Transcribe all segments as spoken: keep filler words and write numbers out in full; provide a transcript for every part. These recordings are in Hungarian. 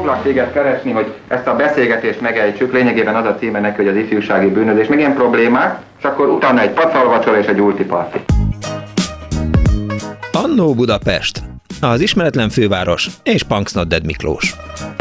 foglak téged keresni, hogy ezt a beszélgetést megejtsük, lényegében az a címe neki, hogy az ifjúsági bűnözés, meg ilyen problémák, és akkor utána egy pacalvacsora és egy ultiparti. Annó Budapest, az ismeretlen főváros és Punksnodded Miklós.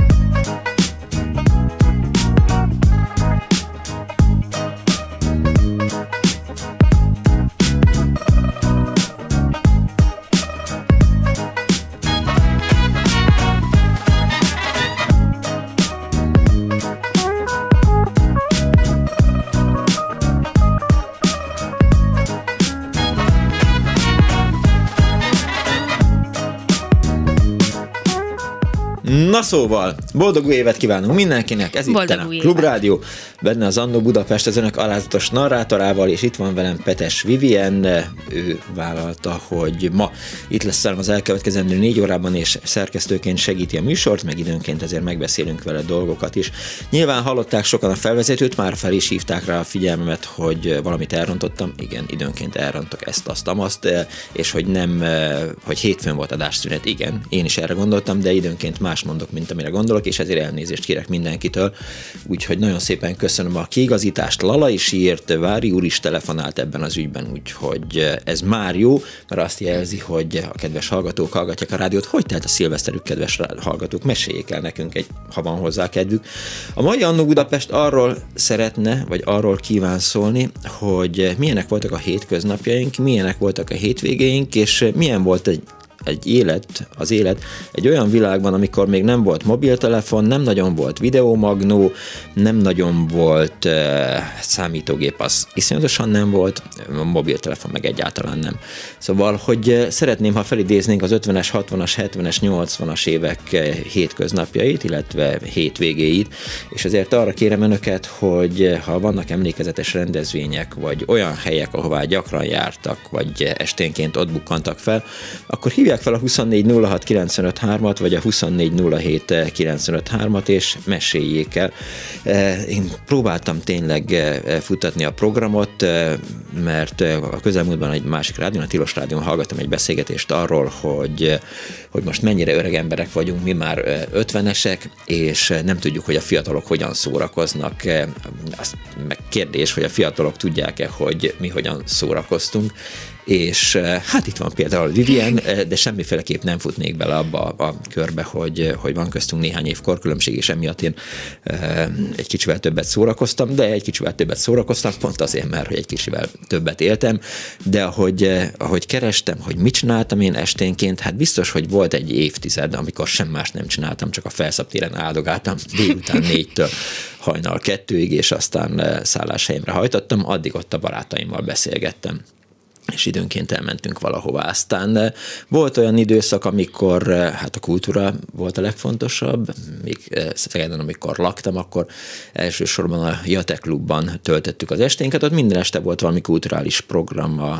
Na szóval, boldog új évet kívánunk mindenkinek, ez itt a Klubrádió, benne az Annó Budapest az önök alázatos narrátorával, és itt van velem Petes Vivien, ő vállalta, hogy ma itt lesz velem az elkövetkezendő négy órában, és szerkesztőként segíti a műsort, meg időnként ezért megbeszélünk vele dolgokat is. Nyilván hallották sokan a felvezetőt, már fel is hívták rá a figyelmemet, hogy valamit elrontottam, igen, időnként elrontok ezt, azt, amazt, és hogy nem, hogy hétfőn volt adásszünet, igen, én is erre gondoltam, de időnként más mondok, mint amire gondolok, és ezért elnézést kérek mindenkitől. Úgyhogy nagyon szépen köszönöm a kiigazítást. Lala is írt, Vári úr is telefonált ebben az ügyben, úgyhogy ez már jó, mert azt jelzi, hogy a kedves hallgatók hallgatják a rádiót. Hogy telt a szilveszterük, kedves hallgatók? Meséljék el nekünk, egy, ha van hozzá kedvük. A mai Annó Budapest arról szeretne, vagy arról kíván szólni, hogy milyenek voltak a hétköznapjaink, milyenek voltak a hétvégéink, és milyen volt egy egy élet, az élet egy olyan világban, amikor még nem volt mobiltelefon, nem nagyon volt videómagnó, nem nagyon volt uh, számítógép, az iszonyatosan nem volt, mobiltelefon meg egyáltalán nem. Szóval, hogy uh, szeretném, ha felidéznénk az ötvenes, hatvanas, hetvenes, nyolcvanas évek uh, hétköznapjait, illetve hétvégéit, és azért arra kérem önöket, hogy uh, ha vannak emlékezetes rendezvények, vagy olyan helyek, ahová gyakran jártak, vagy uh, esténként ott bukkantak fel, akkor hívják fel a huszonnégy nulla hat kilencvenöt hármat, vagy a huszonnégy nulla hét kilencvenöt hármat, és meséljék el. Én próbáltam tényleg futtatni a programot, mert a közelmúltban egy másik rádión, a Tilos Rádión hallgattam egy beszélgetést arról, hogy, hogy most mennyire öreg emberek vagyunk, mi már ötvenesek, és nem tudjuk, hogy a fiatalok hogyan szórakoznak. Az meg kérdés, hogy a fiatalok tudják-e, hogy mi hogyan szórakoztunk. És hát itt van például Vivien, de semmiféleképp nem futnék bele abba a körbe, hogy, hogy van köztünk néhány év korkülönbség, és emiatt én egy kicsivel többet szórakoztam, de egy kicsivel többet szórakoztam, pont azért, mert hogy egy kicsivel többet éltem, de ahogy, ahogy kerestem, hogy mit csináltam én esténként, hát biztos, hogy volt egy évtized, amikor sem más nem csináltam, csak a Felszabtéren áldogáltam délután négytől hajnal kettőig, és aztán szálláshelyemre hajtottam, addig ott a barátaimmal beszélgettem, és időnként elmentünk valahová. Aztán volt olyan időszak, amikor hát a kultúra volt a legfontosabb, még Szegeden, amikor laktam, akkor elsősorban a Jate Klubban töltöttük az esténket, ott minden este volt valami kulturális program, a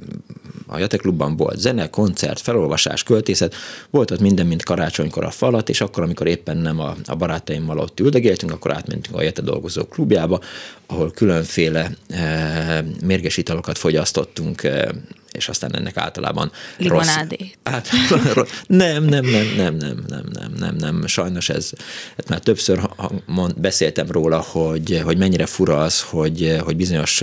A Jate Klubban volt zene, koncert, felolvasás, költészet, volt ott minden, mint karácsonykor a falat, és akkor, amikor éppen nem a, a barátaimmal ott üldögéltünk, akkor átmentünk a Jate dolgozó klubjába, ahol különféle e, mérges italokat fogyasztottunk, e, és aztán ennek általában limonádét. Át, nem, nem, nem, nem, nem, nem, nem, nem, nem, sajnos ez, hát már többször mond, beszéltem róla, hogy, hogy mennyire fura az, hogy, hogy bizonyos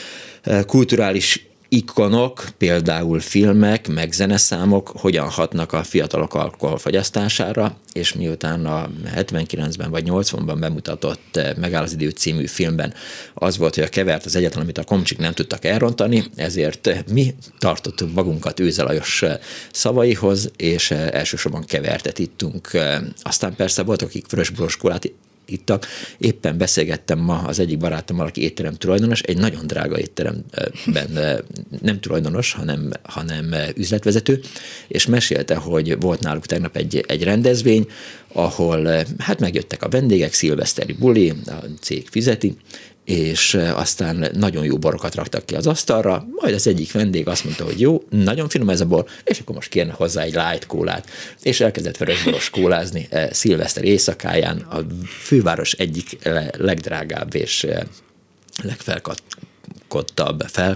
kulturális ikonok, például filmek, meg zeneszámok hogyan hatnak a fiatalok alkoholfogyasztására, és miután a hetvenkilencben vagy nyolcvanban bemutatott Megáll az idő című filmben az volt, hogy a kevert az egyetlen, amit a komcsik nem tudtak elrontani, ezért mi tartottunk magunkat Őze Lajos szavaihoz, és elsősorban kevertet ittunk. Aztán persze voltak, akik vörösboros kólát ittak. Éppen beszélgettem ma az egyik barátommal, aki étterem tulajdonos, egy nagyon drága étteremben nem tulajdonos, hanem, hanem üzletvezető, és mesélte, hogy volt náluk tegnap egy, egy rendezvény, ahol hát megjöttek a vendégek, szilveszteri buli, a cég fizeti, és aztán nagyon jó borokat raktak ki az asztalra, majd az egyik vendég azt mondta, hogy jó, nagyon finom ez a bor, és akkor most kérne hozzá egy light kólát, és elkezdett vörösboros kólázni szilveszter éjszakáján, a főváros egyik legdrágább és legfelkattabb, fel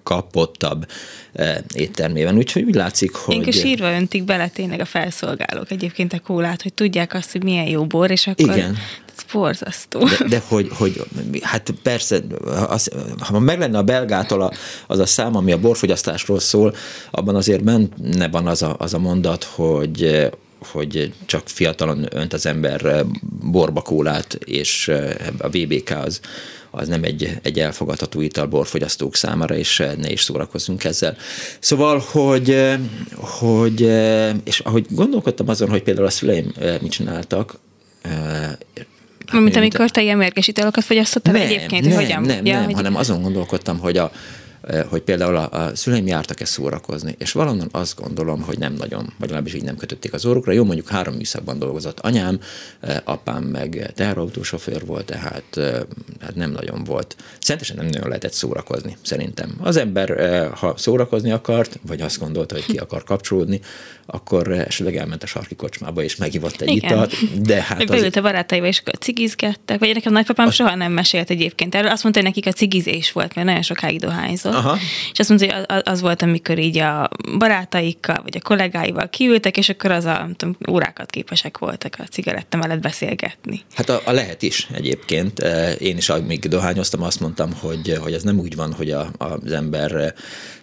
kapottabb éttermében. Úgyhogy úgy látszik, hogy... Én sírva öntik bele tényleg a felszolgálók egyébként a kólát, hogy tudják azt, hogy milyen jó bor, és akkor... Igen. Ez borzasztó. De, de hogy, hogy, hát persze, az, ha meg lenne a Belgától a, az a szám, ami a borfogyasztásról szól, abban azért benne van az a, az a mondat, hogy hogy csak fiatalon önt az ember borba kólát, és a vé bé ká az, az nem egy, egy elfogadható ital borfogyasztók számára, és ne is szórakozzunk ezzel. Szóval, hogy, hogy és ahogy gondolkodtam azon, hogy például a szüleim mit csináltak, Hát mint amikor te ilyen mérges italokat fogyasztottál egyébként, nem, hogy hogyan? Nem, ja, nem, hogy... hanem azon gondolkodtam, hogy a hogy például a, a szüleim jártak-e szórakozni, és valahonnan azt gondolom, hogy nem nagyon, vagy legalábbis így nem kötötték az orrukra. Jó, mondjuk három műszakban dolgozott anyám, apám meg teherautósofőr volt, tehát hát nem nagyon volt. Szentesen nem nagyon lehetett szórakozni, szerintem. Az ember, ha szórakozni akart, vagy azt gondolta, hogy ki akar kapcsolódni, akkor esetleg elment a sarki kocsmába, és megivott egy Igen. italt, de hát az... Beült a barátaival, és akkor cigizgettek, vagy nekem nagypapám az... soha nem mesélt egyébként erről. Azt mondta, hogy nekik a cigizés volt, mert nagyon sokáig dohányzott. Aha. És azt mondta, hogy az volt, amikor így a barátaikkal, vagy a kollégáival kiültek, és akkor az a tudom, órákat képesek voltak a cigaretta mellett beszélgetni. Hát a, a lehet is egyébként. Én is, amíg dohányoztam, azt mondtam, hogy, hogy ez nem úgy van, hogy a, az ember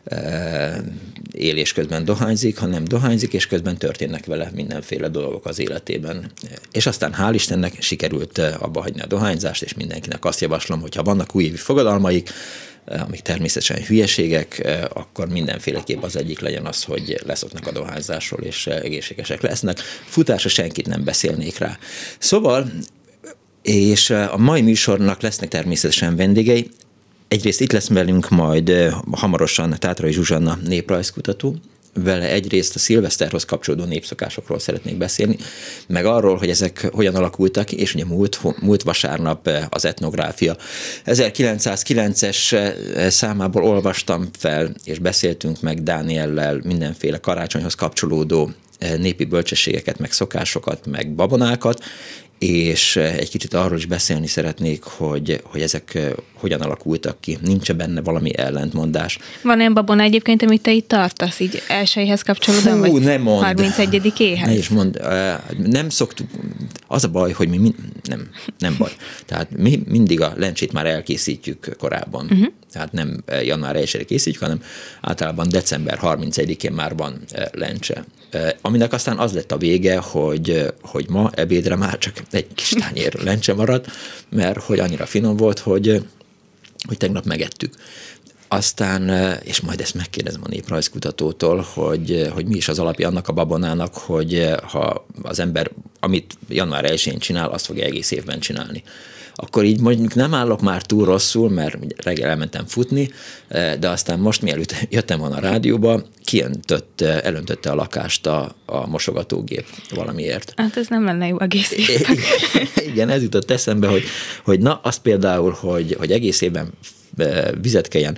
élés közben dohányzik, hanem dohányzik, és közben történnek vele mindenféle dolgok az életében. És aztán hál' Istennek sikerült abba hagyni a dohányzást, és mindenkinek azt javaslom, hogy ha vannak újévi fogadalmaik, amik természetesen hülyeségek, akkor mindenféleképp az egyik legyen az, hogy leszoknak a dohányzásról, és egészségesek lesznek. Futásra senkit nem beszélnék rá. Szóval, és a mai műsornak lesznek természetesen vendégei. Egyrészt itt lesz velünk majd hamarosan Tátrai Zsuzsanna néprajzkutató, vele egyrészt a szilveszterhoz kapcsolódó népszokásokról szeretnék beszélni, meg arról, hogy ezek hogyan alakultak, és ugye múlt, múlt vasárnap az etnográfia ezerkilencszázkilences számából olvastam fel, és beszéltünk meg Dániellel mindenféle karácsonyhoz kapcsolódó népi bölcsességeket, meg szokásokat, meg babonákat, és egy kicsit arról is beszélni szeretnék, hogy, hogy ezek hogyan alakultak ki. Nincs benne valami ellentmondás. Van olyan babona egyébként, amit te itt tartasz, így elsőjéhez kapcsolódóan, vagy ne mondd. harmincegyedikéhez? Ne is mondd. Nem szoktuk, az a baj, hogy mi mind, nem, nem baj. Tehát mi mindig a lencsét már elkészítjük korábban. Uh-huh. Tehát nem január elsejére készítjük, hanem általában december harmincegyedikén már van lencse. Aminek aztán az lett a vége, hogy, hogy ma ebédre már csak egy kis tányér lencse maradt, mert hogy annyira finom volt, hogy, hogy tegnap megettük. Aztán, és majd ezt megkérdezem a néprajzkutatótól, hogy, hogy mi is az alapja annak a babonának, hogy ha az ember, amit január elsején csinál, azt fogja egész évben csinálni. Akkor így mondjuk nem állok már túl rosszul, mert reggel elmentem futni, de aztán most, mielőtt jöttem volna a rádióba, kiöntött, elöntötte a lakást a, a mosogatógép valamiért. Hát ez nem lenne jó egész évben. Igen, ez jutott eszembe, hogy, hogy na, az például, hogy, hogy egész évben vizet kelljen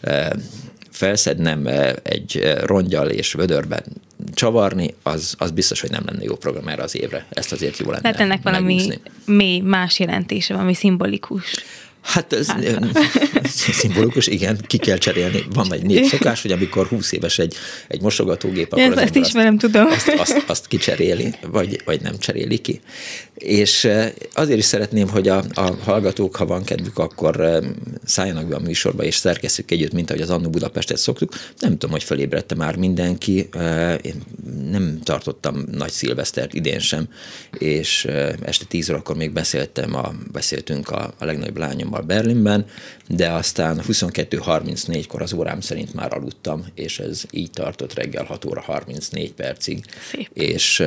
felszednem egy rongyal és vödörben csavarni, az, az biztos, hogy nem lenne jó program erre az évre. Ezt azért jó lenne. Tehát ennek valami megúszni. Mély más jelentése, valami szimbolikus. Hát ez szimbolikus, igen, ki kell cserélni. Van egy népszokás, hogy amikor húsz éves egy, egy mosogatógép, akkor ezt, az ezt ismerem, azt, tudom. Azt, azt, azt kicseréli, vagy, vagy nem cseréli ki. És azért is szeretném, hogy a, a hallgatók, ha van kedvük, akkor szálljanak be a műsorba, és szerkesszük együtt, mint ahogy az Annó Budapestet szoktuk. Nem tudom, hogy felébredte már mindenki. Én nem tartottam nagy szilvesztert idén sem, és este tíz órakor még beszéltem a, beszéltünk a, a legnagyobb lányommal Berlinben, de aztán huszonkettő harmincnégykor az órám szerint már aludtam, és ez így tartott reggel hat óra harmincnégy percig. Szép. És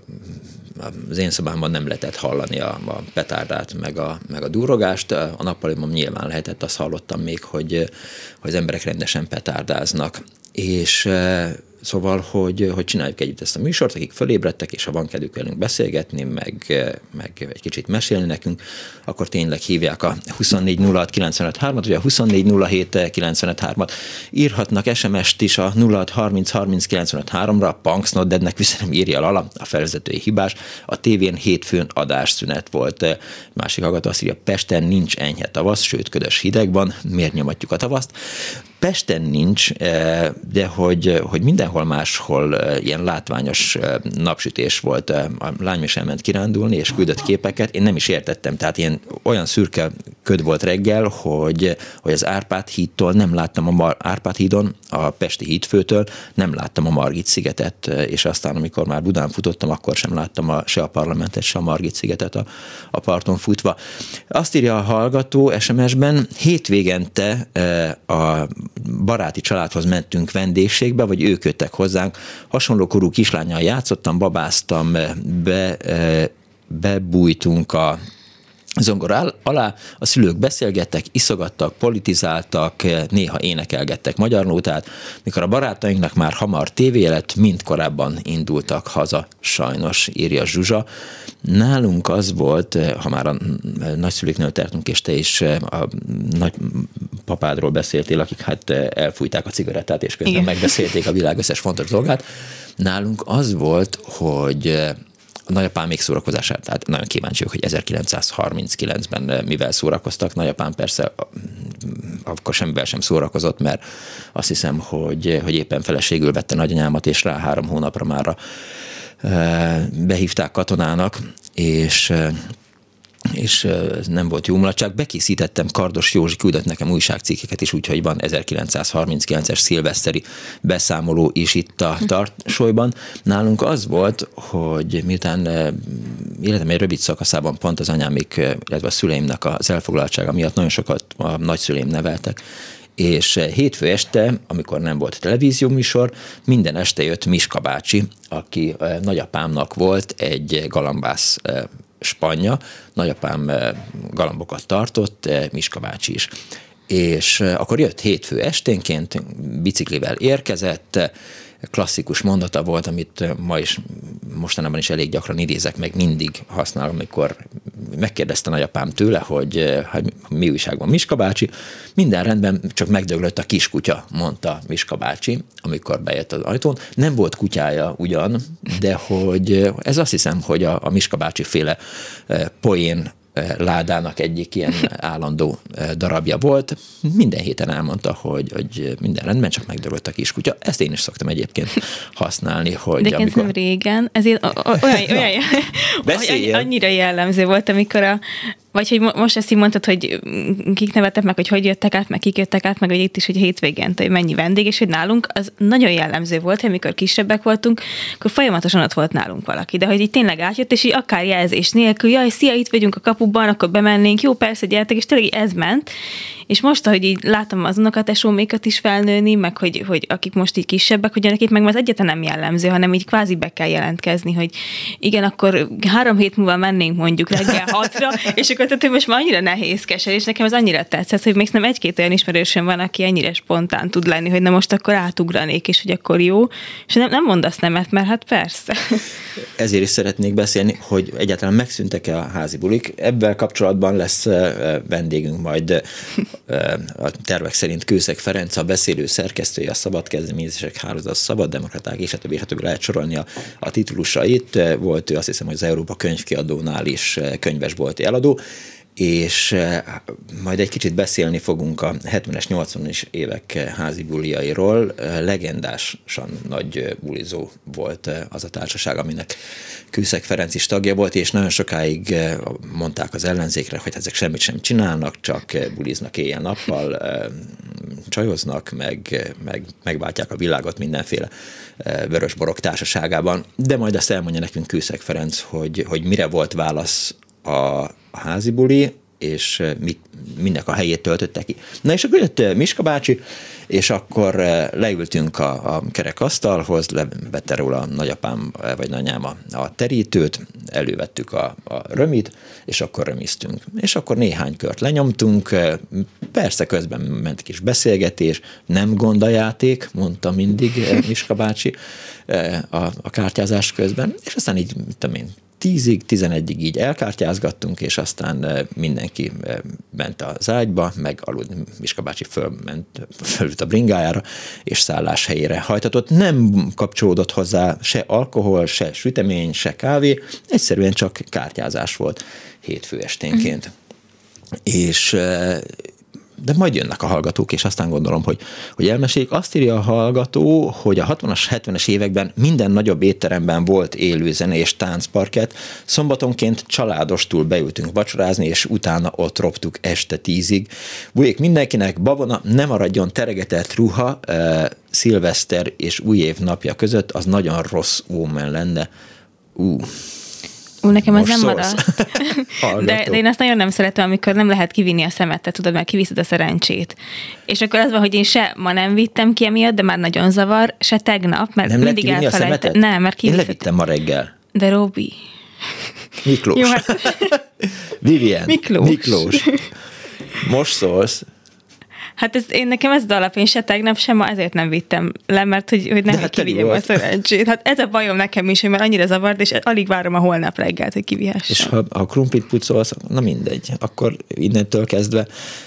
az én szobámban nem lehetett hallani a, a petárdát, meg a, meg a durrogást. A nappaliban nyilván lehetett, azt hallottam még, hogy, hogy az emberek rendesen petárdáznak. És Szóval, hogy, hogy csináljuk együtt ezt a műsort, akik fölébredtek, és ha van kedvük velünk beszélgetni, meg, meg egy kicsit mesélni nekünk, akkor tényleg hívják a huszonnégy nulla hat kilencvenöt hármat, vagy a huszonnégy nulla hét kilencvenöt hármat. Írhatnak es em est is a nulla hat harminc harminc kilencvenöt háromra, Punksnoddednek üzenem, írja Lala, a felvezetői hibás. A tévén hétfőn adásszünet volt. Másik hallgató azt írja, Pesten nincs enyhe tavasz, sőt ködös hideg van, miért nyomatjuk a tavaszt? Pesten nincs, de hogy, hogy mindenhol máshol ilyen látványos napsütés volt. A lányom is elment kirándulni, és küldött képeket. Én nem is értettem, tehát ilyen olyan szürke köd volt reggel, hogy, hogy az Árpád hídtól nem láttam a Mar- Árpád hídon, a Pesti hídfőtől nem láttam a Margit szigetet, és aztán, amikor már Budán futottam, akkor sem láttam a, se a Parlamentet, se a Margit szigetet a, a parton futva. Azt írja a hallgató es em es-ben, hétvégente a baráti családhoz mentünk vendégségbe, vagy ők jöttek hozzánk. Hasonló korú kislánnyal játszottam, babáztam, be, bebújtunk a zongora alá, a szülők beszélgettek, iszogattak, politizáltak, néha énekelgettek magyar nótát, mikor a barátainknak már hamar tévé lett, mind korábban indultak haza, sajnos, írja Zsuzsa. Nálunk az volt, ha már a nagyszülőknél tartunk, és te is a nagypapádról beszéltél, akik hát elfújták a cigarettát, és közben Igen. megbeszélték a világ összes fontos dolgát. Nálunk az volt, hogy a nagyapám még szórakozását, tehát nagyon kíváncsiak, hogy ezerkilencszázharminckilencben mivel szórakoztak. Nagyapám persze akkor semmivel sem szórakozott, mert azt hiszem, hogy, hogy éppen feleségül vette nagyanyámat, és rá három hónapra már behívták katonának, és és nem volt jó mulatság. Bekészítettem, Kardos Józsi küldött nekem újságcikkeket is, úgyhogy van ezerkilencszázharminckilences szilveszteri beszámoló is itt a tarsolyban. Nálunk az volt, hogy miután életem egy rövid szakaszában pont az anyámik, illetve a szüleimnek az elfoglaltsága miatt nagyon sokat a nagyszüleim neveltek, és hétfő este, amikor nem volt televízióműsor, minden este jött Miska bácsi, aki nagyapámnak volt egy galambász spanja, nagyapám galambokat tartott, Miska bácsi is. És akkor jött hétfő esténként, biciklivel érkezett, klasszikus mondata volt, amit ma is, mostanában is elég gyakran idézek, meg mindig használom, amikor megkérdezte nagyapám tőle, hogy, hogy mi újság van, Miska bácsi. Minden rendben, csak megdöglött a kiskutya, mondta Miska bácsi, amikor bejött az ajtón. Nem volt kutyája ugyan, de hogy ez azt hiszem, hogy a, a Miska bácsi féle poén ládának egyik ilyen állandó darabja volt. Minden héten elmondta, hogy, hogy minden rendben, csak megdöglött a kiskutya. Ezt én is szoktam egyébként használni, hogy de amikor... nem régen, ezért olyan, olyan, olyan annyira jellemző volt, amikor a vagy hogy most ezt így mondtad, hogy kik nevettek meg, hogy hogy jöttek át, meg kik jöttek át, meg hogy itt is, hogy hétvégén, hogy mennyi vendég, és hogy nálunk az nagyon jellemző volt, hogy amikor kisebbek voltunk, akkor folyamatosan ott volt nálunk valaki. De hogy így tényleg átjött, és így akár jelzés nélkül, jaj, szia, itt vagyunk a kapuban, akkor bemennénk, jó, persze, gyertek, és tényleg ez ment. És most, ahogy így látom az unokatesómékat is felnőni, meg hogy, hogy akik most így kisebbek, hogy nekik meg az egyáltalán nem jellemző, hanem így kvázi be kell jelentkezni, hogy igen, akkor három hét múlva mennénk mondjuk reggel hatra, és akkor tehát, hogy most már annyira nehézkes, és nekem az annyira tetszett, hogy még nem egy-két olyan ismerősöm van, aki ennyire spontán tud lenni, hogy na most akkor átugranék, és hogy akkor jó, és nem, nem mondasz nemet, mert hát persze. Ezért is szeretnék beszélni, hogy egyáltalán megszűntek-e a házi bulik. Ebben kapcsolatban lesz vendégünk majd a tervek szerint Kőszeg Ferenc, a beszélő szerkesztője, a Szabad Kezdeményezések Hálózat, Szabad Demokraták, és a többi, és a többi lehet sorolni a, a titulusait. Volt ő, azt hiszem, hogy az Európa Könyvkiadónál is könyvesbolti eladó, és majd egy kicsit beszélni fogunk a hetvenes, nyolcvanas évek házi bulijairól. Legendásan nagy bulizó volt az a társaság, aminek Kőszeg Ferenc is tagja volt, és nagyon sokáig mondták az ellenzékre, hogy ezek semmit sem csinálnak, csak buliznak éjjel-nappal, csajoznak, meg, meg megváltják a világot mindenféle vörösborok társaságában. De majd azt elmondja nekünk Kőszeg Ferenc, hogy, hogy mire volt válasz a a házi buli, és mit, mindnek a helyét töltötte ki. Na és akkor jött Miska bácsi, és akkor leültünk a, a kerekasztalhoz, levette róla a nagyapám vagy nagyanyám a, a terítőt, elővettük a, a römit, és akkor römiztünk. És akkor néhány kört lenyomtunk, persze közben ment kis beszélgetés, nem gond a játék, mondta mindig Miska bácsi a, a kártyázás közben, és aztán így, tudom én, tízig, tizenegyig így elkártyázgattunk, és aztán mindenki ment az ágyba, meg aludt, Miska bácsi fölment, fölült a bringájára, és szállás helyére hajtatott. Nem kapcsolódott hozzá se alkohol, se sütemény, se kávé, egyszerűen csak kártyázás volt hétfő esténként. Mm. És de majd jönnek a hallgatók, és aztán gondolom, hogy, hogy elmeséljék. Azt írja a hallgató, hogy a hatvanas, hetvenes években minden nagyobb étteremben volt élőzene és táncparkett. Szombatonként családostul beültünk vacsorázni, és utána ott roptuk este tízig. Bujék mindenkinek, babona, ne maradjon teregetett ruha, eh, szilveszter és új év napja között, az nagyon rossz ómen lenne. Ú... Ú, nekem ez nem maradt. de, de én azt nagyon nem szeretem, amikor nem lehet kivinni a szemetet, tudod, mert kiviszed a szerencsét. És akkor az van, hogy én se ma nem vittem ki emiatt, de már nagyon zavar, se tegnap, mert nem mindig elfelejtem. Nem, mert kiviszed. Én levittem ma reggel. De Robi. Miklós. Jó, hát... Vivien. Miklós. Miklós. Most szólsz. Hát ez, én nekem ez az alap, én se tegnap, sem ma ezért nem vittem le, mert hogy, hogy nem hát kivigyem a szerencsét. Hát ez a bajom nekem is, hogy már annyira zavart, és alig várom a holnap reggelt, hogy kivihessem. És ha a krumplit pucolsz, na mindegy, akkor innentől kezdve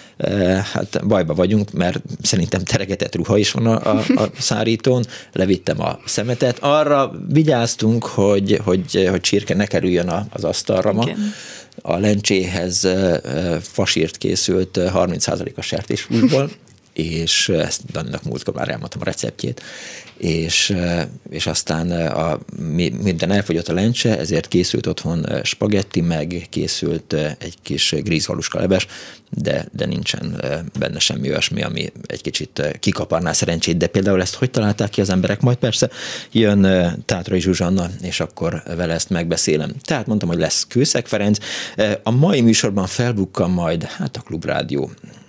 hát bajba vagyunk, mert szerintem teregetett ruha is van a, a, a szárítón, levittem a szemetet. Arra vigyáztunk, hogy, hogy, hogy csirke ne kerüljön az asztalra ma. Igen. A lencséhez fasírt készült harminc százalékos sertéshúsból, és ezt Daninak múltkor már elmondtam a receptjét, és, és aztán a, minden elfogyott a lencse, ezért készült otthon spagetti, meg készült egy kis grízhaluska leves, de, de nincsen benne semmi olyasmi, ami egy kicsit kikaparná szerencsét, de például ezt hogy találták ki az emberek? Majd persze jön Tátrai Zsuzsanna, és akkor vele ezt megbeszélem. Tehát mondtam, hogy lesz Kőszeg Ferenc. A mai műsorban felbukkan majd, hát a Klubrádió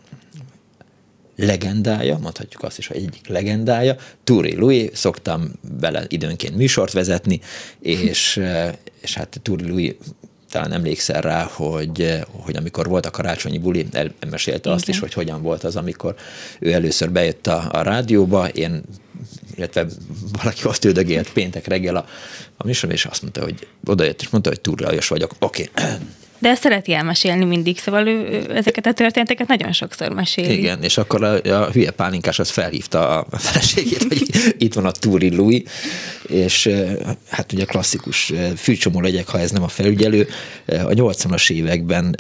legendája, mondhatjuk azt is, hogy egyik legendája, Túri Louis, szoktam vele időnként műsort vezetni, és, és hát Túri Louis, talán emlékszel rá, hogy, hogy amikor volt a karácsonyi buli, elmesélte azt is, hogy hogyan volt az, amikor ő először bejött a, a rádióba, én, illetve valaki azt üldögélt péntek reggel a, a műsorban, és azt mondta, hogy odajött, és mondta, hogy Túri Lajos vagyok, oké. Okay. De ezt szereti elmesélni mindig, szóval ő ezeket a történeteket nagyon sokszor meséli. Igen, és akkor a, a hülye pálinkás az felhívta a feleségét, hogy itt van a Túri Louis, és hát ugye klasszikus fűcsomó legyek, ha ez nem a felügyelő. A nyolcvanas években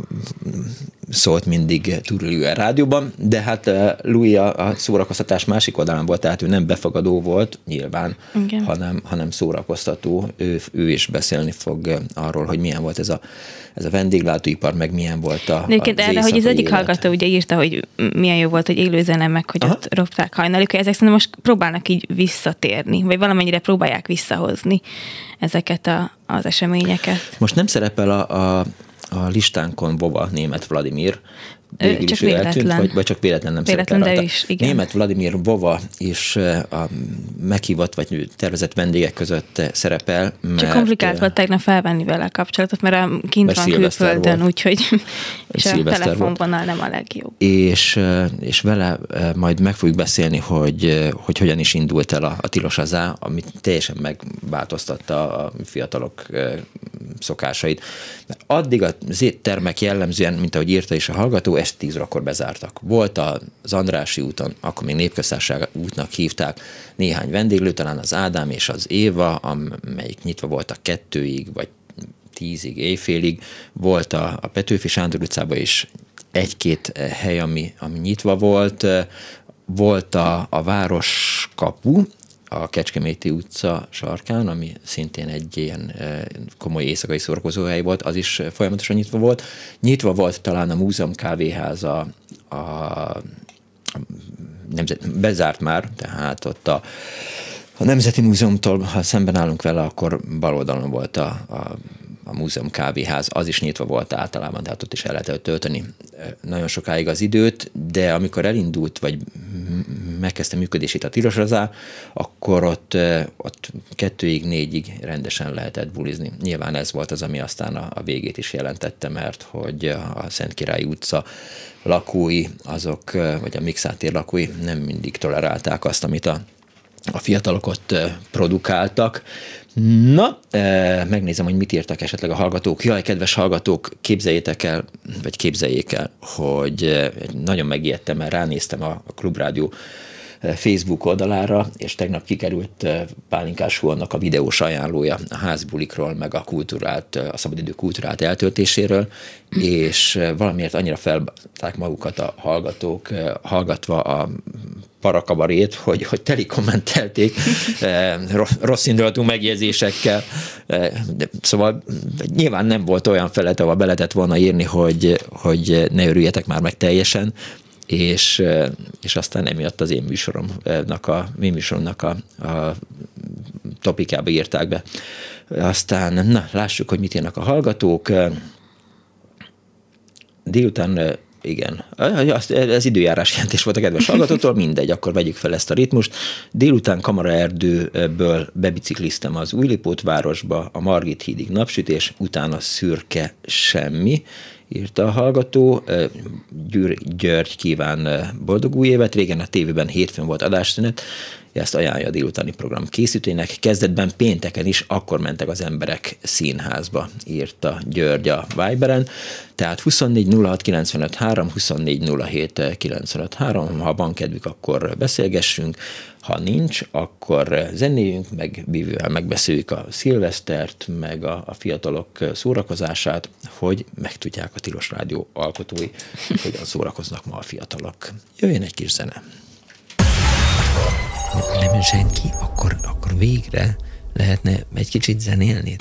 szólt mindig Túri Louis a rádióban, de hát Louis a szórakoztatás másik oldalán volt, tehát ő nem befogadó volt, nyilván, hanem, hanem szórakoztató. Ő, ő is beszélni fog arról, hogy milyen volt ez a ez a vendéglátóipar, meg milyen volt a, az erre, hogy az egyik élet. Hallgató ugye írta, hogy milyen jó volt, hogy élőzene, meg hogy Aha. ott ropták hajnalig, hogy ezek szerintem most próbálnak így visszatérni, vagy valamennyire próbálják visszahozni ezeket a, az eseményeket. Most nem szerepel a, a, a listánkon Vova Németh Vladimir, végül csak is ő eltűnt, vagy, vagy csak véletlen nem véletlen, szerepel is, igen. Németh Vladimir Vova is a meghívott vagy tervezett vendégek között szerepel. Mert csak komplikált volt tegnap felvenni vele a kapcsolatot, mert a kint van külföldön, úgyhogy és a telefonvonal nem a legjobb. És, és vele majd meg fogjuk beszélni, hogy, hogy hogyan is indult el a, a tilos azá, amit teljesen megváltoztatta a fiatalok szokásait. Mert addig az éttermek jellemzően, mint ahogy írta is a hallgató, este tíz órakor bezártak. Volt az Andrássy úton, akkor még Népköztársaság útnak hívták, néhány vendéglő, talán az Ádám és az Éva, amelyik nyitva voltak kettőig, vagy tízig, éjfélig. Volt a, a Petőfi Sándor utcában is egy-két hely, ami, ami nyitva volt. Volt a, a Városkapu, a Kecskeméti utca sarkán, ami szintén egy ilyen komoly éjszakai szórakozóhely volt, az is folyamatosan nyitva volt. Nyitva volt talán a Múzeum kávéháza, a, a nemzet, bezárt már, tehát ott a, a Nemzeti Múzeumtól, ha szemben állunk vele, akkor bal oldalon volt a, a a múzeum kávéház, az is nyitva volt általában, tehát ott is el lehetett tölteni nagyon sokáig az időt, de amikor elindult, vagy megkezdte működését a Tilos Rozá, akkor ott, ott kettőig, négyig rendesen lehetett bulizni. Nyilván ez volt az, ami aztán a, a végét is jelentette, mert hogy a Szentkirályi utca lakói, azok, vagy a Mikszáth tér lakói nem mindig tolerálták azt, amit a, a fiatalok ott produkáltak. Na, megnézem, hogy mit írtak esetleg a hallgatók. Jaj, kedves hallgatók, képzeljétek el, vagy képzeljék el, hogy nagyon megijedtem, mert ránéztem a Klubrádió Facebook oldalára, és tegnap kikerült Pálinkás Huannak a videós ajánlója a házbulikról, meg a kultúrált, a szabadidő kultúrált eltöltéséről, és valamiért annyira felbaszták magukat a hallgatók, hallgatva a Parakabarét, hogy, hogy teli kommentelték rossz indulatú megjegyzésekkel. De, szóval nyilván nem volt olyan felet, ahol be lehetett volna írni, hogy, hogy ne örüljetek már meg teljesen, és, és aztán emiatt az én műsoromnak a, én műsoromnak a, a topikába írták be. Aztán, na, lássuk, hogy mit írnak a hallgatók. Délután, igen, ez időjárás jelentés volt a kedves hallgatótól, mindegy, akkor vegyük fel ezt a ritmust. Délután Kamaraerdőből bebicikliztem az Újlipót városba, a Margit hídig napsütés, utána szürke semmi, írta a hallgató. György kíván boldog új évet. Régen a tévében hétfőn volt adásszünet, ezt ajánlja a délutáni program készítőinek. Kezdetben pénteken is akkor mentek az emberek színházba, írta György a Viberen. Tehát huszonnégy nulla hat kilencvenöt három, huszonnégy nulla hét kilencvenöt három, ha van kedvük, akkor beszélgessünk, ha nincs, akkor zenéljünk, meg bívővel megbeszéljük a szilvesztert, meg a, a fiatalok szórakozását, hogy megtudják a Tilos Rádió alkotói, hogy hogyan szórakoznak ma a fiatalok. Jöjjön egy kis zene. Nem jön senki, akkor, akkor végre lehetne egy kicsit zenélni.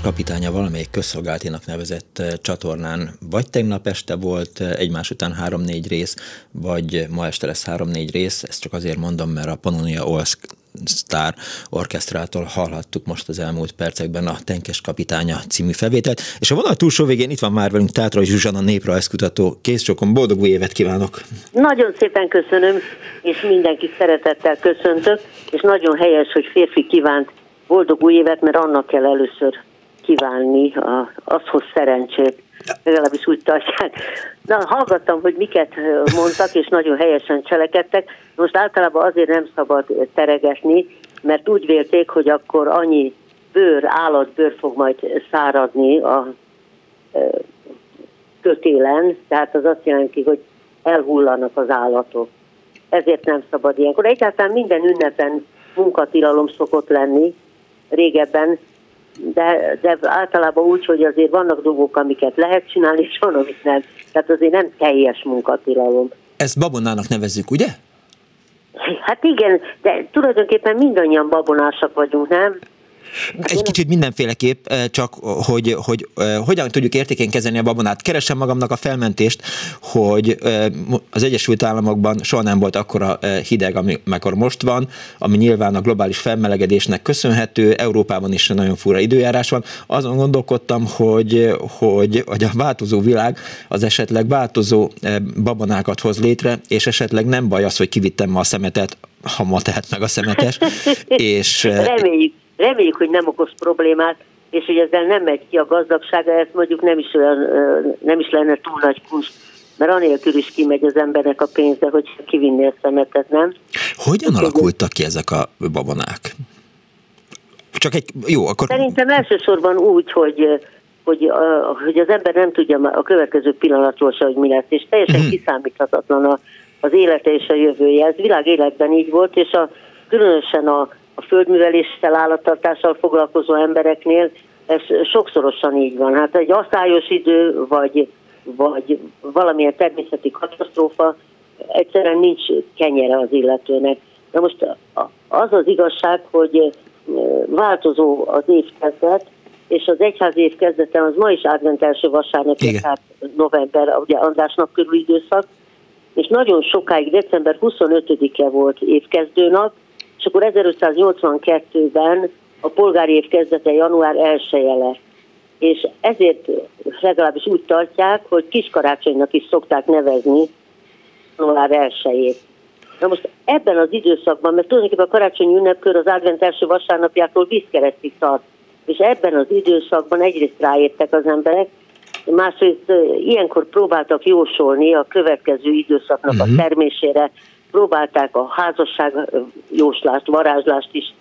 kapitánya valamelyik közszolgálatinak nevezett csatornán vagy tegnap este volt egymás után három-négy rész, vagy ma este lesz három-négy rész, ezt csak azért mondom, mert a Pannonia All Star Orchestrától hallhattuk most az elmúlt percekben a Tenkes kapitánya című felvételt, és a vonal túlsó végén itt van már velünk Tátrai Zsuzsanna, néprajzkutató. Készcsókom, boldog új évet kívánok! Nagyon szépen köszönöm, és mindenkit szeretettel köszöntök, és nagyon helyes, hogy férfi kívánt boldog új évet, mert annak kell először kívánni, a, azhoz szerencsét, legalábbis úgy tartják. Na, hallgattam, hogy miket mondtak, és nagyon helyesen cselekedtek. Most általában azért nem szabad teregetni, mert úgy vélték, hogy akkor annyi bőr, állatbőr fog majd száradni a kötélen, tehát az azt jelenti, hogy elhullanak az állatok. Ezért nem szabad ilyenkor. Egyáltalán minden ünnepen munkatilalom szokott lenni, régebben, de, de általában úgy, hogy azért vannak dolgok, amiket lehet csinálni, és van, amit nem. Tehát azért nem teljes munkatilalom. Ezt babonának nevezzük, ugye? Hát igen, de tulajdonképpen mindannyian babonásak vagyunk, nem? Egy kicsit mindenféleképp, csak hogy, hogy hogyan tudjuk értékén kezelni a babonát. Keresem magamnak a felmentést, hogy az Egyesült Államokban soha nem volt akkora hideg, amikor most van, ami nyilván a globális felmelegedésnek köszönhető, Európában is nagyon fura időjárás van. Azon gondolkodtam, hogy, hogy, hogy a változó világ az esetleg változó babonákat hoz létre, és esetleg nem baj az, hogy kivittem ma a szemetet, ha ma tehet meg a szemetes. és Reméljük. Reméljük, hogy nem okoz problémát, és hogy ezzel nem megy ki a gazdagsága, ezt mondjuk nem is, olyan, nem is lenne túl nagy kunst, mert anélkül is kimegy az embernek a pénze, hogy kivinni a szemetet, nem? Hogyan alakultak ki ezek a babonák? Csak egy, jó, akkor... Szerintem elsősorban úgy, hogy, hogy, hogy az ember nem tudja a következő pillanatról se, hogy mi lesz, és teljesen mm-hmm. kiszámíthatatlan az élete és a jövője. Ez világéletben így volt, és a, különösen a a földműveléssel, állattartással foglalkozó embereknél ez sokszorosan így van. Hát egy asszályos idő, vagy, vagy valamilyen természeti katasztrófa, egyszerűen nincs kenyere az illetőnek. Na most az az igazság, hogy változó az évkezdet, és az egyházi évkezdete az ma is advent első vasárnap, tehát november, ugye Andrásnap körül időszak, és nagyon sokáig december huszonötödike volt évkezdőnap, és akkor ezerötszáznyolcvankettőben a polgári év kezdete január elseje lett. És ezért legalábbis úgy tartják, hogy kiskarácsonynak is szokták nevezni január elsejét. Na most ebben az időszakban, mert tulajdonképpen a karácsonyi ünnepkör az advent első vasárnapjától vízkeresztig tart, és ebben az időszakban egyrészt ráértek az emberek, másrészt ilyenkor próbáltak jósolni a következő időszaknak uh-huh. a termésére, próbálták a házasság jóslást, varázslást is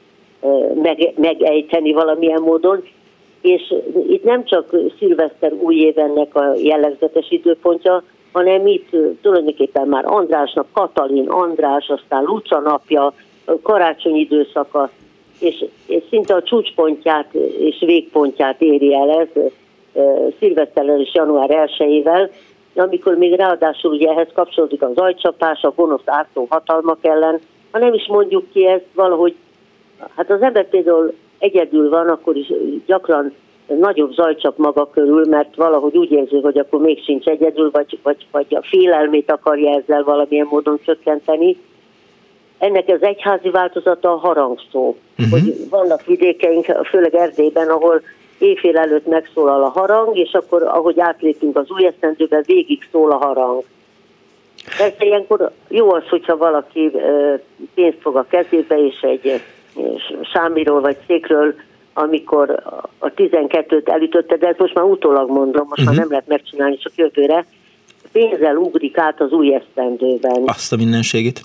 meg, megejteni valamilyen módon, és itt nem csak szilveszter új évennek a jellegzetes időpontja, hanem itt tulajdonképpen már Andrásnak, Katalin, András, aztán Luca napja, karácsony időszaka, és, és szinte a csúcspontját és végpontját éri el ez szilveszterrel és január elsejével, amikor még ráadásul ugye ehhez kapcsolódik az agycsapás, a gonosz ártó hatalmak ellen, ha nem is mondjuk ki ezt valahogy, hát az ember például egyedül van, akkor is gyakran nagyobb zajcsap maga körül, mert valahogy úgy érzi, hogy akkor még sincs egyedül, vagy, vagy, vagy a félelmét akarja ezzel valamilyen módon csökkenteni. Ennek az egyházi változata a harangszó, uh-huh. hogy vannak vidékeink, főleg Erdélyben, ahol éjfél előtt megszólal a harang, és akkor, ahogy átlépünk az új esztendőben, végig szól a harang. Persze ilyenkor jó az, hogyha valaki pénzt fog a kezébe, és egy sámiról vagy székről, amikor a tizenkettőt elütötte, de ezt most már utólag mondom, most uh-huh. már nem lehet megcsinálni, csak jövőre, pénzzel ugrik át az új esztendőben. Azt a mindenségét.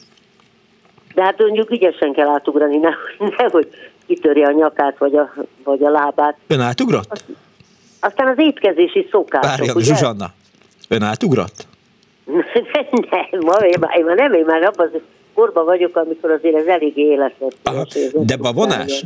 De hát mondjuk ügyesen kell átugrani, nehogy kitörje a nyakát, vagy a, vagy a lábát. Ön átugrott? Azt, aztán az étkezési szokások, Várjon, ugye? Zsuzsanna, ön átugrott? nem, ma én már, én már nem, én már abban az korban vagyok, amikor azért ez eléggé életes. De babonás?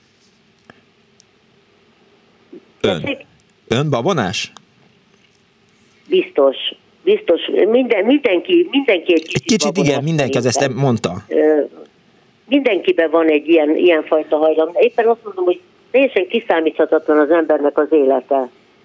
Ön. Ön babonás? Biztos. Biztos. Minden, mindenki, mindenki egy kicsit, kicsit igen, mindenki az ezt mondta. Mindenkiben van egy ilyen, ilyen fajta hajlam. Éppen azt mondom, hogy teljesen kiszámíthatatlan az embernek az élete.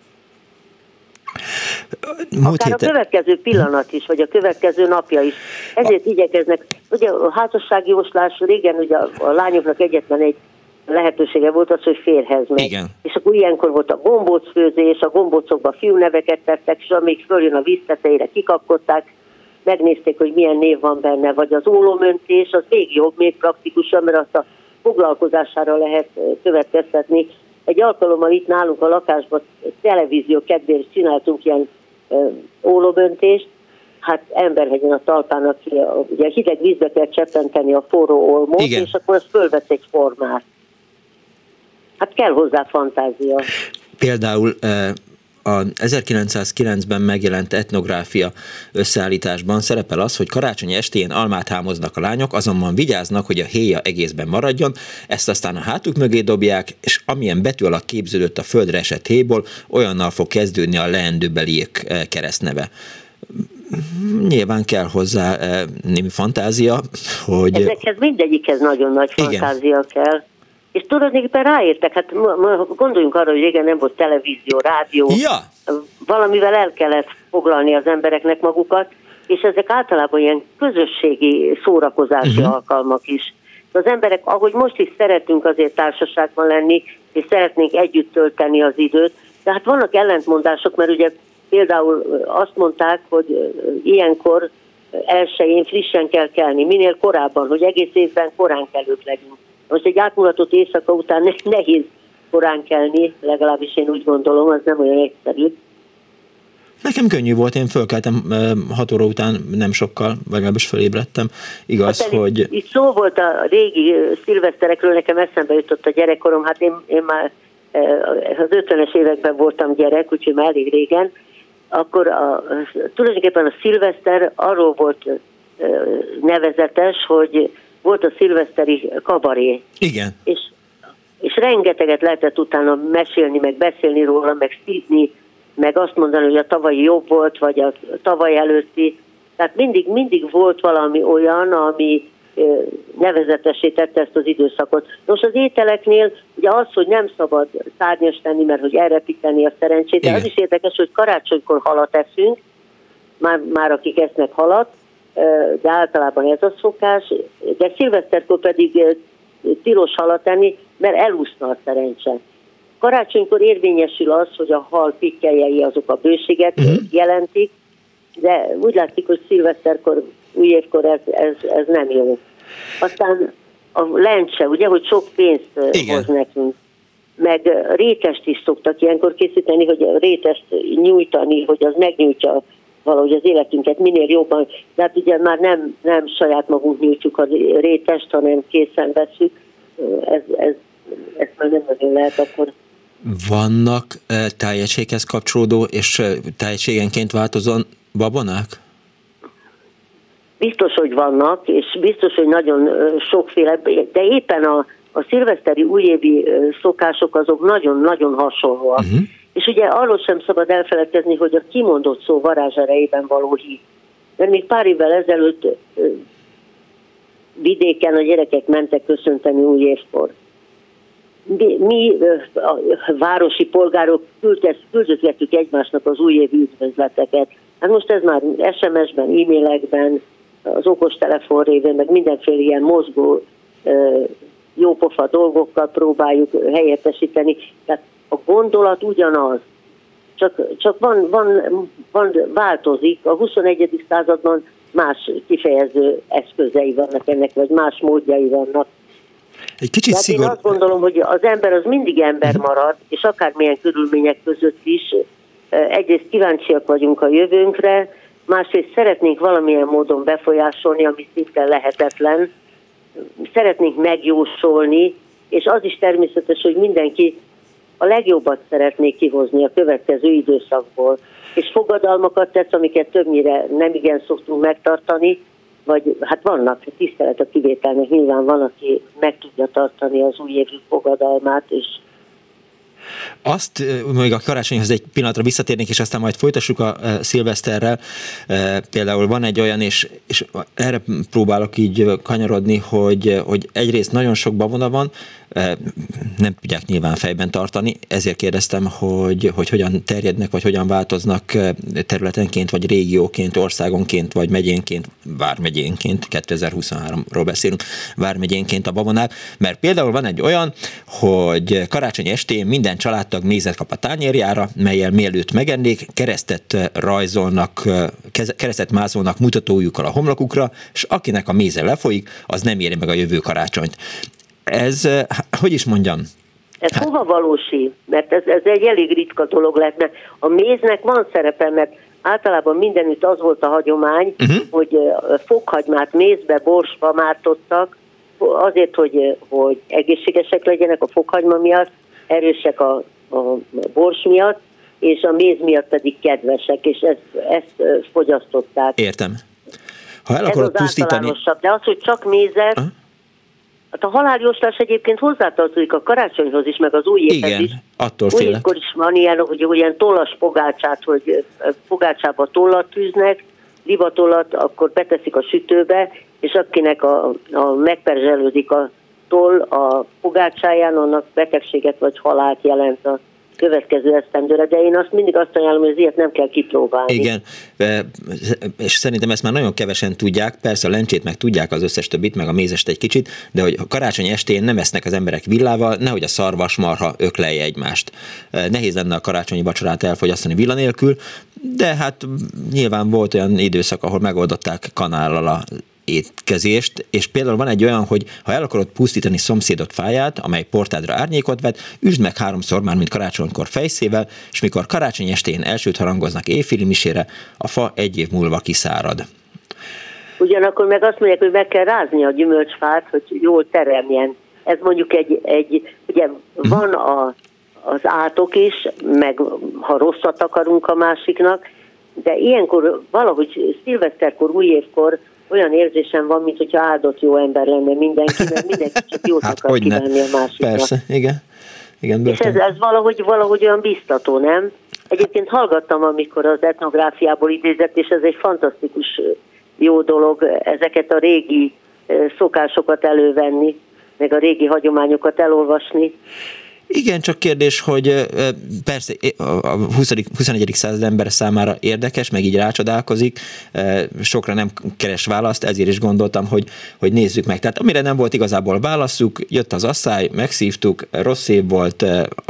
Múlt Akár héten... a következő pillanat is, vagy a következő napja is. Ezért a... igyekeznek. Ugye a házassági jóslás régen ugye a, a lányoknak egyetlen egy lehetősége volt az, hogy férhez megy. Igen. És akkor ilyenkor volt a gombócfőzés, a gombócokba fiúneveket tettek, és amíg följön a víz tetejére, kikapkodták, megnézték, hogy milyen név van benne, vagy az ólomöntés, az még jobb, még praktikusabb, mert azt a foglalkozására lehet következtetni. Egy alkalommal itt nálunk a lakásban televízió kedvéért csináltunk ilyen ólomöntést, hát emberhegyen a talpának, ugye hideg vízbe kell cseppenteni a forró olmot, igen. És akkor az fölvesz egy formát. Hát kell hozzá fantázia. Például a ezerkilencszázkilencben megjelent etnográfia összeállításban szerepel az, hogy karácsony estén almát hámoznak a lányok, azonban vigyáznak, hogy a héja egészben maradjon, ezt aztán a hátuk mögé dobják, és amilyen betű alak képződött a földre esett héjból, olyannal fog kezdődni a leendőbeliek keresztneve. Nyilván kell hozzá némi fantázia, hogy... Ezekhez mindegyikhez nagyon nagy fantázia igen. kell. És tulajdonképpen ráértek, hát gondoljunk arra, hogy régen nem volt televízió, rádió, ja. valamivel el kellett foglalni az embereknek magukat, és ezek általában ilyen közösségi szórakozási uh-huh. alkalmak is. Az emberek, ahogy most is szeretünk azért társaságban lenni, és szeretnénk együtt tölteni az időt, de hát vannak ellentmondások, mert ugye például azt mondták, hogy ilyenkor elsején frissen kell kelni, minél korábban, hogy egész évben korán kelők legyünk. Most egy átmulatott éjszaka után nehéz korán kelni, legalábbis én úgy gondolom, az nem olyan egyszerű. Nekem könnyű volt, én fölkeltem hat óra után nem sokkal, vagy legalábbis fölébredtem. Igaz, hát, hogy... Itt, itt szó volt a régi szilveszterekről, nekem eszembe jutott a gyerekkorom, hát én, én már az ötvenes években voltam gyerek, úgyhogy már elég régen. Akkor a, tulajdonképpen a szilveszter arról volt nevezetes, hogy volt a szilveszteri kabaré. Igen. És, és rengeteget lehetett utána mesélni, meg beszélni róla, meg szídni, meg azt mondani, hogy a tavalyi jobb volt, vagy a tavaly előtti. Tehát mindig, mindig volt valami olyan, ami nevezetessé tette ezt az időszakot. Nos, az ételeknél ugye az, hogy nem szabad szárnyas tenni, mert hogy elrepíteni a szerencsét, de igen. Az is érdekes, hogy karácsonykor halat eszünk, már, már akik esznek halat, de általában ez a szokás, de szilveszterkor pedig tilos halat enni, mert elúszna a szerencse. Karácsonykor érvényesül az, hogy a hal pikkeljei azok a bőséget uh-huh. jelentik, de úgy látszik, hogy szilveszterkor, újévkor ez, ez, ez nem jó. Aztán a lencse, ugye, hogy sok pénzt igen. hoz nekünk, meg rétest is szoktak ilyenkor készíteni, hogy a rétest nyújtani, hogy az megnyújtja valahogy az életünket minél jobban, de hát ugye már nem, nem saját magunk nyújtjuk a rétest, hanem készen veszük, ez, ez, ez már nem nagyon lehet akkor. Vannak tájegységhez kapcsolódó és tájegységenként változó babonák? Biztos, hogy vannak, és biztos, hogy nagyon sokféle, de éppen a, a szilveszteri újévi szokások azok nagyon-nagyon hasonlóak. Uh-huh. És ugye arról sem szabad elfeledkezni, hogy a kimondott szó varázserejében való hit. Mert még pár évvel ezelőtt vidéken a gyerekek mentek köszönteni új évkor. Mi, mi a városi polgárok küldözgettük egymásnak az újévi üdvözleteket. Hát most ez már es em es-ben, e-mailekben, az okostelefon révén, meg mindenféle ilyen mozgó, jópofa dolgokkal próbáljuk helyettesíteni. Tehát a gondolat ugyanaz, csak, csak van, van, van, változik. A huszonegyedik században más kifejező eszközei vannak ennek, vagy más módjai vannak. Egy kicsit Tehát szigor... én azt gondolom, hogy az ember az mindig ember marad, és akármilyen körülmények között is egyrészt kíváncsiak vagyunk a jövőnkre, másrészt szeretnénk valamilyen módon befolyásolni, ami szinte lehetetlen, szeretnénk megjósolni, és az is természetes, hogy mindenki a legjobbat szeretnék kihozni a következő időszakból. És fogadalmakat tesz, amiket többnyire nem igen szoktunk megtartani, vagy hát vannak, tisztelet a kivételnek, nyilván van, aki meg tudja tartani az újévi fogadalmát, és Azt, még a karácsonyhoz egy pillanatra visszatérnék, és aztán majd folytassuk a szilveszterrel. Például van egy olyan, és, és erre próbálok így kanyarodni, hogy, hogy egyrészt nagyon sok babona van, nem tudják nyilván fejben tartani, ezért kérdeztem, hogy, hogy hogyan terjednek, vagy hogyan változnak területenként, vagy régióként, országonként, vagy megyénként, vármegyénként, kétezer-huszonháromról beszélünk, vármegyénként a babonák, mert például van egy olyan, hogy karácsony estén minden családtag mézet kap a tányérjára, mellyel mielőtt megennék, keresztet rajzolnak, keresztet mázolnak mutatójukkal a homlokukra, és akinek a méze lefolyik, az nem éri meg a jövő karácsonyt. Ez, hogy is mondjam? Ez hát... hova valósi? Mert ez, ez egy elég ritka dolog lehetne. A méznek van szerepe, mert általában mindenütt az volt a hagyomány, uh-huh. hogy fokhagymát mézbe, borsba mártottak, azért, hogy, hogy egészségesek legyenek a fokhagyma miatt, erősek a, a bors miatt, és a méz miatt pedig kedvesek, és ezt, ezt fogyasztották. Értem. Ha el akarod pusztítani... De az, hogy csak mézet, uh-huh. Hát a haláljóslás egyébként hozzátartozik a karácsonyhoz is, meg az új évhez igen, is. Attól félek. Újévkor is van ilyen, hogy ilyen tollas pogácsát, hogy pogácsába tollat tűznek, divatollat, akkor beteszik a sütőbe, és akinek a, a megperzselődik a toll a pogácsáján, annak betegséget vagy halált jelent a következő esztendőre, de én azt mindig azt ajánlom, hogy az ilyet nem kell kipróbálni. Igen, és szerintem ezt már nagyon kevesen tudják, persze a lencsét meg tudják, az összes többit, meg a mézest egy kicsit, de hogy karácsony estén nem esznek az emberek villával, nehogy a szarvasmarha öklelje egymást. Nehéz lenne a karácsonyi vacsorát elfogyasztani villa nélkül, de hát nyilván volt olyan időszak, ahol megoldották kanállal a étkezést, és például van egy olyan, hogy ha el akarod pusztítani szomszédot fáját, amely portádra árnyékot vet, üsd meg háromszor már, mint karácsonykor fejszével, és mikor karácsony estén elsőt harangoznak éjféli misére, a fa egy év múlva kiszárad. Ugyanakkor meg azt mondják, hogy meg kell rázni a gyümölcsfát, hogy jól teremjen. Ez mondjuk egy, egy ugye van a, az átok is, meg ha rosszat akarunk a másiknak, de ilyenkor valahogy szilveszterkor, újévkor olyan érzésem van, mint hogyha áldott jó ember lenne mindenki, mert mindenki csak jót hát akar kívánni a másiknak. Persze, igen. igen és ez, ez valahogy, valahogy olyan biztató, nem? Egyébként hallgattam, amikor az etnográfiából idézett, és ez egy fantasztikus jó dolog, ezeket a régi szokásokat elővenni, meg a régi hagyományokat elolvasni. Igen, csak kérdés, hogy persze a huszonegyedik század ember számára érdekes, meg így rácsodálkozik, sokra nem keres választ, ezért is gondoltam, hogy, hogy nézzük meg. Tehát amire nem volt igazából válaszuk, jött az asszály, megszívtuk, rossz év volt,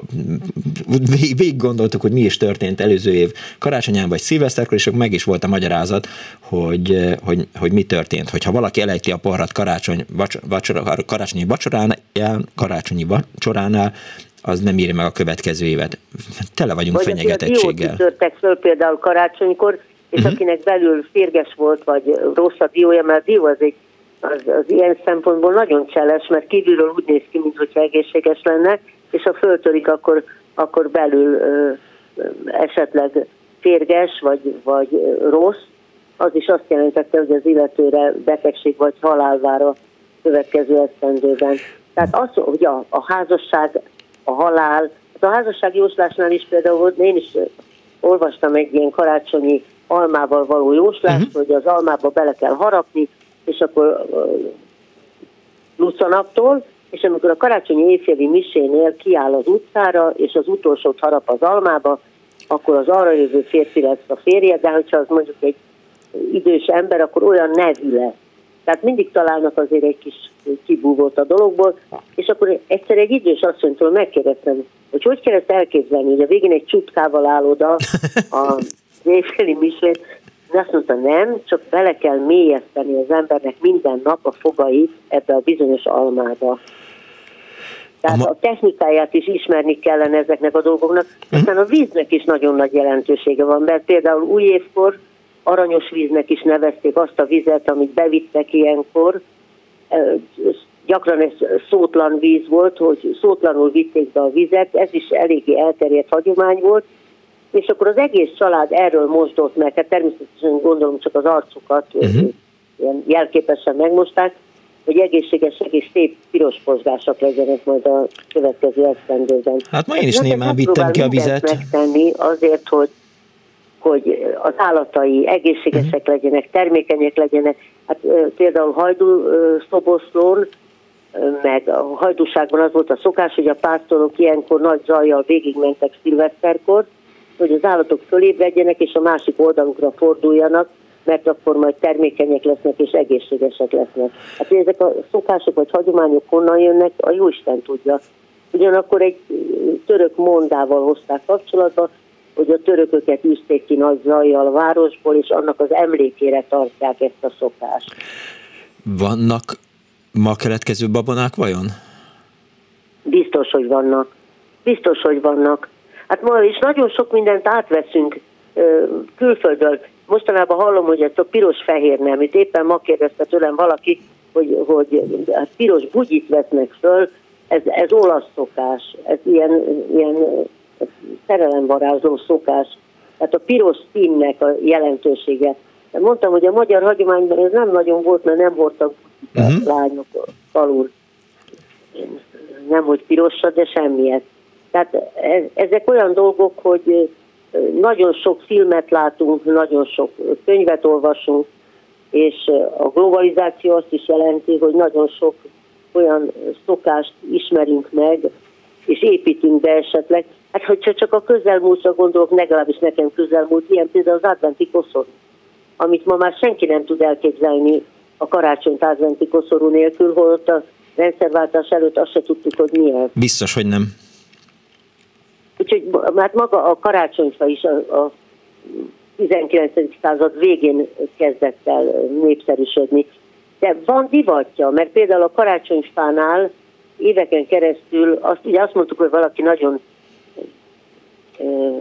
végig gondoltuk, hogy mi is történt előző év karácsonyán vagy szilveszterkor, és meg is volt a magyarázat, hogy, hogy, hogy mi történt. Hogyha valaki elejti a porrat karácsony, vacsora, karácsonyi vacsoránál, karácsonyi vacsoránál, az nem írja meg a következő évet. Tele vagyunk vagy fenyegetettséggel. Vagy törtek föl például karácsonykor, és uh-huh. akinek belül férges volt, vagy rossz a diója, mert a dió az, egy, az, az ilyen szempontból nagyon cseles, mert kívülről úgy néz ki, mintha egészséges lenne, és ha föltörik, akkor, akkor belül ö, esetleg férges, vagy, vagy rossz. Az is azt jelentette, hogy az illetőre betegség vagy halál vár a következő esztendőben. Tehát az, hogy a, a házasság, a halál, a házassági jóslásnál is például én is olvastam egy ilyen karácsonyi almával való jóslást, uh-huh. hogy az almába bele kell harapni, és akkor uh, lucanaptól, és amikor a karácsonyi éjféli misénél kiáll az utcára, és az utolsót harap az almába, akkor az arra jövő férfi lesz a férje, de hogyha az mondjuk egy idős ember, akkor olyan nevű lesz. Tehát mindig találnak azért egy kis kibúvót a dologból, és akkor egyszer egy idős asszonytól megkérdeztem, hogy hogy kell ezt elképzelni, hogy a végén egy csutkával áll oda a éjféli misét, és azt mondta, nem, csak bele kell mélyeszteni az embernek minden nap a fogait ebbe a bizonyos almába. Tehát a technikáját is ismerni kellene ezeknek a dolgoknak, aztán a víznek is nagyon nagy jelentősége van, mert például új évkor aranyos víznek is nevezték azt a vizet, amit bevittek ilyenkor. Gyakran ez szótlan víz volt, hogy szótlanul vitték be a vizet, ez is eléggé elterjedt hagyomány volt, és akkor az egész család erről mosdott meg, hát természetesen gondolom csak az arcukat uh-huh. ilyen jelképesen megmosták, hogy egészségesek és szép piros pozsgásak legyenek majd a következő esztendőben. Hát ma én is némán vittem ki a vizet. Megtenni azért, hogy, hogy az állatai egészségesek uh-huh. legyenek, termékenyek legyenek. Hát például Hajdú Szoboszlón, meg a Hajdúságban az volt a szokás, hogy a pásztorok ilyenkor nagy zajjal végigmentek szilveszterkor, hogy az állatok fölébredjenek és a másik oldalukra forduljanak, mert akkor majd termékenyek lesznek és egészségesek lesznek. Hát ezek a szokások vagy hagyományok honnan jönnek, a Jóisten tudja. Ugyanakkor egy török mondával hozták kapcsolatba, hogy a törököket űzték ki nagy zajjal a városból, és annak az emlékére tartják ezt a szokást. Vannak ma keletkező babonák vajon? Biztos, hogy vannak. Biztos, hogy vannak. Hát ma is nagyon sok mindent átveszünk külföldről. Mostanában hallom, hogy ezt a piros-fehér nem. Itt éppen ma kérdezte tőlem valaki, hogy, hogy piros bugyit vesznek föl. Ez, ez olasz szokás. Ez ilyen, ilyen szerelemvarázsló szokás. Tehát a piros színnek a jelentősége. De mondtam, hogy a magyar hagyományban ez nem nagyon volt, mert nem hordtak uh-huh. a lányok alul. Nem, hogy pirosat, de semmiet. Tehát ez, ezek olyan dolgok, hogy nagyon sok filmet látunk, nagyon sok könyvet olvasunk, és a globalizáció azt is jelenti, hogy nagyon sok olyan szokást ismerünk meg, és építünk be esetleg. Hát, hogyha csak a közelmúltra gondolok, legalábbis nekem közelmúlt, ilyen például az adventi koszorú, amit ma már senki nem tud elképzelni a karácsonyt adventi koszorú nélkül, holott a rendszerváltás előtt azt se tudtuk, hogy mi ez. Biztos, hogy nem. Úgyhogy hát maga a karácsonyfa is a, a tizenkilencedik század végén kezdett el népszerűsödni. De van divatja, mert például a karácsonyfánál éveken keresztül azt, ugye azt mondtuk, hogy valaki nagyon e,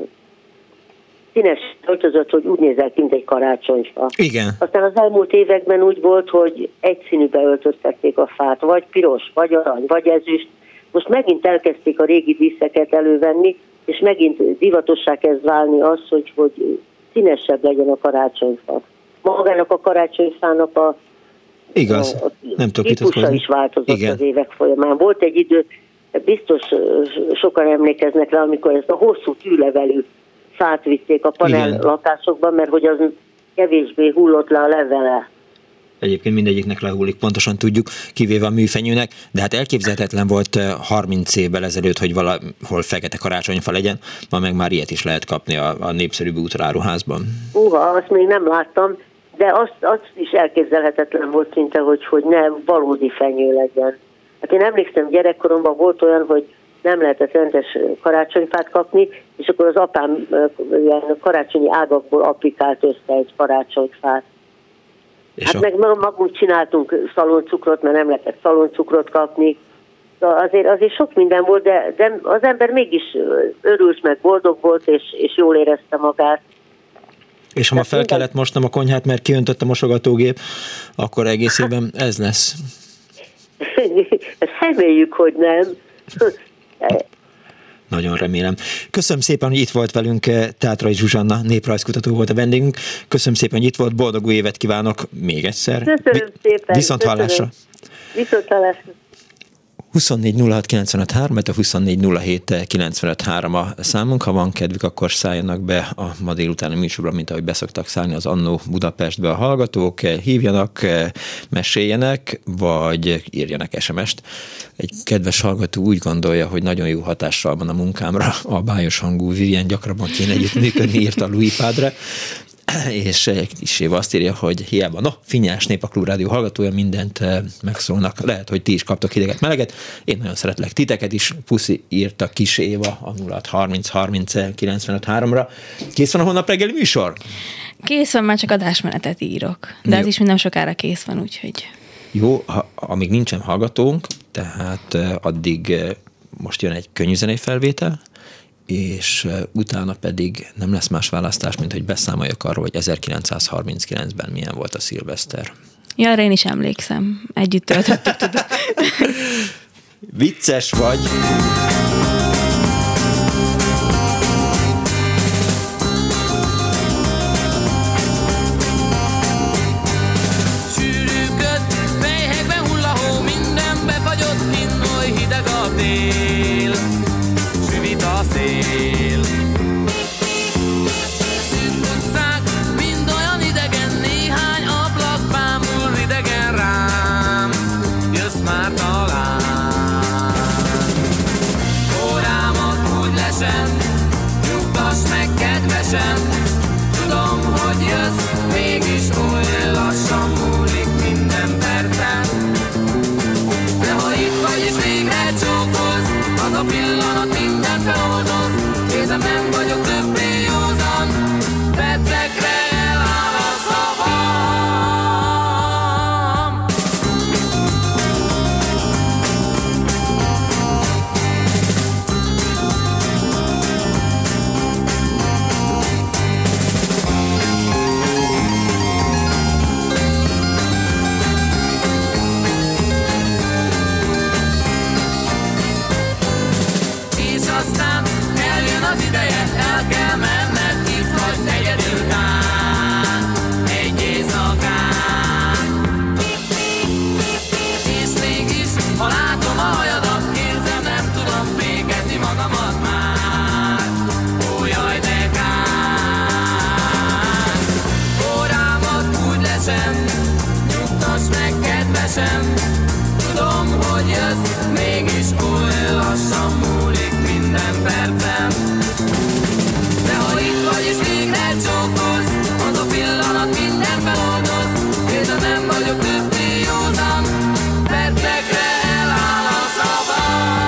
színes öltözött, hogy úgy nézel, mint egy karácsonyfa. Igen. Aztán az elmúlt években úgy volt, hogy egyszínűbe öltöztették a fát, vagy piros, vagy arany, vagy ezüst. Most megint elkezdték a régi díszeket elővenni, és megint divatossá kezd válni az, hogy, hogy színesebb legyen a karácsonyfa. Magának a karácsonyfának a, Igaz. a, a nem típusa is változott Igen. az évek folyamán. Volt egy idő, biztos sokan emlékeznek rá, amikor ezt a hosszú tűlevelű fát vitték a panel Igen. lakásokban, mert hogy az kevésbé hullott le a levele. Egyébként mindegyiknek lehullik, pontosan tudjuk, kivéve a műfenyőnek, de hát elképzelhetetlen volt harminc évvel ezelőtt, hogy valahol fekete karácsonyfa legyen, ma meg már ilyet is lehet kapni a, a népszerű bútoráruházban. Uha, azt még nem láttam, de azt, azt is elképzelhetetlen volt szinte, hogy, hogy ne valódi fenyő legyen. Hát én emlékszem, gyerekkoromban volt olyan, hogy nem lehetett rendes karácsonyfát kapni, és akkor az apám ilyen karácsonyi ágakból applikált össze egy karácsonyfát. És hát a... meg magunk csináltunk szaloncukrot, mert nem lehetett szaloncukrot kapni. Azért, azért sok minden volt, de, de az ember mégis örült, meg boldog volt, és, és jól érezte magát. És ha ma fel minden... kellett mosnom a konyhát, mert kiöntött a mosogatógép, akkor egész évben ez lesz. Reméljük, hogy nem. Nagyon remélem. Köszönöm szépen, hogy itt volt velünk Tátrai Zsuzsanna, néprajzkutató volt a vendégünk. Köszönöm szépen, hogy itt volt, boldog új évet kívánok még egyszer. Köszönöm szépen. Viszont hallásra. Viszont hallásra. huszonnégy nulla hat kilencvenöt három, a huszonnégy nulla hét kilencvenöt három a számunk. Ha van kedvük, akkor szálljanak be a ma délutáni műsorba, mint ahogy beszoktak szállni az Annó Budapestbe a hallgatók. Hívjanak, meséljenek, vagy írjanak es em est. Egy kedves hallgató úgy gondolja, hogy nagyon jó hatással van a munkámra. A bájos hangú Vivien gyakrabban kéne együttműködni, írta Louis Padre. És kis Éva azt írja, hogy hiába, no, Finnyás Nép, a Klubrádió hallgatója, mindent megszólnak. Lehet, hogy ti is kaptok hideget, meleget. Én nagyon szeretlek titeket is. Puszi, írta Kis Éva a nulla hat harminc harminc kilencvenöt háromra. Kész van a holnap reggeli műsor? Kész van, már csak adásmenetet írok. De ez is minden sokára kész van, úgyhogy... Jó, ha, amíg nincsen hallgatónk, tehát addig most jön egy könnyű zenei felvétel, és utána pedig nem lesz más választás, mint hogy beszámoljak arról, hogy ezerkilencszázharminckilencben milyen volt a szilveszter. Ja, arra én is emlékszem. Együtt töltöttük, tudod. Vicces vagy! Sűrűköd, melyhekben hullahol sem. Tudom, hogy jössz, mégis oly lassan múlik minden percem. De ha itt vagy és végre csókolsz, az a pillanat minden feloldoz. És ha nem vagyok többé józan, percekre eláll a szavam.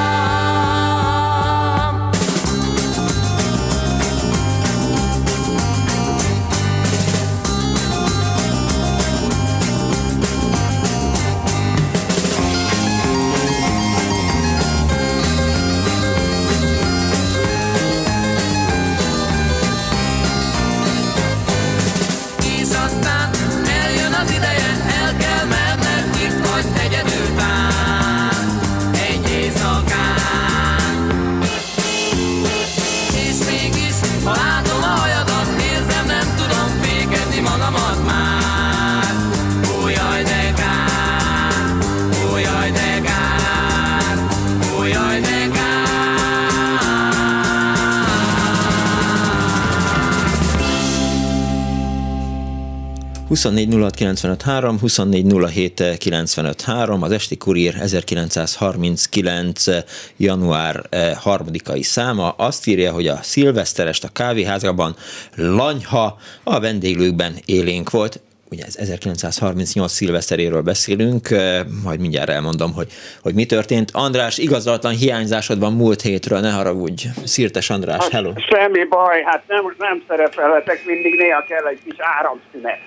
huszonnégy nulla hat kilencvenöt három, huszonnégy nulla hét kilencvenöt három, az Esti Kurír ezerkilencszázharminckilenc. január harmadikai száma azt írja, hogy a szilveszterest a kávéházban Lanyha a vendéglőkben élénk volt. Ugye ez ezerkilencszázharmincnyolc szilveszteréről beszélünk, majd mindjárt elmondom, hogy, hogy mi történt. András, igazatlan hiányzásod van múlt hétről, ne haragudj. Szirtes András, hát, hello. Semmi baj, hát nem, nem szerepelhetek, mindig néha kell egy kis áramszünet.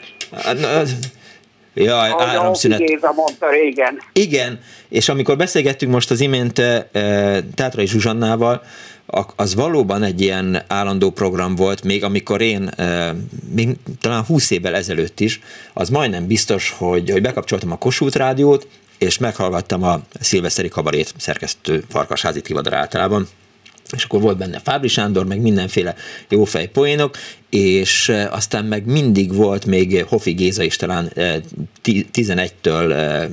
Jaj, ahogy áramszünet. Géza mondta régen. Igen, és amikor beszélgettünk most az imént Tátrai Zsuzsannával, az valóban egy ilyen állandó program volt, még amikor én, még talán húsz évvel ezelőtt is, az majdnem biztos, hogy, hogy bekapcsoltam a Kossuth Rádiót, és meghallgattam a szilveszteri kabarét, szerkesztő Farkasházi Tivadar általában, és akkor volt benne Fábri Sándor, meg mindenféle jófej poénok, és aztán meg mindig volt még Hofi Géza is talán tizenegytől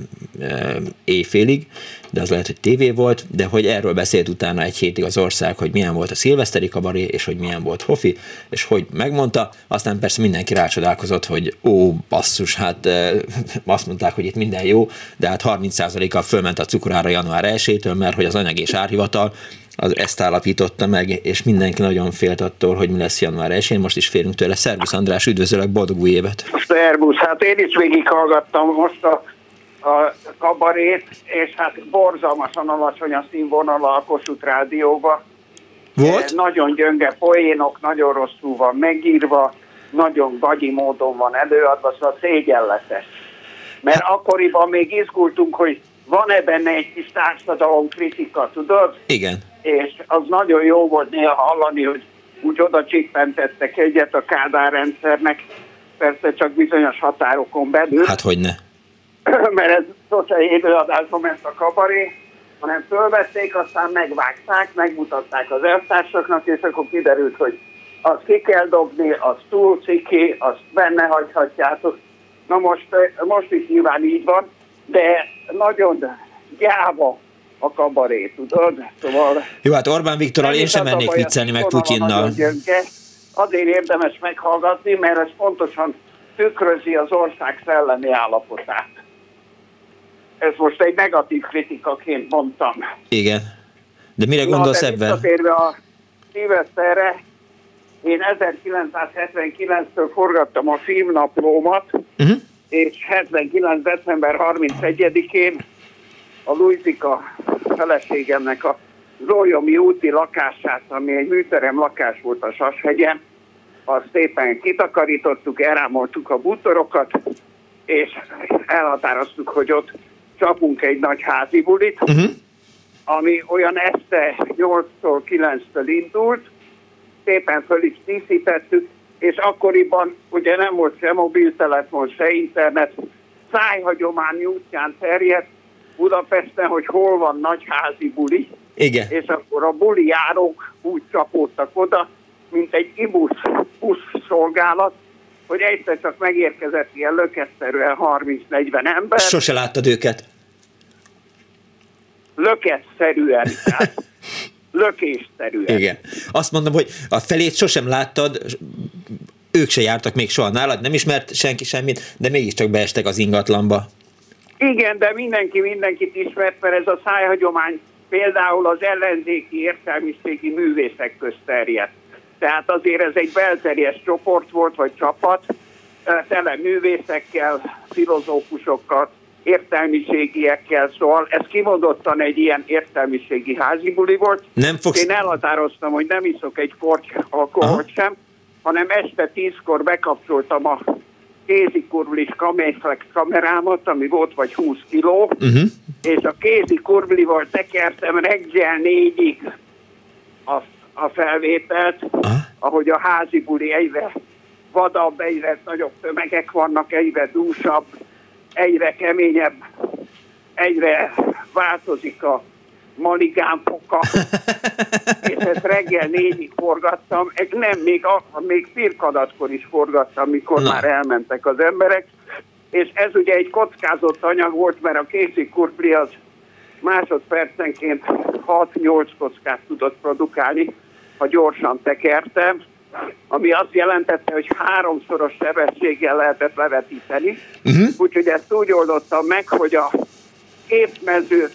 éjfélig, de az lehet, hogy tévé volt, de hogy erről beszélt utána egy hétig az ország, hogy milyen volt a szilveszteri kabaré, és hogy milyen volt Hofi, és hogy megmondta, aztán persze mindenki rácsodálkozott, hogy ó, basszus, hát azt mondták, hogy itt minden jó, de hát harminc százalékkal fölment a cukorára január elsejétől, mert hogy az anyag és árhivatal az ezt állapította meg, és mindenki nagyon félt attól, hogy mi lesz január elsején, most is félünk tőle. Szervusz András, üdvözöllek, boldog új évet! Szervusz, hát én is végighallgattam most a, a kabarét, és hát borzalmasan alacsony a színvonala a Kossuth Rádióba. Volt? Nagyon gyönge poénok, nagyon rosszul van megírva, nagyon gagyi módon van előadva, szóval szégyenletes. Mert hát akkoriban még izgultunk, hogy van-e benne egy kis társadalomkritika, tudod? Igen. És az nagyon jó volt néha hallani, hogy úgy oda csippentettek egyet a Kádár rendszernek, persze csak bizonyos határokon belül. Hát hogyne. Mert ez sose élőadásban ment a kabaré, hanem fölvették, aztán megvágták, megmutatták az elvtársaknak, és akkor kiderült, hogy azt ki kell dobni, az túl ciki, azt benne hagyhatjátok. Na most, most is nyilván így van, de nagyon gyáva a kabaré, tudod? Szóval jó, hát Orbán Viktorral én sem mennék viccelni, meg Putyinnal. Azért érdemes meghallgatni, mert ez pontosan tükrözi az ország szellemi állapotát. Ez most egy negatív kritikaként mondtam. Igen. De mire gondolsz Na, ebben? Visszatérve a szilveszterre, én ezerkilencszázhetvenkilenctől forgattam a filmnaplómat, uh-huh. és hetvenkilenc. december harmincegyedikén a Lujzika feleségemnek a Zólyomi úti lakását, ami egy műterem lakás volt a Sashegyen, azt szépen kitakarítottuk, elrámoltuk a bútorokat, és elhatároztuk, hogy ott csapunk egy nagy házi bulit, uh-huh. ami olyan este nyolctól kilenctől indult, szépen föl is díszítettük, és akkoriban ugye nem volt se mobiltelefon, se internet, szájhagyomány útján terjedt Budapesten, hogy hol van nagy házi buli. Igen. És akkor a buli járók úgy csapódtak oda, mint egy ibusz busz szolgálat, hogy egyszer csak megérkezett ilyen löketszerűen harminc-negyven ember. Sose láttad őket? Löketszerűen, tehát lökésszerűen. Igen. Azt mondom, hogy a felét sosem láttad, ők se jártak még soha nálad, nem ismert senki semmit, de mégiscsak beestek az ingatlanba. Igen, de mindenki mindenkit ismert, mert ez a szájhagyomány például az ellenzéki értelmiségi művészek közt terjedt. Tehát azért ez egy belterjes csoport volt, vagy csapat, tele művészekkel, filozófusokkal, értelmiségiekkel, szóval ez kimondottan egy ilyen értelmiségi házibuli volt. Nem fogsz... Én elhatároztam, hogy nem iszok egy korty alkoholt sem, hanem este tízkor bekapcsoltam a kézikurvlis kameraflex kamerámat, ami volt vagy húsz kiló, uh-huh. és a kézikurvlival tekertem reggel négyig a, a felvételt, uh-huh. ahogy a házibuli egyre vadabb, egyre nagyobb tömegek vannak, egyre dúsabb, egyre keményebb, egyre változik a maligán foka, és ezt reggel négyig forgattam, nem, még, a, még firkadatkor is forgattam, mikor Na. már elmentek az emberek, és ez ugye egy kockázott anyag volt, mert a kézikurvli az másodpercenként hat-nyolc kockát tudott produkálni, ha gyorsan tekertem, ami azt jelentette, hogy háromszoros sebességgel lehetett levetíteni. Uh-huh. Úgyhogy ezt úgy oldottam meg, hogy a képmezőt,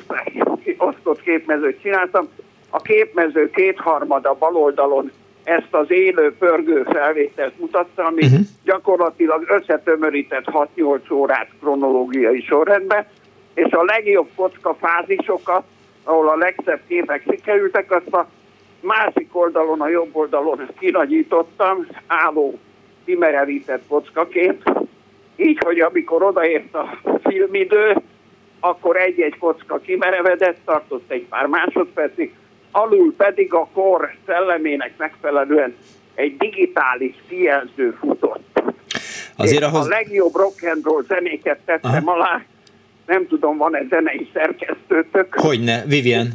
osztott képmezőt csináltam. A képmező kétharmada bal oldalon ezt az élő pörgő felvételt mutatta, ami uh-huh. gyakorlatilag összetömörített hat-nyolc órát kronológiai sorrendben, és a legjobb kocka fázisokat, ahol a legszebb képek sikerültek, azt a másik oldalon, a jobb oldalon kinagyítottam, álló, kimerevített kockaként, így, hogy amikor odaért a filmidő, akkor egy-egy kocka kimerevedett, tartott egy pár másodpercig, alul pedig a kor szellemének megfelelően egy digitális kijelző futott. Azért ahhoz... A legjobb rock and roll zenéket tettem Aha. alá, nem tudom, van-e zenei szerkesztőtök? Hogyne, Vivien.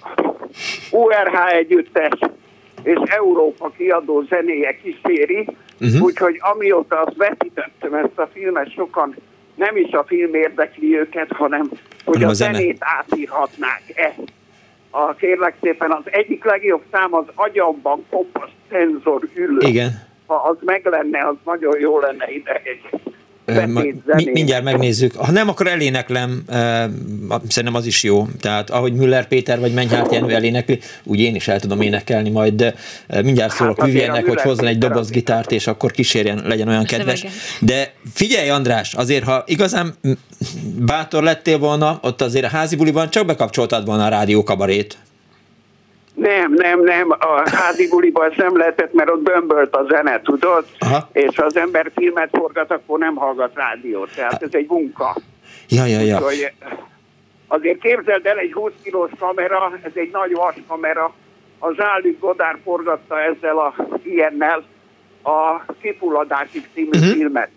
u er há együttes és Európa kiadó zenéje kíséri, uh-huh. úgyhogy amióta azt vetítettem ezt a filmet, sokan nem is a film érdekli őket, hanem hogy a, a zenét átírhatnák-e. A, kérlek szépen, az egyik legjobb szám az Agyamban kopasz szenzor ülő. Igen. Ha az meg lenne, az nagyon jó lenne ide egy Mi, mindjárt megnézzük. Ha nem, akkor eléneklem, uh, szerintem az is jó. Tehát ahogy Müller Péter vagy Menyhárt Jenő elénekli, úgy én is el tudom énekelni majd, de uh, mindjárt szólok hát Viviennek, hogy hozzon egy dobozgitárt, és akkor kísérjen, legyen olyan kedves. De figyelj, András, azért ha igazán bátor lettél volna, ott azért a házi buliban csak bekapcsoltad volna a rádiókabarét. Nem, nem, nem, a házi buliban nem lehetett, mert ott bömbölt a zene, tudod? Aha. És ha az ember filmet forgat, akkor nem hallgat rádiót, tehát ez egy munka. Ja, ja, ja. Úgyhogy azért képzeld el, egy húsz kilós kamera, ez egy nagy vas kamera, a Jean-Luc Godard forgatta ezzel a ilyennel a Kifulladásig című uh-huh. filmet.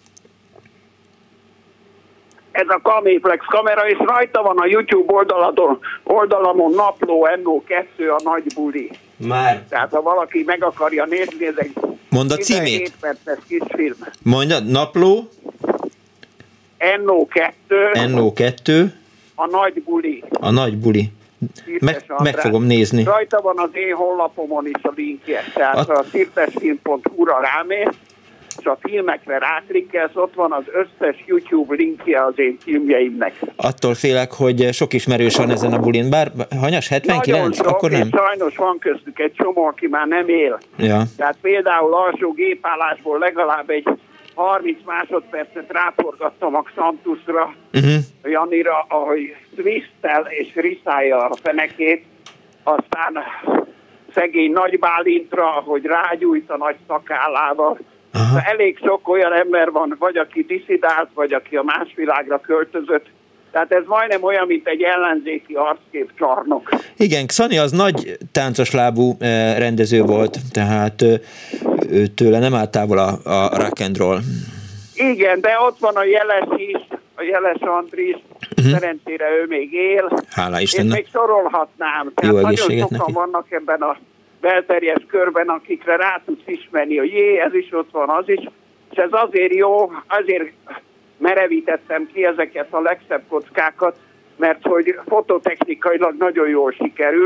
Ez a Kaméflex kamera, és rajta van a YouTube oldaladon, oldalamon Napló en o kettő a nagy buli. Már. Tehát ha valaki meg akarja nézni, ez egy Mondd a címét. perces kis film. Mondjad, Napló. en o kettő. en o kettő. A nagy buli. A nagy buli. Meg, meg fogom nézni. Rajta van az én honlapomon is a linkje. Tehát a, a szirtesfilm pont hu-ra rámész, és a filmekre ráklikkelsz, ott van az összes YouTube linkje az én filmjeimnek. Attól félek, hogy sok ismerős van ezen a bulin, bár hanyas, hetvenkilenc? Nagyon Akkor nem. Sajnos van köztük egy csomó, aki már nem él. Ja. Tehát például alsó gépállásból legalább egy harminc másodpercet ráforgattam a Xanthusra, uh-huh. Janira, ahogy twisttel és riszálja a fenekét, aztán szegény Nagy Bálintra, ahogy rágyújt a nagy szakállával. Aha. Elég sok olyan ember van, vagy aki disszidált, vagy aki a más világra költözött. Tehát ez majdnem olyan, mint egy ellenzéki arckép csarnok. Igen, Xani az nagy táncos lábú rendező volt, tehát tőle nem állt távol a, a rock and roll. Igen, de ott van a Jeles is, a Jeles Andris, uh-huh. szerencsére ő még él. Hála Istennek. És még sorolhatnám. Tehát nagyon sokan neki. Vannak ebben a belterjes körben, akikre rá tudsz ismerni, hogy jé, ez is ott van, az is. És ez azért jó, azért merevítettem ki ezeket a legszebb kockákat, mert hogy fototechnikailag nagyon jól sikerült,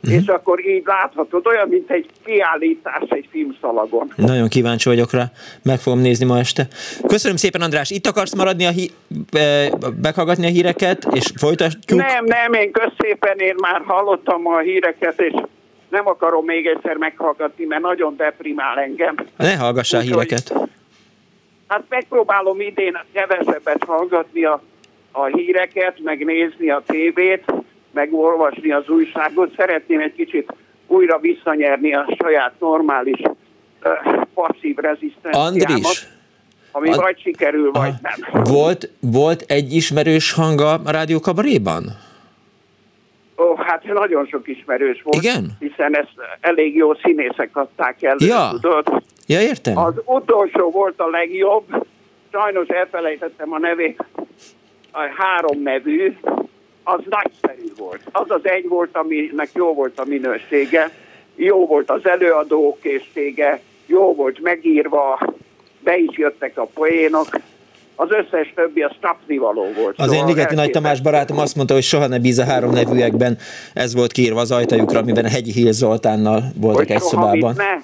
uh-huh. és akkor így láthatod, olyan, mint egy kiállítás egy filmszalagon. Nagyon kíváncsi vagyok rá, meg fogom nézni ma este. Köszönöm szépen, András, itt akarsz maradni, a hí- meghallgatni a híreket, és folytatjuk? Nem, nem, én közszépen én már hallottam a híreket, és nem akarom még egyszer meghallgatni, mert nagyon deprimál engem. Ne hallgassál Úgy, híreket. Hogy, hát megpróbálom idén kevesebbet hallgatni a, a híreket, megnézni a tévét, megolvasni az újságot. Szeretném egy kicsit újra visszanyerni a saját normális uh, passzív rezisztenciámat, Andris, ami a... vagy sikerül, vagy Aha. nem. Volt, volt egy ismerős hang a Rádió Kabaréban? Ó, hát nagyon sok ismerős volt. Igen? Hiszen ezt elég jó színészek adták el, ja. tudod. Ja, értem. Az utolsó volt a legjobb, sajnos elfelejtettem a nevét, a három nevű, az nagyszerű volt. Az az egy volt, aminek jó volt a minősége, jó volt az előadó készsége, jó volt megírva, be is jöttek a poénok, az összes többi az tapnivaló volt. Az én Ligeti Nagy Tamás barátom azt mondta, hogy soha ne bíz a három nevűekben, ez volt kiírva az ajtajukra, amiben a Hegyi Hill Zoltánnal voltak egy szobában. Ne?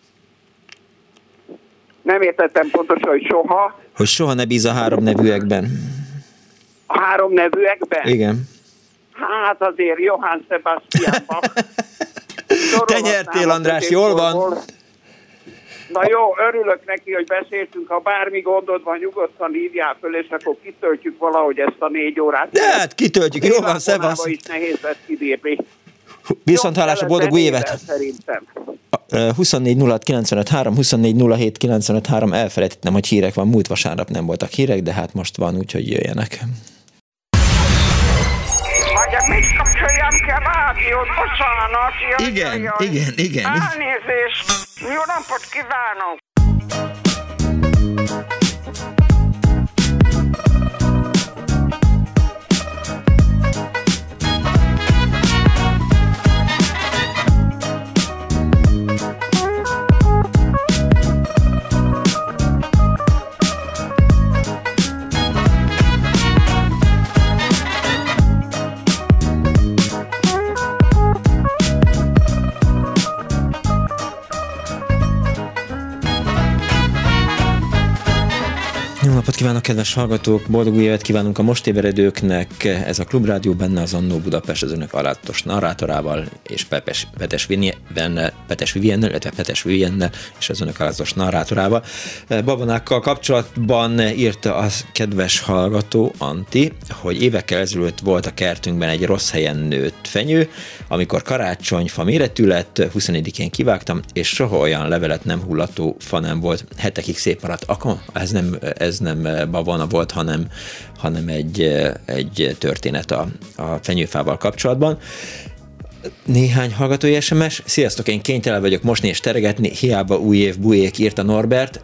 Nem értettem pontosan, hogy soha. Hogy soha ne bíz a három nevűekben. A három nevűekben? Igen. Hát azért Johann Sebastian Bach. Te nyertél, András, jól van. Na jó, örülök neki, hogy beszéltünk, ha bármi gondod van, nyugodtan hívjál föl, és akkor kitöltjük valahogy ezt a négy órát. De hát kitöltjük, jó van, Szebasz. is nehéz lesz kibírni. Viszont hallásra, boldog új évet! Szerintem. huszonnégy nulla hat kilencvenöt három, huszonnégy nulla hét kilencvenöt három, elfelejtettem, hogy hírek van, múlt vasárnap nem voltak hírek, de hát most van, úgyhogy jöjjenek. Vagy mit kapcsoljam ki a rádiót, bocsánat. Jaj, igen, jaj, igen, igen. Elnézést, jó napot kívánok! Jó napot kívánok, kedves hallgatók! Boldog új évet kívánunk a most ébredőknek. Ez a Klubrádió, benne az Annó Budapest az önök alázatos narrátorával és Pepes, Petes Viviennel, Petes Viviennel, illetve Petes Viviennel és az önök alázatos narrátorával. Babonákkal kapcsolatban írta a kedves hallgató, Anti, hogy évekkel ezelőtt volt a kertünkben egy rossz helyen nőtt fenyő, amikor karácsonyfa méretű lett, huszonnégyedikén kivágtam, és soha olyan levelet nem hullató fa nem volt, hetekig szép maradt. Akkor ez nem, ez nem babona volt, hanem, hanem egy, egy történet a, a fenyőfával kapcsolatban. Néhány hallgatói es em es. Sziasztok, én kénytelen vagyok mosni és teregetni, hiába új év bujék, írta Norbert.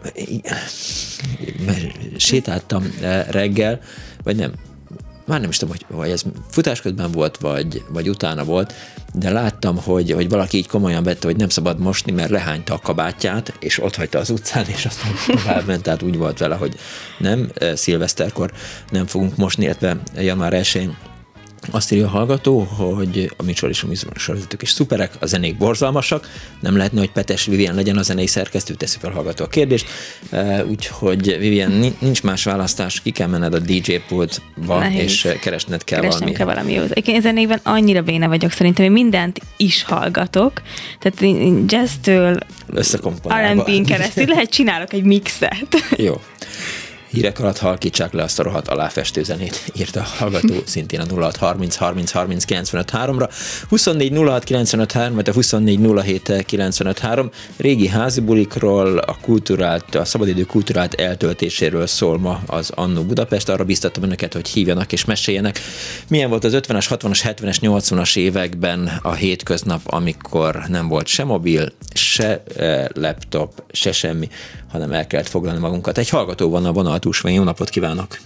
Sétáltam reggel, vagy nem, már nem is tudom, hogy, hogy ez futás közben volt, vagy, vagy utána volt, de láttam, hogy, hogy valaki így komolyan vette, hogy nem szabad mosni, mert lehányta a kabátját, és ott hagyta az utcán, és aztán tovább ment, tehát úgy volt vele, hogy nem, szilveszterkor nem fogunk mosni, illetve január elsején. Azt írja a hallgató, hogy a műsor és a műsorvezetők is szuperek, a zenék borzalmasak, nem lehetne, hogy Petes Vivien legyen a zenei szerkesztő, teszi fel hallgató a kérdést, úgyhogy Vivien, nincs más választás, ki kell menned a dé dzsé pultba, Nehéz. és keresned kell Keresnem valami. kell valami jót. Én zenében annyira béna vagyok, szerintem én mindent is hallgatok, tehát jazztől er end bén keresztül lehet csinálok egy mixet. Jó. Hírek alatt halkítsák le azt a rohadt aláfestő zenét, írta a hallgató szintén a nulla hat harminc harminc harminc kilencvenöt háromra, huszonnégy nulla hat kilencvenöt három, vagy a huszonnégy nulla hét kilencvenöt három. Régi házi bulikról, a kulturált, a szabadidő kulturált eltöltéséről szól ma az Annó Budapest. Arra biztattam önöket, hogy hívjanak és meséljenek. Milyen volt az ötvenes, hatvanas, hetvenes, nyolcvanas években a hétköznap, amikor nem volt se mobil, se eh, laptop, se semmi, hanem el kellett foglalni magunkat. Egy hallgató van a vonal túlsón. Jó napot kívánok!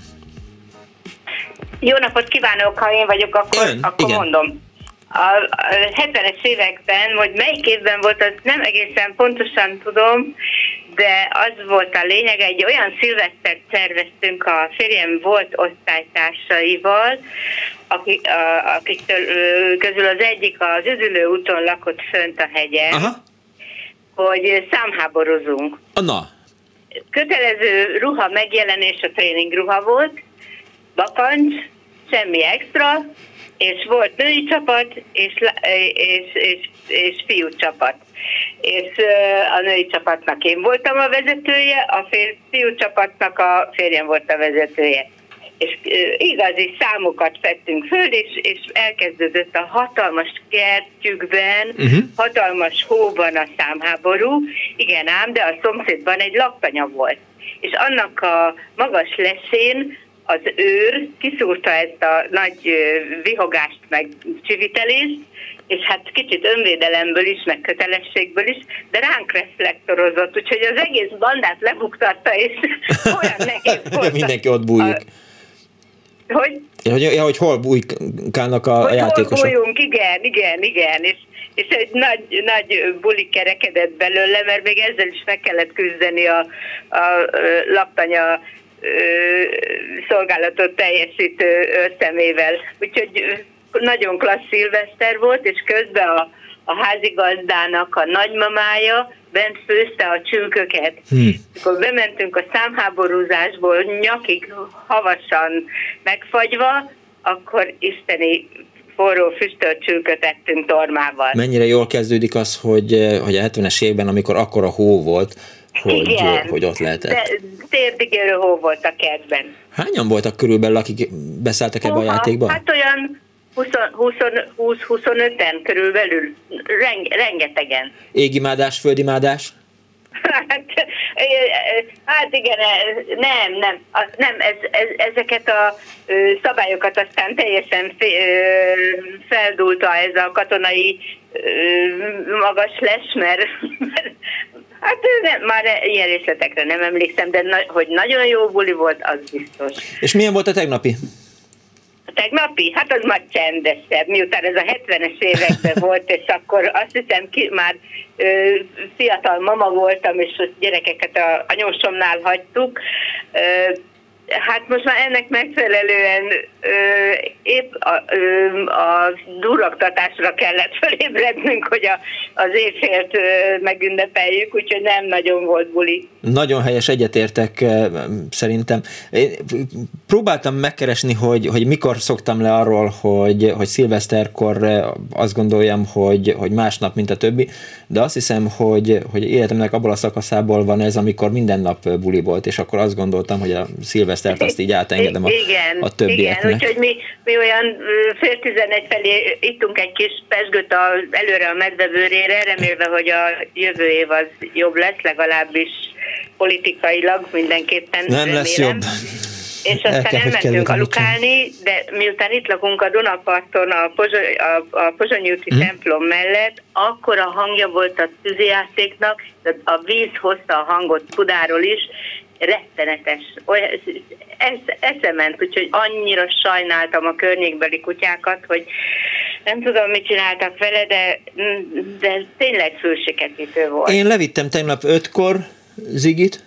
Jó napot kívánok, ha én vagyok, akkor, Ön, akkor igen. mondom. A, a hetvenes években, vagy melyik évben volt, azt nem egészen pontosan tudom, de az volt a lényeg, egy olyan szilvesztert szerveztünk, a férjem volt osztálytársaival, akik, a, akik közül az egyik az Üdülő úton lakott fönt a hegyen, aha, hogy számháborozunk. Na. Kötelező ruha megjelenés, a tréningruha volt, bakancs, semmi extra, és volt női csapat, és, és, és, és fiú csapat. És a női csapatnak én voltam a vezetője, a fiú csapatnak a férjem volt a vezetője. És igazi számokat fettünk föl, és, és elkezdődött a hatalmas kertjükben, uh-huh. hatalmas hóban a számháború. Igen ám, de a szomszédban egy laktanya volt. És annak a magas lesén az őr kiszúrta ezt a nagy vihogást meg csivitelést, és hát kicsit önvédelemből is, meg kötelességből is, de ránk reflektorozott, úgyhogy az egész bandát lebuktatta, és olyan nehéz volt. Mindenki ott bújik. A... Hogy? Ja, hogy, ja, hogy hol bújkálnak a, hogy a játékosok. Hol bújjunk, igen, igen, igen, és, és egy nagy, nagy buli kerekedett belőle, mert még ezzel is meg kellett küzdeni a, a, a laktanya szolgálatot teljesítő szemével. Úgyhogy nagyon klassz szilveszter volt, és közben a, a házigazdának a nagymamája bent főzte a csülköket. Hmm. Akkor bementünk a számháborúzásból nyakig havasan megfagyva, akkor isteni forró füstölt csülköt ettünk tormával. Mennyire jól kezdődik az, hogy, hogy a hetvenes években, amikor akkora hó volt, hogy, igen, hogy ott lehetett. De térdigérő hó volt a kertben. Hányan voltak körülbelül, akik beszálltak ebbe a játékba? Hát olyan húsz-huszonöten körülbelül, Reng, rengetegen. Égimádás, földimádás? Hát, hát igen, nem, nem, nem ez, ez, ezeket a szabályokat aztán teljesen feldúlta ez a katonai magas les, mert hát nem, már ilyen részletekre nem emlékszem, de na, hogy nagyon jó buli volt, az biztos. És milyen volt a tegnapi? A tegnapi? Hát az már csendesebb, miután ez a hetvenes években volt, és akkor azt hiszem ki, már ö, fiatal mama voltam, és a gyerekeket a anyósomnál hagytuk. Ö, Hát most már ennek megfelelően ö, épp a, ö, a durrogtatásra kellett fölébrednünk, hogy a, az évfélt ö, megünnepeljük, úgyhogy nem nagyon volt buli. Nagyon helyes, egyetértek szerintem. Én próbáltam megkeresni, hogy, hogy mikor szoktam le arról, hogy, hogy szilveszterkor azt gondoljam, hogy, hogy másnap, mint a többi, de azt hiszem, hogy, hogy életemnek abból a szakaszából van ez, amikor minden nap buli volt, és akkor azt gondoltam, hogy a szilvesztert azt így átengedem a, igen, a többieknek. Igen, úgyhogy mi, mi olyan fél tizenegy felé ittunk egy kis pesgőt a, előre a medvebőrére, remélve, hogy a jövő év az jobb lesz, legalábbis politikailag mindenképpen Nem remélem. lesz jobb. És aztán elmentünk alukálni, de miután itt lakunk a Dunaparton, a, Pozsony, a, a Pozsonyi úti hmm. templom mellett, akkora hangja volt a tűzijátéknak, a víz hozta a hangot Budáról is, rettenetes. Ez, eszem ment, úgyhogy annyira sajnáltam a környékbeli kutyákat, hogy nem tudom, mit csináltak vele, de, de tényleg fülsiketítő volt. Én levittem tegnap ötkor Zigit,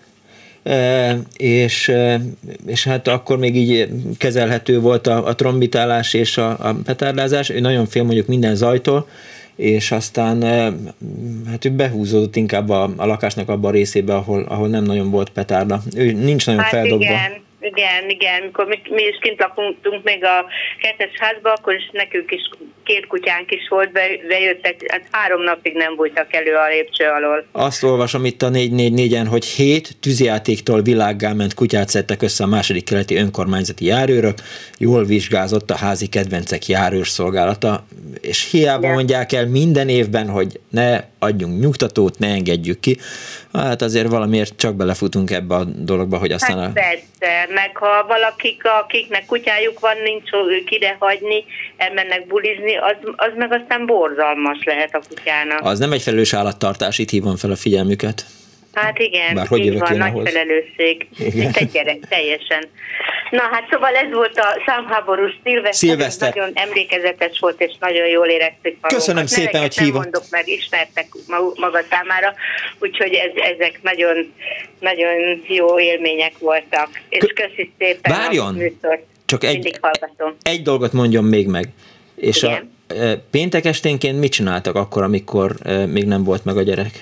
és, és hát akkor még így kezelhető volt a, a trombitálás és a, a petárdázás. Ő nagyon fél mondjuk minden zajtól, és aztán hát ő behúzódott inkább a, a lakásnak abban a részébe, ahol, ahol nem nagyon volt petárda. Ő nincs nagyon hát feldobva. Igen. Igen, igen, mikor mi, mi is kint lakunk még a kertes házba, akkor is nekünk is két kutyánk is volt, be, bejöttek, hát három napig nem bújtak elő a lépcső alól. Azt olvasom itt a négy négy négyen, hogy hét tűzijátéktól világgá ment kutyát szedtek össze a második keleti önkormányzati járőrök, jól vizsgázott a házi kedvencek járőrszolgálata, és hiába ja. mondják el minden évben, hogy ne adjunk nyugtatót, ne engedjük ki, hát azért valamiért csak belefutunk ebbe a dologba, hogy aztán... Hát persze, meg ha valakik, akiknek kutyájuk van, nincs kire hagyni, elmennek bulizni, az, az meg aztán borzalmas lehet a kutyának. Az nem egy felelős állattartás, itt hívom fel a figyelmüket. Hát igen, Bár hogy így van, nagy ahhoz? felelősség. Itt egy gyerek, teljesen. Na hát szóval ez volt a számháborús szilveszter, Szilveszter. Nagyon emlékezetes volt, és nagyon jól éreztük magunkat. Köszönöm szépen, hogy nem hívott. mondok, mert ismertek maga számára, úgyhogy ez, ezek nagyon, nagyon jó élmények voltak. És köszi szépen Várjon. a műsort. Csak egy, Mindig hallgatom. egy dolgot mondjon még meg. És Igen. a e, péntek esténként mit csináltak akkor, amikor e, még nem volt meg a gyerek?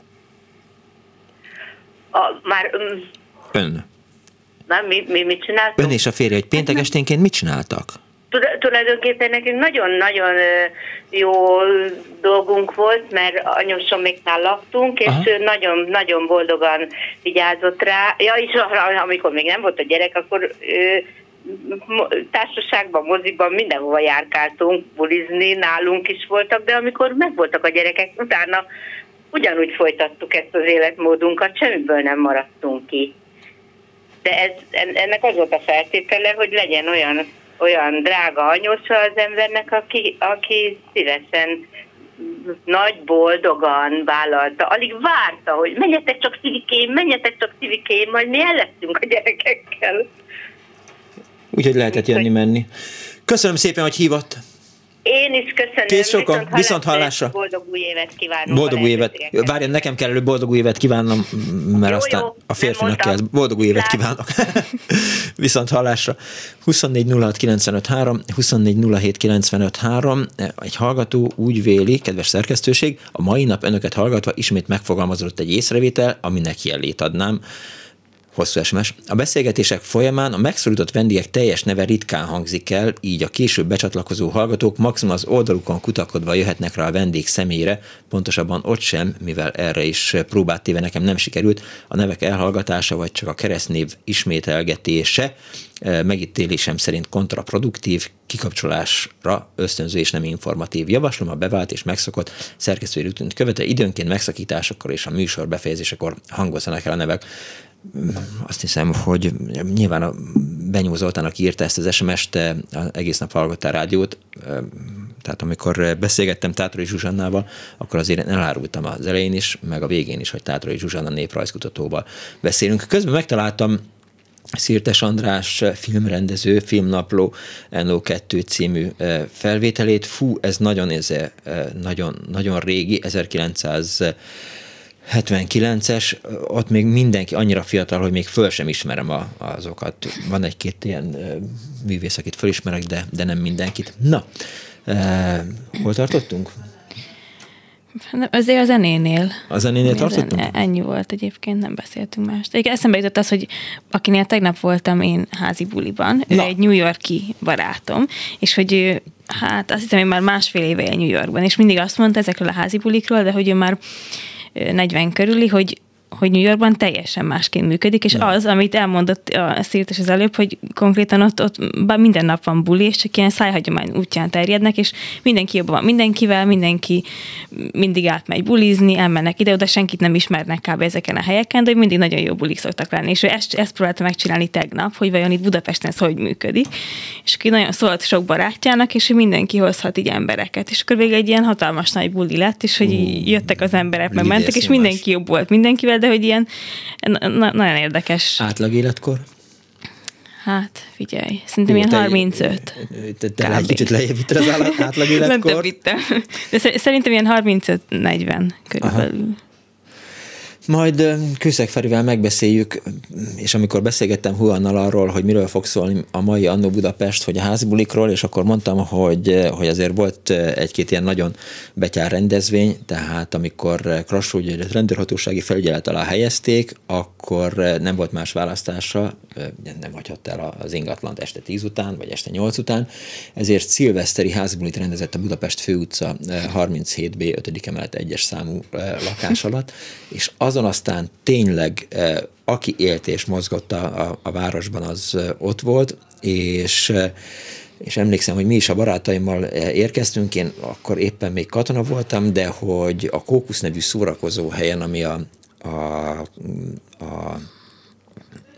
A, már... Um, Ön. Na, mi, mi mit csináltunk? Ön és a férje, hogy péntek esténként mit csináltak? Tulajdonképpen nekünk nagyon-nagyon jó dolgunk volt, mert anyósoméknál laktunk, és Aha. ő nagyon-nagyon boldogan vigyázott rá. Ja, és amikor még nem volt a gyerek, akkor társaságban, moziban mindenhova járkáltunk bulizni, nálunk is voltak, de amikor megvoltak a gyerekek, utána ugyanúgy folytattuk ezt az életmódunkat, semmiből nem maradtunk ki. De ez, ennek az volt a feltétele, hogy legyen olyan, olyan drága anyósa az embernek, aki, aki szívesen, nagy boldogan vállalta. Alig várta, hogy menjetek csak szívikém, menjetek csak szívikém, majd mi el leszünk a gyerekekkel. Úgyhogy lehetett jönni-menni. Köszönöm szépen, hogy hívott. Én is köszönöm. Kész sokan, viszont hallásra. Boldog új évet kívánok. Boldog új évet. Várjon, nekem kell előbb boldog új évet kívánnom, mert jó, aztán jó, a férfinak kell. Boldog új évet kívánok. Viszont hallásra. huszonnégy nulla hat kilencvenöt három, huszonnégy nulla hét kilencvenöt három. Egy hallgató úgy véli, kedves szerkesztőség, a mai nap önöket hallgatva ismét megfogalmazódott egy észrevétel, aminek jellét adnám. Hosszú es em es. A beszélgetések folyamán a megszólított vendégek teljes neve ritkán hangzik el, így a később becsatlakozó hallgatók maximum az oldalukon kutakodva jöhetnek rá a vendég személyére, pontosabban ott sem, mivel erre is próbát téve nekem nem sikerült, a nevek elhallgatása vagy csak a keresztnév ismételgetése megítélésem szerint kontraproduktív, kikapcsolásra ösztönző és nem informatív. Javaslom a bevált és megszokott szerkesztői rutin követve időnként megszakításokkor és a műsor befejezésekor hangozzanak el a nevek. Azt hiszem, hogy nyilván a Benyó Zoltának írta ezt az es em est, egész nap hallgatta a rádiót, tehát amikor beszélgettem Tátrai Zsuzsannával, akkor azért elárultam az elején is, meg a végén is, hogy Tátrai Zsuzsanna néprajzkutatóval beszélünk. Közben megtaláltam Szirtes András filmrendező, filmnapló en o kettő című felvételét. Fú, ez nagyon, ez nagyon, nagyon régi, ezerkilencszázhetvenkilences, ott még mindenki annyira fiatal, hogy még föl sem ismerem a, azokat. Van egy-két ilyen művész, akit fölismerek, de, de nem mindenkit. Na, eh, hol tartottunk? Azért a zenénél. A zenénél tartottunk? Ennyi volt egyébként, nem beszéltünk mást. Egyébként eszembe jutott az, hogy akinél tegnap voltam én házi buliban, ő egy New York-i barátom, és hogy ő, hát azt hiszem, hogy már másfél éve él New Yorkban, és mindig azt mondta ezekről a házi bulikról, de hogy ő már negyven körüli, hogy hogy New Yorkban teljesen másként működik, és nem. Az, amit elmondott a Szirtes az előbb, hogy konkrétan ott, ott minden nap van buli, és csak ilyen szájhagyomány útján terjednek, és mindenki jobban van mindenkivel, mindenki mindig átmegy bulizni, elmennek ide-oda, senkit nem ismernek kb. Ezeken a helyeken, de mindig nagyon jó bulik szoktak lenni, és ő ezt, ezt próbálta megcsinálni tegnap, hogy vajon itt Budapesten ez hogy működik, és aki nagyon szólt sok barátjának, és hogy mindenki hozhat így embereket, és akkor végül egy ilyen hatalmas nagy buli lett, és hogy uh, jöttek az emberek, meg mentek, és mindenki jobb volt mindenkivel, de hogy ilyen na- nagyon érdekes. Átlag életkor? Hát, figyelj, szerintem ilyen harmincöt. Te, te egy kicsit lejjebb vitted az átlag életkor? Nem több vittem. De szerintem ilyen harmincöt negyven körülbelül. Aha. Majd Kőszeg Ferivel megbeszéljük, és amikor beszélgettem Huannal arról, hogy miről fog szólni a mai Annó Budapest, hogy a házbulikról, és akkor mondtam, hogy, hogy azért volt egy-két ilyen nagyon betyár rendezvény, tehát amikor Krassó ügyet rendőrhatósági felügyelet alá helyezték, akkor nem volt más választása, nem hagyhatta el az ingatlant este tíz után, vagy este nyolc után, ezért szilveszteri házbulit rendezett a Budapest főutca harminchét bé ötödik emelet egyes számú lakás alatt, és azon aztán tényleg aki élt és mozgott a, a, a városban, az ott volt, és és emlékszem, hogy mi is a barátaimmal érkeztünk, én akkor éppen még katona voltam, de hogy a Kókusz nevű szórakozó helyen, ami a, a, a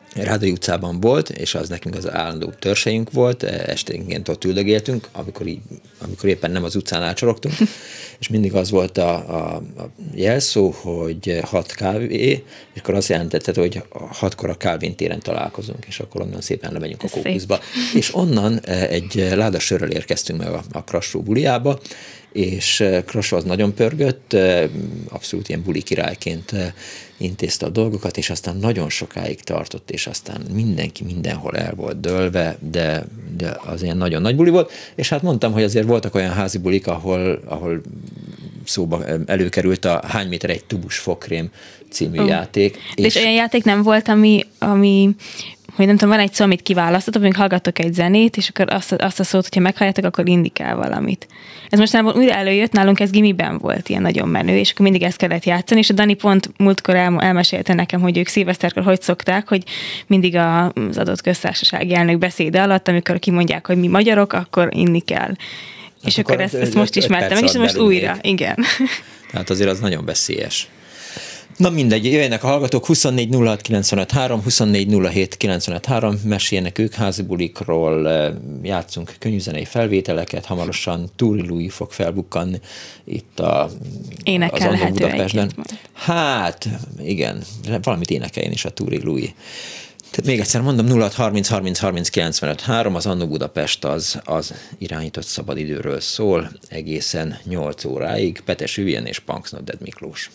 Rádai utcában volt, és az nekünk az állandó törsejünk volt, esténként ott üldögéltünk, amikor, így, amikor éppen nem az utcán átsorogtunk, és mindig az volt a, a, a jelszó, hogy hat kávé, és akkor azt jelentette, hogy hatkor a Kálvin téren találkozunk, és akkor onnan szépen lemegyünk a kókuszba. És onnan egy láda sörrel érkeztünk meg a, a Krassó buliába, és Krassó az nagyon pörgött, abszolút ilyen buli királyként intézte a dolgokat, és aztán nagyon sokáig tartott, és aztán mindenki mindenhol el volt dőlve, de, de az ilyen nagyon nagy buli volt, és hát mondtam, hogy azért voltak olyan házi bulik, ahol, ahol szóba előkerült a Hány méter egy tubus fogkrém című uh. játék. De és, és olyan játék nem volt, ami, ami hogy nem tudom, van egy szó, amit kiválasztotok, mondjuk hallgattok egy zenét, és akkor azt, azt a szót, hogyha meghalljátok, akkor indikál valamit. Ez mostanában újra előjött, nálunk ez gimiben volt ilyen nagyon menő, és akkor mindig ezt kellett játszani, és a Dani pont múltkor el, elmesélte nekem, hogy ők szilveszterkor hogy szokták, hogy mindig az adott köztársasági elnök beszéde alatt, amikor kimondják, hogy mi magyarok, akkor inni kell. Hát és akkor, akkor ezt, ezt most ismertem meg, és most újra, igen. Tehát azért az nagyon veszélyes. Na mindegy, jöjjenek a hallgatók, huszonnégy nulla hat kilencvenöt három, huszonnégy nulla hét kilencvenöt három, meséljenek ők házi bulikról, játszunk könnyűzenei felvételeket, hamarosan Túri Louis fog felbukkanni itt a, az Annó Budapestben. Hát, igen, valamit énekeljen is a Túri Louis. Tehát még egyszer mondom, nulla hat harminc harminc harminc kilencvenöt három, az Annó Budapest az, az irányított szabadidőről szól, egészen nyolc óráig, Petes Vivien és Punks Not Dead Miklós.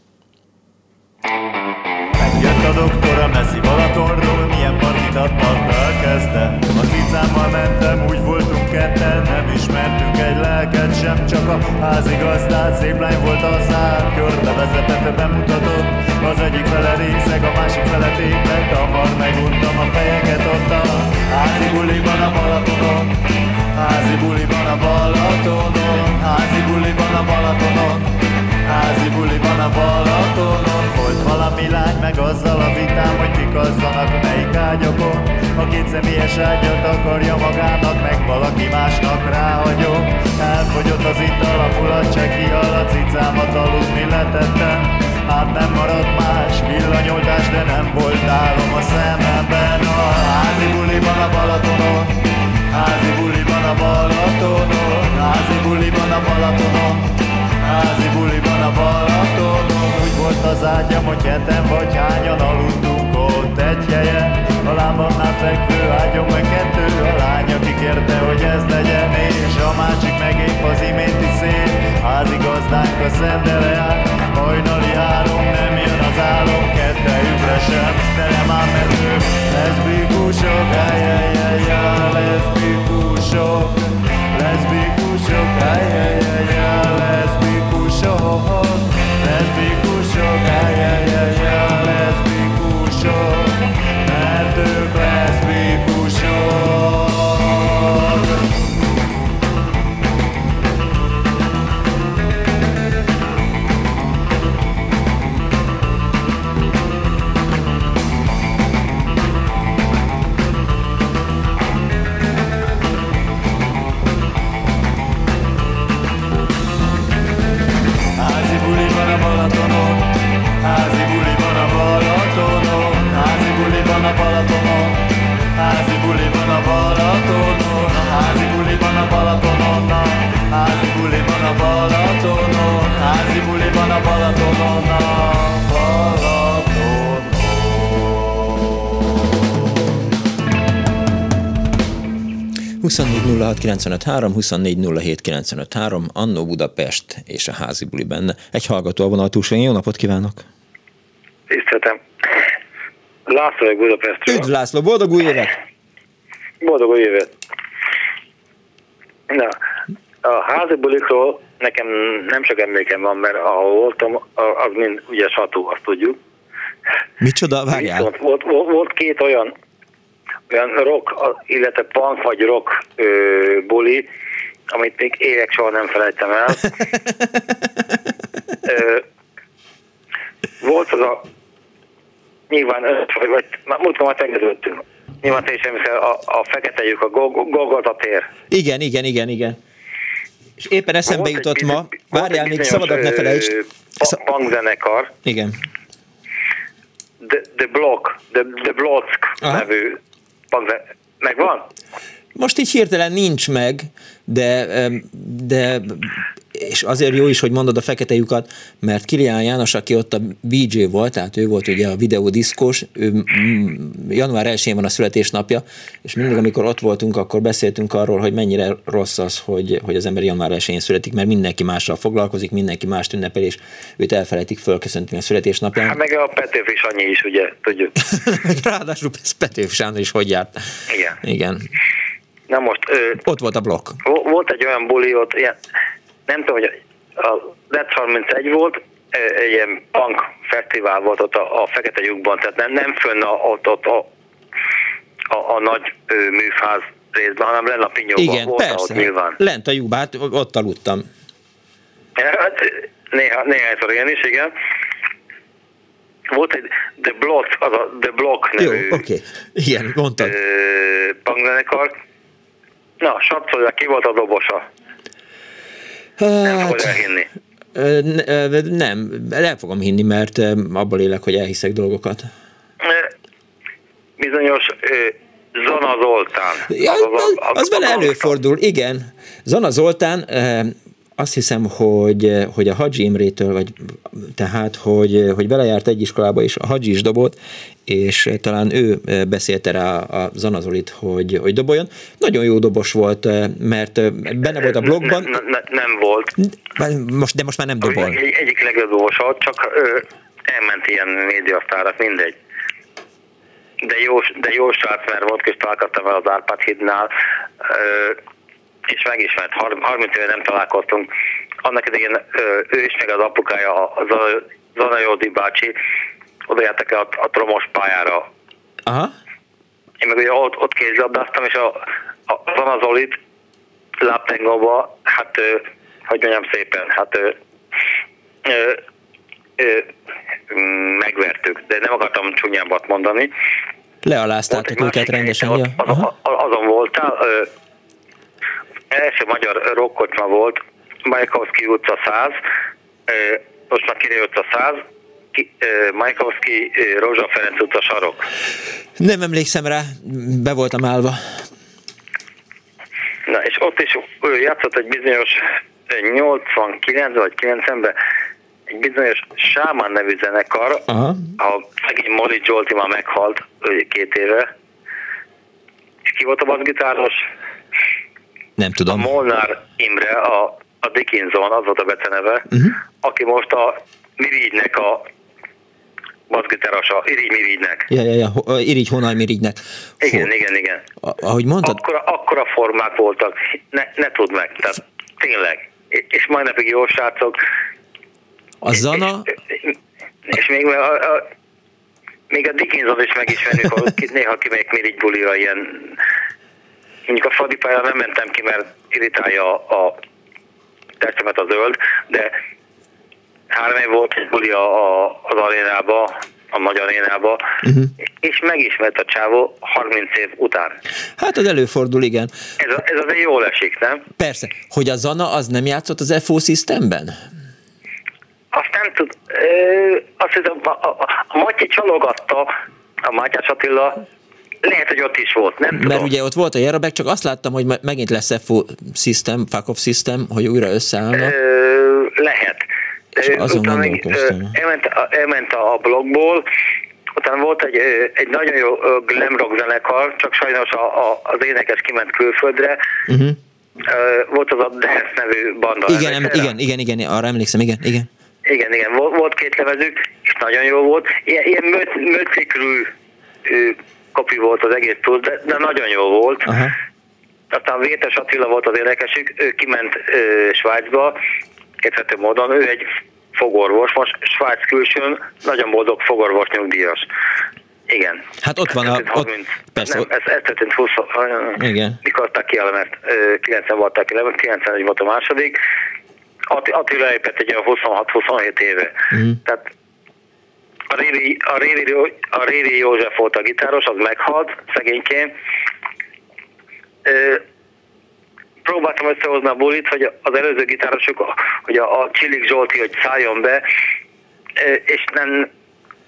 Megjött a doktor a messzi Balatonról, milyen partit adtak elkezdte. A cicámmal mentem, úgy voltunk ketten, nem ismertünk egy lelket sem, csak a házigazdát. Szép lány volt a szám, körbe vezetett, bemutatott. Az egyik fele részeg, a másik fele tétek, hamar meguntam a fejeket ott a házi buliban a Balatonon. Házi buliban a Balatonon, házi buliban a Balatonon. Házi buliban a Balatonon. Volt valami lány meg azzal a vitám, hogy pikazzanak melyik ágyakon. A két személyes ágyat akarja magának, meg valaki másnak ráhagyom. Elfogyott az ital, a mulatság kial, a cicámat aludni letettem. Hát nem maradt más villanyoltás, de nem volt álom a szememben. A házi buliban a Balatonon, házi buliban a Balatonon, házi buliban a Balatonon. Házi buliban a Balatonon. Úgy volt az ágyam, hogy heten vagy hányan aludtunk ott egy helyen. A lábamnál fekvő ágyom meg kettő, a lány, aki kérte, hogy ez legyen. És a másik meg épp az iménti szép házigazdánk a szendele át. Hajnali három, nem jön az álom, kettejükre sem, de nem ám merő. Leszbikusok, ajajajajaj, leszbikusok, leszbikusok, ajajajajaj, leszbikusok, leszbikusok, ajajajajaj, leszbikusok, mert ők leszbikusok. Házi buliban a Balatonon, házi buliban a Balatonon, házi buliban a Balatonon, házi buliban a Balatonon, házi buliban a Balatonon, házi buliban a Balatonon, házi buliban a Balatonon, Balatonon. huszonnégy nulla hat kilencvenöt három, huszonnégy nulla hét kilencvenöt három, Annó Budapest és a házi buli benne. Egy hallgató a vonal túlsóján. Jó napot kívánok! Tiszteltem. László egy Budapestről. Üdv László, boldog új évet! Boldog új évet! Na, a házi bulikról nekem nem sok emlékem van, mert ahol voltam, az mind ugye sató, azt tudjuk. Micsoda? Várjál! Viszont volt, volt, volt két olyan olyan rock, illetve punk vagy rock ö, buli, amit még évek soha nem felejtem el. ö, volt az a nyilván, vagy, vagy múltkor már tegeződtünk. Nyilván te is emlékszel, a, a fekete lyuk, a Golgota tér. Igen, igen, igen, igen. És éppen eszembe jutott egy, ma, várjál, még szabadat ne felejtsd. Punk zenekar. Igen. The, the Block, The, the Block nevű pangzenekarnak. Megvan? Most így hirtelen nincs meg, de, de és azért jó is, hogy mondod a fekete lyukat, mert Kilián János, aki ott a vé jé volt, tehát ő volt ugye a videódiszkós, ő január elsején van a születésnapja, és mindig, amikor ott voltunk, akkor beszéltünk arról, hogy mennyire rossz az, hogy, hogy az ember január elsején születik, mert mindenki mással foglalkozik, mindenki mást ünnepel, és őt elfelejtik fölköszönteni a születésnapján. Hát meg a Petőfi Sanyi is, ugye, tudjuk. Ráadásul Petőfi Sándor is hogy járt. Igen. Igen. Na most... Ö, ott volt a blokk. Volt egy olyan buli, ott ilyen, nem tudom, hogy a Dead harmincegy volt, egy ilyen punk fesztivál volt ott a, a Fekete lyukban, tehát nem, nem fönn a, ott, ott a, a, a nagy ö, műfáz részben, hanem lenne a Pinyóban. Igen, volt persze. Ott nyilván. Lent a lyukban, hát ott aludtam. Hát, néha, néhányszor ilyen is, igen. Volt egy The Block, az a The Block nevű. Jó, oké. Okay. Igen, mondtad. Punk zenekar. Na, satszolja, ki volt a dobosa? Hát, nem fogod elhinni. Nem, el fogom hinni, mert abból élek, hogy elhiszek dolgokat. Bizonyos Zona Zoltán. Ja, az, az, az, az vele előfordul, igen. Zona Zoltán, azt hiszem, hogy, hogy a Hadzsi Imrétől, vagy tehát, hogy, hogy vele járt egy iskolába, és a Hadzsi is dobott, és talán ő beszélte rá a Zana Zolit, hogy, hogy doboljon. Nagyon jó dobos volt, mert benne volt a blogban. Ne, ne, nem volt. Most, de most már nem dobol. Egy, egyik legjobb dobosa, csak ö, elment ilyen médiasztárat, mindegy. De jó, de jó srác, mert volt, és találkoztam el az Árpád hídnál, ö, és megismert, harminc éve nem találkoztunk. Annak idején ő is, meg az apukája, a Zana Jódi bácsi, oda jártak el a, a tromos pályára. Aha. Én meg ugye ott, ott kézilabdáztam, és a, a Zana Zolit lábtengóba, hát, ö, hogy mondjam szépen, hát ö, ö, ö, megvertük, de nem akartam csúnyábbat mondani. Lealáztátok őket rendesen, ott, az, azon voltál, ö, első magyar rockkocsma volt, Majakovszky utca száz, most már Királyi utca száz, Majakovszky, Rózsa Ferenc utca sarok. Nem emlékszem rá, be voltam állva. Na, és ott is ő játszott egy bizonyos nyolcvankilenc vagy kilencvenben egy bizonyos Sámán nevű zenekar. Aha. A szegény Moli Zsolti már meghalt két éve. És ki volt a bassgitáros? Nem tudom. A Molnár Imre, a, a Dickinson, az volt a beceneve, uh-huh. aki most a Mirigynek a bassgitárosa, Irigy Mirigynek. Ja, ja, ja, Irigy Honaj Mirigynek. Igen, Hol? igen, igen. A, ahogy mondtad? Akkora, akkora formák voltak, ne, ne tudd meg, tehát tényleg. És majd napig jó srácok. A Zana? És, és, és még a, a, még a Dickinson is megismerjük, ahol néha kimegyek Mirigy bulira ilyen. Mondjuk a Fradi pályára nem mentem ki, mert irritálja a, a testemet a zöld, de három év volt egy buli a, a, az arénába, a nagy arénába, uh-huh. és megismert a csávó harminc év után. Hát az előfordul, igen. Ez, a, ez azért jól esik, nem? Persze. Hogy a Zana az nem játszott az ef o Systemben? Azt nem tud. Ö, azt hiszem, a, a, a Matyi csalogatta, a Mátyás Attila, lehet, hogy ott is volt, nem tudom. Mert ugye ott volt a Jerabek, csak azt láttam, hogy megint lesz ef o System, fuck off system, hogy újra összeállnak. Ö, lehet. És azon gondolkoztam. Elment, elment a blogból, utána volt egy, egy nagyon jó glam rock zenekar, csak sajnos a, a, az énekes kiment külföldre. Uh-huh. Volt az a Dance nevű banda. Igen, em, igen, igen, igen, arra emlékszem, igen, igen. Igen, igen, volt, volt két lemezük, és nagyon jó volt. Ilyen, ilyen möcikrű kopi volt az egész túl, de, de nagyon jó volt. Aha. Aztán Vértes Attila volt az énekesük, ő kiment ö, Svájcba, érthető módon, ő egy fogorvos, most Svájc külsőn, nagyon boldog fogorvos nyugdíjas. Igen. Hát ott van a... Ott, persze, nem, ez, ez történt húsz... Igen. Mikor adták ki el, mert kilencven voltak ki, kilencvenegy volt a második. Attila épett egy olyan huszonhat-huszonhét éve. Mm. Tehát a Réri, a, Réri, a Réri József volt a gitáros, az meghalt szegényként. Ö, próbáltam összehozni a bulit, hogy az előző gitárosok, hogy a, a Csillik Zsolti, hogy szálljon be, ö, és nem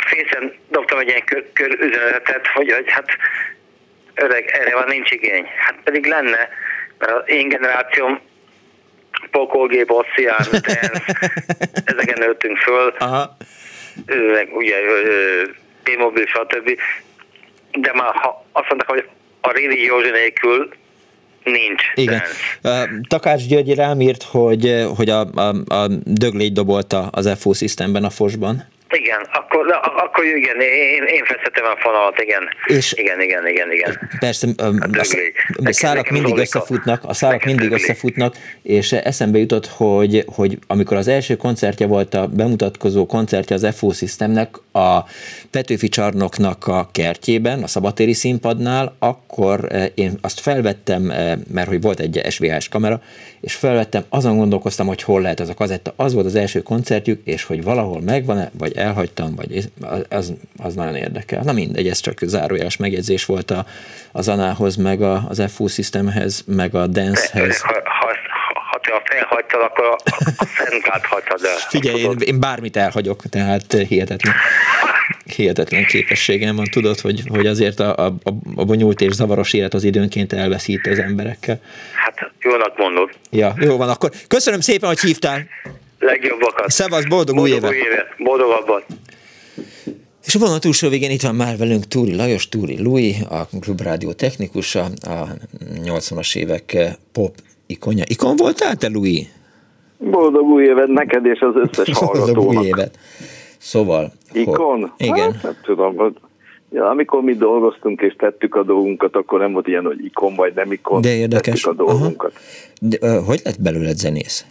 Fészen dobtam egy ilyen kör, kör üzenetet, hogy, hogy hát öreg, erre van nincs igény. Hát pedig lenne, mert az én generációm pokolgép, oceán, dance, ezeken nőttünk föl. Aha. Meg ugye T-Mobile, stb. De már ha azt mondták, hogy a Révi Józsi nélkül nincs. Igen. Uh, Takács György rám írt, hogy, hogy a, a, a döglét dobolta az ef o Systemben a Fosban. Igen, akkor, akkor igen, én, én feszettem a fonalat, igen. És igen, igen, igen, igen. Persze, a, a, a szálak mindig összefutnak, a szálak mindig összefutnak, és eszembe jutott, hogy, hogy amikor az első koncertje volt, a bemutatkozó koncertje az ef o Systemnek a Petőfi csarnoknak a kertjében, a szabadtéri színpadnál, akkor én azt felvettem, mert hogy volt egy es vé há-s kamera, és felvettem, azon gondolkoztam, hogy hol lehet az a kazetta. Az volt az első koncertjük, és hogy valahol megvan-e, vagy elhagytam, vagy az, az nagyon érdekel. Na mindegy, ez csak zárójeles megjegyzés volt a, a Zanához, meg a, az ef o Systemhez, meg a Dancehez. Ha, ha, ha te elhagytad, akkor a, a Szentgát hagytad el. Figyelj, én, én bármit elhagyok, tehát hihetetlen. Hihetetlen képességem van, tudod, hogy, hogy azért a, a, a bonyolult és zavaros élet az időnként elveszít az emberekkel. Hát jónak mondod. Ja, jó van, akkor köszönöm szépen, hogy hívtál. Legjobbakat. Szevasz, boldog, boldog új évet. Új évet. Boldogabban. És a vonat túlsó végén itt van már velünk Túri Lajos, Túri Lui, a Klubrádió technikusa, a nyolcvanas évek pop ikonja. Ikon voltál te, Lui? Boldog új évet neked és az összes hallgatónak. Boldog új évet. Szóval... Ikon? Hol? Igen. Hát, nem tudom, hogy ja, amikor mi dolgoztunk és tettük a dolgunkat, akkor nem volt ilyen, hogy ikon vagy nem ikon. De érdekes. Tettük a dolgunkat. De, uh, hogy lett belőled zenész?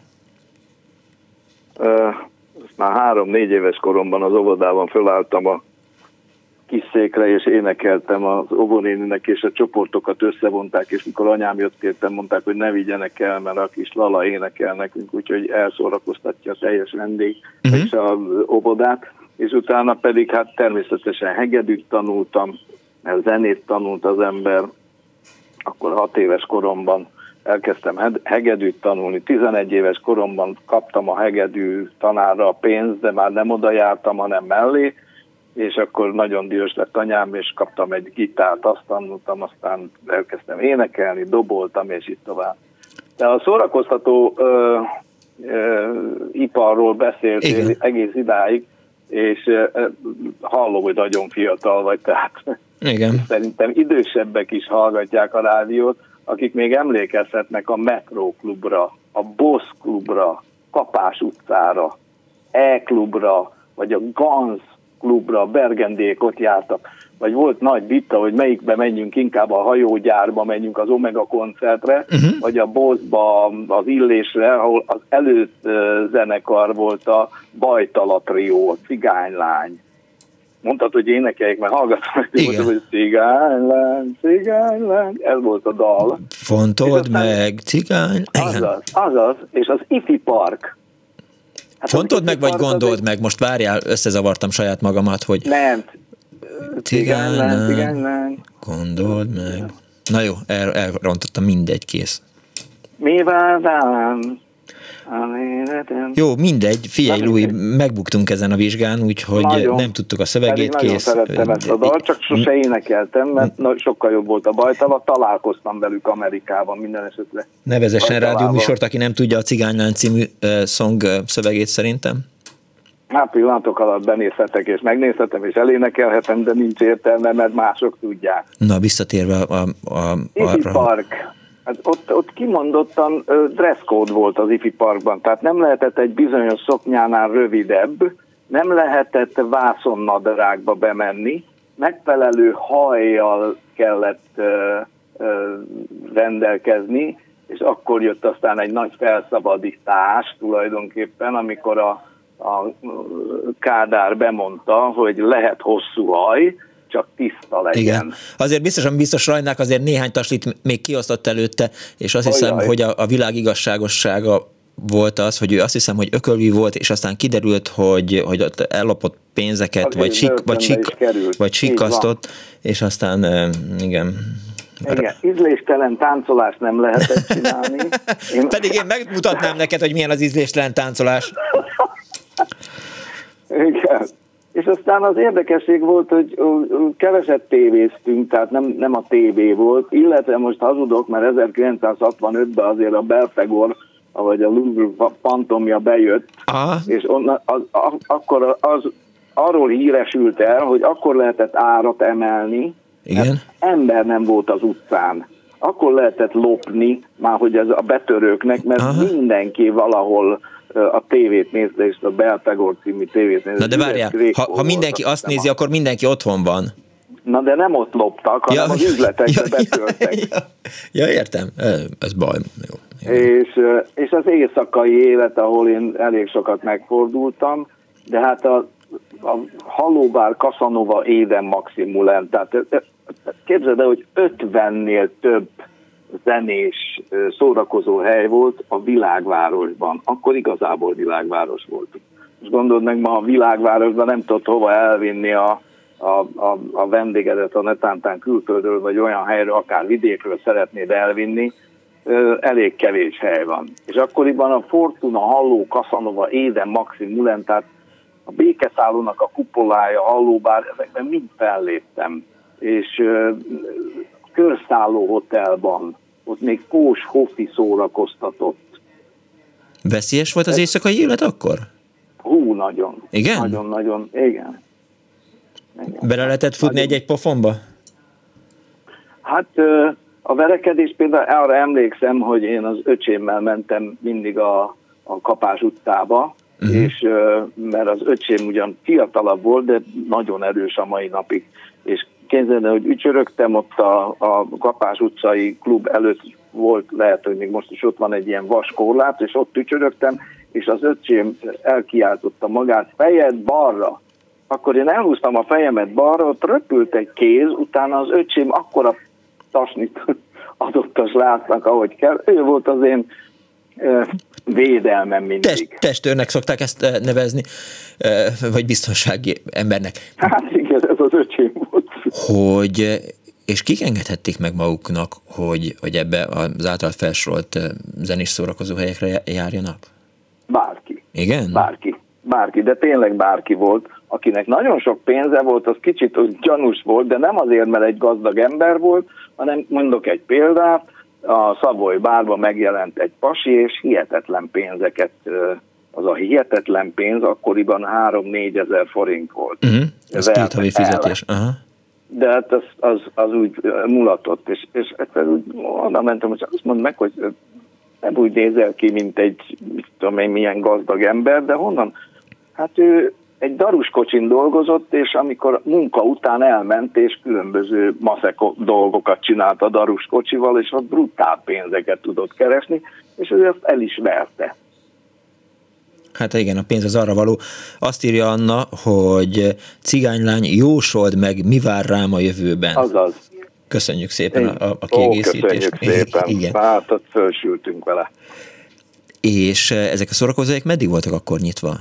Uh, már három-négy éves koromban az óvodában fölálltam a kis székre, és énekeltem az óvónéninek, és a csoportokat összevonták, és mikor anyám jött, kértem, mondták, hogy ne vigyenek el, mert a kis Lala énekel nekünk, úgyhogy elszórakoztatja a teljes vendég uh-huh. és az óvodát, és utána pedig hát természetesen hegedűt tanultam, mert zenét tanult az ember, akkor hat éves koromban elkezdtem hegedűt tanulni, tizenegy éves koromban kaptam a hegedű tanárra a pénzt, de már nem oda jártam, hanem mellé, és akkor nagyon dühös lett anyám, és kaptam egy gitárt, azt tanultam, aztán elkezdtem énekelni, doboltam, és itt tovább. De a szórakoztató ö, ö, iparról beszéltél egész idáig, és ö, hallom, hogy nagyon fiatal vagy, tehát igen. Szerintem idősebbek is hallgatják a rádiót, akik még emlékezhetnek a Metro klubra, a Boss klubra, Kapás utcára, E-klubra, vagy a Ganz klubra, a Bergendék ott jártak, vagy volt nagy vita, hogy melyikbe menjünk, inkább a hajógyárba menjünk az Omega koncertre, uh-huh. vagy a Bossba, az Illésre, ahol az előtt zenekar volt a Bajtala trió, a Cigánylány. Mondtad, hogy énekeljék, mert hallgatom, hogy, hogy cigánylány, cigánylány, ez volt a dal. Fontold meg, cigány. Azaz, azaz, és az Ifi Park. Hát Fontold meg, vagy gondold egy... meg? Most várjál, összezavartam saját magamat, hogy... Nem. Cigánylány, cigánylány. Gondold meg. Na jó, el, elrontottam, mindegy, kész. Mi vár rám? Jó, mindegy, figyelj, Lui, megbuktunk ezen a vizsgán, úgyhogy nagyon, nem tudtuk a szövegét, kész. Nagyon szerettem ezt a dalt, csak sose énekeltem, mert sokkal jobb volt a Bajtala, találkoztam velük Amerikában minden esetre. Nevezessen rádióműsort, aki nem tudja a Cigánylány című uh, song uh, szövegét szerintem. Hát pillanatok alatt benézhetek, és megnézhetem, és elénekelhetem, de nincs értelme, mert mások tudják. Na, visszatérve a, a, Ifi Park. Hát ott, ott kimondottan dress code volt az Ifi Parkban, tehát nem lehetett egy bizonyos szoknyánál rövidebb, nem lehetett vászonnadrágba bemenni, megfelelő hajjal kellett ö, ö, rendelkezni, és akkor jött aztán egy nagy felszabadítás tulajdonképpen, amikor a, a Kádár bemondta, hogy lehet hosszú haj, csak tiszta legyen. Igen. Azért biztosan biztos Rajnák azért néhány taslit még kiosztott előtte, és azt hiszem, Ajaj. hogy a, a világ igazságossága volt az, hogy ő azt hiszem, hogy ökölvi volt, és aztán kiderült, hogy, hogy ott ellopott pénzeket, az vagy, sik, vagy, sik, vagy sikasztott, és aztán igen. Igen, ízléstelen táncolást nem lehetett csinálni. Én... Pedig én megmutatnám neked, hogy milyen az ízléstelen táncolás. Igen. És aztán az érdekesség volt, hogy keveset tévéztünk, tehát nem, nem a tévé volt, illetve most hazudok, mert ezerkilencszázhatvanötben azért a Belfegor, vagy a Louvre pantomja bejött, aha, és onnan, az, az, akkor az arról híresült el, hogy akkor lehetett árat emelni, igen, ember nem volt az utcán. Akkor lehetett lopni, már hogy ez a betörőknek, mert aha, mindenki valahol a tévét nézte, és a Belfegor című tévét nézte. Na de várjál, ha, ha mindenki azt nézi, a... akkor mindenki otthon van. Na de nem ott loptak, hanem ja, az üzletekbe ja, betörtek. Ja, ja, ja, értem, ez baj. Jó. És, és az éjszakai élet, ahol én elég sokat megfordultam, de hát a, a Halóbár, Casanova, Éden Maximulen, tehát képzeld el, hogy ötvennél több zenés szórakozó hely volt a világvárosban. Akkor igazából világváros volt. Most gondold meg, ma a világvárosban nem tudod hova elvinni a, a, a, a vendégedet, a netántán külföldről, vagy olyan helyről, akár vidékről szeretnéd elvinni, elég kevés hely van. És akkoriban a Fortuna, Halló, Casanova, Éden, Maximulen, tehát a Békeszállónak a kupolája, Hallóbár, ezekben mind felléptem. És uh, körszálló hotelban, ott még Kós Hoffi szórakoztatott. Veszélyes volt az éjszakai élet akkor? Hú, nagyon. Igen? Nagyon-nagyon, igen. igen. Bele lehetett futni egy-egy pofonba? Hát uh, a verekedés például arra emlékszem, hogy én az öcsémmel mentem mindig a, a Kapás utcába, uh-huh, és uh, mert az öcsém ugyan fiatalabb volt, de nagyon erős a mai napig. És képzeld el, hogy ücsörögtem ott a, a Kapás utcai klub előtt, volt, lehet, hogy még most is ott van egy ilyen vaskorlát, és ott ücsörögtem, és az öcsém elkiáltotta magát, fejed balra. Akkor én elhúztam a fejemet balra, ott röpült egy kéz, utána az öcsém akkora tasnit adott a srácnak, ahogy kell. Ő volt az én uh, védelmem mindig. Test, testőrnek szokták ezt nevezni, uh, vagy biztonsági embernek. Hát igen, ez az öcsém volt. Hogy, és kik engedhették meg maguknak, hogy, hogy ebbe az által felsorolt zenés szórakozó helyekre járjanak? Bárki. Igen? Bárki. Bárki, de tényleg bárki volt. Akinek nagyon sok pénze volt, az kicsit az gyanús volt, de nem azért, mert egy gazdag ember volt, hanem mondok egy példát, a Savoy bárban megjelent egy pasi, és hihetetlen pénzeket, az a hihetetlen pénz akkoriban három-négy ezer forint volt. Uh-huh. Ez két havi fizetés. Uh-huh. De hát az, az, az úgy mulatott, és, és egyszer úgy oda mentem, hogy azt mondd meg, hogy nem úgy nézel ki, mint egy, mit tudom én, milyen gazdag ember, de honnan? Hát ő egy daruskocsin dolgozott, és amikor munka után elment, és különböző maszek dolgokat csinált a daruskocsival, és ott brutál pénzeket tudott keresni, és ő ezt el is verte. Hát igen, a pénz az arra való. Azt írja Anna, hogy cigánylány, jósold meg, mi vár rám a jövőben. Azaz. Köszönjük szépen a, a kiegészítést. Ó, köszönjük szépen. Igen. Hát ott fölsültünk vele. És ezek a szórakozóhelyek meddig voltak akkor nyitva?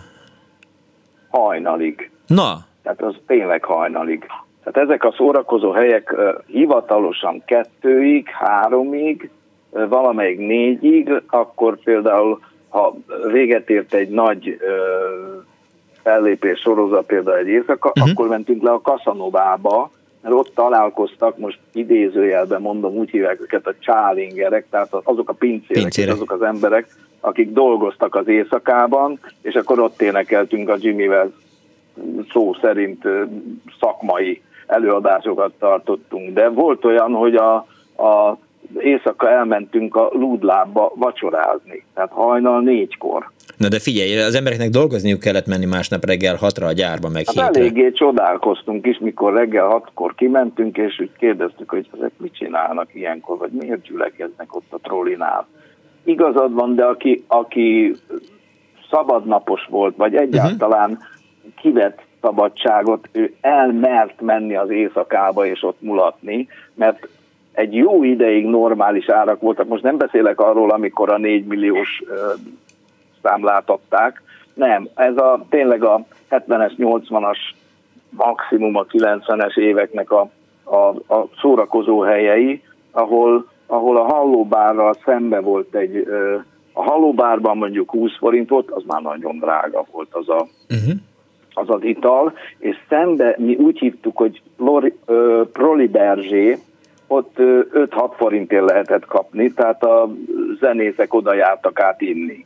Hajnalig. Na? Tehát az tényleg hajnalig. Tehát ezek a szórakozó helyek uh, hivatalosan kettőig, háromig, uh, valamelyik négyig, akkor például, ha véget ért egy nagy uh, fellépés sorozat, például egy éjszaka, uh-huh. akkor mentünk le a Casanovába, mert ott találkoztak, most idézőjelben mondom, úgy hívják őket a csálingerek, tehát azok a pincérek, pincérek. azok az emberek, akik dolgoztak az éjszakában, és akkor ott énekeltünk a Jimmyvel, szó szerint szakmai előadásokat tartottunk. De volt olyan, hogy a, a éjszaka elmentünk a Lúdlábba vacsorázni, tehát hajnal négykor. Na de figyelj, az embereknek dolgozniuk kellett menni másnap reggel hatra a gyárba, meg hát hétre. Eléggé csodálkoztunk is, mikor reggel hatkor kimentünk, és úgy kérdeztük, hogy ezek mit csinálnak ilyenkor, vagy miért gyülekeznek ott a trollinál. Igazad van, de aki, aki szabadnapos volt, vagy egyáltalán uh-huh. kivett szabadságot, ő elmert menni az éjszakába és ott mulatni, mert egy jó ideig normális árak voltak. Most nem beszélek arról, amikor a négy milliós uh, számlát adták. Nem, ez a, tényleg a hetvenes, nyolcvanas, maximum a kilencvenes éveknek a, a, a szórakozó helyei, ahol, ahol a Hallóbárral szembe volt egy, a Hallóbárban mondjuk húsz forint volt, az már nagyon drága volt az a, uh-huh. az az ital, és szembe mi úgy hívtuk, hogy Proli Berzsé, ott öt-hat forintért lehetett kapni, tehát a zenészek oda jártak át inni.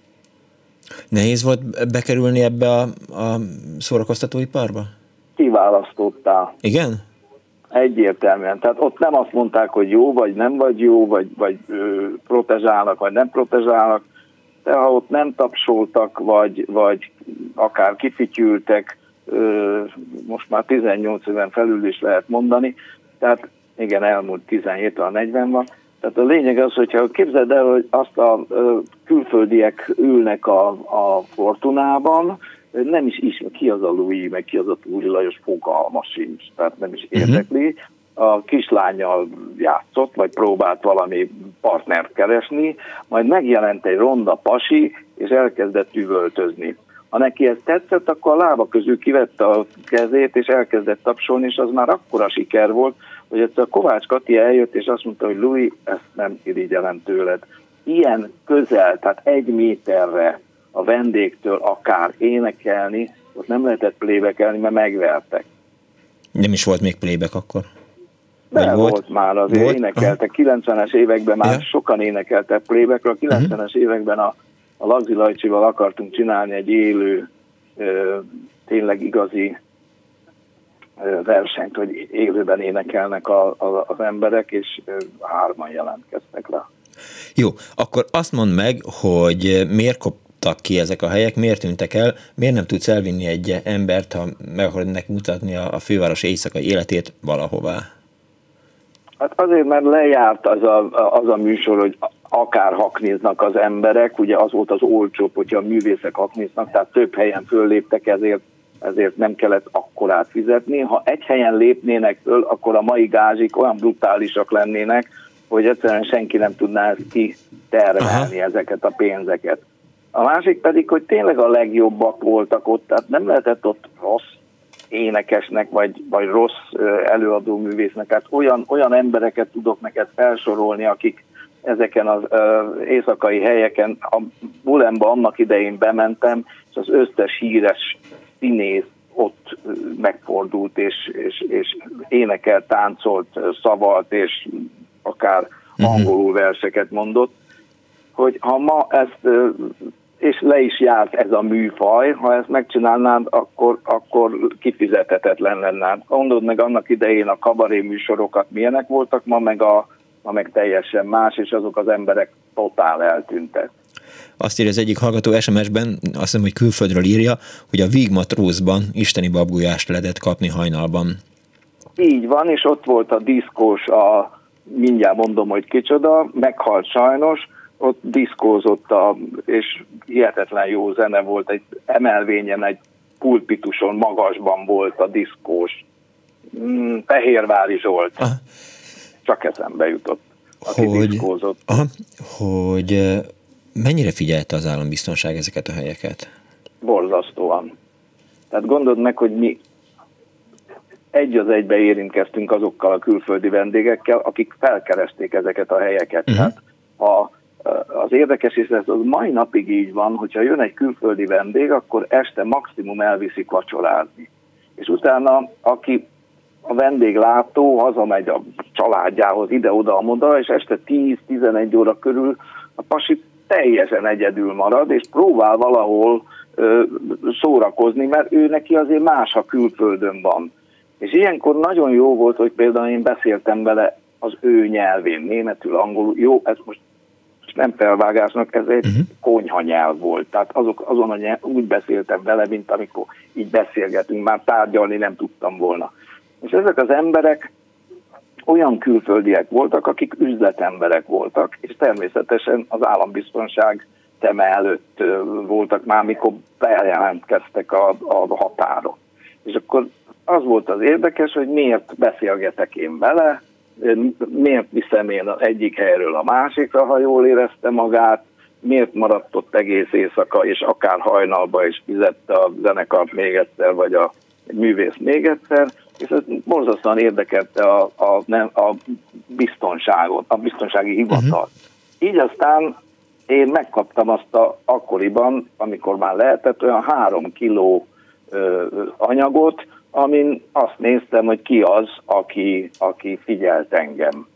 Nehéz volt bekerülni ebbe a, a szórakoztatóiparba? Kiválasztottál. Igen? Egyértelműen. Tehát ott nem azt mondták, hogy jó, vagy nem vagy jó, vagy, vagy ö, protezsálnak, vagy nem protezsálnak, de ha ott nem tapsoltak, vagy, vagy akár kifityültek, ö, most már tizennyolc éven felül is lehet mondani, tehát igen, elmúlt tizenhét a negyven van. Tehát a lényeg az, hogyha képzeld el, hogy azt a ö, külföldiek ülnek a, a Fortunában, nem is ismer, ki az a Louis, meg ki az a Túri Lajos, fogalma sincs, tehát nem is érdekli. A kislánnyal játszott, vagy próbált valami partnert keresni, majd megjelent egy ronda pasi, és elkezdett üvöltözni. Ha neki ez tetszett, akkor a lába közül kivette a kezét, és elkezdett tapsolni, és az már akkora siker volt, hogy egyszer a Kovács Kati eljött, és azt mondta, hogy Louis, ezt nem irigyelem tőled. Ilyen közel, tehát egy méterre a vendégtől akár énekelni, ott nem lehetett playback-elni, mert megvertek. Nem is volt még playback akkor? De volt, volt már, azért volt? Énekeltek. kilencvenes években már ja. sokan énekeltek playbackről. A kilencvenes uh-huh. években a, a Lagzi Lajcsival akartunk csinálni egy élő, ö, tényleg igazi ö, versenyt, hogy élőben énekelnek a, a, az emberek, és ö, hárman jelentkeztek le. Jó, akkor azt mondd meg, hogy miért kop ki ezek a helyek, miért tűntek el, miért nem tudsz elvinni egy embert, ha meg akarod neki mutatni a, a főváros éjszakai életét valahová? Hát azért, mert lejárt az a, az a műsor, hogy akár haknéznak az emberek, ugye az volt az olcsóbb, hogyha a művészek haknéznak, tehát több helyen fölléptek, ezért, ezért nem kellett akkorát fizetni. Ha egy helyen lépnének föl, akkor a mai gázsik olyan brutálisak lennének, hogy egyszerűen senki nem tudná ezt kitermelni, ezeket a pénzeket. A másik pedig, hogy tényleg a legjobbak voltak ott, tehát nem lehetett ott rossz énekesnek, vagy, vagy rossz előadó művésznek. Hát olyan, olyan embereket tudok neked felsorolni, akik ezeken az uh, éjszakai helyeken, a Bulemba annak idején bementem, és az összes híres színész ott megfordult, és, és, és énekel, táncolt, szavalt, és akár angolul verseket mondott, hogy ha ma ezt, és le is járt ez a műfaj, ha ezt megcsinálnád, akkor, akkor kifizethetetlen lenne. Gondold meg annak idején a kabaré műsorokat milyenek voltak, ma meg, a, ma meg teljesen más, és azok az emberek totál eltűntek. Azt írja az egyik hallgató es em es-ben, azt hiszem, hogy külföldről írja, hogy a Víg Matrózban isteni babgulyást lehetett kapni hajnalban. Így van, és ott volt a diszkós, a, mindjárt mondom, hogy kicsoda, meghalt sajnos, ott diszkózott, a, és hihetetlen jó zene volt, egy emelvényen, egy pulpituson magasban volt a diszkós. Mm, Fehérvári Zsolt. Aha. Csak eszembe jutott, aki hogy, diszkózott. Aha, hogy mennyire figyelte az állambiztonság ezeket a helyeket? Borzasztóan. Tehát gondold meg, hogy mi egy az egybe érintkeztünk azokkal a külföldi vendégekkel, akik felkeresték ezeket a helyeket. Uh-huh. Tehát a, az érdekes, és ez az mai napig így van, hogyha jön egy külföldi vendég, akkor este maximum elviszik vacsorázni. És utána, aki a vendéglátó hazamegy a családjához ide-oda-amoda, és este tíz-tizenegy óra körül a pasi teljesen egyedül marad, és próbál valahol ö, szórakozni, mert ő neki azért más, ha külföldön van. És ilyenkor nagyon jó volt, hogy például én beszéltem vele az ő nyelvén, németül, angolul. Jó, ez most nem felvágásnak, ez egy uh-huh. konyha nyelv volt. Tehát azok, azon a nyelv, úgy beszéltem vele, mint amikor így beszélgetünk, már tárgyalni nem tudtam volna. És ezek az emberek olyan külföldiek voltak, akik üzletemberek voltak, és természetesen az állambiztonság szeme előtt voltak már, mikor bejelentkeztek a, a határon. És akkor az volt az érdekes, hogy miért beszélgetek én vele, miért viszem én az egyik helyről a másikra, ha jól érezte magát, miért maradt ott egész éjszaka, és akár hajnalba is fizette a zenekart még egyszer, vagy a művész még egyszer, és ez borzasztóan érdekelte a, a, nem, a biztonságot, a biztonsági hivatalt. Uh-huh. Így aztán én megkaptam azt a, akkoriban, amikor már lehetett, olyan három kiló ö, anyagot, amin azt néztem, hogy ki az, aki, aki figyelt engem.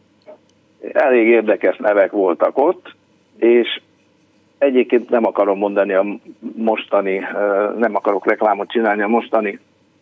Elég érdekes nevek voltak ott, és egyébként nem akarom mondani a mostani, nem akarok reklámot csinálni a mostani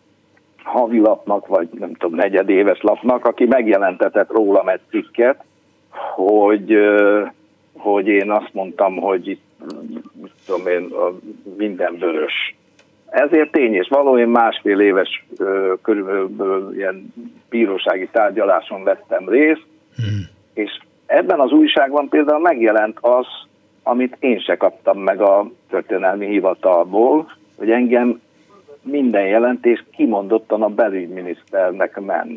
havilapnak, vagy nem tudom, negyedéves lapnak, aki megjelentetett rólam egy cikket, hogy, hogy én azt mondtam, hogy itt, mit tudom én, minden vörös. Ezért tény és való, én másfél éves körülbelül ilyen bírósági tárgyaláson vettem részt, hmm. és ebben az újságban például megjelent az, amit én se kaptam meg a történelmi hivatalból, hogy engem minden jelentés kimondottan a belügyminiszternek ment.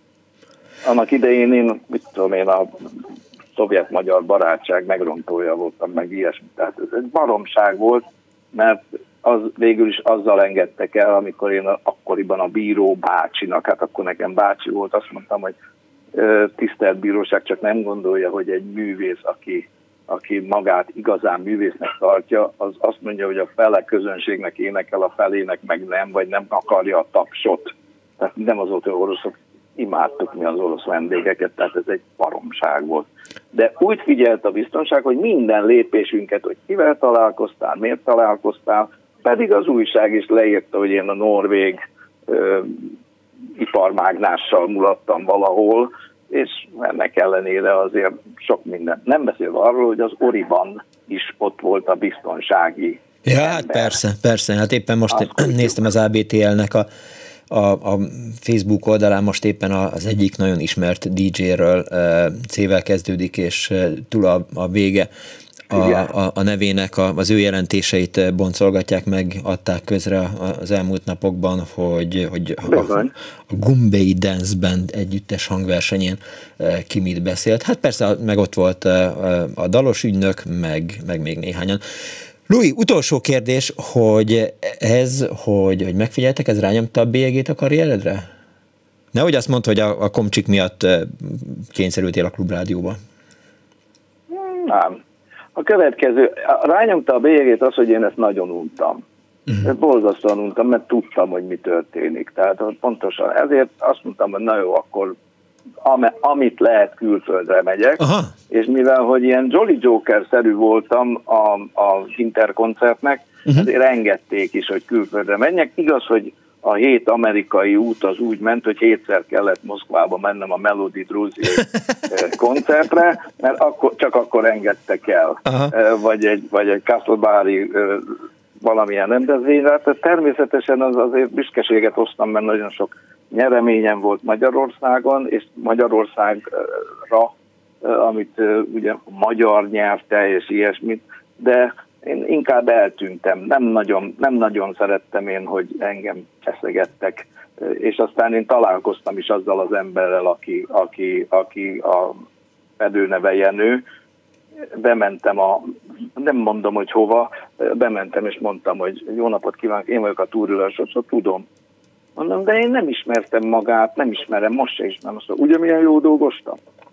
Annak idején én, mit tudom én, a szovjet-magyar barátság megrontója voltam, meg ilyesmi. Tehát ez egy baromság volt, mert az végül is azzal engedtek el, amikor én akkoriban a bíró bácsinak, hát akkor nekem bácsi volt, azt mondtam, hogy tisztelt bíróság, csak nem gondolja, hogy egy művész, aki, aki magát igazán művésznek tartja, az azt mondja, hogy a fele közönségnek énekel, a felének meg nem, vagy nem akarja a tapsot. Tehát nem az oroszok, imádtuk mi az orosz vendégeket, tehát ez egy baromság volt. De úgy figyelt a biztonság, hogy minden lépésünket, hogy kivel találkoztál, miért találkoztál, pedig az újság is leírta, hogy én a norvég ö, iparmágnással mulattam valahol, és ennek ellenére azért sok minden. Nem beszélve arról, hogy az Oriban is ott volt a biztonsági Ja, ember. hát persze, persze. Hát éppen most azt néztem az á bé té el-nek a, a, a Facebook oldalán, most éppen az egyik nagyon ismert dé dzséről C-vel kezdődik, és túl a, a vége. A, a, a nevének a, az ő jelentéseit boncolgatják meg, adták közre az elmúlt napokban, hogy, hogy a, a Gumbay Dance Band együttes hangversenyén ki mit beszélt. Hát persze, meg ott volt a dalos ügynök, meg, meg még néhányan. Louis, utolsó kérdés, hogy ez, hogy, hogy megfigyeltek, ez rányomta a bélyegét a karrieredre? Nehogy azt mondd, hogy a, a komcsik miatt kényszerültél a Klubrádióba. Nem. A következő, rányomta a bélyegét az, hogy én ezt nagyon untam. Uh-huh. Borzasztóan untam, mert tudtam, hogy mi történik. Tehát pontosan ezért azt mondtam, hogy na jó, akkor am- amit lehet, külföldre megyek. Aha. És mivel, hogy ilyen Jolly Joker-szerű voltam az Interkoncertnek, uh-huh. ezért engedték is, hogy külföldre menjek. Igaz, hogy a hét amerikai út az úgy ment, hogy hétszer kellett Moszkvába mennem a Melody Druzy koncertre, mert akkor, csak akkor engedtek el. Aha. Vagy egy, vagy egy Castleberry valamilyen rendezvényre. Tehát természetesen az azért büszkeséget hoztam, mert nagyon sok nyereményem volt Magyarországon, és Magyarországra, amit ugye magyar nyerte és ilyesmit, de én inkább eltűntem, nem nagyon, nem nagyon szerettem én, hogy engem feszegettek, és aztán én találkoztam is azzal az emberrel, aki, aki, aki a fedőneve Jenő. Bementem a, nem mondom, hogy hova, bementem és mondtam, hogy jó napot kívánok, én vagyok a túrülős, szóval tudom. Mondom, de én nem ismertem magát, nem ismerem, most se ismerem, azt mondom, ugyanilyen jó dolgoztam.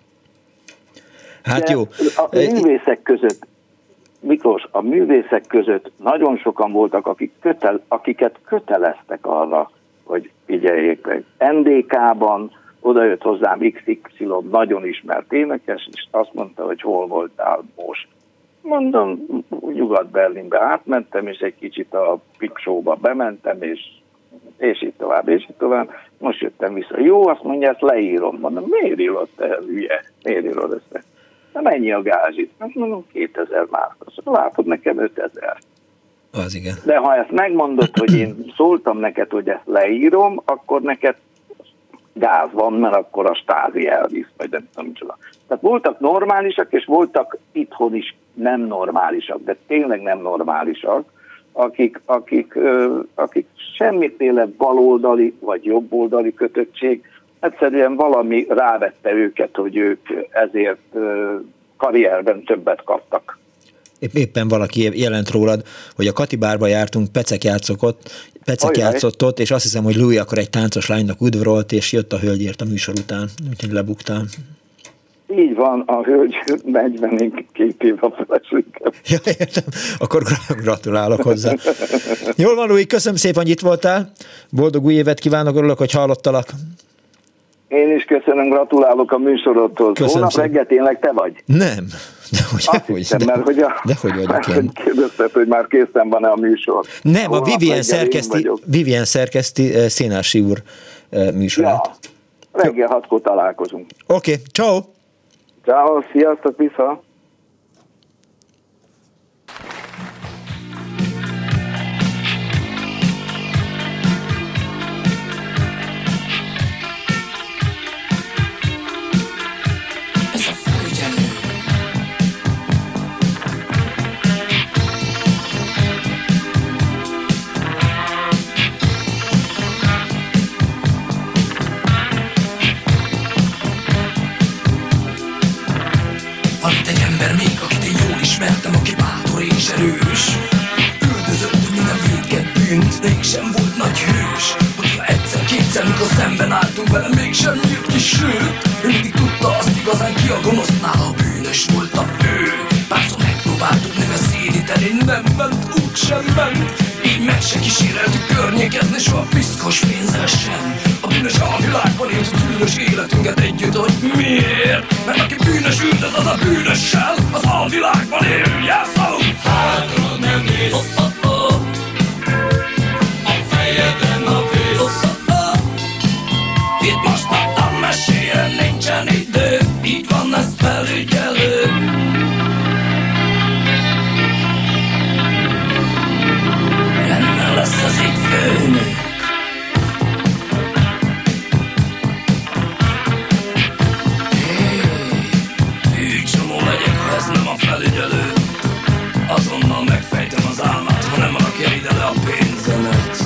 Hát de jó. A művészek között Miklós, a művészek között nagyon sokan voltak, akik kötel, akiket köteleztek arra, hogy figyeljék meg. en dé ká-ban odajött hozzám iksz iksz ilon nagyon ismert énekes, és azt mondta, hogy hol voltál most. Mondom, Nyugat-Berlinbe átmentem, és egy kicsit a Pik Show-ba bementem, és, és így tovább, és így tovább. Most jöttem vissza. Jó, azt mondja, ezt leírom. Mondom, miért írod te, hülye? Miért írod ezt? De mennyi a gázsit? Hát mondom, kétezer márka. Látod, nekem ötezer. Az igen. De ha ezt megmondod, hogy én szóltam neked, hogy ezt leírom, akkor neked gáz van, mert akkor a Stázi elvisz, vagy nem tudom micsoda. Tehát voltak normálisak, és voltak itthon is nem normálisak, de tényleg nem normálisak, akik, akik, akik semmiféle baloldali vagy jobboldali kötöttség, egyszerűen valami rávette őket, hogy ők ezért karrierben többet kaptak. Éppen valaki jelent rólad, hogy a Kati bárba jártunk, Pecek játszott ott, Pecek játszott ott, és azt hiszem, hogy Louis akkor egy táncos lánynak udvarolt, és jött a hölgyért a műsor után, úgyhogy lebuktál. Így van, a hölgy negyvenkét év a feleségem. Ja, értem. Akkor gratulálok hozzá. Jól van, Louis, köszönöm szépen, hogy itt voltál. Boldog új évet kívánok, örülök, hogy hallottalak. Én is köszönöm, gratulálok a műsorodhoz. Köszönöm Hónap szépen. Reggel tényleg te vagy? Nem. De hogy, Azt hogy, hiszem, de, mert hogy, a, de hogy vagyok én? Kérdezted, hogy már készen van-e a műsor. Nem, a Vivien szerkeszti, Vivien szerkeszti uh, Szénási úr uh, műsorát. Ja, reggel hatkor találkozunk. Oké, okay, ciao. Ciao, sziasztok, vissza. Ismertem, aki bátor és erős. Üldözött minden védket bűnt, de sem volt nagy hős. Hogyha egyszer-kétszer, mikor szemben álltunk vele, mégsem nyílt ki sőt. Ő mindig tudta azt igazán, ki a gonosznál, a bűnös volt a fő. Párszor megpróbáltuk neveszédíteni, nem ment, úgy sem ment. Így meg se kíséreltük környékezni, soha piszkos pénzzel sem. A bűnös a világban élt a bűnös életünket együtt, hogy miért? Mert aki bűnös üldöz, az a bűnössel, az a világban él, jelszó! Hátról nem néz, oh, oh, oh. A fejeden a vész, oh, oh, oh. Itt most adtam mesélyen, nincsen idő, így van ez felügyelő. Lenne lesz az itt főnök. Felügyelő, azonnal megfejtem az álmát, ha nem rakja ide le a pénzemet.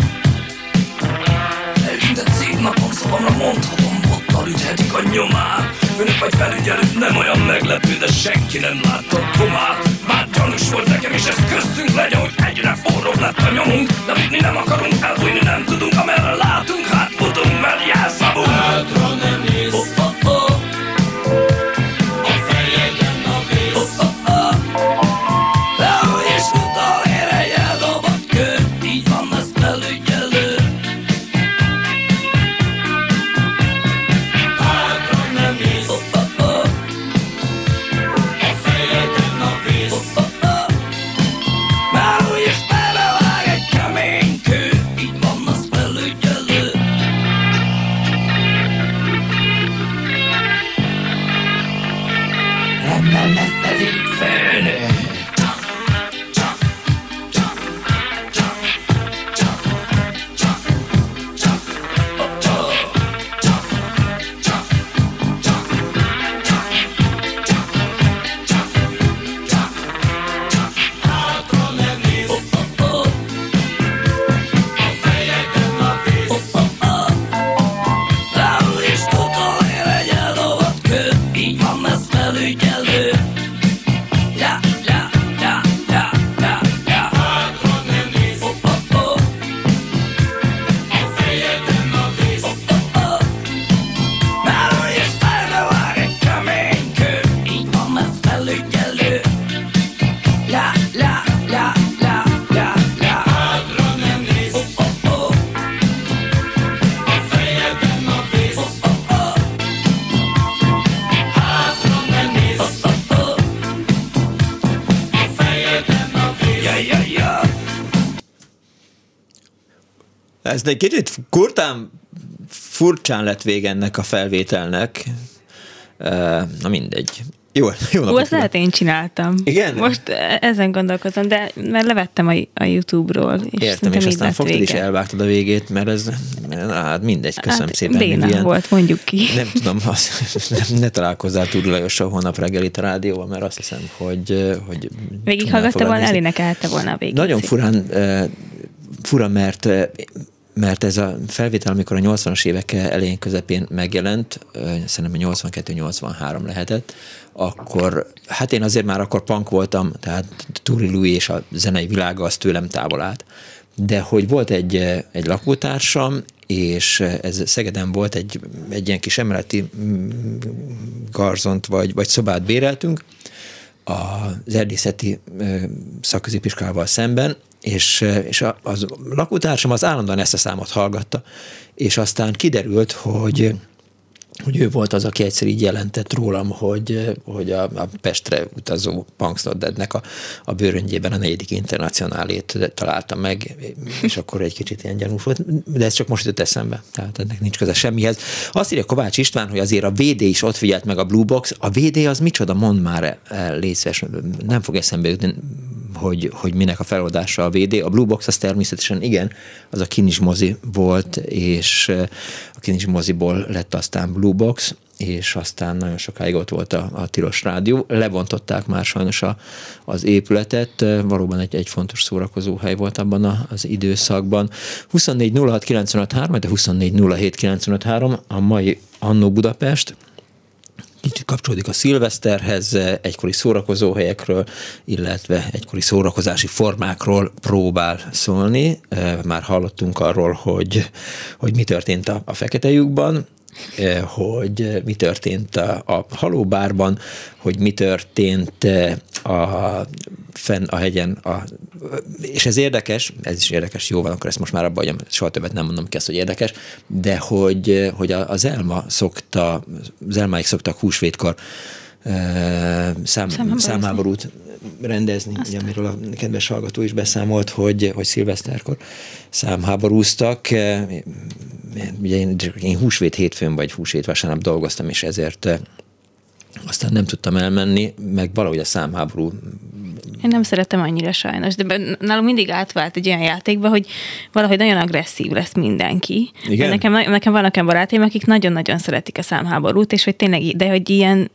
Eltűntett szép napom, szavamra mondhatom, bottal üthetik a nyomát. Főnök vagy felügyelő, nem olyan meglepő, de senki nem látta a komát. Bár gyanús volt nekem, és ez köztünk legyen, hogy egyre forróbb lett a nyomunk. De bújni nem akarunk, elbújni nem tudunk, amerre látunk, hát futunk, mert jelszavunk. Hátra nem néz, oh, oh, oh. Ez egy kicsit kurtán furcsán lett vége ennek a felvételnek. Na mindegy. Jó, jó napot. Ó, azt lehet én csináltam. Igen? Most ezen gondolkozom, de mert levettem a, a YouTube-ról. És értem, és aztán fogtad is elvágtad a végét, mert ez hát mindegy, köszönöm hát, szépen. Béna ilyen, volt, mondjuk ki. Nem tudom, az, nem, ne találkozzál Túri Lajossal holnap reggel itt a rádióval, mert azt hiszem, hogy... hogy végighallgatta volna, elénekelte volna a végét. Nagyon furán, fura, mert mert ez a felvétel, amikor a nyolcvanas évek elején közepén megjelent, szerintem nyolcvankettő nyolcvanhárom lehetett, akkor, hát én azért már akkor punk voltam, tehát Túri Louis és a zenei világa az tőlem távol állt. De hogy volt egy, egy lakótársam, és ez Szegeden volt, egy, egy ilyen kis emeleti garzont vagy, vagy szobát béreltünk az erdészeti szakközépiskolával szemben, és, és a, az lakótársam az állandóan ezt a számot hallgatta, és aztán kiderült, hogy hogy ő volt az, aki egyszer így jelentett rólam, hogy, hogy a, a Pestre utazó Punksnoddednek a, a bőröngyében a negyedik internacionálét találta meg, és akkor egy kicsit ilyen gyanús volt, de ez csak most jött eszembe, tehát ennek nincs köze semmihez. Azt írja Kovács István, hogy azért a vé dé is ott figyelt meg a Blue Box. A vé dé az micsoda, mondd már el, légy szíves, nem fog eszembe jutni, hogy, hogy minek a feloldása a vé dé. A Blue Box az természetesen igen, az a Kinis mozi volt, és a Kinis moziból lett aztán Blue Box, és aztán nagyon sokáig ott volt a, a Tilos Rádió. Lebontották már sajnos a, az épületet, valóban egy, egy fontos szórakozóhely volt abban a, az időszakban. huszonnégy nulla hat kilencvenöt három, de huszonnégy nulla hét kilencvenöt három a mai Annó Budapest. Kicsit kapcsolódik a szilveszterhez, egykori szórakozóhelyekről, illetve egykori szórakozási formákról próbál szólni. Már hallottunk arról, hogy, hogy mi történt a, a Fekete lyukban, hogy mi történt a, a halóbárban, hogy mi történt a, fenn a hegyen, a, és ez érdekes, ez is érdekes, jó van, akkor ezt most már abba hagyom, soha többet nem mondom ki ezt, hogy érdekes, de hogy, hogy az Elma szokta, az Elmáik szoktak húsvétkor szám, számháborút rendezni, ugye, amiről a kedves hallgató is beszámolt, hogy, hogy szilveszterkor számháborúztak. Ugye én, én húsvét hétfőn vagy húsvét vasárnap dolgoztam, és ezért aztán nem tudtam elmenni, meg valahogy a számháború. Én nem szeretem annyira sajnos, de nálunk mindig átvált egy olyan játékba, hogy valahogy nagyon agresszív lesz mindenki. Igen? Nekem, nekem vannak olyan barátaim, akik nagyon-nagyon szeretik a számháborút, és hogy tényleg, de hogy ilyen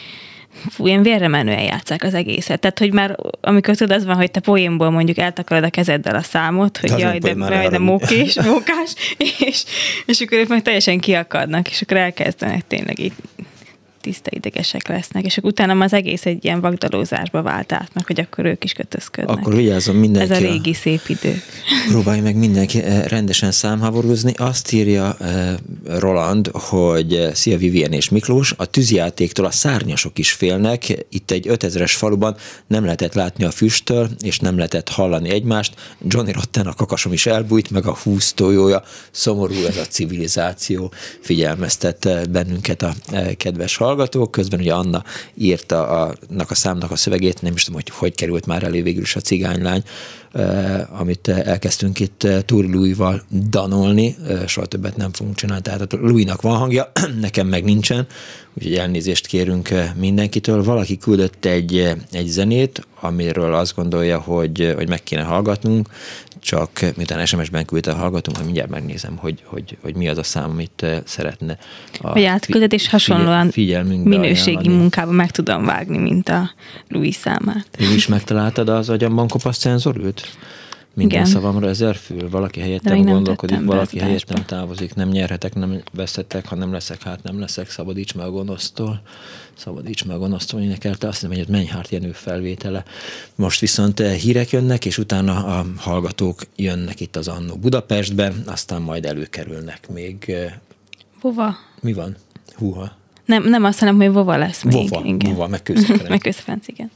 fú, ilyen vérre menően játsszák az egészet. Tehát, hogy már amikor tudod, az van, hogy te poénból mondjuk eltakarod a kezeddel a számot, hogy jaj, de, jaj, de mókés, mókás, és, és akkor ők meg teljesen kiakadnak, és akkor elkezdenek tényleg így tiszta idegesek lesznek, és akkor utána az egész egy ilyen vagdalózásba vált át, meg hogy akkor ők is kötözködnek. Akkor vigyázzon mindenki. Ez a régi a... szép idő. Próbálj meg mindenki rendesen számháborúzni. Azt írja Roland, hogy szia Vivien és Miklós, a tűzjátéktól a szárnyasok is félnek. Itt egy ötezres faluban nem lehetett látni a füsttől, és nem lehetett hallani egymást. Johnny Rotten, a kakasom is elbújt, meg a húsz tojója. Szomorú ez a civilizáció. Figyelmeztet bennünket a kedves hallgatók. Közben ugye Anna írta a, a számnak a szövegét, nem is tudom, hogy hogy került már elő végül is a Cigánylány, eh, amit elkezdtünk itt Túri Louis-val danolni, eh, soha többet nem fogunk csinálni, tehát a Louis-nak van hangja, nekem meg nincsen, úgyhogy elnézést kérünk mindenkitől. Valaki küldött egy, egy zenét, amiről azt gondolja, hogy, hogy meg kéne hallgatnunk, csak miután es em es-ben küldte a hallgatónk, hogy mindjárt megnézem, hogy, hogy, hogy mi az a szám, amit szeretne. Vagy átküldött, és hasonlóan minőségi ajánlani. Munkában meg tudom vágni, mint a Louis számát. Én is megtaláltad az agyamban kopasz cenzorült? Minden igen. Szavamra ezer fül, valaki helyettem gondolkodik, valaki helyettem távozik, nem nyerhetek, nem vesztettek, ha nem leszek, hát nem leszek, szabadíts meg a gonosztól, szabadíts meg a gonosztól, énekelte, azt hiszem, hogy Mennyhárt Jenő felvétele. Most viszont hírek jönnek, és utána a hallgatók jönnek itt az Annó Budapestben, aztán majd előkerülnek még. Hova? Mi van? Húha. Nem, nem azt hanem, hogy Vova lesz még. Vova, igen. Vova, meg Kőszefenc. meg Kőszefenc, igen.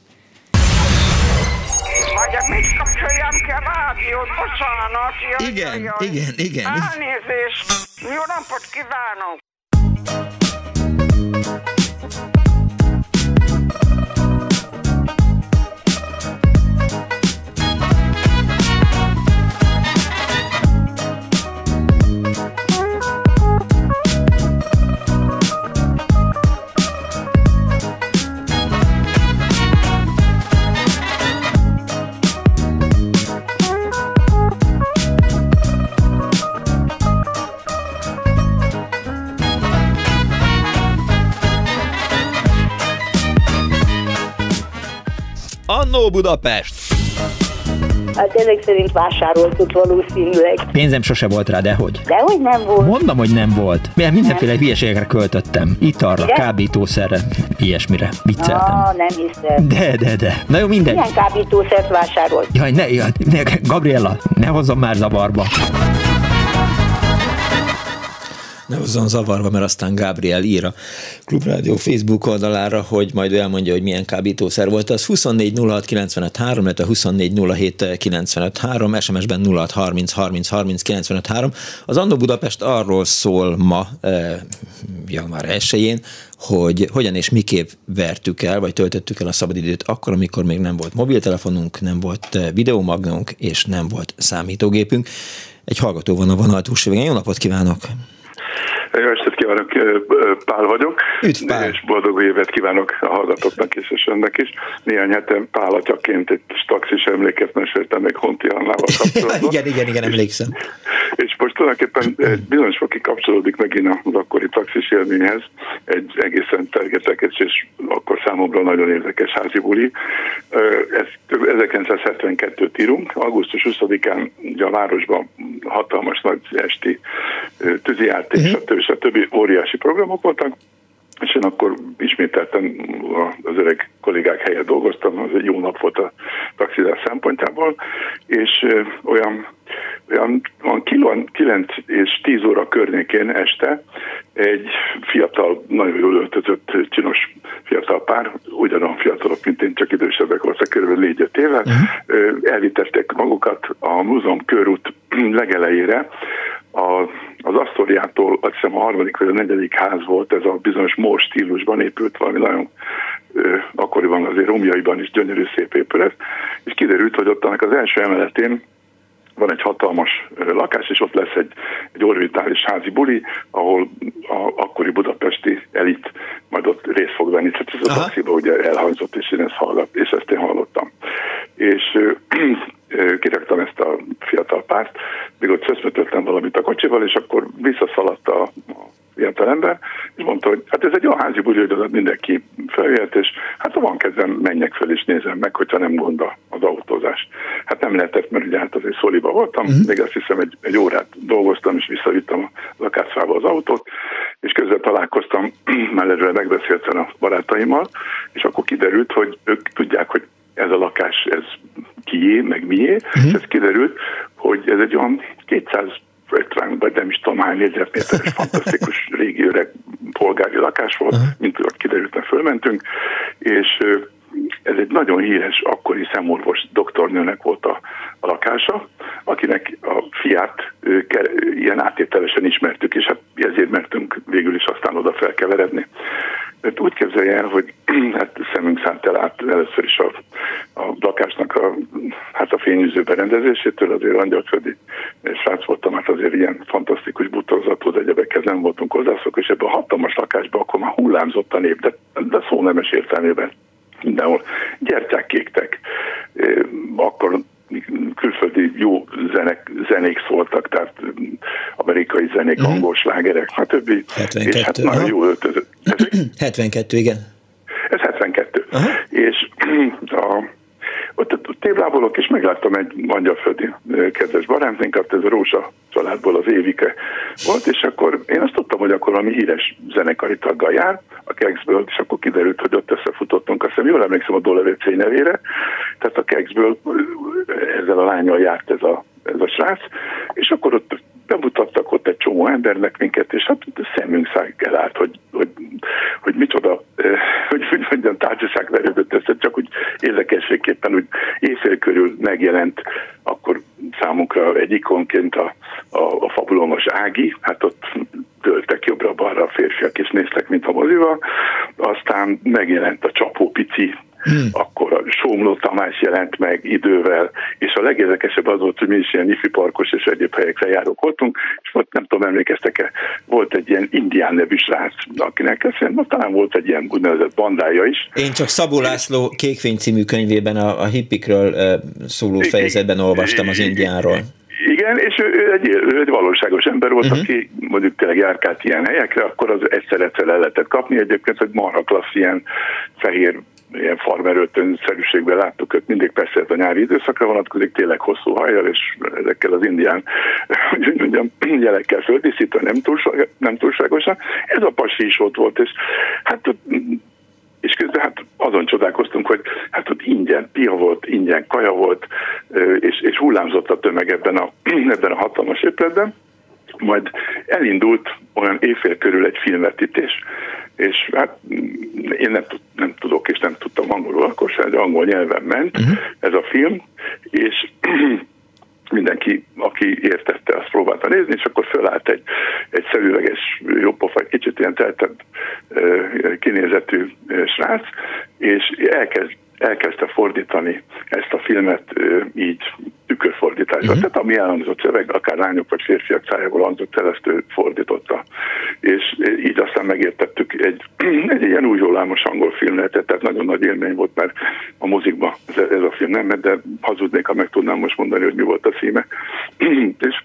Vagy mit kapcsoljam ki a rádiót? Bocsánat. Jaj, igen, jaj. igen, igen. Elnézést. Jó napot kívánok. Annó Budapest! Hát ezek szerint vásároltuk valószínűleg. Pénzem sose volt rá, dehogy? Dehogy nem volt. Mondom, hogy nem volt. Mert mindenféle hülyeségekre költöttem. Italra, igen? Kábítószerre, ilyesmire. Vicceltem. Ah, nem hiszem. De, de, de. Na jó, mindegy. Milyen kábítószert vásárolt? Jaj, ne, jaj, ne, Gabriella, ne hozzon már zavarba. Ne hozzon zavarba, mert aztán Gábriel ír a Klubrádió Facebook oldalára, hogy majd elmondja, hogy milyen kábítószer volt. Az huszonnégy nulla hat kilencvenöt három, illetve huszonnégy nulla hét kilencvenöt három, es em es-ben nulla hat harminc harminc harminc kilencvenöt három. Az Annó Budapest arról szól ma, eh, január elsején, hogy hogyan és miképp vertük el, vagy töltöttük el a szabadidőt akkor, amikor még nem volt mobiltelefonunk, nem volt videómagnónk, és nem volt számítógépünk. Egy hallgató van a vonal túlsó végén. Jó napot kívánok! Jó estét kívánok, Pál vagyok, Üdv, Pál. És boldog évet kívánok a hallgatóknak is, és önnek is. Néhány hete Pál atyaként egy taxis emléket meséltem még Honti Annával kapcsolatban. igen, igen, igen, emlékszem. És most tulajdonképpen egy bizonyos fokig kapcsolódik megint az akkori taxis élményhez, egy egészen tergetekes és akkor számomra nagyon érdekes házi buli. Ezt ezerkilencszázhetvenkettőt írunk, augusztus huszadikán ugye a városban hatalmas nagy esti tűzijáték, uh-huh. stb. stb. Óriási programok voltak, és én akkor ismételten az öreg kollégák helyett dolgoztam, az egy jó nap volt a taxizás szempontjából, és olyan, olyan, olyan kilenc és tíz óra környékén este egy fiatal, nagyon jól öltözött, csinos fiatal pár, ugyanolyan fiatalok, mint én, csak idősebbek voltak, körülbelül négy-öt éve, uh-huh. elvittették magukat a múzeum körút legelejére, a, az Asztoriától, azt hiszem a harmadik vagy a negyedik ház volt, ez a bizonyos mór stílusban épült, valami nagyon ö, akkoriban azért romjaiban is gyönyörű szép épület, és kiderült, hogy ott annak az első emeletén van egy hatalmas ö, lakás, és ott lesz egy, egy orbitális házi buli, ahol a akkori budapesti elit majd ott részt fog venni, tehát ez a taxiba ugye elhangzott, és én ezt, hallott, és ezt én hallottam. És ö, kiraktam ezt a fiatal párt, még ott szöszmötöttem valamit a kocsival, és akkor visszaszaladt a, a fiatal ember, és mondta, hogy hát ez egy olyan házi buli, hogy mindenki feljöhet, és hát ha van kedvem, menjek föl és nézem meg, hogyha nem gond az autózás. Hát nem lehetett, mert ugye hát azért Szóliba voltam, uh-huh. még azt hiszem egy, egy órát dolgoztam, és visszavittem a lakásába az autót, és közben találkoztam, már előre megbeszéltem a barátaimmal, és akkor kiderült, hogy ők tudják, hogy ez a lakás, ez kié, meg mié, uh-huh. és ez kiderült, hogy ez egy olyan kétszázötven, vagy nem is tudom hány négyzetméteres fantasztikus régi öreg polgári lakás volt, uh-huh. mint ott kiderült, mert fölmentünk, és ez egy nagyon híres akkori szemorvos doktornőnek volt a, a lakása, akinek a fiát ke, ilyen áttételesen ismertük, és hát ezért mertünk végül is aztán oda felkeveredni. Mert úgy képzelje el, hogy hát szemünk szállt el át először is a, a lakásnak a, hát a fényűző berendezésétől, azért angyalföldi srác voltam, hát azért ilyen fantasztikus bútorzatos egyebekhez nem voltunk hozzászok, és ebben a hatalmas lakásban akkor már hullámzott a nép, de, de szó nemes értelmében mindenhol. Gyertyák kégtek, akkor külföldi jó zenek, zenék szóltak, tehát amerikai zenék, uh-huh. angol slágerek, stb. hetvenkettő. És hát nagyon jó öltözött. hetvenkettő, igen. Ez hetvenkettő. Uh-huh. És a, ott a téblábolok, és megláttam egy angyalföldi kedves barátnénkat, ez a Rózsa családból az Évike volt, és akkor én azt tudtam, hogy akkor valami híres zenekari taggal jár, a Kexből, és akkor kiderült, hogy ott összefutottunk, azt hiszem, jól emlékszem a Dolevecei nevére, tehát a Kexből ezzel a lányal járt ez a, ez a srác, és akkor ott bemutattak ott egy csomó embernek minket, és hát szemünk szág elállt, hogy, hogy, hogy micsoda, hogy, hogy hogyan társaság verődött össze, csak úgy érdekességképpen, hogy éjfél körül megjelent akkor számunkra egy ikonként a, a, a fabulomos Ági, hát ott dőltek jobbra-balra a férfiak, és néztek, mint a mozival, aztán megjelent a Csapó Pici, Hmm. akkor a Sómló Tamás jelent meg idővel, és a legérdekesebb az volt, hogy mi is ilyen ifi parkos és egyéb helyekre járók voltunk, és volt, nem tudom, emlékeztek-e, volt egy ilyen indián nevű srác, akinek ezt, talán volt egy ilyen úgynevezett bandája is. Én csak Szabó László Kékfény című könyvében a, a hippikről uh, szóló fejezetben olvastam az indiánról. Igen, és ő egy, ő egy valóságos ember volt, uh-huh. aki mondjuk tényleg járkált ilyen helyekre, akkor az egyszer-egyszer el lehetett kapni, egyébként, hogy marha klassz ilyen fehér ilyen farmeröltönszerűségben láttuk őt, mindig persze ez a nyári időszakra vonatkozik, tényleg hosszú hajjal, és ezekkel az indián hogy mondjam, jelekkel földíszítve, nem, túlság, nem túlságosan. Ez a pasi is ott volt, és hát és közben hát azon csodálkoztunk, hogy hát ott ingyen pia volt, ingyen kaja volt, és, és hullámzott a tömeg ebben a, ebben a hatalmas épületben. majd elindult olyan évfél körül egy filmvetítés, és hát én nem, nem tudok és nem tudtam angolul, akkor sem, de angol nyelven ment uh-huh. ez a film, és mindenki, aki értette, azt próbálta nézni, és akkor fölállt egy, egy szemüveges, jópofa, egy kicsit ilyen teltebb kinézetű srác, és elkezd, elkezdte fordítani ezt a filmet így tükörfordításban. Uh-huh. Tehát ami elhangzott szöveg, akár lányok vagy férfiak szájából hangzott el, ezt ő fordította. És így aztán megértettük egy, egy ilyen új zsólámos angol film lehetett, tehát nagyon nagy élmény volt, mert a mozikban ez, ez a film nem, de hazudnék, ha meg tudnám most mondani, hogy mi volt a címe. És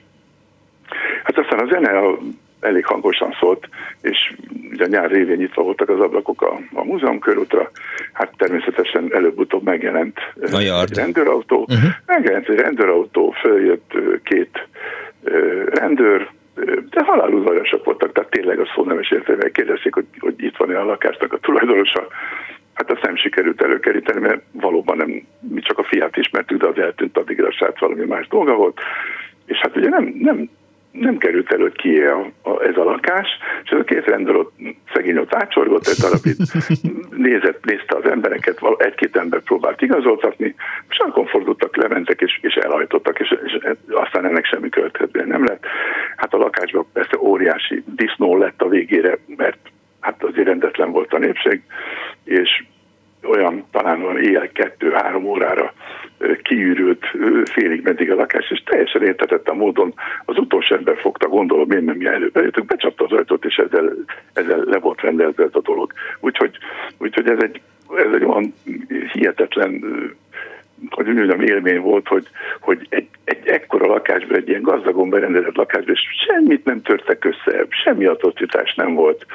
hát aztán a zene a elég hangosan szólt, és ugye a nyár révén nyitva voltak az ablakok a, a múzeum körútra, hát természetesen előbb-utóbb megjelent a egy rendőrautó, uh-huh. megjelent egy rendőrautó, följött két uh, rendőr, de haláludvarosak voltak, tehát tényleg a szó nemes értelmében kérdezték, hogy, hogy itt van-e a lakásnak a tulajdonosa. Hát azt nem sikerült előkeríteni, mert valóban nem, mi csak a fiát ismertük, de az eltűnt, addigra a srác valami más dolga volt, és hát ugye nem, nem nem került elő, hogy ki a, a, ez a lakás, és ez a két rendőr ott szegény ott átsorgott egy darabig, nézett, nézte az embereket, egy-két ember próbált igazoltatni, és akkor fordultak, lementek és, és elhajtottak, és, és aztán ennek semmi következménye nem lett. Hát a lakásban persze óriási disznó lett a végére, mert hát azért rendetlen volt a népség, és olyan, talán olyan éjjel kettő-három órára kiürült félig meddig a lakás, és teljesen értetetlen módon az utolsó ember fogta, gondolom én, mert mi előbb bejöttünk, becsapta az ajtót, és ezzel, ezzel le volt rendelve ez a dolog. Úgyhogy, úgyhogy ez, egy, ez egy olyan hihetetlen, hogy mondjam, élmény volt, hogy, hogy egy, egy ekkora lakásban, egy ilyen gazdagon berendezett lakásban, és semmit nem törtek össze, semmi atrocitás nem volt.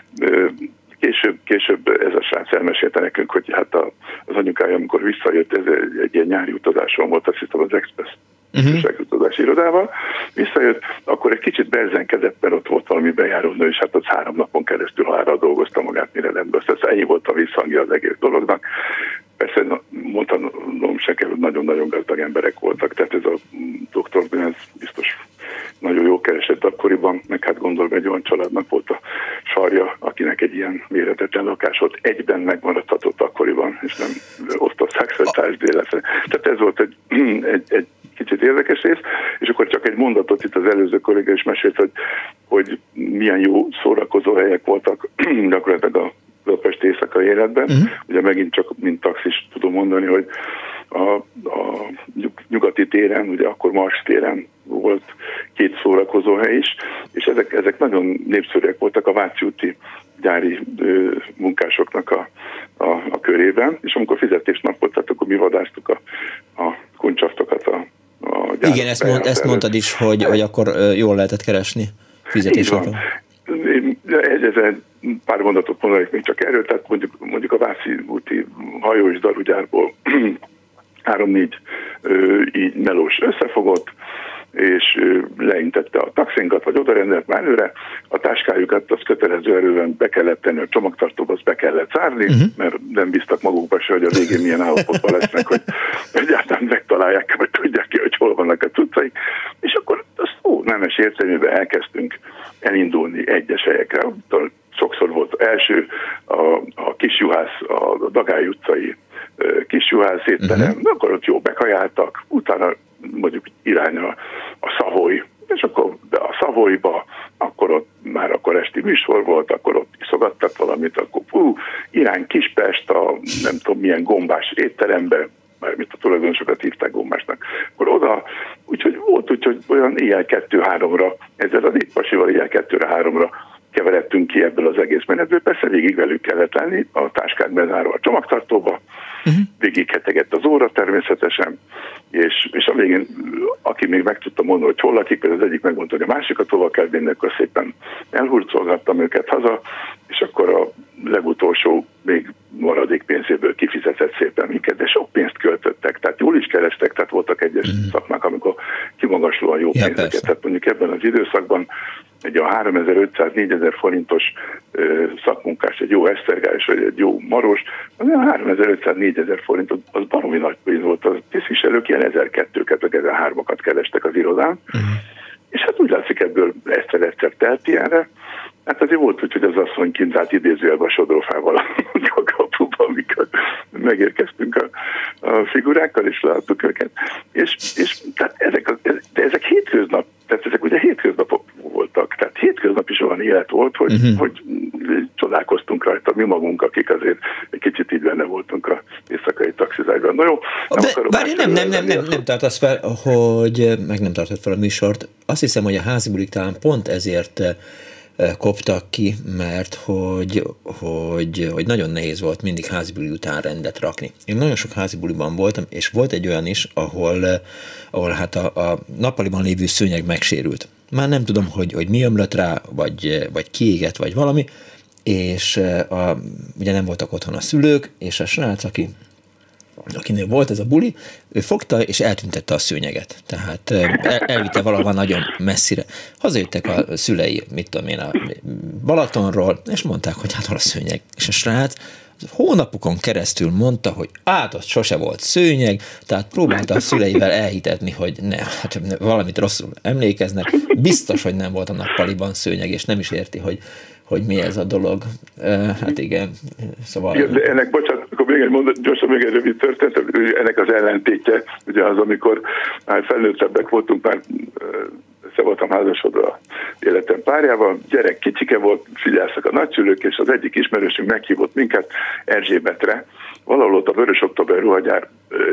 Később, később ez a srác elmesélte nekünk, hogy hát a, az anyukája, amikor visszajött, ez egy, egy ilyen nyári utazáson volt, azt hiszem az Express uh-huh. utazási irodával, visszajött, akkor egy kicsit berzenkedett, mert ott volt valami bejárónő, és hát az három napon keresztül halálra dolgozta magát, mire rendbe. Aztán ennyi volt a visszhangja az egész dolognak. Persze mondhanom se kell, hogy nagyon-nagyon gazdag emberek voltak, tehát ez a doktor Bűnz biztos nagyon jó keresett akkoriban, meg hát gondolom egy olyan családnak volt a sarja, akinek egy ilyen méretetlen lakás volt, egyben megmaradhatott akkoriban, és nem osztották fel társdéletre. Tehát ez volt egy, egy, egy kicsit érdekes rész, és akkor csak egy mondatot itt az előző kolléga is mesélt, hogy, hogy milyen jó szórakozó helyek voltak gyakorlatilag a Budapesti éjszakai életben. Uh-huh. Ugye megint csak mint taxis tudom mondani, hogy a, a nyugati téren, ugye akkor Mars téren volt két szórakozóhely is, és ezek, ezek nagyon népszerűek voltak a Váci úti gyári ö, munkásoknak a, a, a körében, és amikor fizetésnap volt, tehát akkor mi vadásztuk a, a kuncsaftokat a, a gyári. Igen, ezt, mond, ezt mondtad is, hogy, hogy akkor jól lehetett keresni fizetésnapon. Ezen pár mondatot mondanék még csak erről, tehát mondjuk, mondjuk a Váci úti hajó és darugyárból három-négy így melós összefogott, és leintette a taxinkat, vagy odarendelt már előre, a táskájukat az kötelező erőben be kellett tenni, a csomagtartóba azt be kellett zárni, uh-huh. mert nem bíztak magukba se, hogy a végén milyen állapotban lesznek, hogy egyáltalán megtalálják, vagy tudják ki, hogy hol vannak a cuccaik, és akkor azt ó, nemes értelmében elkezdtünk elindulni egyes helyekre. Sokszor volt első a, a kisjuhász, a Dagály utcai kisjuhász étterem, uh-huh. akkor ott jó bekajáltak, utána mondjuk irányra a Savoy, és akkor be a Savoyba, akkor ott már akkor esti műsor volt, akkor ott iszogattak valamit, akkor fú, irány Kispest, a nem tudom milyen gombás étterembe, mármint a tulajdonosokat hívták gombásnak, akkor oda, úgyhogy volt úgy, hogy olyan éjjel kettő-háromra, ezzel az Ittpasival éjjel kettőre-háromra keveredtünk ki ebből az egész menetből, persze végig velük kellett lenni, a táskát bezárva a csomagtartóba, uh-huh. végig hetegett az óra természetesen, és, és a végén, aki még meg tudta mondani, hogy hol lakik, az egyik megmondta, hogy a másikat hova kell vinni, akkor szépen elhurcolgattam őket haza, és akkor a legutolsó még maradék pénzéből kifizetett szépen minket, de sok pénzt költöttek, tehát jól is kerestek, tehát voltak egyes mm. szakmák, amikor kimagaslóan jó ja, pénzeket, persze. Tehát mondjuk ebben az időszakban egy a háromezer-ötszáz-négyezer forintos ö, szakmunkás, egy jó esztergás, vagy egy jó maros, az olyan háromezer-ötszáz-négyezer forint, az baromi nagy pénz volt, a tisztviselők ilyen ezerkettőket, vagy ezerhármakat kerestek az irodán, uh-huh. és hát úgy látszik ebből egyszer-egyszer telt ilyenre. Hát azért volt úgy, hogy az asszony kint állt idézőjelben a sodrófával a kapuban, amikor megérkeztünk a, a figurákkal, és láttuk őket. És, és tehát ezek, a, de ezek hétköznap, tehát ezek ugye hétköznapok voltak. Tehát hétköznap is olyan élet volt, hogy, uh-huh. hogy csodálkoztunk rajta mi magunk, akik azért egy kicsit így benne voltunk a éjszakai taxizásban. Na jó, nem Bár nem, nem, nem, nem, nem tartasz fel, hogy meg nem tartod fel a műsort. Azt hiszem, hogy a házi bulik talán pont ezért koptak ki, mert hogy, hogy, hogy nagyon nehéz volt mindig házibuli után rendet rakni. Én nagyon sok házibuliban voltam, és volt egy olyan is, ahol, ahol hát a, a nappaliban lévő szőnyeg megsérült. Már nem tudom, hogy, hogy mi ömlött rá, vagy, vagy kiégett, vagy valami, és a, ugye nem voltak otthon a szülők, és a srác, aki akinél volt ez a buli, ő fogta és eltüntette a szőnyeget. Tehát el, elvitte valahol nagyon messzire. Hazajöttek a szülei, mit tudom én, a Balatonról, és mondták, hogy hát hol a szőnyeg. És a srác hónapokon keresztül mondta, hogy át ott sose volt szőnyeg, tehát próbálta a szüleivel elhitetni, hogy ne, hát valamit rosszul emlékeznek. Biztos, hogy nem volt a nappaliban szőnyeg, és nem is érti, hogy hogy mi ez a dolog. Hát igen, szóval... Ja, de ennek, bocsánat, akkor még egy mondat, gyorsan még egy rövid történet, ennek az ellentétje, ugye az, amikor már felnőttebbek voltunk, már össze voltam házasodva életem párjával, gyerek kicsike volt, figyelszak a nagyszülők, és az egyik ismerősünk meghívott minket Erzsébetre, valahol ott a Vörös Október ruhagyár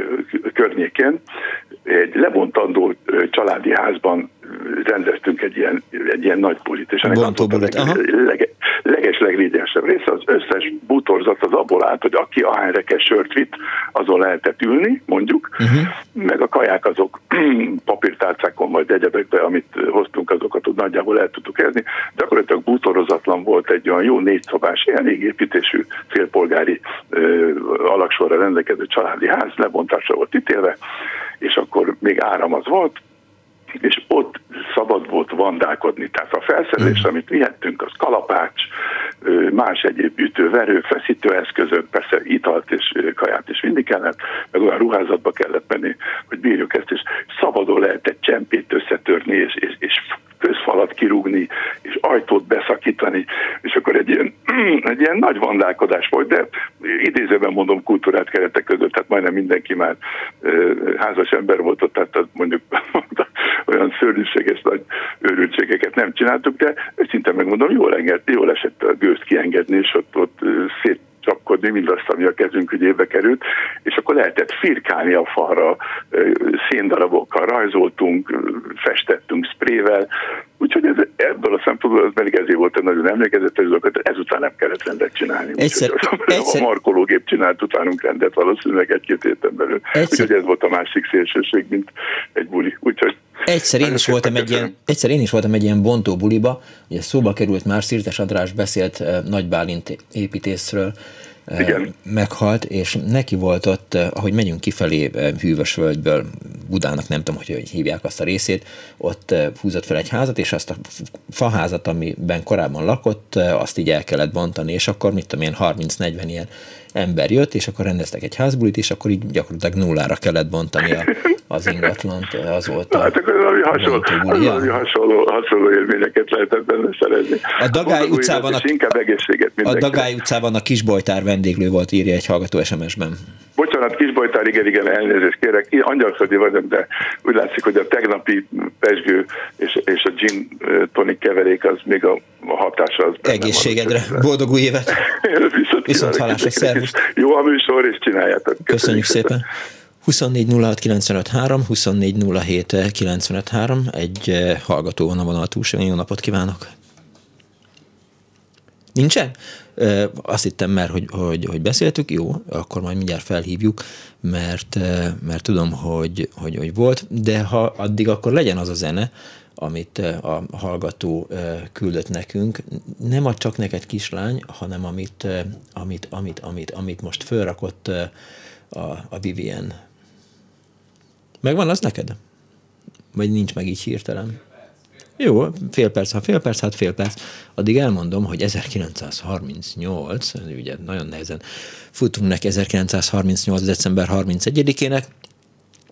környékén, egy lebontandó családi házban rendeztünk egy ilyen, egy ilyen nagy bulit, és ennek az volt a leg, leges legrégensebb része, az összes bútorzat az abból állt, hogy aki ahány rekesz sört vitt, azon lehetett ülni, mondjuk, uh-huh. meg a kaják azok papírtálcákon vagy egyebekbe, amit hoztunk, azokat úgy nagyjából el tudtuk érni. Gyakorlatilag bútorozatlan volt egy olyan jó négy szobás, ilyen égépítésű félpolgári ö, alaksorra rendelkező családi ház, lebontásra volt ítélve, és akkor még áram az volt, és ott szabad volt vandálkodni. Tehát a felszerelés, amit vihettünk, az kalapács, más egyéb ütőverő, feszítőeszközök, persze italt és kaját is vinni kellett, meg olyan ruházatba kellett menni, hogy bírjuk ezt, és szabadon lehetett csempét összetörni, és, és, és közfalat kirúgni, és ajtót beszakítani, és akkor egy ilyen, egy ilyen nagy vandálkodás volt, de idézőben mondom kultúrát keretek között, tehát majdnem mindenki már házas ember volt ott, tehát mondjuk olyan szörnyűséges nagy őrültségeket nem csináltuk, de őszintén megmondom, jól, enged, jól esett a gőzt kiengedni, és ott, ott szét csapkodni mindazt, ami a kezünk ügyébe került, és akkor lehetett firkálni a falra, széndarabokkal rajzoltunk, festettünk sprével, úgyhogy ez, ebből a szempontból az pedig ezért volt egy nagyon emlékezetes dolog, ezután nem kellett rendet csinálni. Egyszer, úgyhogy egyszer, a markológép csinált utánunk rendet valószínűleg egy-két héten belül. Egyszer, úgyhogy ez volt a másik szélsőség, mint egy buli. Úgyhogy Egyszer én, is voltam egy ilyen, egyszer én is voltam egy ilyen bontó buliba, ugye szóba került már, Szirtes András beszélt uh, Nagy Bálint építészről, uh, meghalt, és neki volt ott, uh, ahogy megyünk kifelé uh, Hűvösvölgyből, Budának nem tudom, hogy, hogy hívják azt a részét, ott uh, húzott fel egy házat, és azt a faházat, amiben korábban lakott, uh, azt így el kellett bontani, és akkor mit tudom én, harminc-negyven ilyen ember jött, és akkor rendeztek egy házbulit, és akkor így gyakorlatilag nullára kellett bontani a, az ingatlant, az volt a... Hát akkor valami hasonló, valami hasonló, hasonló élményeket lehetett benne szerezni. A Dagály utcában a, inkább egészséget a Dagály utcában a Kisbojtár vendéglő volt, írja egy hallgató es em es-ben. Bocsánat, Kisbojtár, igen, igen, elnézést kérek. Én angyalföldi vagyok, de úgy látszik, hogy a tegnapi pezsgő és, és a gin tonic keverék, az még a, a hatása az... Egészségedre, boldog új évet! Viszont, Viszont hallásra, szervusz! Jó a műsor, és csináljátok. Köszönjük, Köszönjük szépen! huszonnégy nulla hat kilencvenöt három, huszonnégy nulla hét kilencvenöt három, egy hallgató van a vonal túlsó, jó napot kívánok! Nincsen? Azt hittem már, hogy, hogy, hogy beszéltük, jó, akkor majd mindjárt felhívjuk, mert, mert tudom, hogy, hogy, hogy volt, de ha addig akkor legyen az a zene, amit a hallgató küldött nekünk, nem ad csak neked kislány, hanem amit, amit, amit, amit, amit most fölrakott a, a Vivien. Megvan az neked? Vagy nincs meg így hirtelen? Jó, fél perc, ha fél perc, hát fél perc. Addig elmondom, hogy ezerkilencszázharmincnyolc, ugye nagyon nehezen futunk neki ezerkilencszázharmincnyolc. december harmincegyedikének,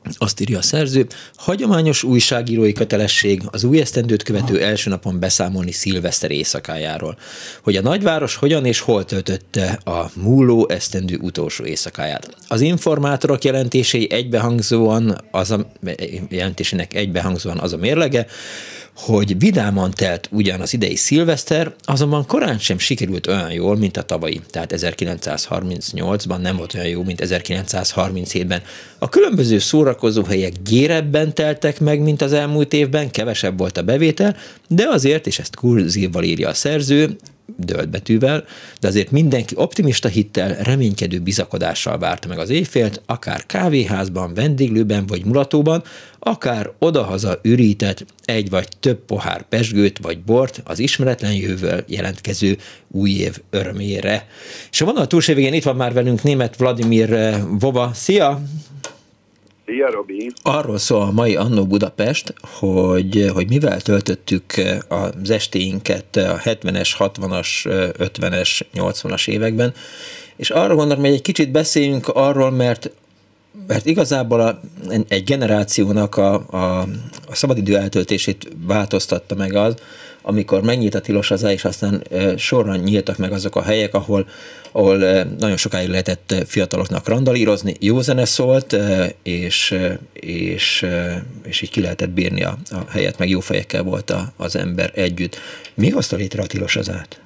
Azt írja a szerző, hagyományos újságírói kötelesség az új esztendőt követő első napon beszámolni szilveszter éjszakájáról. Hogy a nagyváros hogyan és hol töltötte a múló esztendő utolsó éjszakáját. Az informátorok jelentései egybehangzóan az a, jelentésének egybehangzóan az a mérlege, hogy vidáman telt ugyan az idei szilveszter, azonban korán sem sikerült olyan jól, mint a tavalyi, tehát ezerkilencszázharmincnyolcban nem volt olyan jó, mint ezerkilencszázharminchétben. A különböző szórakozóhelyek gyérebben teltek meg, mint az elmúlt évben, kevesebb volt a bevétel, de azért, és ezt kurzívval írja a szerző, dölt betűvel, de azért mindenki optimista hittel, reménykedő bizakodással várta meg az éjfélt, akár kávéházban, vendéglőben vagy mulatóban, akár odahaza ürített egy vagy több pohár pezsgőt vagy bort az ismeretlen jövővel jelentkező új év örömére. És a vonal túlsó végén itt van már velünk Németh Vladimir Vova. Szia! Szia, Robi! Arról szól a mai Annó Budapest, hogy, hogy mivel töltöttük az estéinket a hetvenes, hatvanas, ötvenes, nyolcvanas években, és arra gondolom, hogy egy kicsit beszéljünk arról, mert, mert igazából a, egy generációnak a, a, a szabadidő eltöltését változtatta meg az, amikor megnyílt a tilos hazá, és aztán e, sorra nyíltak meg azok a helyek, ahol, ahol e, nagyon sokáig lehetett fiataloknak randalírozni, jó zene szólt, e, és, e, és, e, és így ki lehetett bírni a, a helyet, meg jó fejekkel volt a, az ember együtt. Mi hozta létre a tilos hazát?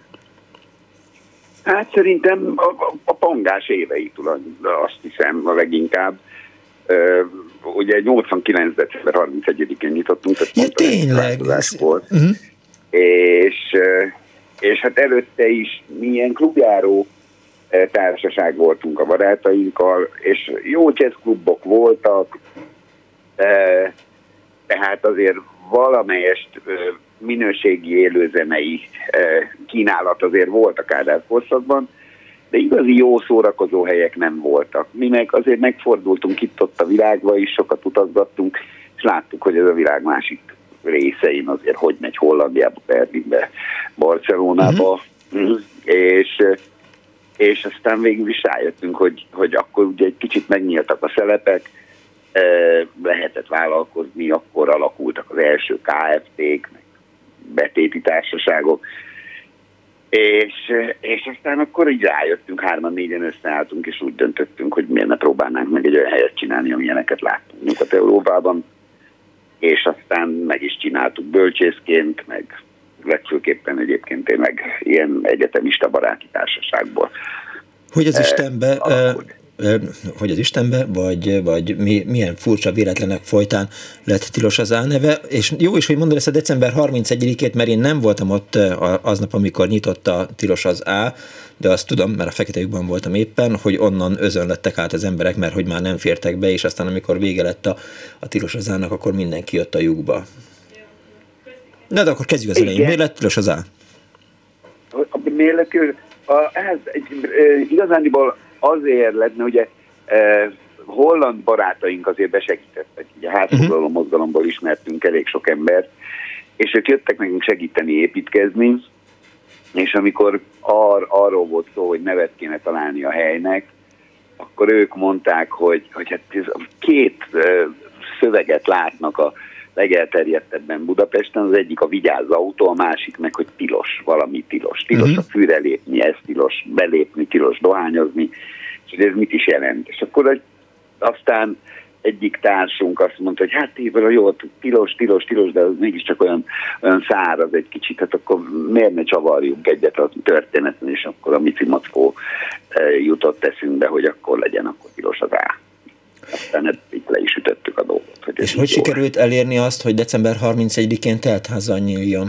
Hát szerintem a, a pangás évei tulajdonképpen, azt hiszem a leginkább. Uh, ugye nyolcvankilenc december harmincegyedikén nyitottunk, tehát ja, mondtam, tényleg volt. Uh-huh. És, és hát előtte is milyen klubjáró társaság voltunk a barátainkkal, és jó jazzklubok voltak, tehát azért valamelyest minőségi élőzenei kínálat azért volt a Kádár korszakban, de igazi jó szórakozó helyek nem voltak. Mi meg azért megfordultunk itt-ott a világba is, sokat utazgattunk, és láttuk, hogy ez a világ másik részein azért hogy megy Hollandiába, Berlinbe, Barcelonába, uh-huh. és, és aztán végül is rájöttünk, hogy, hogy akkor ugye egy kicsit megnyíltak a szelepek, lehetett vállalkozni, akkor alakultak az első ká ef té-k, meg betéti társaságok, És, és aztán akkor így rájöttünk, hárman, négyen összeálltunk, és úgy döntöttünk, hogy miért ne próbálnánk meg egy olyan helyet csinálni, amilyeneket láttunk Nyugat-Európában, és aztán meg is csináltuk bölcsészként, meg legfőképpen egyébként tényleg ilyen egyetemista baráti társaságból. Hogy az Istenbe... E, hogy az Istenbe, vagy, vagy mi, milyen furcsa véletlenek folytán lett tilos az álneve, és jó is, hogy mondod ezt a december harmincegyedikét, mert én nem voltam ott aznap, amikor nyitott a tilos az á, de azt tudom, mert a fekete lyukban voltam éppen, hogy onnan özönlettek át az emberek, mert hogy már nem fértek be, és aztán amikor vége lett a, a tilos az á-nak, akkor mindenki jött a lyukba. Na, de akkor kezdjük az elején. Miért lett tilos az á? Miért lett ez igazániból azért lett, mert ugye eh, holland barátaink azért besegítettek, ugye házfoglaló mozgalomból ismertünk elég sok embert, és ők jöttek nekünk segíteni építkezni, és amikor ar, arról volt szó, hogy nevet kéne találni a helynek, akkor ők mondták, hogy, hogy hát ez két eh, szöveget látnak a legelterjedtebben Budapesten, az egyik a vigyázz autó, a másik meg, hogy tilos, valami tilos. Tilos uh-huh. a fűre lépni, ez tilos belépni, tilos dohányozni, és ez mit is jelent. És akkor aztán egyik társunk azt mondta, hogy hát évvel jó, tilos, tilos, tilos, de az mégiscsak olyan, olyan száraz egy kicsit, hát akkor miért ne csavarjunk egyet a történeten, és akkor a Mici Mackó jutott eszünkbe, hogy akkor legyen, akkor tilos az á. Aztán itt le is ütöttük a dolgot. Hogy és hogy sikerült elérni azt, hogy december harmincegyedikén teltházzal nyíljon?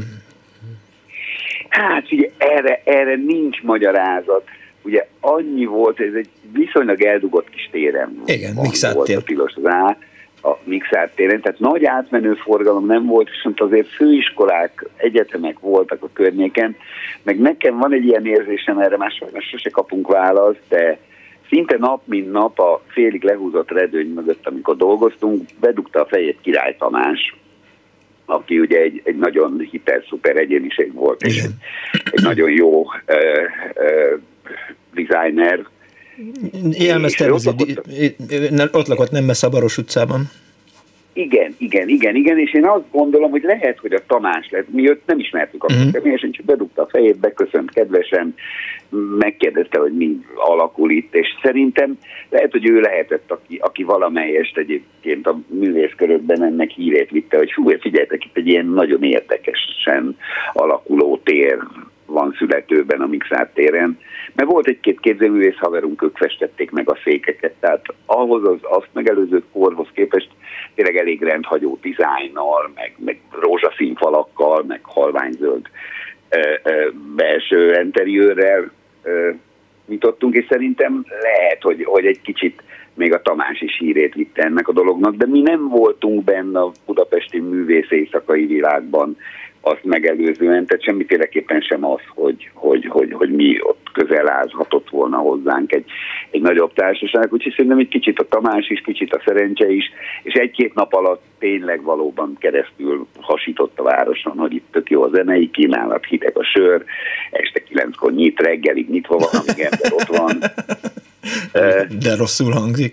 Hát ugye erre, erre nincs magyarázat. Ugye annyi volt, ez egy viszonylag eldugott kis téren. Igen, Mixát tér. A tilos az á, a Mixát téren, tehát nagy átmenő forgalom nem volt, viszont azért főiskolák, egyetemek voltak a környéken, meg nekem van egy ilyen érzésem, erre másról sose kapunk választ, de szinte nap, mint nap a félig lehúzott redőny mögött, amikor dolgoztunk, bedugta a fejét Király Tamás, aki ugye egy, egy nagyon hiper-szuper egyéniség volt, és egy, egy nagyon jó uh, uh, designer, Jelmeztervező, ott, ott lakott nem messze a Baros utcában. Igen, igen, igen, igen, és én azt gondolom, hogy lehet, hogy a Tamás lett, mi őt nem ismertük akkor uh-huh. személyesen, csak bedugta a fejét, beköszönt kedvesen, megkérdezte, hogy mi alakul itt, és szerintem lehet, hogy ő lehetett, aki, aki valamelyest egyébként a művészkörökben ennek hírét vitte, hogy hú, figyeljetek, itt egy ilyen nagyon érdekesen alakuló tér van Születőben, a Mixár téren, mert volt egy-két képzőművész haverunk, ők festették meg a székeket, tehát ahhoz az azt megelőző korhoz képest tényleg elég rendhagyó dizájnnal, meg, meg rózsaszín falakkal, meg halványzöld ö, ö, belső interiőrrel ö, nyitottunk, és szerintem lehet, hogy, hogy egy kicsit még a Tamás is hírét vitte ennek a dolognak, de mi nem voltunk benne a budapesti művész éjszakai világban azt megelőzően, tehát semmiféleképpen sem az, hogy, hogy, hogy, hogy mi ott közel állhatott volna hozzánk egy, egy nagyobb társaság, úgyhogy szerintem egy kicsit a Tamás is, kicsit a szerencse is, és egy-két nap alatt tényleg valóban keresztül hasított a városon, hogy itt tök jó a zenei kínálat, hideg a sör, este kilenckor nyit, reggelig nyitva van, amíg ember ott van. De rosszul hangzik.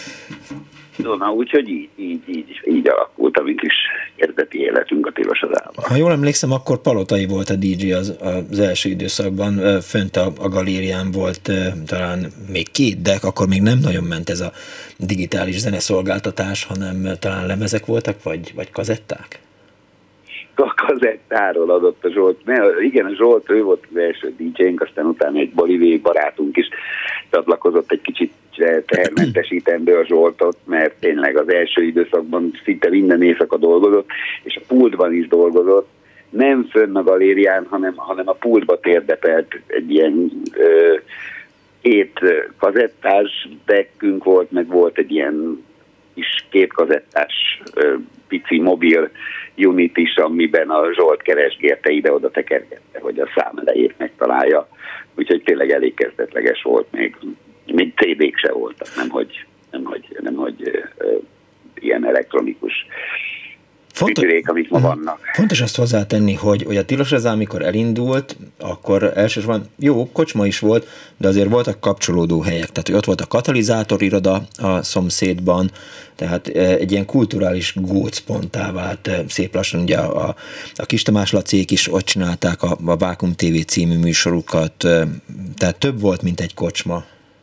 Na, úgyhogy így, így, így, így alakult a mi kis kezdeti életünk a Tilos Adában. Ha jól emlékszem, akkor Palotai volt a dé dzsé az, az első időszakban, fönt a, a galérián volt talán még két dek, akkor még nem nagyon ment ez a digitális zeneszolgáltatás, hanem talán lemezek voltak, vagy, vagy kazetták? A kazettáról adott a Zsolt. Ne, igen, a Zsolt, ő volt az első dé dzsénk, aztán utána egy bolivé barátunk is csatlakozott, egy kicsit tehermentesítendő a Zsoltot, mert tényleg az első időszakban szinte minden éjszaka dolgozott, és a pultban is dolgozott, nem fönn a galérián, hanem, hanem a pultba térdepelt egy ilyen ö, két kazettás deckünk volt, meg volt egy ilyen kis két kazettás ö, pici mobil unit is, amiben a Zsolt keresgélte, ide-oda tekergette, hogy a szám elejét megtalálja. Úgyhogy tényleg elég kezdetleges volt, még, még cé dék se voltak, nem hogy, nem hogy, nem hogy ö, ilyen elektronikus működék, amik ma vannak. Fontos azt hozzátenni, hogy, hogy a Tilos Rezá, amikor elindult, akkor elsősorban jó, kocsma is volt, de azért voltak kapcsolódó helyek, tehát hogy ott volt a katalizátoriroda a szomszédban, tehát egy ilyen kulturális gócponttá vált szép lassan, ugye a, a Kis Tamás Lacék is ott csinálták a, a Vákum té vé című műsorukat, tehát több volt, mint egy kocsma.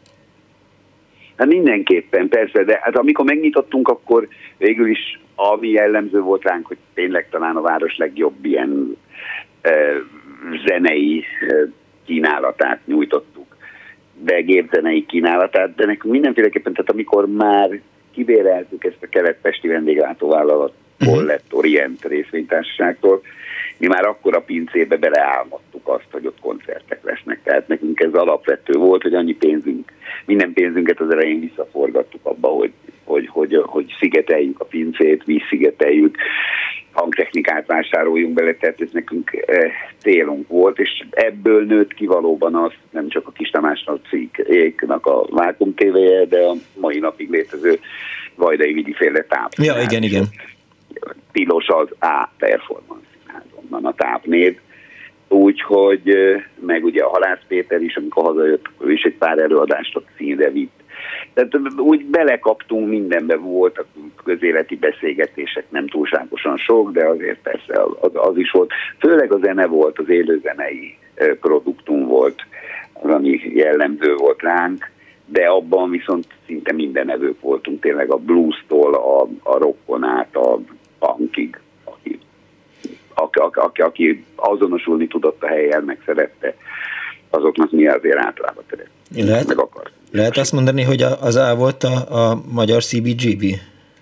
Hát mindenképpen, persze, de hát amikor megnyitottunk, akkor végül is ami jellemző volt ránk, hogy tényleg talán a város legjobb ilyen e, zenei e, kínálatát nyújtottuk, de gépzenei kínálatát, de nekünk mindenféleképpen, tehát amikor már kibéreltük ezt a kelet-pesti vendéglátóvállalatból lett Orient részvénytársaságtól, mi már akkor a pincébe beleálmodtuk azt, hogy ott koncertek lesznek. Tehát nekünk ez alapvető volt, hogy annyi pénzünk, minden pénzünket az elején visszaforgattuk abba, hogy, hogy, hogy, hogy szigeteljük a pincét, vízszigeteljük, hangtechnikát vásároljunk bele, tehát ez nekünk e, célunk volt, és ebből nőtt ki valóban az, nem csak a Kis Tamás Lacéknak a Vákum té vé-je, de a mai napig létező Vajdai Vigyiféle táp. Ja, igen, igen. Tilos az A performance színházon a tápnév. Úgyhogy, meg ugye a Halász Péter is, amikor hazajött, ő is egy pár előadást ott színre vitt. Tehát úgy belekaptunk mindenbe, voltak közéleti beszélgetések, nem túlságosan sok, de azért persze az, az is volt. Főleg a zene volt, az élőzenei produktum volt, az, ami jellemző volt ránk, de abban viszont szinte minden evők voltunk, tényleg a blues-tól a, a rockon át, a punkig, aki, aki, aki, aki azonosulni tudott a helyen, meg szerette, azoknak mi azért általában lehet, meg akart. Lehet azt mondani, hogy az A volt a, a magyar cé bé gé bé?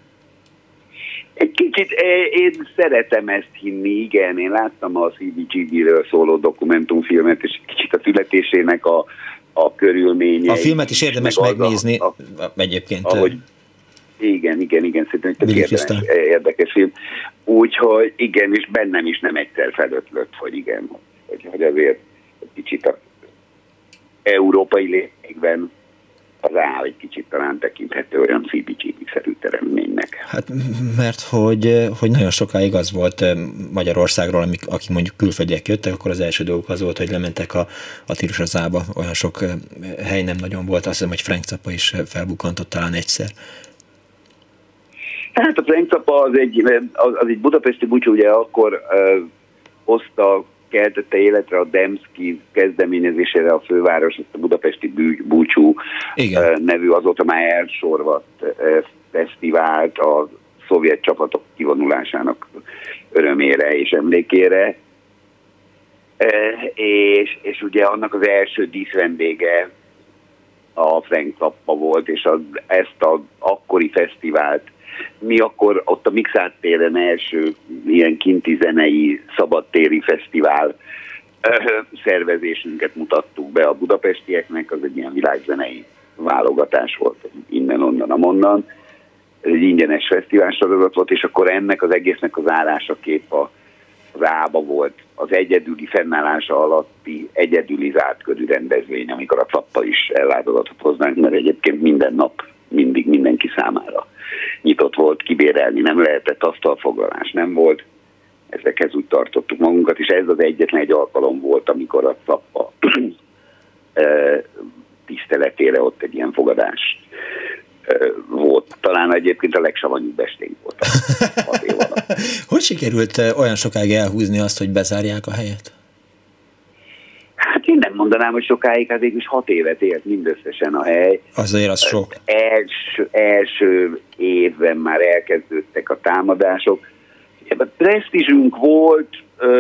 Egy kicsit én szeretem ezt hinni, igen. Én láttam a cé bé gé bé-ről szóló dokumentumfilmet, és kicsit a születésének a, a körülményei. A filmet is érdemes meg megnézni a, a, egyébként. Ahogy, igen, igen, igen, szerintem érdemes, érdekes film. Úgyhogy igen, és bennem is nem egyszer felötlött, hogy igen, hogy, hogy azért egy kicsit a európai léptékben az A egy kicsit talán tekinthető olyan cé bé gé bé-szerű teremtménynek. Hát mert hogy, hogy nagyon sokáig az volt Magyarországról, amik, akik mondjuk külföldiek jöttek, akkor az első dolguk az volt, hogy lementek a, a Tilos az A-ba, olyan sok hely nem nagyon volt, azt hiszem, hogy Frank Zappa is felbukkantott talán egyszer. Hát a Frank Zappa az egy, az, az egy budapesti búcsú, ugye akkor uh, hozta, keltette életre a Demszki kezdeményezésére a főváros, ezt a budapesti búcsú uh, nevű, azóta már elsorvadt uh, fesztivált a szovjet csapatok kivonulásának örömére és emlékére. Uh, és, és ugye annak az első díszvendége a Frank Zappa volt, és az, ezt az akkori fesztivált mi akkor ott a Mixát téren első ilyen kinti zenei szabadtéri fesztivál szervezésünket mutattuk be a budapestieknek, az egy ilyen világzenei válogatás volt, innen, onnan, amonnan. Ez egy ingyenes fesztivál sorozat volt, és akkor ennek az egésznek az állásaképp az A-ba volt az egyedüli fennállása alatti egyedüli zártkörű rendezvény, amikor a Zappa is ellátogatott hozzánk, mert egyébként minden nap mindig mindenki számára nyitott volt, kibérelni nem lehetett, asztalfoglalás nem volt. Ezekhez úgy tartottuk magunkat, és ez az egyetlen egy alkalom volt, amikor a Zappa tiszteletére ott egy ilyen fogadás volt. Talán egyébként a legsavanyúbb esténk volt. Hogy sikerült olyan sokáig elhúzni azt, hogy bezárják a helyet? Hát én nem mondanám, hogy sokáig, hát végül is hat évet élt mindösszesen a hely. Azért az sok. Els, első évben már elkezdődtek a támadások. Ebben presztízsünk volt,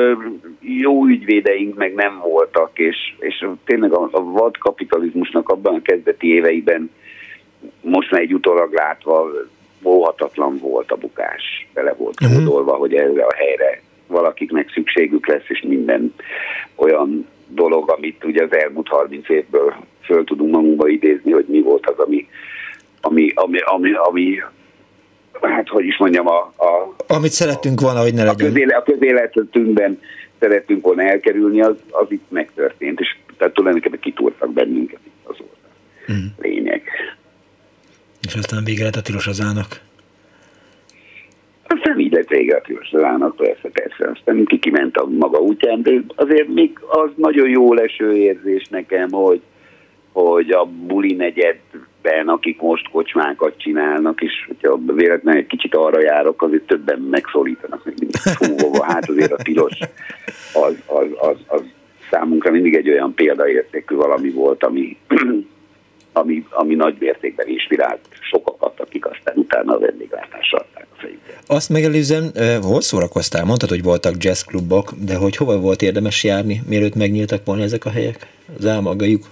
jó ügyvédeink meg nem voltak, és, és tényleg a, a vadkapitalizmusnak abban a kezdeti éveiben most már egy utólag látva óhatatlan volt a bukás. Bele volt kódolva, hogy erre a helyre valakiknek szükségük lesz, és minden olyan dolog, amit ugye az elmúlt harminc évből föl tudunk magunkba idézni, hogy mi volt az, ami, ami, ami, ami, ami hát hogy is mondjam, a, a amit szerettünk volna, hogy ne legyen. A, közéle, a közéletünkben szerettünk volna elkerülni, az, az itt megtörtént, és tehát tulajdonképpen kitúrtak bennünket, az volt a mm. lényeg. És aztán vége lett a Tilos az A-nak. Aztán így lett vége a Tilos az A-nak, persze, persze. Aztán ki kiment a maga útján, de azért még az nagyon jó leső érzés nekem, hogy, hogy a buli negyedben, akik most kocsmákat csinálnak, és hogyha véletlenül egy kicsit arra járok, azért többen megszólítanak, hogy mindig fúvóva. Hát azért a Tilos az, az, az, az számunkra mindig egy olyan példaértékű valami volt, ami... ami, ami nagy mértékben inspirált sokakat, akik aztán utána a vendéglátásra adták a fejükre. Azt megelőzően, hol szórakoztál? Mondtad, hogy voltak jazzklubok, de hogy hova volt érdemes járni, mielőtt megnyíltak volna ezek a helyek? Az álmagajuk?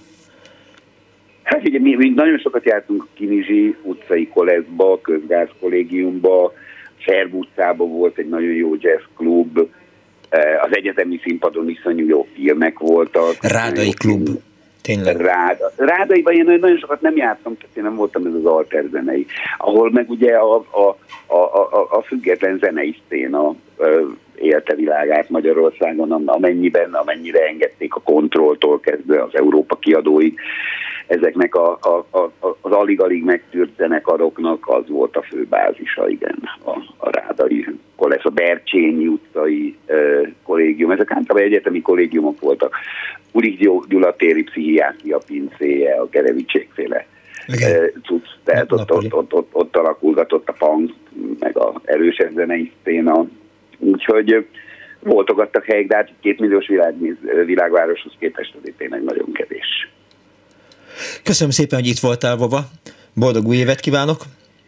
Hát ugye mi, mi nagyon sokat jártunk a Kinizsi utcai koleszba, közgázkollégiumba, Szerb utcában volt egy nagyon jó jazzklub, az egyetemi színpadon iszonyú jó filmek voltak. Rádai klub. Tényleg. Ráda. Rádaiban én nagyon sokat nem jártam, tehát én nem voltam ez az alterzenei, ahol meg ugye a, a, a, a, a független zenei széna élte világát Magyarországon, amennyiben, amennyire engedték a Kontrolltól kezdve az Európa kiadóig. Ezeknek a, a, a, az alig-alig megtűrt zenekaroknak az volt a fő bázisa, igen, a, a Rádai kolesz, a Bercsényi utcai uh, kollégium. Ezek általában egyetemi kollégiumok voltak. Urik Gyula téri pszichiátria pincéje, a Gerevicsékféle uh, cucc, tehát ott, ott, ott, ott, ott alakulgatott a punk, meg a erősebb zenei széna. Úgyhogy voltogattak helyek, de hát két milliós világ, világvároshoz képest azért tényleg nagyon kevés. Köszönöm szépen, hogy itt voltál, Baba. Boldog új évet kívánok!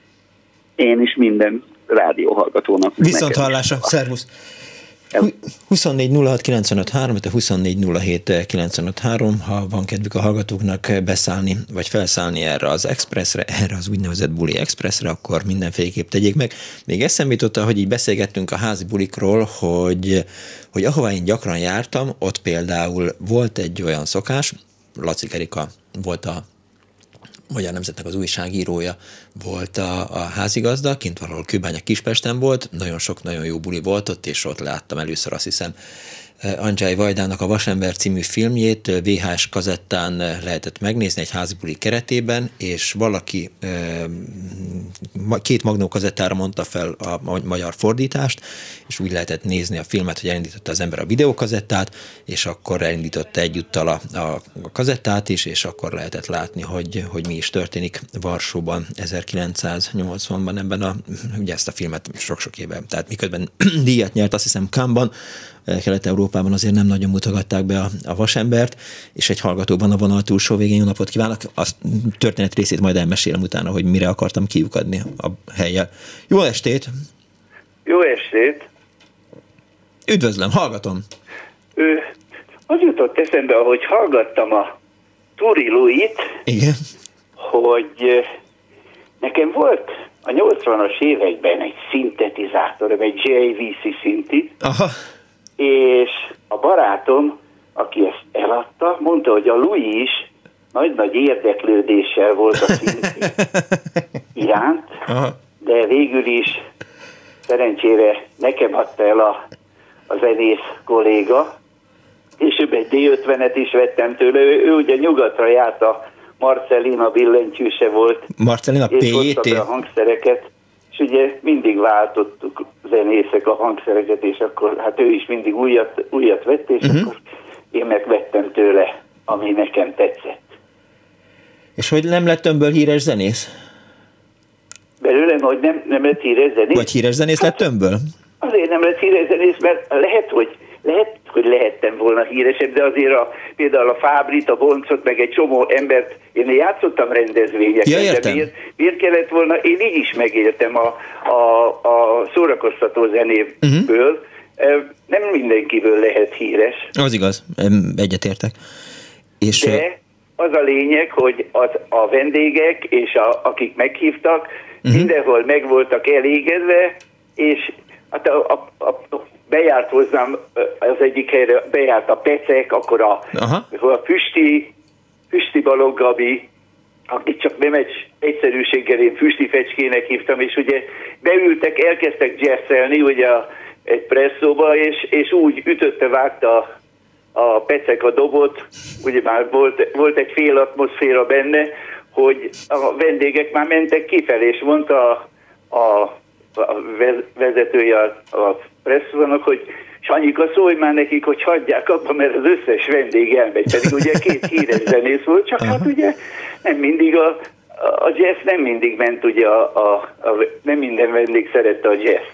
Én is minden rádióhallgatónak. Viszont hallásra, szervusz! huszonnégy nulla hat kilencvenöt három, te huszonnégy nulla hét kilencvenöt három, ha van kedvük a hallgatóknak beszállni, vagy felszállni erre az expressre, erre az úgynevezett buli expressre, akkor mindenféleképp tegyék meg. Még eszembe jutott, hogy így beszélgettünk a házi bulikról, hogy, hogy ahová én gyakran jártam, ott például volt egy olyan szokás, Laci Erika volt a Magyar Nemzetnek az újságírója, volt a, a házigazda, kint valahol Kőbánya Kispesten volt, nagyon sok, nagyon jó buli volt ott, és ott láttam először azt hiszem Andrzej Vajdának a Vasember című filmjét vé há es kazettán lehetett megnézni egy házibuli keretében, és valaki két magnó kazettára mondta fel a magyar fordítást, és úgy lehetett nézni a filmet, hogy elindította az ember a videókazettát, és akkor elindította egyúttal a, a kazettát is, és akkor lehetett látni, hogy, hogy mi is történik Varsóban ezerkilencszáznyolcvanban ebben a, ugye ezt a filmet sok-sok éve, tehát miközben díjat nyert, azt hiszem Cannes-ban, Kelet-Európában azért nem nagyon mutogatták be a, a Vasembert, és egy hallgatóban a vonal túlsó végén. Jó napot kívánok! A történet részét majd elmesélem utána, hogy mire akartam kiukadni a hellyel. Jó estét! Jó estét! Üdvözlöm, hallgatom! Ő, az jutott eszembe, ahogy hallgattam a Turi Louis-t, igen, hogy nekem volt a nyolcvanas években egy szintetizátorom, egy jé vé cé szinti, aha, és a barátom, aki ezt eladta, mondta, hogy a Louis is nagy-nagy érdeklődéssel volt a szinti iránt, aha, de végül is szerencsére nekem adta el a, a zenész kolléga, és egy dé ötvenet is vettem tőle. Ő, ő ugye nyugatra járt, a Marcellina billentyűse volt, Marcellina és hozta be a hangszereket, és ugye mindig váltottuk zenészek a hangszereket, és akkor hát ő is mindig újat, újat vett, és uh-huh. akkor én megvettem tőle, ami nekem tetszett. És hogy nem lett önből híres zenész? Belőlem, hogy nem, nem lett híres zenész? Vagy híres zenész hát, lett önből? Azért nem lett híres zenész, mert lehet, hogy lehet, hogy lehettem volna híresebb, de azért a, például a Fábrit, a Boncot, meg egy csomó embert, én játszottam rendezvényeken, ja, de miért, miért kellett volna, én így is megéltem a, a, a szórakoztató zenéből, uh-huh. nem mindenkiből lehet híres. Az igaz, egyetértek. És de az a lényeg, hogy az, a vendégek és a, akik meghívtak, uh-huh. mindenhol meg voltak elégedve, és hát a, a, a bejárt hozzám az egyik helyre, bejárt a Pecek, akkor a, a Füsti, Füsti Balogh Gabi, akit csak nem egy egyszerűséggel én Füsti Fecskének hívtam, és ugye beültek, elkezdtek jazzelni ugye egy presszóba, és, és úgy ütötte, vágta a Pecek a dobot, ugye már volt, volt egy fél atmoszféra benne, hogy a vendégek már mentek kifelé, és mondta a, a, a vezetője a presszónak, hogy Sanyika, szólj már nekik, hogy hagyják abba, mert az összes vendég elmegy. Pedig ugye két híres zenész volt, csak hát ugye nem mindig a, a jazz nem mindig ment, ugye a, a, a, nem minden vendég szerette a jazz-t.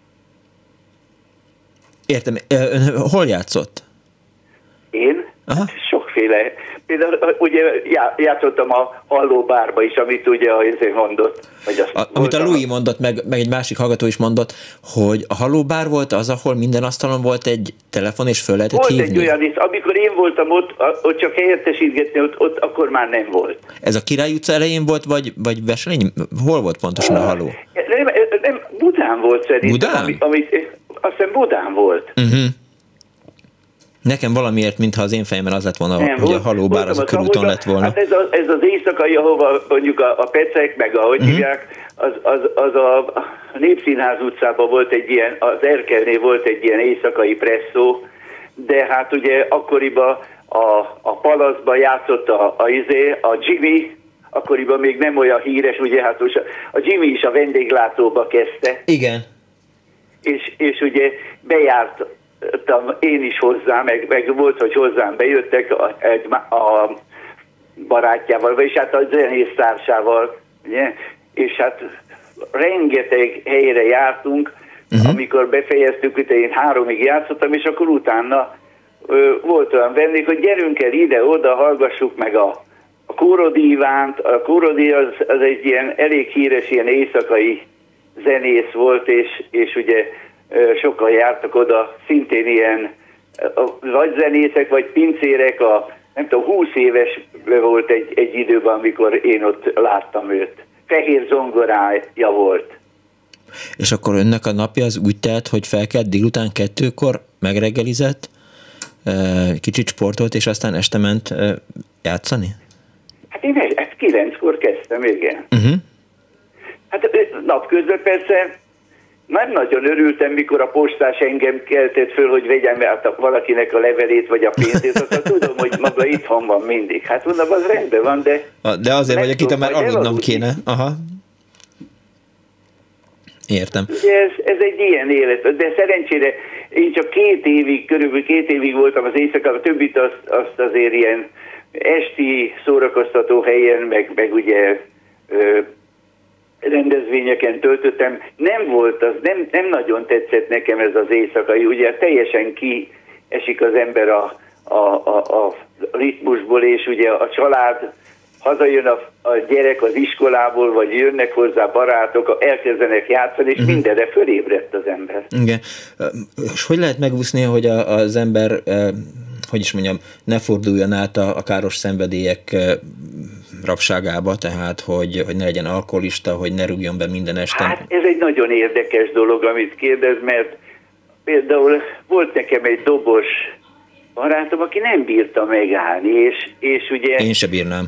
Értem. Ön hol játszott? Én? Hát sokféle. Például ugye játszottam a Halló bárba is, amit ugye azért mondott. Hogy azt a, amit a Louis mondott, meg, meg egy másik hallgató is mondott, hogy a Halló bár volt az, ahol minden asztalon volt egy telefon, és föl lehetett volt hívni? Volt egy olyan is, amikor én voltam ott, ott csak helyettesítgetni, ott, ott akkor már nem volt. Ez a Király utca elején volt, vagy, vagy Veselény? Hol volt pontosan a Halló? Nem, nem Budán volt szerintem. Budán? Ami, amit, azt hiszem Budán volt. Uh-huh. Nekem valamiért, mintha az én fejemben az lett volna, nem, hogy a Halló bár az a körúton lett volna. Hát ez, a, ez az éjszakai, ahova mondjuk a, a Pecek, meg ahogy uh-huh. hívják, az, az, az a Népszínház utcában volt egy ilyen, az Erkelnél volt egy ilyen éjszakai presszó, de hát ugye akkoriban a, a Palaszban játszott a, a, a Jimmy, akkoriban még nem olyan híres, ugye hát a Jimmy is a vendéglátóba kezdte. Igen. És, és ugye bejárt én is hozzám, meg, meg volt, hogy hozzám bejöttek a, egy, a barátjával, vagyis hát a zenésztársával, ugye? És hát rengeteg helyre jártunk, uh-huh. amikor befejeztük, hogy én háromig játszottam, és akkor utána ö, volt olyan vendég, hogy gyerünk el ide-oda, hallgassuk meg a, a Kórodi Ivánt. A Kórodi az, az egy ilyen elég híres, ilyen éjszakai zenész volt, és, és ugye sokan jártak oda, szintén ilyen vagy zenészek, vagy pincérek, a nem tudom, húsz éves volt egy, egy időben, amikor én ott láttam őt. Fehér zongorája volt. És akkor önnek a napja az úgy telt, hogy felkelt délután kettőkor, megreggelizett, kicsit sportolt, és aztán este ment játszani? Hát én ezt kilenckor kezdtem, igen. Uh-huh. Hát napközben persze nem nagyon örültem, mikor a postás engem keltett föl, hogy vegyem át valakinek a levelét, vagy a pénzét, aztán tudom, hogy maga itthon van mindig. Hát mondom, az rendben van, de... De azért vagyok itt, mert aludnom kéne. Aha. Értem. Ugye ez, ez egy ilyen élet, de szerencsére én csak két évig, körülbelül két évig voltam az éjszakában, a többit azt, azt azért ilyen esti szórakoztató helyen, meg, meg ugye ö, rendezvényeken töltöttem. Nem volt az, nem, nem nagyon tetszett nekem ez az éjszakai, ugye teljesen kiesik az ember a, a, a, a ritmusból, és ugye a család, hazajön a, a gyerek az iskolából, vagy jönnek hozzá barátok, elkezdenek játszani, és uh-huh. mindenre fölébredt az ember. Igen. És hogy lehet megúszni, hogy a, az ember, hogy is mondjam, ne forduljon át a, a káros szenvedélyek rabságába, tehát hogy, hogy ne legyen alkoholista, hogy ne rúgjon be minden este? Hát ez egy nagyon érdekes dolog, amit kérdez, mert például volt nekem egy dobos barátom, aki nem bírta megállni, és, és ugye... Én se bírnám.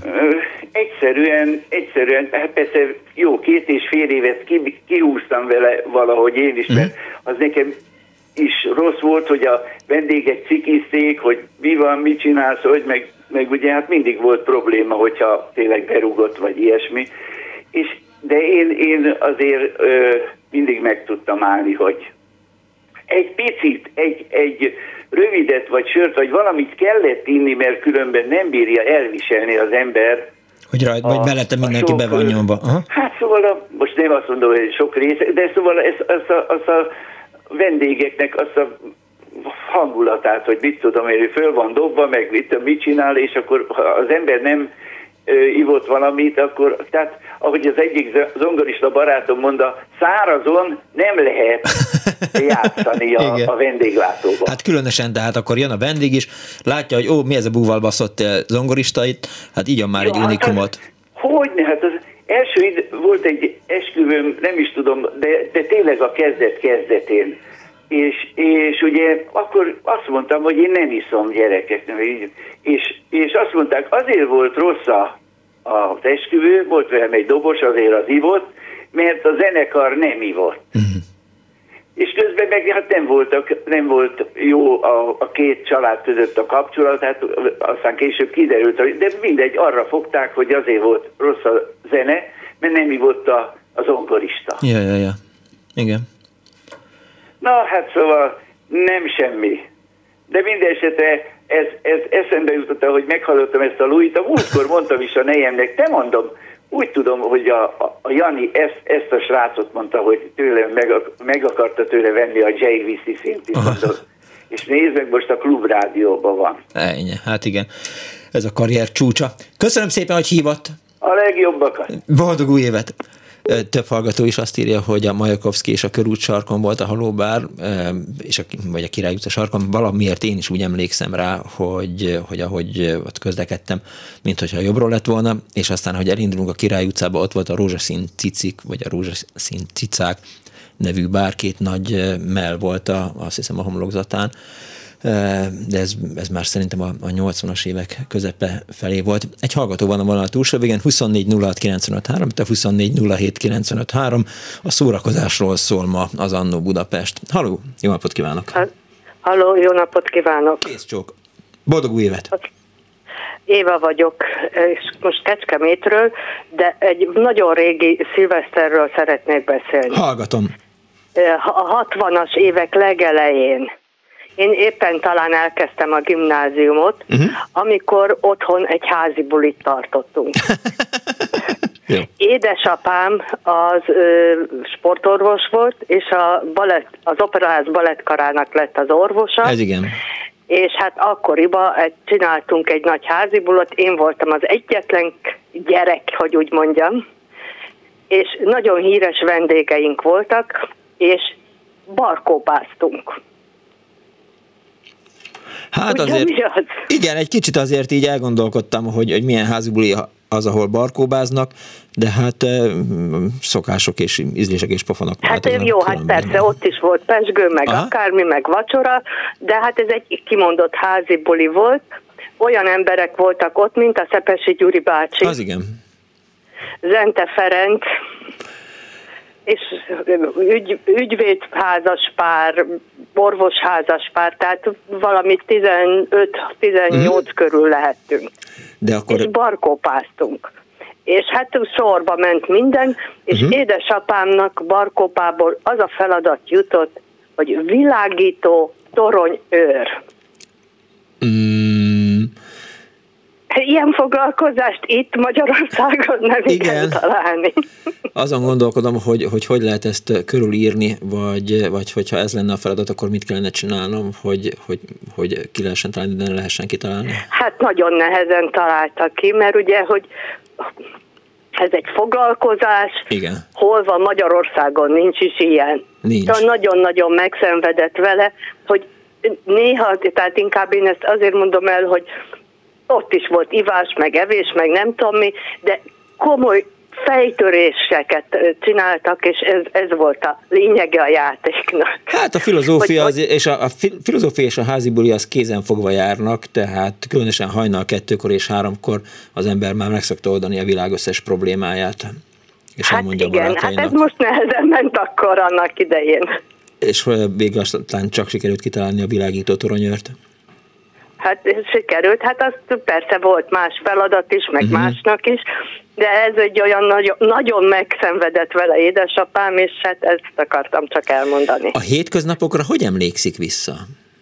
Egyszerűen, egyszerűen, hát persze jó, két és fél évet ki, kihúztam vele valahogy én is, mert az nekem is rossz volt, hogy a vendégek cikizték, hogy mi van, mit csinálsz, hogy meg, meg ugye hát mindig volt probléma, hogyha tényleg berúgott, vagy ilyesmi. És, de én, én azért ö, mindig meg tudtam állni, hogy egy picit, egy, egy rövidet, vagy sört, vagy valamit kellett inni, mert különben nem bírja elviselni az ember. Hogy rajta, vagy mellette mindenki be van nyomva. Aha. Hát szóval, a, most nem azt mondom, hogy sok része, de szóval ez, az, a, az a vendégeknek azt a hangulatát, hogy mit tudom én, hogy föl van dobva, meg mit, mit csinál, és akkor ha az ember nem ö, ivott valamit, akkor, tehát ahogy az egyik zongorista barátom mondta, szárazon nem lehet játszani a, a vendéglátóban. Hát különösen, tehát akkor jön a vendég is, látja, hogy ó, mi ez a búval baszott zongorista itt, hát így már egy unikumot. Hát, hogyne, hát az első id- volt egy esküvőm, nem is tudom, de, de tényleg a kezdet-kezdetén. És, és ugye akkor azt mondtam, hogy én nem iszom, gyerekek. Nem, és, és azt mondták, azért volt rossz a, az esküvő, volt velem egy dobos, azért az ivott, mert a zenekar nem ivott. Uh-huh. És közben meg hát nem, voltak, nem volt jó a, a két család között a kapcsolat, hát aztán később kiderült, de mindegy, arra fogták, hogy azért volt rossz a zene, mert nem ivott a, a zongorista. Ja, ja, ja. Igen. Na, hát szóval nem semmi. De minden esetre ez, ez eszembe jutott, hogy meghallottam ezt a Louis-t. A múltkor mondtam is a nejemnek, te mondom, úgy tudom, hogy a, a, a Jani ezt, ezt a srácot mondta, hogy tőlem meg, meg akarta tőle venni a jé vé cé szintit. És nézd meg, most a Klubrádióban van. Ennyi, hát igen. Ez a karrier csúcsa. Köszönöm szépen, hogy hívott. A legjobbakat. Boldog új évet. Több hallgató is azt írja, hogy a Majakovszky és a Körút sarkon volt a halóbár, és a, vagy a Király utca sarkon. Valamiért én is úgy emlékszem rá, hogy, hogy ahogy ott közlekedtem, mint hogyha jobbról lett volna, és aztán, hogy elindulunk a Király utcába, ott volt a Rózsaszín cicik, vagy a Rózsaszín cicák nevű bár, két nagy mell volt a, azt hiszem a homlokzatán, de ez, ez már szerintem a, a nyolcvanas évek közepe felé volt. Egy hallgató van a vonal túlsó végén, huszonnégy nulla hat kilencvenöt három, tehát huszonnégy nulla hét kilencvenöt három. A szórakozásról szól ma az Annó Budapest. Halló, jó napot kívánok! Halló, jó napot kívánok! Kész csók! Boldog új évet! Éva vagyok, és most Kecskemétről, de egy nagyon régi szilveszterről szeretnék beszélni. Hallgatom! A hatvanas évek legelején én éppen talán elkezdtem a gimnáziumot, uh-huh. amikor otthon egy házi bulit tartottunk. Édesapám az ö, sportorvos volt, és a balett, az Operaház balettkarának lett az orvosa. Ez igen. És hát akkoriban csináltunk egy nagy házi bulit, én voltam az egyetlen gyerek, hogy úgy mondjam, és nagyon híres vendégeink voltak, és barkóbáztunk. Hát ugye azért, igen, egy kicsit azért így elgondolkodtam, hogy, hogy milyen házibuli az, ahol barkóbáznak, de hát szokások és ízlések és pofonok. Hát jó, hát persze, ott is volt pezsgő, meg Aha. akármi, meg vacsora, de hát ez egy kimondott házibuli volt. Olyan emberek voltak ott, mint a Szepesi Gyuri bácsi. Az igen. Zente Ferenc, és ügy, ügyvédházas pár, orvosházas pár, tehát valami tizenöt-tizennyolc uh-huh. körül lehettünk. De akkor... És barkópáztunk. És hát sorba ment minden, és uh-huh. édesapámnak barkópából az a feladat jutott, hogy világító toronyőr. Mm. Ilyen foglalkozást itt Magyarországon nem igen találni. Azon gondolkodom, hogy, hogy hogy lehet ezt körülírni, vagy, vagy hogyha ez lenne a feladat, akkor mit kellene csinálnom, hogy, hogy, hogy ki lehessen találni, de ne lehessen kitalálni? Hát nagyon nehezen találtak ki, mert ugye, hogy ez egy foglalkozás, igen. Hol van Magyarországon, nincs is ilyen. Nincs. Tehát nagyon-nagyon megszenvedett vele, hogy néha, tehát inkább én ezt azért mondom el, hogy ott is volt ivás, meg evés, meg nem tudom mi, de komoly fejtöréseket csináltak, és ez, ez volt a lényege a játéknak. Hát a filozófia, hogy, az, és a, a filozófia és a házi buli az kézen fogva járnak, tehát különösen hajnal kettőkor és háromkor az ember már meg szokta oldani a világ összes problémáját. És hát igen, hát ez most nehezen ment akkor annak idején. És végül aztán csak sikerült kitalálni a világító toronyőrt? Hát sikerült, hát az persze volt más feladat is, meg uh-huh. másnak is, de ez egy olyan nagyon, nagyon megszenvedett vele édesapám, és hát ezt akartam csak elmondani. A hétköznapokra hogy emlékszik vissza?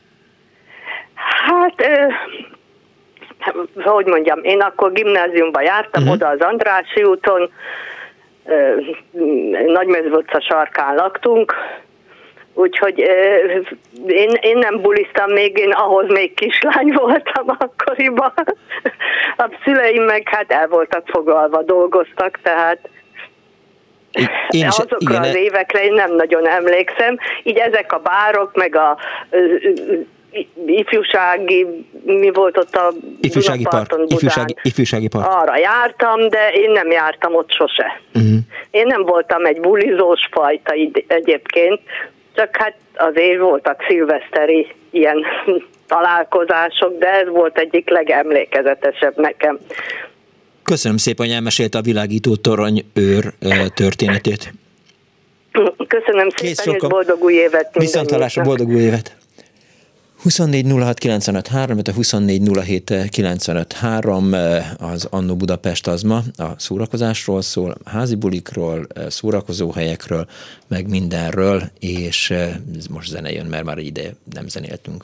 Hát, eh, hogy mondjam, én akkor gimnáziumba jártam, uh-huh. oda az Andrássy úton, eh, Nagymező utca sarkán laktunk, úgyhogy euh, én, én nem buliztam még, én ahhoz még kislány voltam akkoriban. A szüleim meg hát el voltak foglalva, dolgoztak, tehát én azokra igen, az évekre én nem nagyon emlékszem. Így ezek a bárok, meg a uh, ifjúsági, mi volt ott a ifjúsági park, ifjúsági, ifjúsági park. Arra jártam, de én nem jártam ott sose. Uh-huh. Én nem voltam egy bulizós fajta egyébként, csak hát azért voltak szilveszteri ilyen találkozások, de ez volt egyik legemlékezetesebb nekem. Köszönöm szépen, hogy elmesélte a világító toronyőr történetét. Köszönöm szépen, és boldog új évet! Viszontlátásra, boldog új évet! huszonnégy nulla hat kilencvenöt három, a huszonnégy nulla hét kilencvenöt három az Annó Budapest az ma a szórakozásról szól, házi bulikról, szórakozóhelyekről, meg mindenről, és most zene jön, mert már ide nem zenéltünk.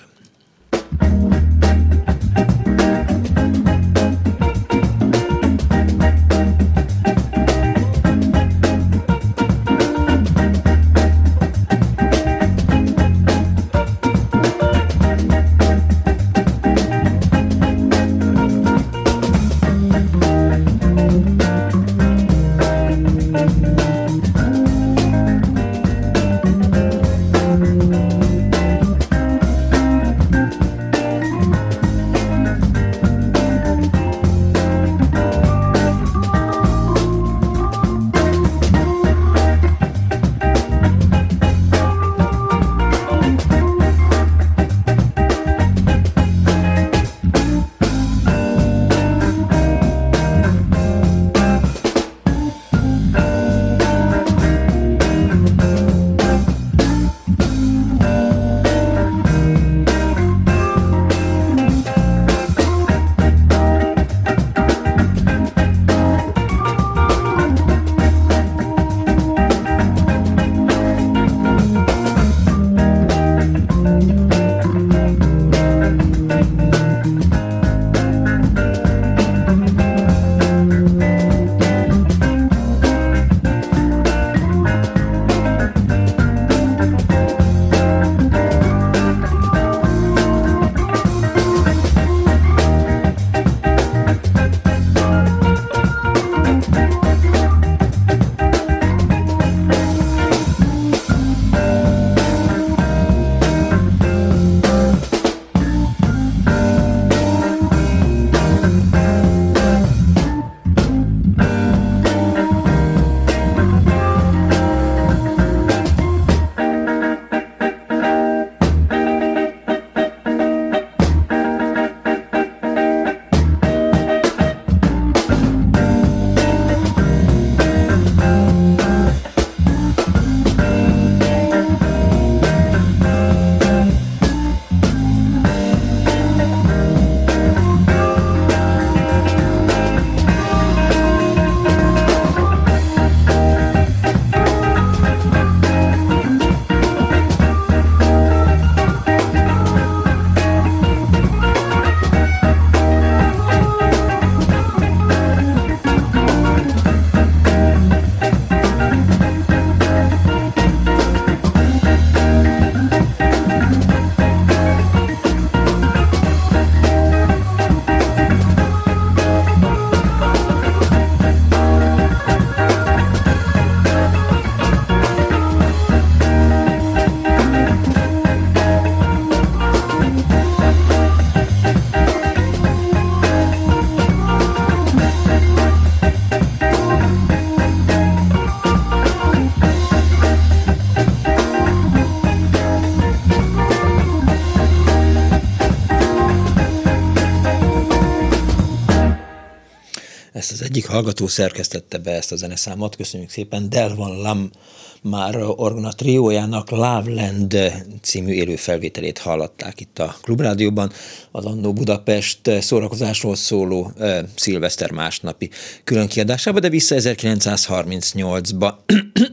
egyik hallgató szerkesztette be ezt a zeneszámot, köszönjük szépen, Delvan Lam már orgona triójának Loveland című élő felvételét hallották itt a Klubrádióban, az Annó Budapest szórakozásról szóló uh, szilveszter másnapi különkiadásában, de vissza ezerkilencszázharmincnyolcba.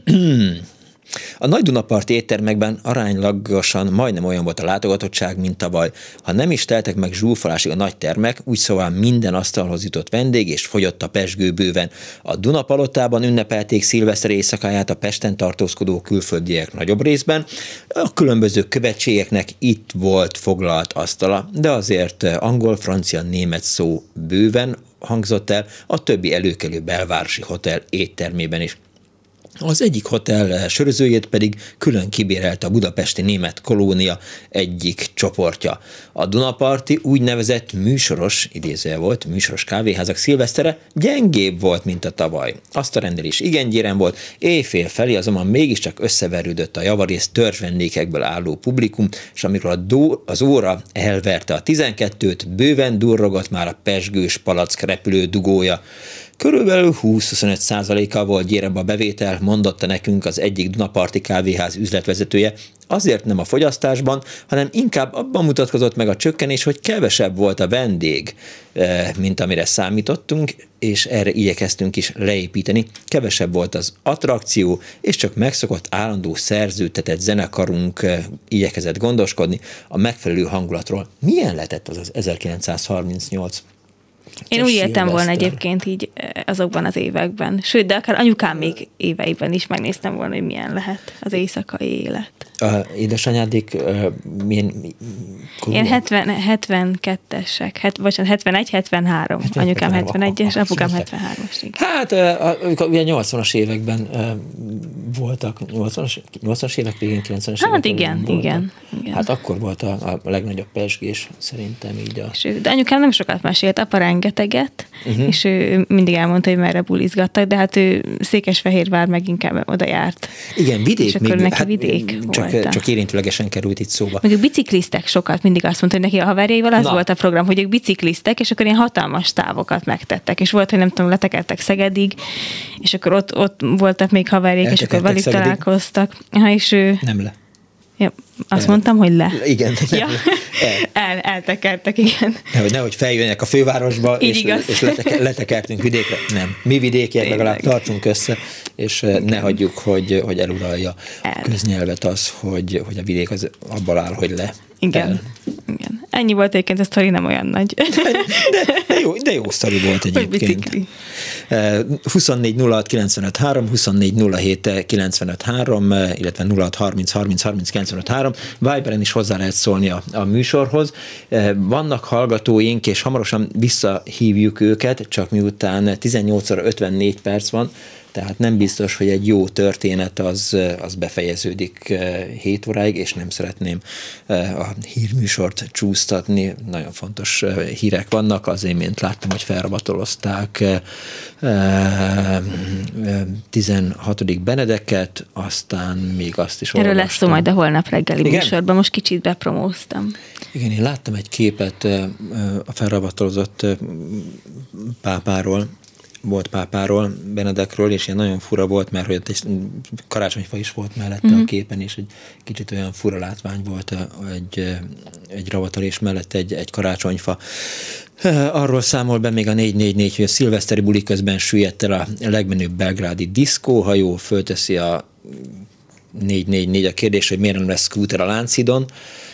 A Nagy Dunaparti éttermekben aránylagosan majdnem olyan volt a látogatottság, mint tavaly. Ha nem is teltek meg zsúfolásig a nagy termek, úgy szóval minden asztalhoz jutott vendég, és fogyott a pezsgő bőven. A Dunapalotában ünnepelték szilveszter éjszakáját a Pesten tartózkodó külföldiek nagyobb részben. A különböző követségeknek itt volt foglalt asztala, de azért angol, francia, német szó bőven hangzott el a többi előkelő belvárosi hotel éttermében is. Az egyik hotel sörözőjét pedig külön kibérelte a budapesti német kolónia egyik csoportja. A Dunaparti úgynevezett műsoros, idézője volt, műsoros kávéházak szilvesztere gyengébb volt, mint a tavaly. Azt a rendelés igen gyéren volt, éjfél felé azonban mégiscsak összeverődött a javarészt törzsvendékekből álló publikum, és amikor a dó, az óra elverte a tizenkettőt, bőven durrogott már a pezsgős palack repülő dugója. Körülbelül húsz-huszonöt százaléka volt gyérebb a bevétel, mondotta nekünk az egyik Dunaparti kávéház üzletvezetője. Azért nem a fogyasztásban, hanem inkább abban mutatkozott meg a csökkenés, hogy kevesebb volt a vendég, mint amire számítottunk, és erre igyekeztünk is leépíteni. Kevesebb volt az attrakció, és csak megszokott állandó szerződtetett zenekarunk igyekezett gondoskodni a megfelelő hangulatról. Milyen lehetett az az ezerkilencszázharmincnyolc? Én úgy éltem volna egyébként így azokban az években. Sőt, de akár anyukám még éveiben is megnéztem volna, hogy milyen lehet az éjszakai élet. A édesanyádik uh, milyen Én hetven, hetvenkettesek, het, bocsánat, hetvenegy hetvenhárom. Anyukám hetvenegyes, apukám hetvenhármas. Hát uh, ugye nyolcvanas években uh, voltak, nyolcvanas, nyolcvanas évek végén, kilencvenes évek. Hát igen, igen, igen. Hát akkor volt a, a legnagyobb pezsgés, szerintem így a... És ő, de anyukám nem sokat mesélt, apa rengeteget, uh-huh. és ő mindig elmondta, hogy merre bulizgattak, de hát ő Székesfehérvár meg inkább oda járt. Igen, vidék. És akkor még, neki hát, vidék csak, volt. Csak érintőlegesen került itt szóba. Meg ők bicikliztek sokat, mindig azt mondta, hogy neki a haverjaival az Na. volt a program, hogy ők bicikliztek, és akkor ilyen hatalmas távokat megtettek, és volt, hogy nem tudom, letekertek Szegedig, és akkor ott, ott voltak még haverjék, és akkor velük találkoztak. Ha, és ő... Nem le. Ja, azt mondtam, hogy le. Igen. Ja. El. El, eltekertek, igen. Nehogy, nehogy feljönnek a fővárosba, Így és, igaz. és leteker, letekertünk vidékre. Nem. Mi vidékiek legalább tartsunk össze, és igen. ne hagyjuk, hogy, hogy eluralja el. a köznyelvet az, hogy, hogy a vidék az abból áll, hogy le. Igen. Igen. Ennyi volt egyébként, a sztori nem olyan nagy. De, de, jó, de jó sztori volt egyébként. huszonnégy nulla hat kilencvenöt három, huszonnégy nulla hét kilencvenöt három, illetve nulla hat harminc harminc harminc kilencvenöt három. Viberen is hozzá lehet szólni a, a műsorhoz. Vannak hallgatóink, és hamarosan visszahívjuk őket, csak miután tizennyolc óra ötvennégy perc van, tehát nem biztos, hogy egy jó történet az, az befejeződik hét óráig, és nem szeretném a hírműsort csúsztatni. Nagyon fontos hírek vannak. Az imént láttam, hogy felrabatolozták tizenhatodik Benedeket, aztán még azt is Erről olvastam. lesz szó majd a holnap reggeli műsorban, most kicsit bepromóztam. Igen, én láttam egy képet a felrabatolozott pápáról, volt pápáról, Benedekről, és ilyen nagyon fura volt, mert hogy egy karácsonyfa is volt mellette mm-hmm. a képen, és egy kicsit olyan fura látvány volt egy, egy ravatalés mellett egy, egy karácsonyfa. Arról számol be még a négy négy négy, hogy a szilveszteri buli közben süllyedt el a legmenőbb belgrádi diszkóhajó, fölteszi a négy négy négy a kérdés, hogy miért nem lesz scooter a Lánchídon.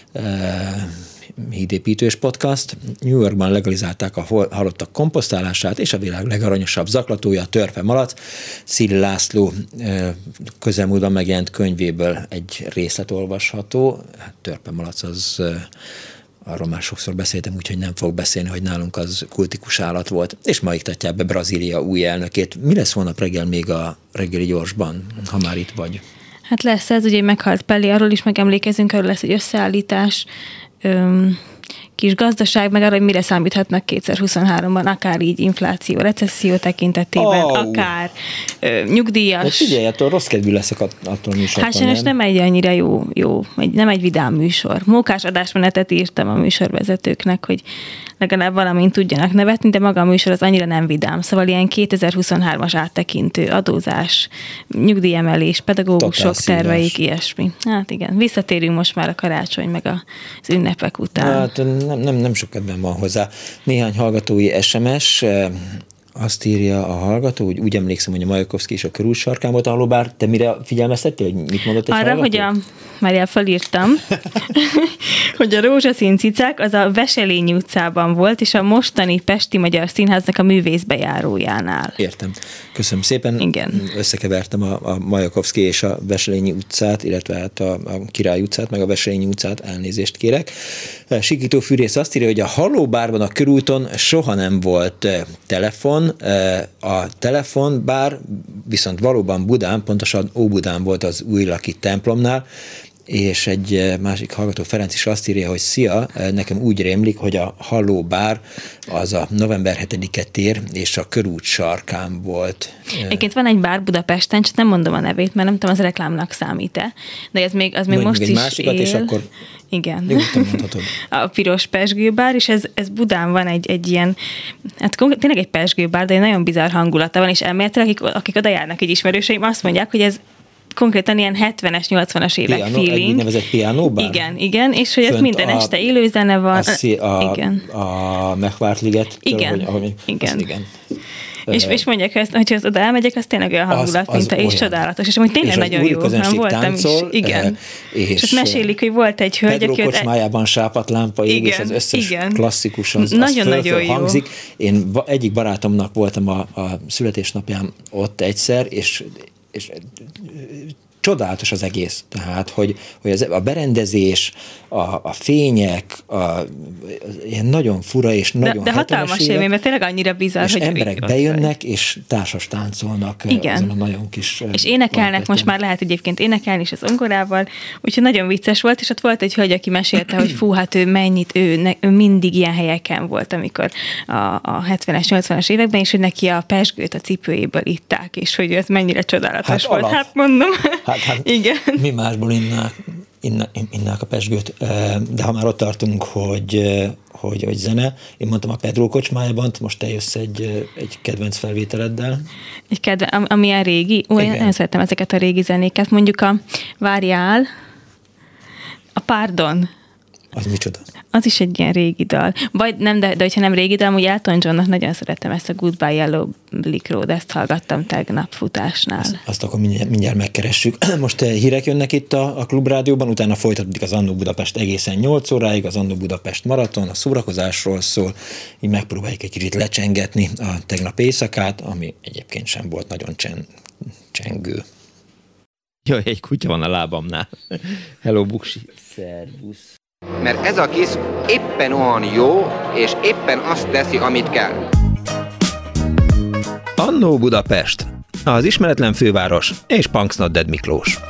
Hídépítős podcast. New Yorkban legalizálták a halottak komposztálását, és a világ legaranyosabb zaklatója, a törpe malac. Szili László közelmúltban megjelent könyvéből egy részlet olvasható. Törpe malac az, arról már sokszor beszéltem, úgyhogy nem fog beszélni, hogy nálunk az kultikus állat volt. És ma iktatják be Brazília új elnökét. Mi lesz holnap reggel még a reggeli gyorsban, ha már itt vagy? Hát lesz ez, ugye meghalt Pelé, arról is megemlékezünk, arról lesz egy összeállítás. Öm, kis gazdaság, meg arra, hogy mire számíthatnak kétezer-huszonháromban, akár így infláció, recesszió tekintetében, oh. akár ö, nyugdíjas. Hát figyelj, attól rossz kedvű leszek attól műsorban. Hát sajnos nem egy annyira jó, jó, nem egy vidám műsor. Mókás adásmenetet írtam a műsorvezetőknek, hogy legalább valamint tudjanak nevetni, de maga a műsor az annyira nem vidám. Szóval ilyen kétezer-huszonhármas áttekintő, adózás, nyugdíjemelés, pedagógusok terveik, ilyesmi. Hát igen, visszatérünk most már a karácsony meg az ünnepek után. Hát nem, nem, nem sok kedven van hozzá. Néhány hallgatói es em es, azt írja a hallgató, hogy úgy emlékszem, hogy a Majakovszky és a körút sarkán volt a halóbár. Te mire figyelmeztettél, hogy mit mondott egy arra, hallgató? hogy a, Mária, felírtam, hogy a rózsaszín cicák az a Veselényi utcában volt, és a mostani Pesti Magyar Színháznak a művészbejárójánál. Értem. Köszönöm szépen. Igen. Összekevertem a, a Majakovszky és a Veselényi utcát, illetve hát a, a Király utcát, meg a Veselényi utcát, elnézést kérek. Sikító Fűrész azt írja, hogy a halóbárban a körúton soha nem volt telefon. A telefonbár viszont valóban Budán, pontosan Óbudán volt az Újlaki templomnál, és egy másik hallgató, Ferenc is azt írja, hogy szia, nekem úgy rémlik, hogy a Hallóbár az a november hetedike tér és a körút sarkán volt. Egyébként van egy bár Budapesten, csak nem mondom a nevét, mert nem tudom, az reklámnak számít-e, de ez még, az még most egy is másikat, él. És akkor igen. Nyugodtan mondhatod. A piros pezsgőbár, és ez, ez Budán van egy, egy ilyen, hát tényleg egy pezsgőbár, de egy nagyon bizarr hangulata van, és elméletileg, akik, akik oda járnak, egy ismerőseim, azt mondják, hogy ez konkrétan ilyen hetvenes, nyolcvanas évek piano, feeling. Egy nevezett pianóbár? Igen, igen, és hogy ez minden a, este élőzene van. A, a, igen. a Mechvárt-liget. Igen, ahogy, ahogy, igen. igen. És, és mondják, hogy hogyha az oda elmegyek, az tényleg olyan hangulat, az, az mint a, és csodálatos. És amúgy tényleg és nagyon jó. Nem voltam táncol, is. Igen. És, és ott mesélik, hogy volt egy hölgy, Pedro kocsmájában sápatlámpa ég, és az összes igen. klasszikus az, az nagyon, föl, nagyon föl hangzik. Én egyik barátomnak voltam a, a születésnapján ott egyszer, és, és csodálatos az egész. Tehát, hogy, hogy az, a berendezés, a, a fények, a, a, ilyen nagyon fura és nagyon de, de hatalmas élmény, mert tényleg annyira bizarr, és hogy emberek bejönnek, és társas táncolnak igen. azon a nagyon kis... És énekelnek, most már lehet egyébként énekelni is az zongorával, úgyhogy nagyon vicces volt, és ott volt egy hölgy, aki mesélte, hogy fú, hát ő mennyit, ő, ne, ő mindig ilyen helyeken volt, amikor a, a hetvenes, nyolcvanas években, és hogy neki a pezsgőt a cipőjéből itták, és hogy ez mennyire csodálatos hát volt. Alap. Hát mondom, hát, hát igen. Mi másból innák, innák, innák a pezsgőt, de ha már ott tartunk, hogy, hogy, hogy zene, én mondtam a Pedro kocsmájában, most te jössz egy, egy kedvenc felvételeddel. Egy kedvenc, ami a régi, ó, én nagyon szeretem ezeket a régi zenéket, mondjuk a Várjál, a Pardon. Az micsoda? Az is egy ilyen régi dal. Vagy nem, de, de hogyha nem régi dal, amúgy Elton Johnnak nagyon szeretem ezt a Goodbye Yellow Brick Road, ezt hallgattam tegnap futásnál. Azt, azt akkor mindjárt, mindjárt megkeressük. Most hírek jönnek itt a, a Klubrádióban, utána folytatódik az Annó Budapest egészen nyolc óráig, az Annó Budapest maraton, a szórakozásról szól, így megpróbáljuk egy kicsit lecsengetni a tegnap éjszakát, ami egyébként sem volt nagyon csen, csengő. Jaj, egy kutya van a lábamnál. Hello, Buksi. Szervusz. Mert ez a kis éppen olyan jó, és éppen azt teszi, amit kell. Annó Budapest, az ismeretlen főváros és Punks Not Dead Miklós.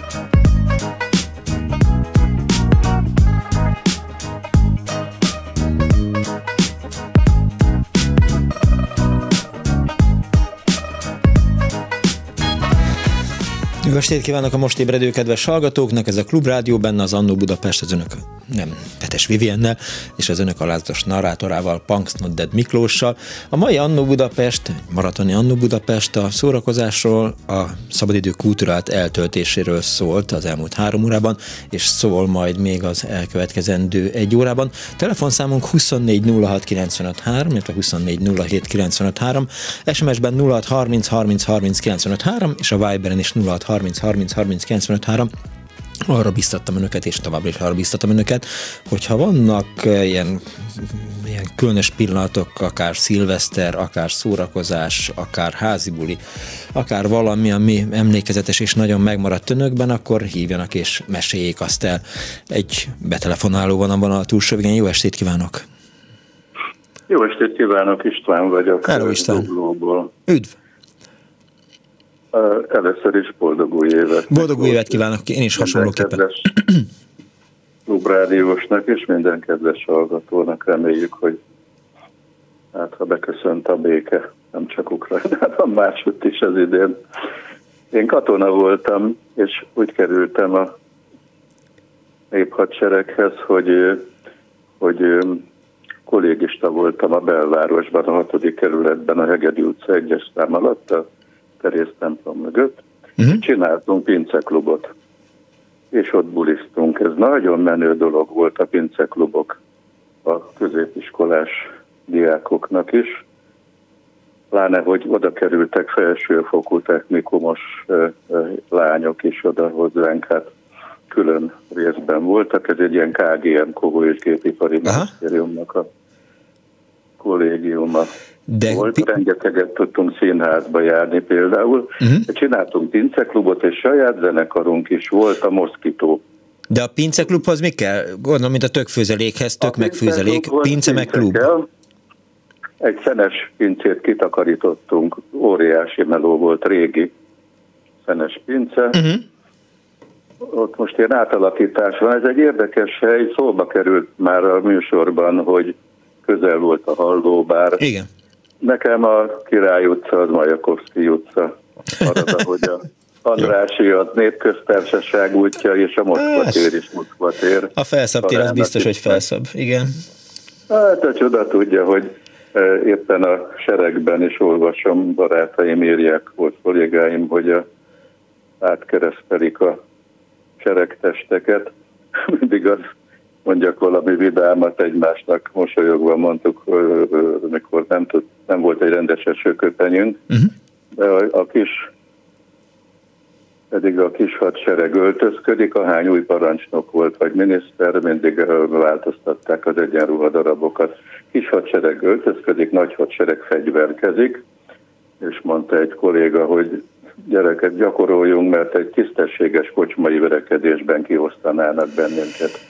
Jó estét kívánok a most ébredő kedves hallgatóknak, ez a Klubrádió, benne az Annó Budapest, az önök, nem, Petes Viviennel, és az önök alázatos narrátorával, Punks Not Dead Miklóssal. A mai Annó Budapest, maratoni Annó Budapest a szórakozásról, a szabadidő kultúrált eltöltéséről szólt az elmúlt három órában, és szól majd még az elkövetkezendő egy órában. Telefonszámunk huszonnégy nulla hat kilencvenöt három, illetve huszonnégy nulla hét kilencvenöt három, es em es-ben nulla hat harminc harminc harminc kilencvenöt három, és a Viberen is nulla hat harminc harminc harminc kilencvenöt három. Arra biztattam önöket, és továbbra is arra biztattam önöket, hogyha vannak ilyen, ilyen különös pillanatok, akár szilveszter, akár szórakozás, akár házibuli, akár valami, ami emlékezetes és nagyon megmaradt önökben, akkor hívjanak és meséljék azt el. Egy betelefonáló van abban a túlsó végén. Jó estét kívánok! Jó estét kívánok, István vagyok. Hello, István! Zuglóból. Üdv! Először is boldog új évet. Boldog új évet kívánok, én is hasonlóképpen. klubrádiósnak és minden kedves hallgatónak. Reméljük, hogy hát ha beköszönt a béke, nem csak Ukrajnában, másutt is az idén. Én katona voltam, és úgy kerültem a néphadsereghez, hogy, hogy kollégista voltam a belvárosban, a hatodik kerületben, a Hegedi utca egyes szám alatt, a Terész templom mögött. Uh-huh. Csináltunk pinceklubot, és ott bulisztunk. Ez nagyon menő dolog volt, a pinceklubok a középiskolás diákoknak is. Pláne, hogy oda kerültek felsőfokú technikumos uh, uh, lányok is oda hozzánk, hát külön részben voltak. Ez egy ilyen ká gé em, Kohó és Gépipari Minisztériumnak a kollégiuma. De volt, pi- rengeteget tudtunk színházba járni például. Uh-huh. Csináltunk pinceklubot, és saját zenekarunk is volt, a Moszkitó. De a pinceklubhoz mi kell? Gondolom, mint a tökfőzelékhez, tök meg főzelék, pince meg klub. Kell. Egy szenes pincét kitakarítottunk, óriási meló volt, régi szenes pince. Uh-huh. Ott most ilyen átalakítás van. Ez egy érdekes hely, szóba került már a műsorban, hogy közel volt a hallóbár. Igen. Nekem a Király utca, az Majakovszky utca marad, ahogy a Andrássy a Népköztársaság útja, és a Moszkva tér is Moszkva tér. A felszab tér az biztos, hogy felszab, igen. Hát a csoda tudja, hogy éppen a seregben is olvasom, barátaim írják, volt kollégáim, hogy a, átkeresztelik a seregtesteket. Mindig az mondjak valami vidámat egymásnak, mosolyogva mondtuk, amikor nem, tud, nem volt egy rendes esőköpenyünk, uh-huh. de a, a kis, pedig a kis hadsereg öltözködik, ahány új parancsnok volt, vagy miniszter, mindig változtatták az egyenruhadarabokat. Kis hadsereg öltözködik, nagy hadsereg fegyverkezik, és mondta egy kolléga, hogy gyerekek, gyakoroljunk, mert egy tisztességes kocsmai verekedésben kiosztanának bennünket.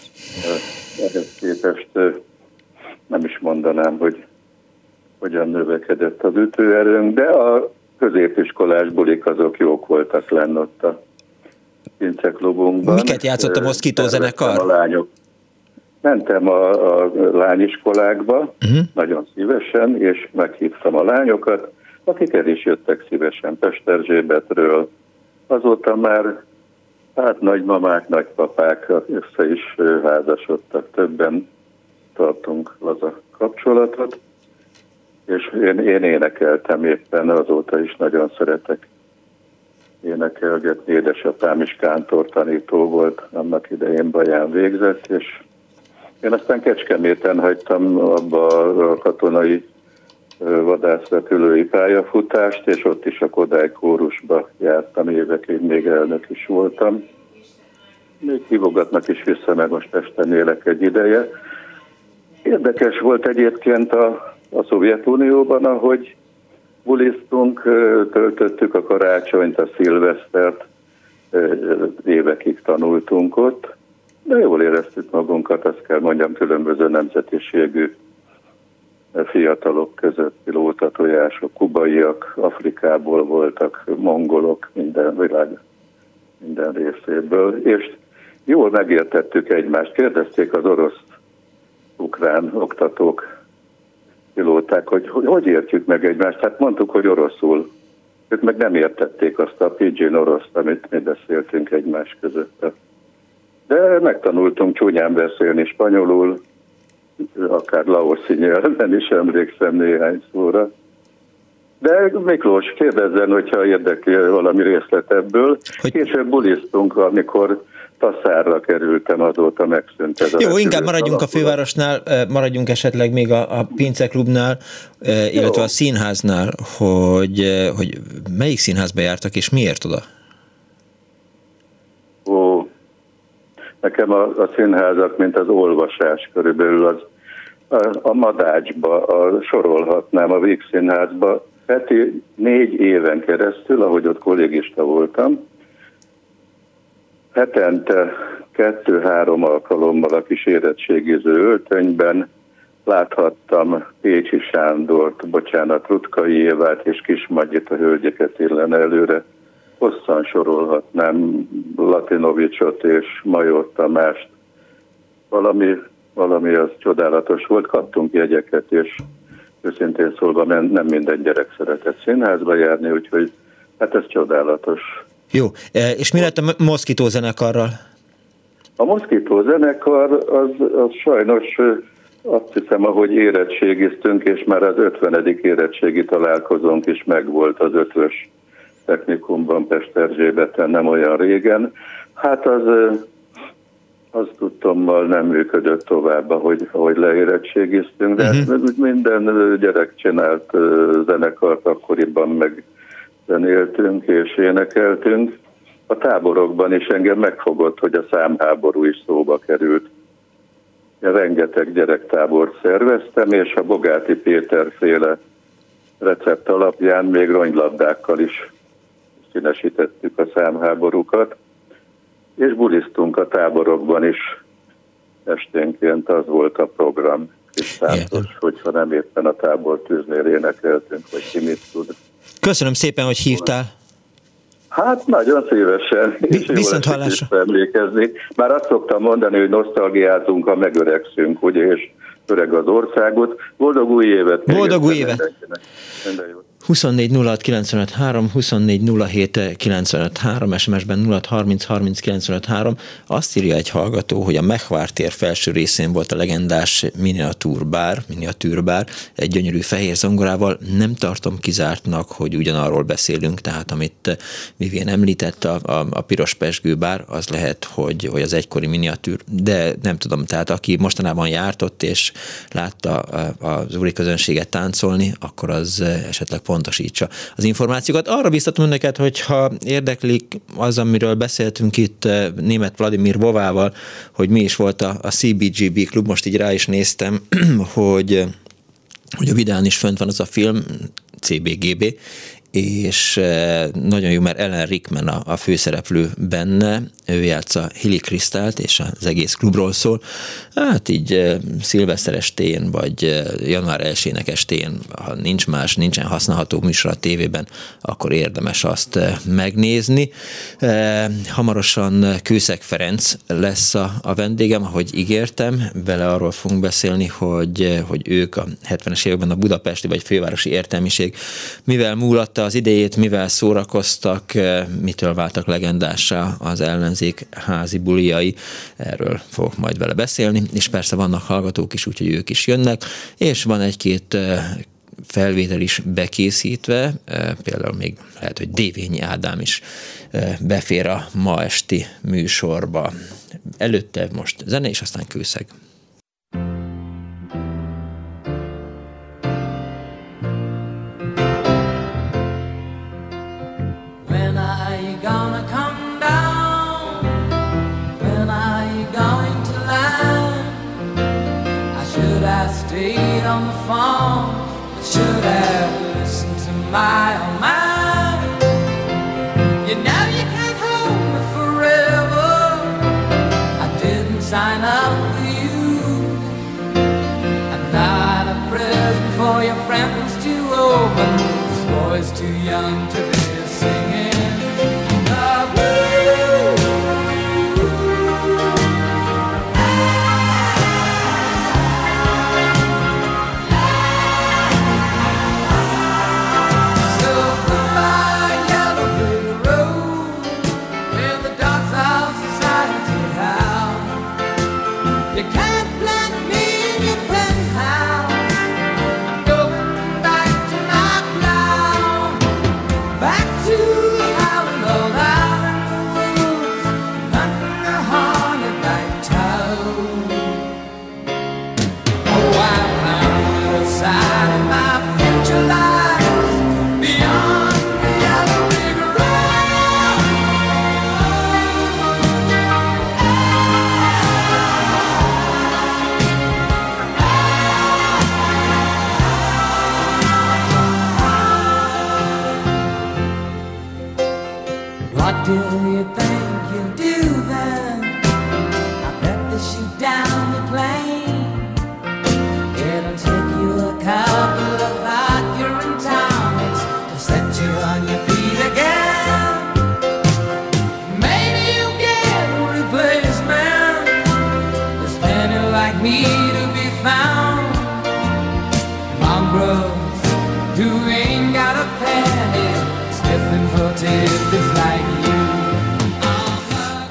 Ehhez képest nem is mondanám, hogy hogyan növekedett az ütőerőnk, de a középiskolás bulik azok jók voltak lenn ott a pinceklubunkban. Miket játszott a Moszkitó zenekar? A lányok. Mentem a, a lányiskolákba, uh-huh. nagyon szívesen, és meghívtam a lányokat, akik el is jöttek szívesen Pesterzsébetről. Azóta már hát nagymamák, nagypapák össze is házasodtak, többen tartunk laza kapcsolatot, és én, én énekeltem éppen, azóta is nagyon szeretek énekelgetni. Édesapám is kántortanító volt, annak idején Baján végzett, és én aztán Kecskeméten hagytam abba a katonai vadászrepülői pályafutást, és ott is a Kodály kórusba jártam évekig, még elnök is voltam. Még hívogatnak is vissza, mert most Pesten élek egy ideje. Érdekes volt egyébként a, a Szovjetunióban, ahogy buliztunk, töltöttük a karácsonyt, a szilvesztert, évekig tanultunk ott, de jól éreztük magunkat, azt kell mondjam, különböző nemzetiségű fiatalok között, pilótatojások, kubaiak, Afrikából voltak, mongolok, minden világ, minden részéből, és jól megértettük egymást. Kérdezték az orosz-ukrán oktatók, pilóták, hogy, hogy hogy értjük meg egymást. Hát mondtuk, hogy oroszul. Ők meg nem értették azt a pidgin oroszt, amit mi beszéltünk egymás között. De megtanultunk csúnyán beszélni spanyolul, akár laoszi nyelven is emlékszem néhány szóra. De Miklós, kérdezzen, hogyha érdekel valami részlet ebből. Hogy... Később buliztunk, amikor Taszárra kerültem, azóta megszűnt ez a Jó, inkább maradjunk a fővárosnál, maradjunk esetleg még a, a pinceklubnál, illetve Jó. a színháznál, hogy, hogy melyik színházba jártak, és miért oda? Ó, nekem a, a színházak, mint az olvasás körülbelül az a, a Madácsba, a, sorolhatnám a Víg Színházba, heti négy éven keresztül, ahogy ott kollégista voltam, hetente kettő-három alkalommal a kis érettségiző öltönyben láthattam Pécsi Sándort, bocsánat, Rutkai Évát és Kismagyit, a hölgyeket illen előre. Hosszan sorolhatnám Latinovicsot és Major Tamást, valami, valami az csodálatos volt, kaptunk jegyeket, és őszintén szólva nem minden gyerek szeretett színházba járni, úgyhogy hát ez csodálatos. Jó, és mi lett a Moszkító zenekarral? A Moszkító zenekar az, az sajnos azt hiszem, ahogy érettségiztünk, és már az ötvenedik érettségi találkozónk is megvolt az ötvös technikumban Pesterzsébeten nem olyan régen. Hát az, az tudtommal nem működött tovább, ahogy, ahogy leérettségiztünk, de uh-huh. minden gyerek csinált zenekart, akkoriban meg zenéltünk és énekeltünk. A táborokban is engem megfogott, hogy a számháború is szóba került. Rengeteg gyerektábort szerveztem, és a Bogáti Péter féle recept alapján még ronylabdákkal is színesítettük a számháborúkat, és bulisztunk a táborokban is. Esténként az volt a program, és számos, hogyha nem éppen a tábortűznél énekeltünk, vagy ki mit tud. Köszönöm szépen, hogy hívtál. Hát nagyon szívesen, és viszont hallásra emlékezni. Már azt szoktam mondani, hogy nosztalgiázunk, ha megöregszünk, ugye, és öreg az országot. Boldog új évet! Boldog új évet! huszonnégy nulla hat kilencvenöt három, huszonnégy nulla hét kilencvenöt három, es em es-ben nulla hat harminc harminc kilencvenöt három. Azt írja egy hallgató, hogy a Mechvár tér felső részén volt a legendás miniatúrbár, miniatűrbár, egy gyönyörű fehér zongorával. Nem tartom kizártnak, hogy ugyanarról beszélünk, tehát amit Vivien említett, a, a, a piros pezsgőbár, az lehet, hogy, hogy az egykori miniatűr, de nem tudom, tehát aki mostanában járt ott és látta az úri közönséget táncolni, akkor az esetleg pontosítsa az információkat. Arra biztatom önöket, hogyha érdeklik az, amiről beszéltünk itt német Vladimir Vovával, hogy mi is volt a, a cé bé gé bé klub, most így rá is néztem, hogy, hogy a videón is fönt van az a film, cé bé gé bé, és nagyon jó, mert Ellen Rickman a, a főszereplő benne, ő játsza Hilly Kristált, és az egész klubról szól. Hát így szilveszter estén, vagy január elsejének estén, ha nincs más, nincsen használható műsor a tévében, akkor érdemes azt megnézni. Hamarosan Kőszeg Ferenc lesz a, a vendégem, ahogy ígértem, vele arról fogunk beszélni, hogy, hogy ők a hetvenes években a budapesti vagy fővárosi értelmiség mivel múlatta az idejét, mivel szórakoztak, mitől váltak legendássá az ellenzék házi buliai. Erről fogok majd vele beszélni, és persze vannak hallgatók is, úgyhogy ők is jönnek, és van egy-két felvétel is bekészítve, például még lehet, hogy Dévényi Ádám is befér a ma esti műsorba. Előtte most zene, és aztán Kőszeg. On the phone, I should have listened to my own mind. You know you can't hold me forever. I didn't sign up for you. I'm not a present for your friends to open. This boy's too young to be singing the blues.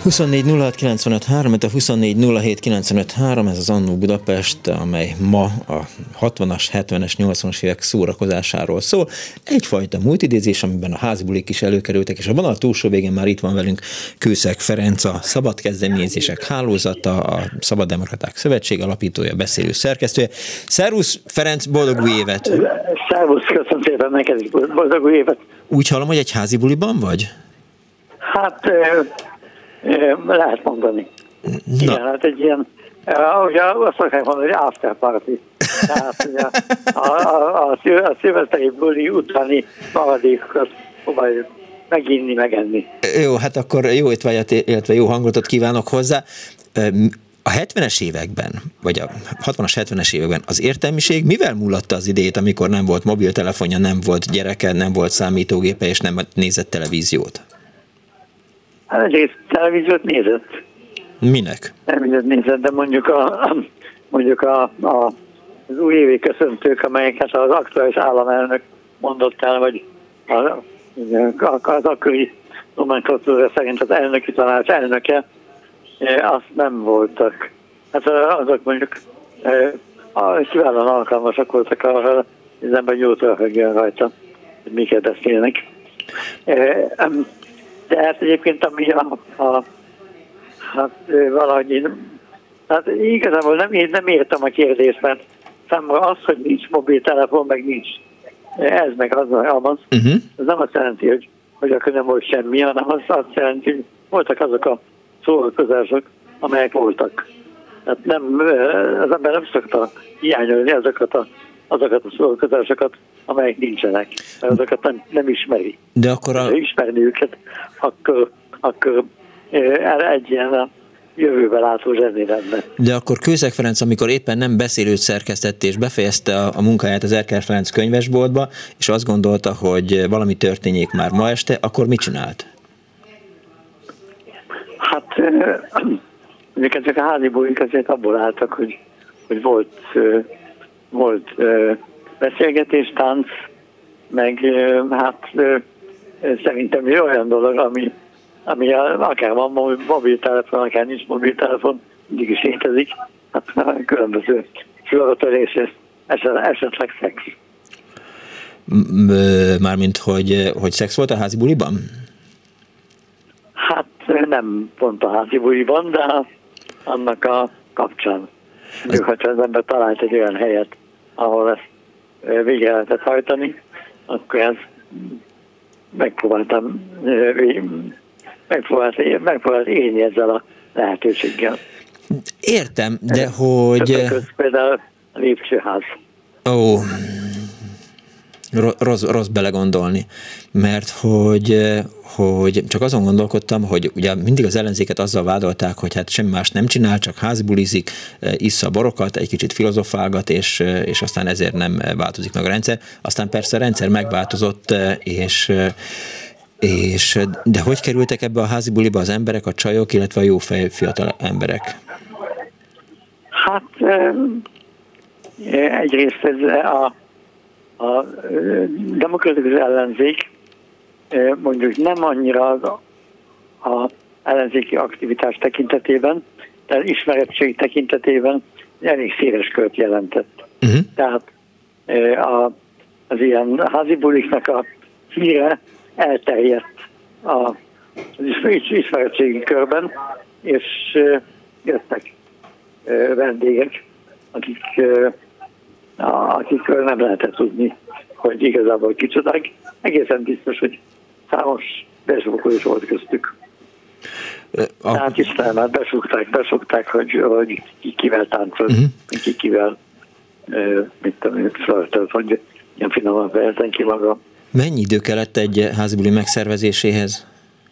huszonnégy nulla hat kilencvenöt három, a huszonnégy nulla hét kilencvenöt három, ez az Annó Budapest, amely ma a hatvanas, hetvenes, nyolcvanas évek szórakozásáról szól. Egyfajta multidézés, amiben a házi bulik is előkerültek, és a vonal túlsó végén már itt van velünk Kőszeg Ferenc, a Szabad Kezdeményezések Hálózata, a Szabaddemokraták Szövetség alapítója, beszélő szerkesztője. Szervusz, Ferenc, boldog új évet! Szervusz, köszönöm szépen neked is, boldog új évet! Úgy hallom, hogy egy házi buliban vagy? Hát... lehet mondani. Na. Igen, hát egy ilyen, ahogy azt szokták mondani, hogy after party. Tehát ugye, a, a, a, a szilveszteri buli utáni maradékokat próbáljuk meginni, megenni. Jó, hát akkor jó étvágyat, illetve jó hangulatot kívánok hozzá. A hetvenes években, vagy a hatvanas, hetvenes években az értelmiség mivel múlatta az idejét, amikor nem volt mobiltelefonja, nem volt gyereke, nem volt számítógépe, és nem nézett televíziót? Hát egyrészt televíziót nézett. Minek? Televíziót nézett, de mondjuk, a, mondjuk a, a, az újévi köszöntők, amelyeket az aktuális államelnök mondott el, vagy a, az akkori nomenklatúra szerint az elnöki tanács elnöke, azt nem voltak. Hát azok mondjuk kiválóan alkalmasak voltak arra, hogy az ember jót röhögjön rajta, hogy miket beszélnek. De hát egyébként ami a, a hát valahogy én, hát igazából nem, nem értem a kérdést, mert számomra az, hogy nincs mobiltelefon, meg nincs ez, meg az, az, uh-huh. az nem azt jelenti, hogy, hogy akkor nem volt semmi, hanem az azt jelenti, hogy voltak azok a szórakozások, amelyek voltak. Hát nem, az ember nem szokta hiányolni azokat a, azokat a szórakozásokat, amelyek nincsenek, mert azokat nem, nem ismeri. De akkor a... Ha ismerni őket, akkor, akkor egy ilyen a jövőbe látó zseni lenne. De akkor Kőszeg Ferenc, amikor éppen nem beszélőt szerkesztett és befejezte a, a munkáját az Erkel Ferenc könyvesboltba, és azt gondolta, hogy valami történjék már ma este, akkor mit csinált? Hát mondjuk ezek a házi bulik azért abból álltak, hogy, hogy volt, volt beszélgetés, tánc, meg hát szerintem olyan dolog, ami, ami akár van mobiltelefon, akár nincs mobiltelefon, mindig is létezik, hát különböző fülorotörés, esetleg szex. Mármint, hogy, hogy szex volt a házi buliban? Hát nem pont a házi buliban, de annak a kapcsán. Az... Hogyha az ember talált egy olyan helyet, ahol ezt végre lehetett hajtani, akkor ezt megpróbáltam megpróbált, megpróbált élni ezzel a lehetőséggel. Értem, de hogy... Köz például a lépcsőház. Ó, rossz, rossz belegondolni, mert hogy, hogy csak azon gondolkodtam, hogy ugye mindig az ellenzéket azzal vádolták, hogy hát semmi más nem csinál, csak házbulizik, issza borokat, egy kicsit filozofálgat, és, és aztán ezért nem változik meg a rendszer. Aztán persze a rendszer megváltozott, és, és de hogy kerültek ebbe a házi buliba az emberek, a csajok, illetve a jó fej fiatal emberek? Hát egyrészt ez a A demokratikus ellenzék mondjuk nem annyira az a ellenzéki aktivitás tekintetében, de ismerettség tekintetében elég széles kört jelentett. Uh-huh. Tehát a, az ilyen házi buliknak a híre elterjedt az ismeretségi körben, és jöttek vendégek, akik akikről nem lehetett tudni, hogy igazából kicsodák. Egészen biztos, hogy számos besúgó is volt köztük. A... Tehát Isten már besúgták, besúgták, hogy, hogy ki kivel táncol, uh-huh. ki kivel mit tudom, flörtölt, hogy ilyen finoman fejezzen ki maga. Mennyi idő kellett egy házibuli megszervezéséhez?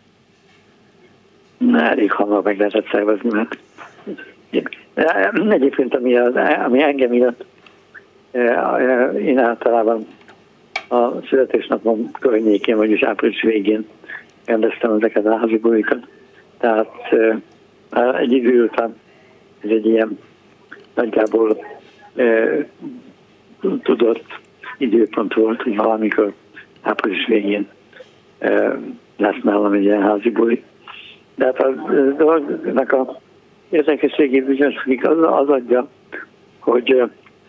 Na, elég hamar meg lehetett szervezni, mert egyébként ami, az, ami engem illet, én általában a születésnapom környékén, vagyis április végén rendeztem ezeket a házi bulikat. Tehát egy idő után ez egy ilyen nagyjából tudott időpont volt, hogy valamikor április végén lesz nálam egy ilyen házi buli. De hát a dolognak a érdekességét bizonyos az, az adja, hogy,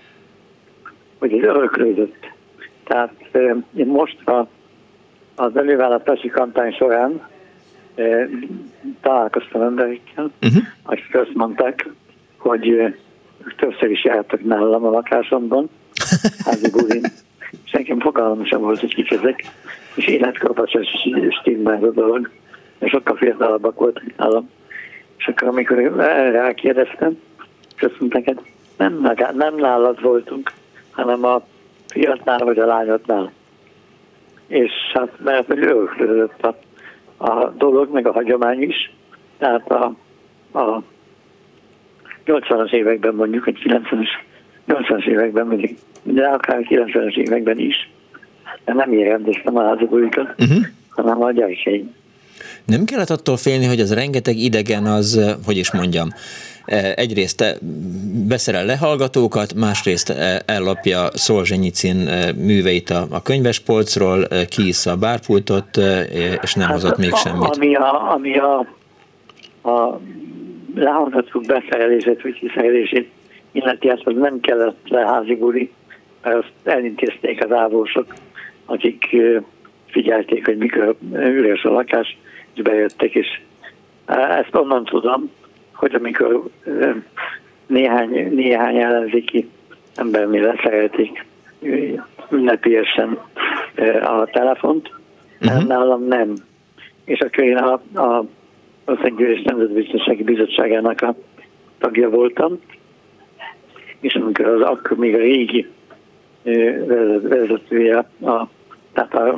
hogy ez öröklődött. Tehát én most a, az előválasztási kampány során eh, találkoztam emberekkel, uh-huh. akik azt mondták, hogy többször is jártak nálam a lakásomban, házi bulin, és nekem fogalmam sem volt, hogy kik ezek, és életkorban sem stimmel a dolog, és sokkal fiatalabbak voltak nálam. És akkor, amikor rákérdeztem, és azt mondták, hogy nem, nem nálad voltunk, hanem a fiatnál vagy a lányodnál. És hát mert hogy öröklődött a, a dolog, meg a hagyomány is. Tehát a, a nyolcvanas években mondjuk, vagy kilencvenes, nyolcvanas években mindig, de akár kilencvenes években is, de nem én rendeztem a házabulikat, uh-huh. hanem a gyerekeim. Nem kellett attól félni, hogy az rengeteg idegen az, hogy is mondjam, egyrészt beszerel lehallgatókat, másrészt ellapja Szolzsenyicin műveit a könyvespolcról, kiissza a bárpultot, és nem hát hozott még semmit. Ami a, ami a, a lehallgatók beszerelését, vagy kiszerelését illeti, azt az nem kellett leházi buli, mert azt elintézték az ávósok, akik figyelték, hogy mikor üres a lakás, és bejöttek, és ezt onnan tudom, hogy amikor néhány, néhány ellenzéki embernél leszerelték ünnepélyesen a telefont, uh-huh. nálam nem. És akkor én a, a Országgyűlés Nemzetbiztonsági Bizottságának a tagja voltam, és amikor az akkor még a régi vezetője, a, tehát a,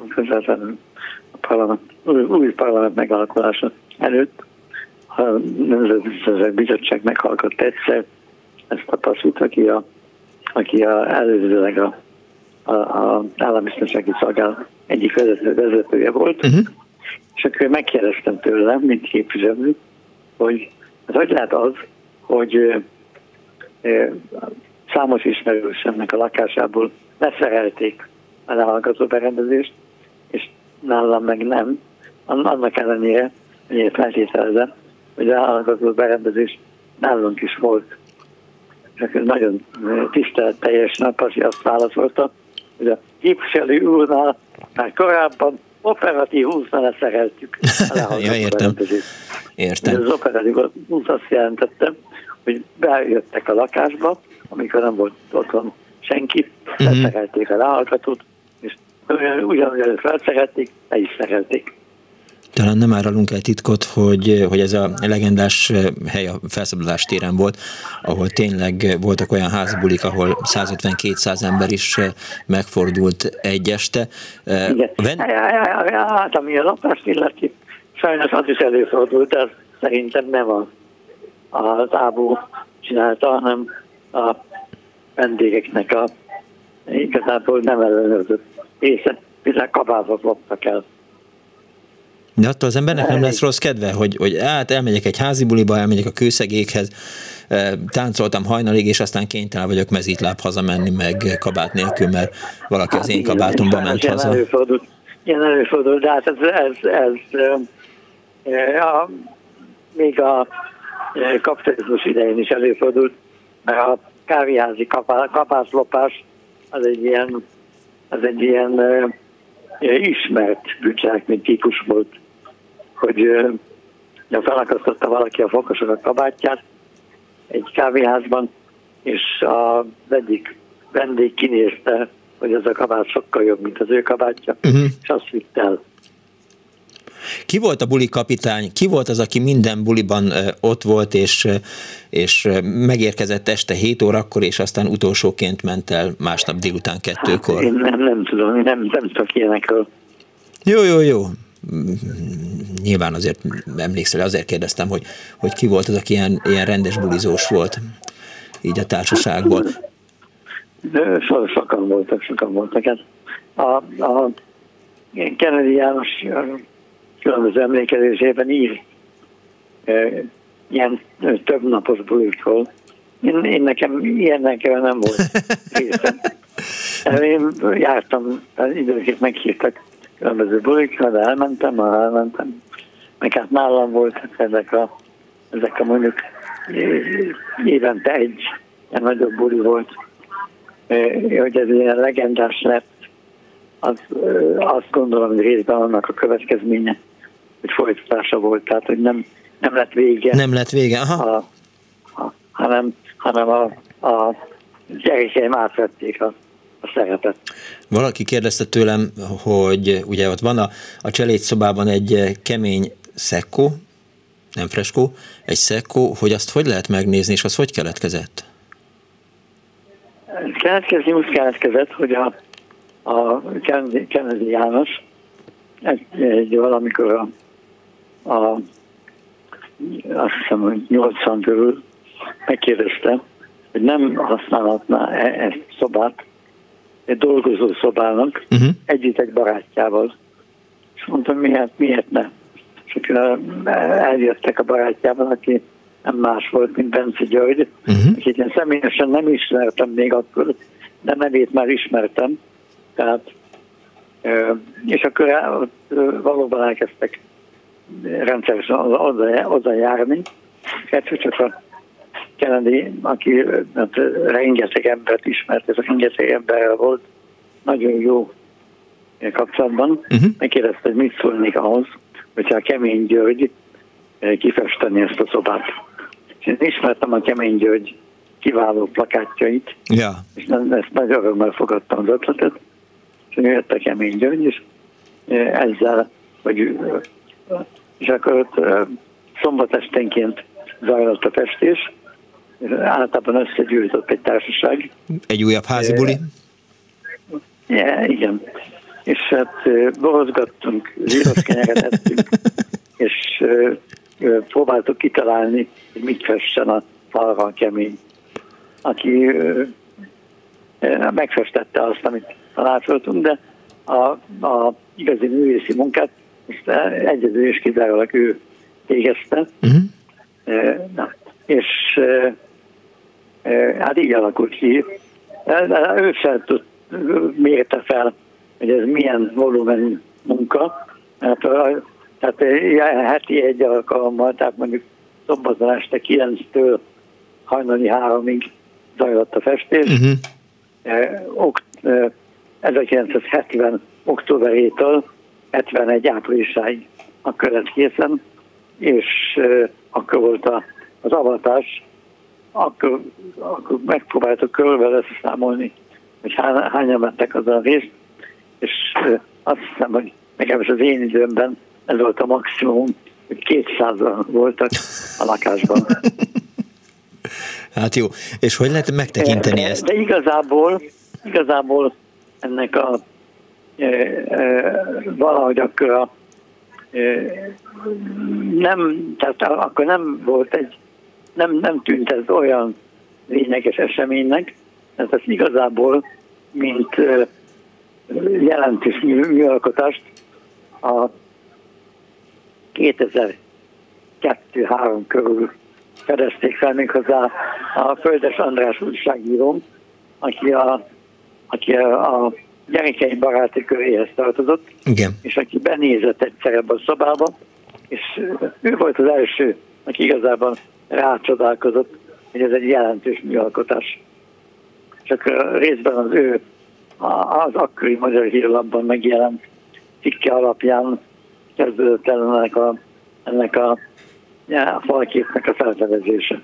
a parlament, új, új parlament megalakulása előtt a Nemzetbiztonsági Bizottság meghallgatta egyszer ezt a passzút, aki, a, aki a, előzőleg a, a, a állambiztonsági szolgálat egyik vezető, vezetője volt, uh-huh. és akkor megkérdeztem tőle, mint képviselő, hogy az hogy lehet az, hogy e, e, számos ismerősemnek a lakásából leszerelték a lehallgató berendezést, és nálam meg nem. Annak ellenére, hogy én feltételezem, hogy a lehallgató berendezés nálunk is volt. És akkor nagyon tiszteletteljesen a pasi azt válaszolta, hogy a képviselő úrnál már korábban operatív húszra leszereltük a lehallgató ja, értem. berendezést. Értem. Az operatív húsz azt jelentette, hogy bejöttek a lakásba, amikor nem volt otthon senki, uh-huh. leszerelték a lehallgatót, és ugyanúgy előtt felszerelték, le is szerelték. Talán nem árulunk el titkot, hogy, hogy ez a legendás hely a Felszabadulás téren volt, ahol tényleg voltak olyan házbulik, ahol százötven-kétszáz ember is megfordult egy este. Igen. Ven... Hát ami a lapást illeti, sajnos az is előfordult, de szerintem nem a, az ábó csinálta, hanem a vendégeknek a igazából nem ellenőrzött része, hiszen kabátot loptak el. De attól az embernek nem lesz rossz kedve, hogy, hogy hát elmegyek egy házi buliba, elmegyek a kőszegékhez, táncoltam hajnalig, és aztán kénytelen vagyok mezítláb hazamenni, meg kabát nélkül, mert valaki az én kabátomba ment ilyen haza. Előfordult, ilyen előfordult, de hát ez, ez, ez a, még a kapitalizmus idején is előfordult, mert a kávéházi kabátlopás az egy ilyen, az egy ilyen ismert bűncselekmény típus volt, hogy uh, felakasztotta valaki a fokosokat kabátját egy kávéházban, és az egyik vendég kinézte, hogy ez a kabát sokkal jobb, mint az ő kabátja, uh-huh. és azt vitt el. Ki volt a buli kapitány? Ki volt az, aki minden buliban uh, ott volt, és, uh, és uh, megérkezett este hét órakor, és aztán utolsóként ment el másnap délután kettőkor? Hát én nem, nem tudom, én nem, nem tudok ilyenekről. Jó, jó, jó. Nyilván azért emlékszel, azért kérdeztem, hogy, hogy ki volt az, aki ilyen, ilyen rendes bulizós volt, így a társaságból. De so, sokan voltak, sokan voltak. A, a Kennedy János különböző emlékezésében ír e, ilyen több napos bulikról. Én, én nekem ilyenekkel nem volt részem. Én jártam, időnként meghívtak különböző bulikra, de elmentem, már elmentem. meg hát nálam voltak ezek a, ezek a mondjuk évente egy ilyen nagyobb buli volt, hogy ez ilyen legendás lett, az, azt gondolom, hogy részben annak a következménye, hogy folytatása volt, tehát hogy nem, nem lett vége. Nem lett vége, aha. A, a, hanem, hanem a, a gyerekeim átvették a, a szerepet. Valaki kérdezte tőlem, hogy ugye ott van a, a cselédszobában egy kemény szekkó, nem freskó, egy szekkó, hogy azt hogy lehet megnézni, és az hogy keletkezett? Keletkezni úgy keletkezett, hogy a, a Kennedy János egy, egy valamikor a, a azt hiszem, hogy nyolcvan körül megkérdezte, hogy nem használhatná ezt szobát egy dolgozó szobának uh-huh. együtt egy barátjával. És mondtam, miért, miért ne? És akkor eljöttek a barátjával, aki nem más volt, mint Bence György, uh-huh. akit én személyesen nem ismertem még akkor, de nevét már ismertem. Tehát, és akkor valóban elkezdtek rendszeresen oda, oda járni. Egyszer csak a Kennedy, aki hát, rengeteg embert ismert, ez a rengeteg emberrel volt nagyon jó kapcsolatban, uh-huh. megkérdezte, hogy mit szólnék ahhoz, hogyha a Kemény György kifesteni ezt a szobát. És én ismertem a Kemény György kiváló plakátjait, ja. és ezt nagy örömmel fogadtam az ötletet, és jött a Kemény György, és ezzel, hogy és akkor ott szombat esténként zajlott a festés, és általában összegyűjtött egy társaság. Egy újabb házi buli? Ja, igen. És hát borozgattunk, zsíros ettünk, és próbáltuk kitalálni, hogy mit fessen a falra a Kemény, aki megfestette azt, amit tanácsoltunk, de a, a igazi művészi munkát most egyedül és kizárólag ő végezte. Uh-huh. Na, és hát így alakult ki. De ő sem tud, mérte fel, hogy ez milyen volumen munka. Hát, tehát heti egy alkalommal, tehát mondjuk szombaton este kilenctől hajnali háromig zajlott a festés. Uh-huh. ezerkilencszázhetven októberétől hetvenegy áprilisáig akkor lett készen, és uh, akkor volt a, az avatás, akkor, akkor megpróbáltuk körülbelül összeszámolni, hogy hány, hányan mentek azon a részt, és uh, azt hiszem, hogy nekem is az én időmben ez volt a maximum, hogy kétszázan voltak a lakásban. Hát jó, és hogy lehet megtekinteni de, ezt? De igazából, igazából ennek a e, e, valahogy akkor a, e, nem, tehát akkor nem volt egy, nem, nem tűnt ez olyan lényeges eseménynek, ez az igazából, mint e, jelentős műalkotást a kétezer-kettő-három körül fedezték fel méghozzá a Földes András újságíró, aki a, aki a, a gyerekeim baráti köréhez tartozott, igen. És aki benézett egyszer ebbe a szobába, és ő volt az első, aki igazából rácsodálkozott, hogy ez egy jelentős műalkotás. Csak részben az ő az akkori Magyar Hírlapban megjelent cikke alapján kezdődött el ennek a, ennek a, a falképnek a felfedezése.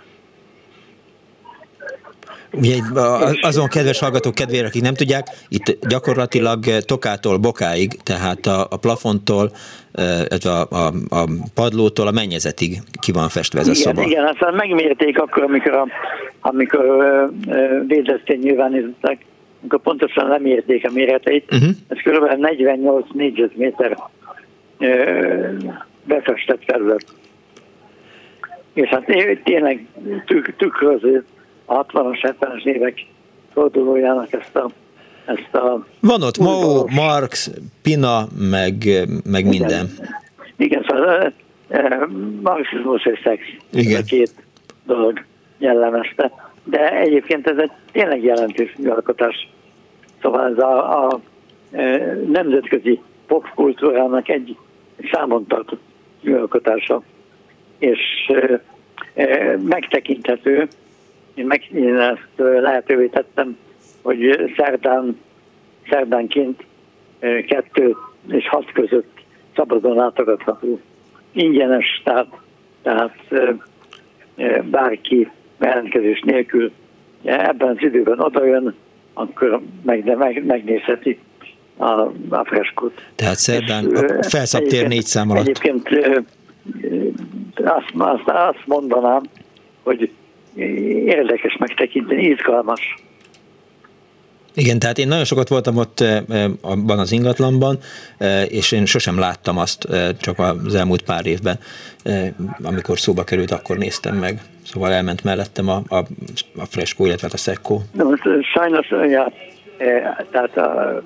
Ugye azon kedves hallgatók kedvére, akik nem tudják, itt gyakorlatilag tokától bokáig, tehát a, a plafontól, a, a, a padlótól a mennyezetig ki van festve ez a igen, szoba. Igen, aztán megmérték akkor, amikor, a, amikor védeztény nyilvánították, amikor pontosan lemérték a méreteit, uh-huh. Ez kb. negyvennyolc négyzetméter befestett terület. És hát tényleg tük, tükröző a hatvanas, hetvenes évek fordulójának ezt a, ezt a... Van ott Mao, Marx, Pina, meg, meg igen. minden. Igen, szóval e, marxizmus és szex. Igen. Ez a két dolog jellemezte. De egyébként ez egy tényleg jelentős műalkotás. Szóval ez a, a e, nemzetközi popkultúrának egy számon tartott műalkotása, és megtekinthető. Én, meg, én ezt lehetővé tettem, hogy szerdán, szerdánként kettő és hat között szabadon látogatható. Ingyenes, tehát, tehát bárki jelentkezés nélkül ebben az időben odajön, akkor meg, meg, megnézheti a, a freskót. Tehát szerdán a Felszabtér négy szám alatt. Egyébként azt, azt, azt mondanám, hogy érdekes megtekinteni, izgalmas. Igen, tehát én nagyon sokat voltam ott abban az ingatlanban, és én sosem láttam azt, csak az elmúlt pár évben, amikor szóba került, akkor néztem meg. Szóval elment mellettem a, a, a freskó, illetve a szekkó. No, sajnos, ja, tehát a,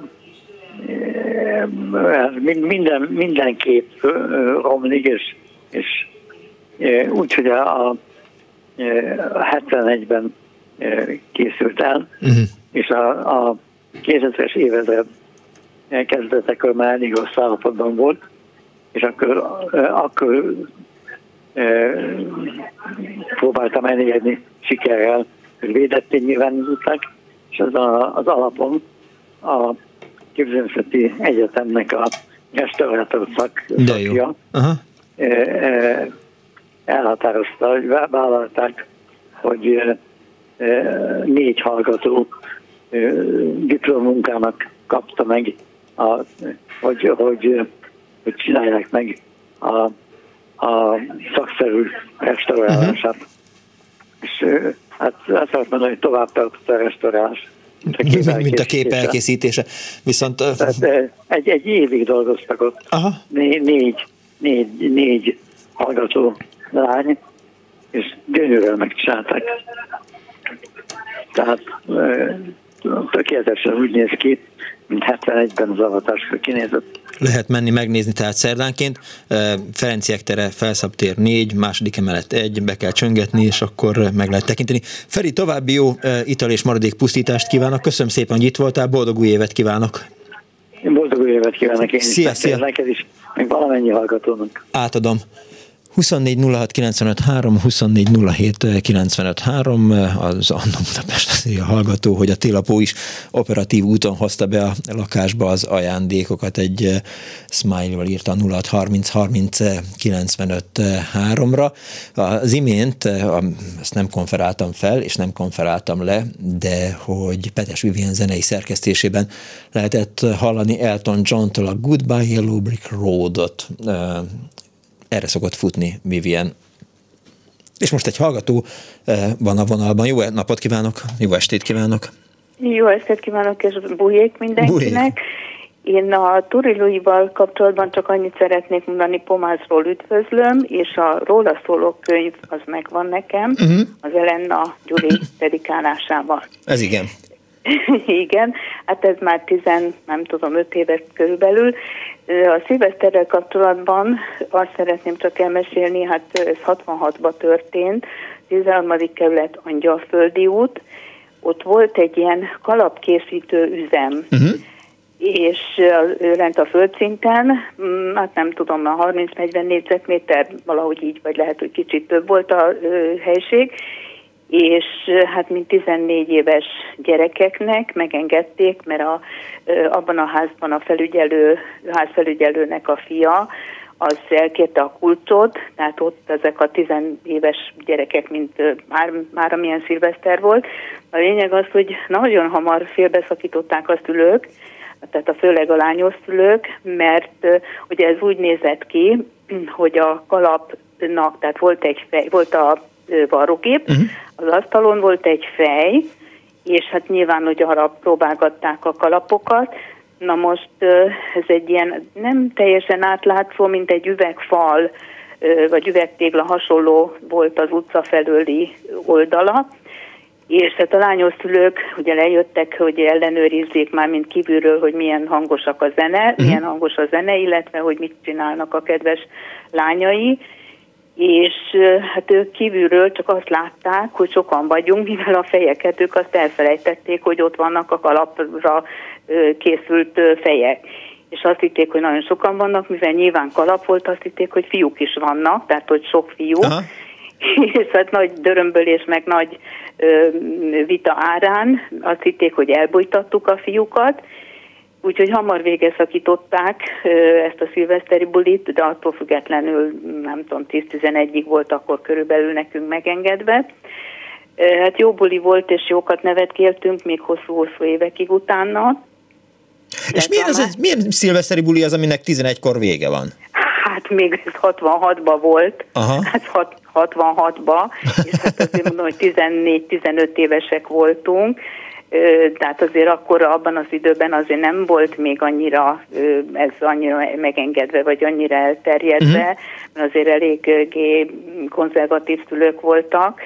minden, minden kép romlik, és, és úgy, hogy a, a hetvenegyben készült el, uh-huh. és a, a kétezres évezred kezdetekor már elég rossz állapotban volt, és akkor, akkor e, próbáltam elérni sikerrel, hogy védetté nyilvánították, és az, a, az alapon a Képzőművészeti Egyetemnek a restaurátor szakja e, e, elhatározta, hogy vállalták, hogy négy hallgató diplomunkának kapta meg, a, hogy, hogy, hogy csinálják meg a, a szakszerű restaurálását. Uh-huh. És hát azt azt mondani, hogy tovább tartott a restaurálás. Mint, mint a kép elkészítése. Viszont... Tehát egy, egy évig dolgoztak ott. Aha. Né, négy, négy, négy hallgató lány, és gyönyörűen megcsinálták. Tehát tökéletesen úgy néz ki, mint hetvenegyben az avatáskor kinézett. Lehet menni megnézni tehát szerdánként. Ferenciek tere, Felszabtér négy, második emelet egy, be kell csöngetni, és akkor meg lehet tekinteni. Feri, további jó ital és maradék pusztítást kívánok. Köszönöm szépen, hogy itt voltál, boldog új évet kívánok. Én boldog új évet kívánok én szia, is. Szia. Neked is, meg valamennyi hallgatónak. Átadom. huszonnégy nulla hat kilencvenöt három, huszonnégy nulla hét kilencvenöt három, az Annó Budapest a hallgató, hogy a télapó is operatív úton hozta be a lakásba az ajándékokat, egy smiley-val írta nulla hat harminc harminc kilencvenöt háromra. Az imént, ezt nem konferáltam fel, és nem konferáltam le, de hogy Petes Vivien zenei szerkesztésében lehetett hallani Elton John-tól a Goodbye Yellow Brick Road-ot. Erre szokott futni Vivien. És most egy hallgató van a vonalban. Jó napot kívánok, jó estét kívánok. Jó estét kívánok, és bujék mindenkinek. Bujék. Én a Turi Louis-val kapcsolatban csak annyit szeretnék mondani, Pomázról üdvözlöm, és a róla szóló könyv az megvan nekem, uh-huh. az Elena Gyuri dedikálásával. Ez igen. Igen, hát ez már tizen, nem tudom, öt éves körülbelül. A szilveszterrel kapcsolatban azt szeretném csak elmesélni, hát ez hatvanhatban történt, tizenharmadik kerület Angyalföldi út, ott volt egy ilyen kalapkészítő üzem, uh-huh. és lent a földszinten, hát nem tudom, a harminc-negyven négyzetméter, valahogy így, vagy lehet, hogy kicsit több volt a helység, és hát mint tizennégy éves gyerekeknek megengedték, mert a, abban a házban a felügyelő, házfelügyelőnek a fia, az elkérte a kulcsot, tehát ott ezek a tizenéves gyerekek, mint már, már amilyen szilveszter volt. A lényeg az, hogy nagyon hamar félbeszakították a szülők, tehát a főleg a lányos szülők, mert ugye ez úgy nézett ki, hogy a kalapnak, tehát volt egy fej, volt a varrógép, uh-huh. az asztalon volt egy fej, és hát nyilván, hogy arra próbálgatták a kalapokat. Na most ez egy ilyen nem teljesen átlátszó, mint egy üvegfal, vagy üvegtégla hasonló volt az utca felőli oldala, és hát a lányos szülők ugye lejöttek, hogy ellenőrizzék már mint kívülről, hogy milyen hangosak a zene, uh-huh. milyen hangos a zene, illetve hogy mit csinálnak a kedves lányai, és hát ők kívülről csak azt látták, hogy sokan vagyunk, mivel a fejeket ők azt elfelejtették, hogy ott vannak a kalapra készült fejek. és azt hitték, hogy nagyon sokan vannak, mivel nyilván kalap volt, azt hitték, hogy fiúk is vannak, tehát hogy sok fiú. Aha. És hát nagy dörömbölés, meg nagy ö, vita árán azt hitték, hogy elbújtattuk a fiúkat, úgyhogy hamar végezszakították ö, ezt a szilveszteri bulit, de attól függetlenül, nem tudom, tíz-tizenegyig volt akkor körülbelül nekünk megengedve. Ö, hát jó buli volt, és jókat nevetkéltünk, még hosszú-hosszú évekig utána. És milyen, az egy, milyen szilveszteri buli az, aminek tizenegykor vége van? Hát még ez hatvanhatban volt, Aha. hát hatvanhatban, és hát azért mondom, hogy tizennégy-tizenöt évesek voltunk, tehát azért akkor abban az időben azért nem volt még annyira, ez annyira megengedve, vagy annyira elterjedve, uh-huh. mert azért eléggé konzervatív szülők voltak.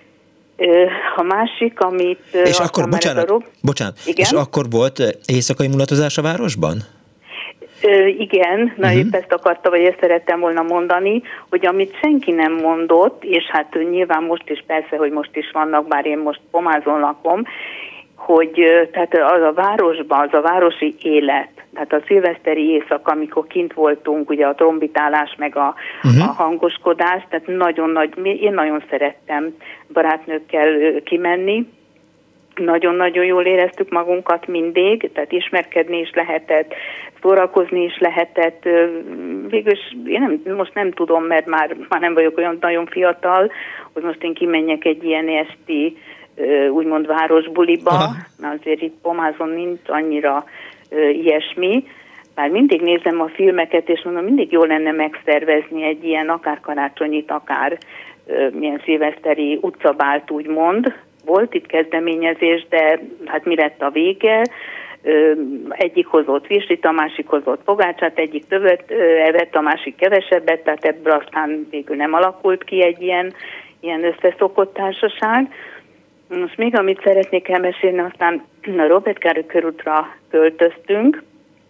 A másik, amit... És akkor, bocsánat, rob... bocsánat, és akkor volt éjszakai mulatozás a városban? Ö, igen, na uh-huh. épp ezt akarta, vagy ezt szerettem volna mondani, hogy amit senki nem mondott, és hát nyilván most is persze, hogy most is vannak, bár én most Pomázon lakom, hogy tehát az a városban, az a városi élet, tehát a szilveszteri éjszaka, amikor kint voltunk, ugye a trombitálás, meg a, uh-huh. a hangoskodás, tehát nagyon nagy, én nagyon szerettem barátnőkkel kimenni, nagyon-nagyon jól éreztük magunkat mindig, tehát ismerkedni is lehetett, szórakozni is lehetett. Végülis én nem, most nem tudom, mert már, már nem vagyok olyan nagyon fiatal, hogy most én kimenjek egy ilyen esti úgymond városbuliba, aha. mert azért itt Pomázon nincs annyira ilyesmi. Már mindig nézem a filmeket, és mondom, mindig jó lenne megszervezni egy ilyen akár karácsonyit, akár milyen szilveszteri utcabált úgymond. Volt itt kezdeményezés, de hát mi lett a vége? Egyik hozott virslit, a másik hozott pogácsát, egyik többet evett, a másik kevesebbet, tehát ebből aztán végül nem alakult ki egy ilyen, ilyen összeszokott társaság. Most még amit szeretnék elmesélni, aztán a Robert Károly körútra költöztünk,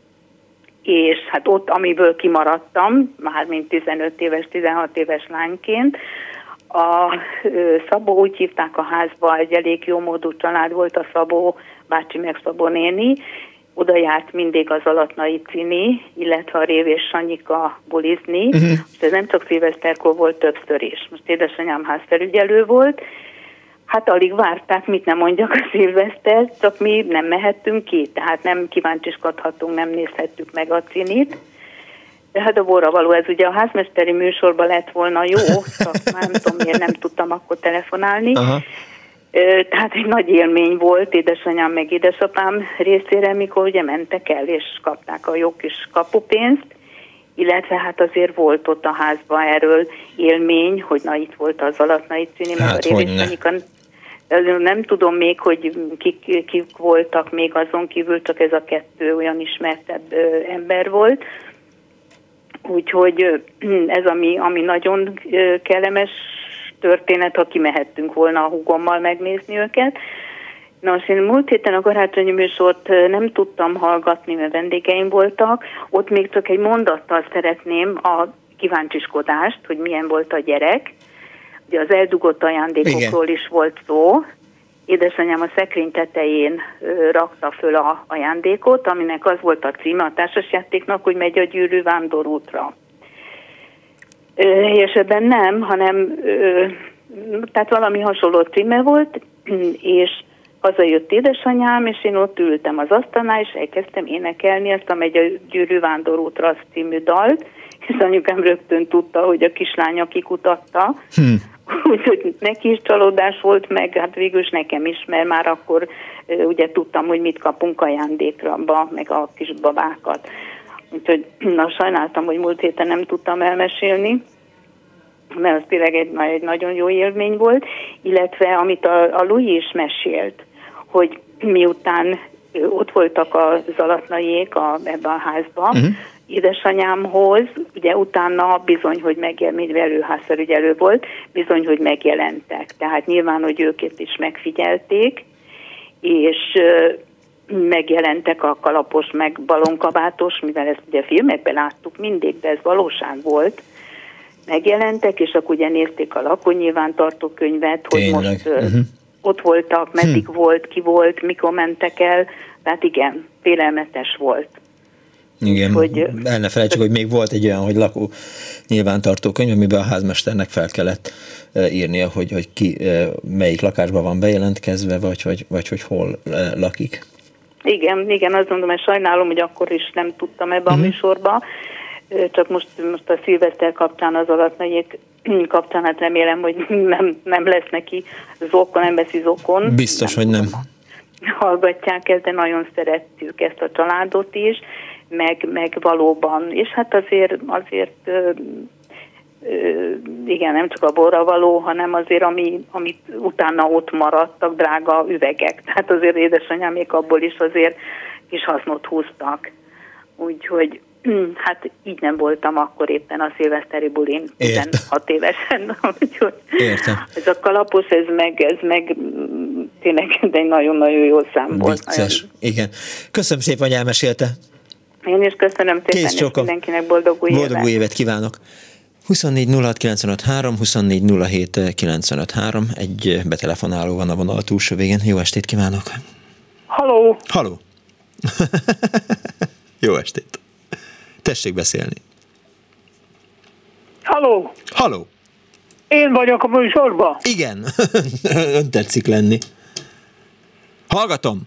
és hát ott, amiből kimaradtam, már mint tizenöt éves, tizenhat éves lányként, a Szabó, úgy hívták a házba, egy elég jó módú család volt, a Szabó bácsi meg Szabó néni, oda járt mindig az Alatnai Cini, illetve a Rév és Sanyika bulizni, uh-huh. most ez nem csak szilveszterkor volt, többször is. Most édesanyám házfelügyelő volt, hát alig várták, mit nem mondjak a szilvesztert, csak mi nem mehettünk ki, tehát nem kíváncsiskodhatunk, nem nézhettük meg a cinit. De hát a borra való, ez ugye a házmesteri műsorban lett volna jó, csak nem tudom miért nem tudtam akkor telefonálni. Aha. Tehát egy nagy élmény volt édesanyám meg édesapám részére, mikor ugye mentek el és kapták a jó kis kapupénzt, illetve hát azért volt ott a házban erről élmény, hogy na itt volt az Alatnai Cini, meg hát, a Révészanyika. Nem tudom még, hogy kik, kik voltak még azon kívül, csak ez a kettő olyan ismertebb ember volt. Úgyhogy ez ami, ami nagyon kellemes történet, ha kimehettünk volna a húgommal megnézni őket. Nos, én múlt héten a karácsonyi műsort nem tudtam hallgatni, mert vendégeim voltak. Ott még csak egy mondattal szeretném a kíváncsiskodást, hogy milyen volt a gyerek. Ugye az eldugott ajándékokról igen. is volt szó. Édesanyám a szekrény tetején ö, rakta föl a ajándékot, aminek az volt a címe a társasjátéknak, hogy megy a gyűrű vándorútra. Ö, és ebben nem, hanem ö, tehát valami hasonló címe volt, és hazajött édesanyám, és én ott ültem az asztalnál, és elkezdtem énekelni ezt a Megy a gyűrű vándorútra című dalt, és anyukám rögtön tudta, hogy a kislánya kikutatta, hm. úgyhogy neki is csalódás volt, meg hát végül is nekem is, mert már akkor ugye tudtam, hogy mit kapunk ajándékra, meg a kis babákat. Úgyhogy na, sajnáltam, hogy múlt héten nem tudtam elmesélni, mert az tényleg egy, egy nagyon jó élmény volt, illetve amit a, a Louis is mesélt, hogy miután ott voltak az Alatnaiék a, ebben a házban, uh-huh. édesanyámhoz, ugye utána bizony, hogy megjelent, mivel ő házfelügyelő volt, bizony, hogy megjelentek. Tehát nyilván, hogy őket is megfigyelték, és megjelentek a kalapos, meg balonkabátos, mivel ezt ugye filmekben láttuk mindig, de ez valóság volt. Megjelentek, és akkor ugye nézték a lakónyilvántartókönyvet, hogy tényleg. Most uh-huh. ott voltak, meddig hm. volt, ki volt, mikor mentek el. Tehát igen, félelmetes volt. Igen, hogy, el ne felejtsük, hogy még volt egy olyan, hogy lakó nyilvántartó könyv, amiben a házmesternek fel kellett írnia, hogy, hogy ki melyik lakásban van bejelentkezve, vagy, vagy, vagy hogy hol lakik. Igen, igen, azt mondom, hogy sajnálom, hogy akkor is nem tudtam ebbe uh-huh. a műsorba, csak most, most a szilveszter kapcsán az alatnagyék kapcsán, hát remélem, hogy nem, nem lesz neki zokon, nem veszi zokon. Biztos, nem hogy nem. Hallgatják ezt, de nagyon szeretjük ezt a családot is, meg, meg valóban, és hát azért, azért ö, ö, igen, nem csak a borra való, hanem azért, ami, amit utána ott maradtak, drága üvegek. Tehát azért édesanyámék abból is azért kis hasznot húztak. Úgyhogy hát így nem voltam akkor éppen a szilveszteri bulin, tizenhat évesen. Úgyhogy ez a kalapos, ez meg, ez meg tényleg egy nagyon-nagyon jó szám volt. Vicces, igen. Köszönöm szépen, hogy elmesélte. Én is köszönöm szépen, és mindenkinek boldog új évet. Boldog új évet kívánok. huszonnégy nulla hat kilencvenöt három, huszonnégy nulla hét kilencvenöt három, egy betelefonáló van a vonal túlsó végén. Jó estét kívánok! Halló! Halló! Jó estét! Tessék beszélni. Halló! Halló! Én vagyok a műsorban. Igen, ön tetszik lenni. Hallgatom.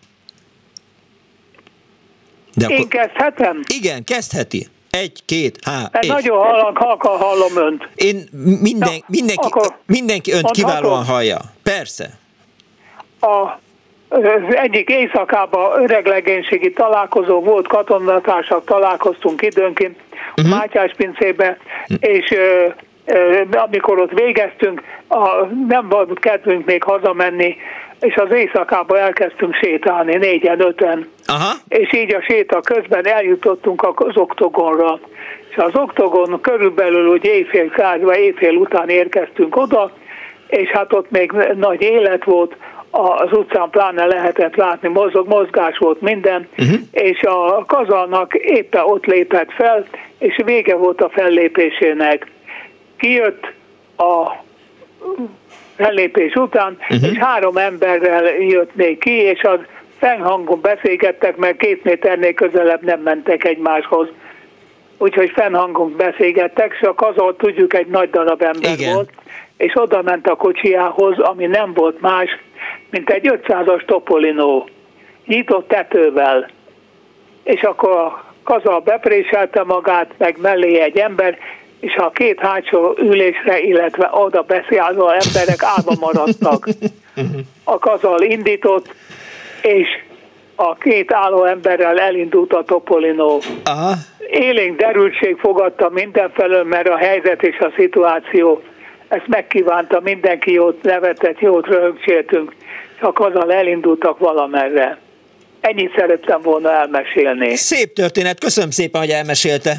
De Én akkor... kezdhetem? Igen, kezdheti. Egy, két, há, és. Nagyon hallan, halkan hallom önt. Én minden, ja, mindenki, mindenki önt kiválóan hallja. Persze. A Az egyik éjszakában öreglegénységi találkozó volt, katonatársak találkoztunk időnként uh-huh. Mátyás pincébe, uh-huh. és ö, ö, amikor ott végeztünk, a, nem volt kedvünk még hazamenni, és az éjszakában elkezdtünk sétálni, négyen, öten. Aha. És így a séta közben eljutottunk az oktogonra. És az oktogon körülbelül úgy éjfél kártyva, éjfél után érkeztünk oda, és hát ott még nagy élet volt, az utcán pláne lehetett látni, mozog, mozgás volt minden, uh-huh. és a kazalnak éppen ott lépett fel, és vége volt a fellépésének. Kijött a fellépés után, uh-huh. és három emberrel jött még ki, és az fennhangon beszélgettek, mert két méternél közelebb nem mentek egymáshoz. Úgyhogy fennhangon beszélgettek, és a kazal, tudjuk, egy nagy darab ember Igen. volt, és oda ment a kocsiához, ami nem volt más, mint egy ötszázas Topolino, nyitott tetővel. És akkor a kazal bepréselte magát, meg mellé egy ember, és a két hátsó ülésre, illetve oda beszélő emberek állva maradtak. A kazal indított, és a két álló emberrel elindult a Topolino. Aha. Élénk derültség fogadta mindenfelől, mert a helyzet és a szituáció ezt megkívánta, mindenki jót nevetett, jót röhögcséltünk, csak azzal elindultak valamerre. Ennyit szerettem volna elmesélni. Szép történet, köszönöm szépen, hogy elmesélte.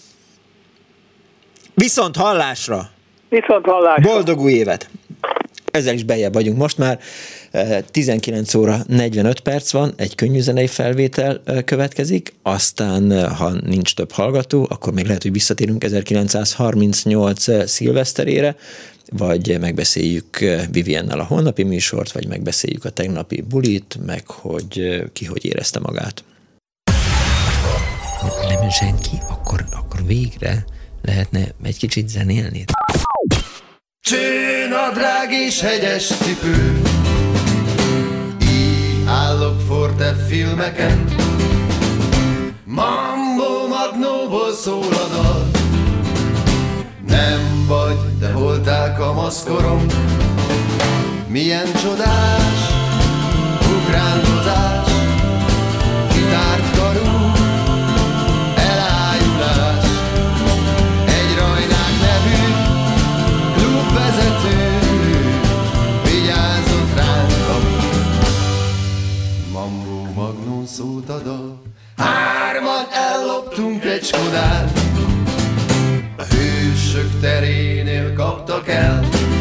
Viszont hallásra! Viszont hallásra! Boldog új évet! Ezzel is beljebb vagyunk. Most már tizenkilenc óra negyvenöt perc van, egy könnyű zenei felvétel következik, aztán ha nincs több hallgató, akkor még lehet, hogy visszatérünk ezerkilencszázharmincnyolc szilveszterére, vagy megbeszéljük Viviennel a holnapi műsort, vagy megbeszéljük a tegnapi bulit, meg hogy ki hogy érezte magát. Ha nem senki, akkor, akkor végre lehetne egy kicsit zenélni. Csőnadrág és hegyes cipő, így állok Forte filmeken, Mambo Magnóból szól a dal. Nem vagy, de holták a maszkorom, milyen csodás ugrándozás, kitárt karú elájulás, egy Rajnák nevű klubvezető vigyázott ránk, amíg Mambo Magnum szólt a dal. Hárman elloptunk egy Skodát, a hősök terénél kaptak el,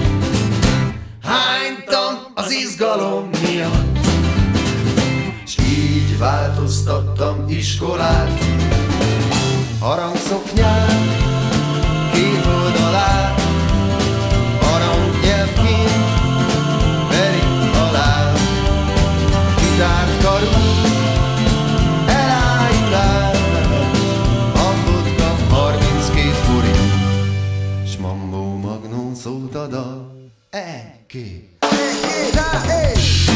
hánytam az izgalom miatt, s így változtattam iskolát, harangszoknyát, két oldalát, aranynyelvként verik alá, kitárt karú elájulás, Eki. Eki, na, hey.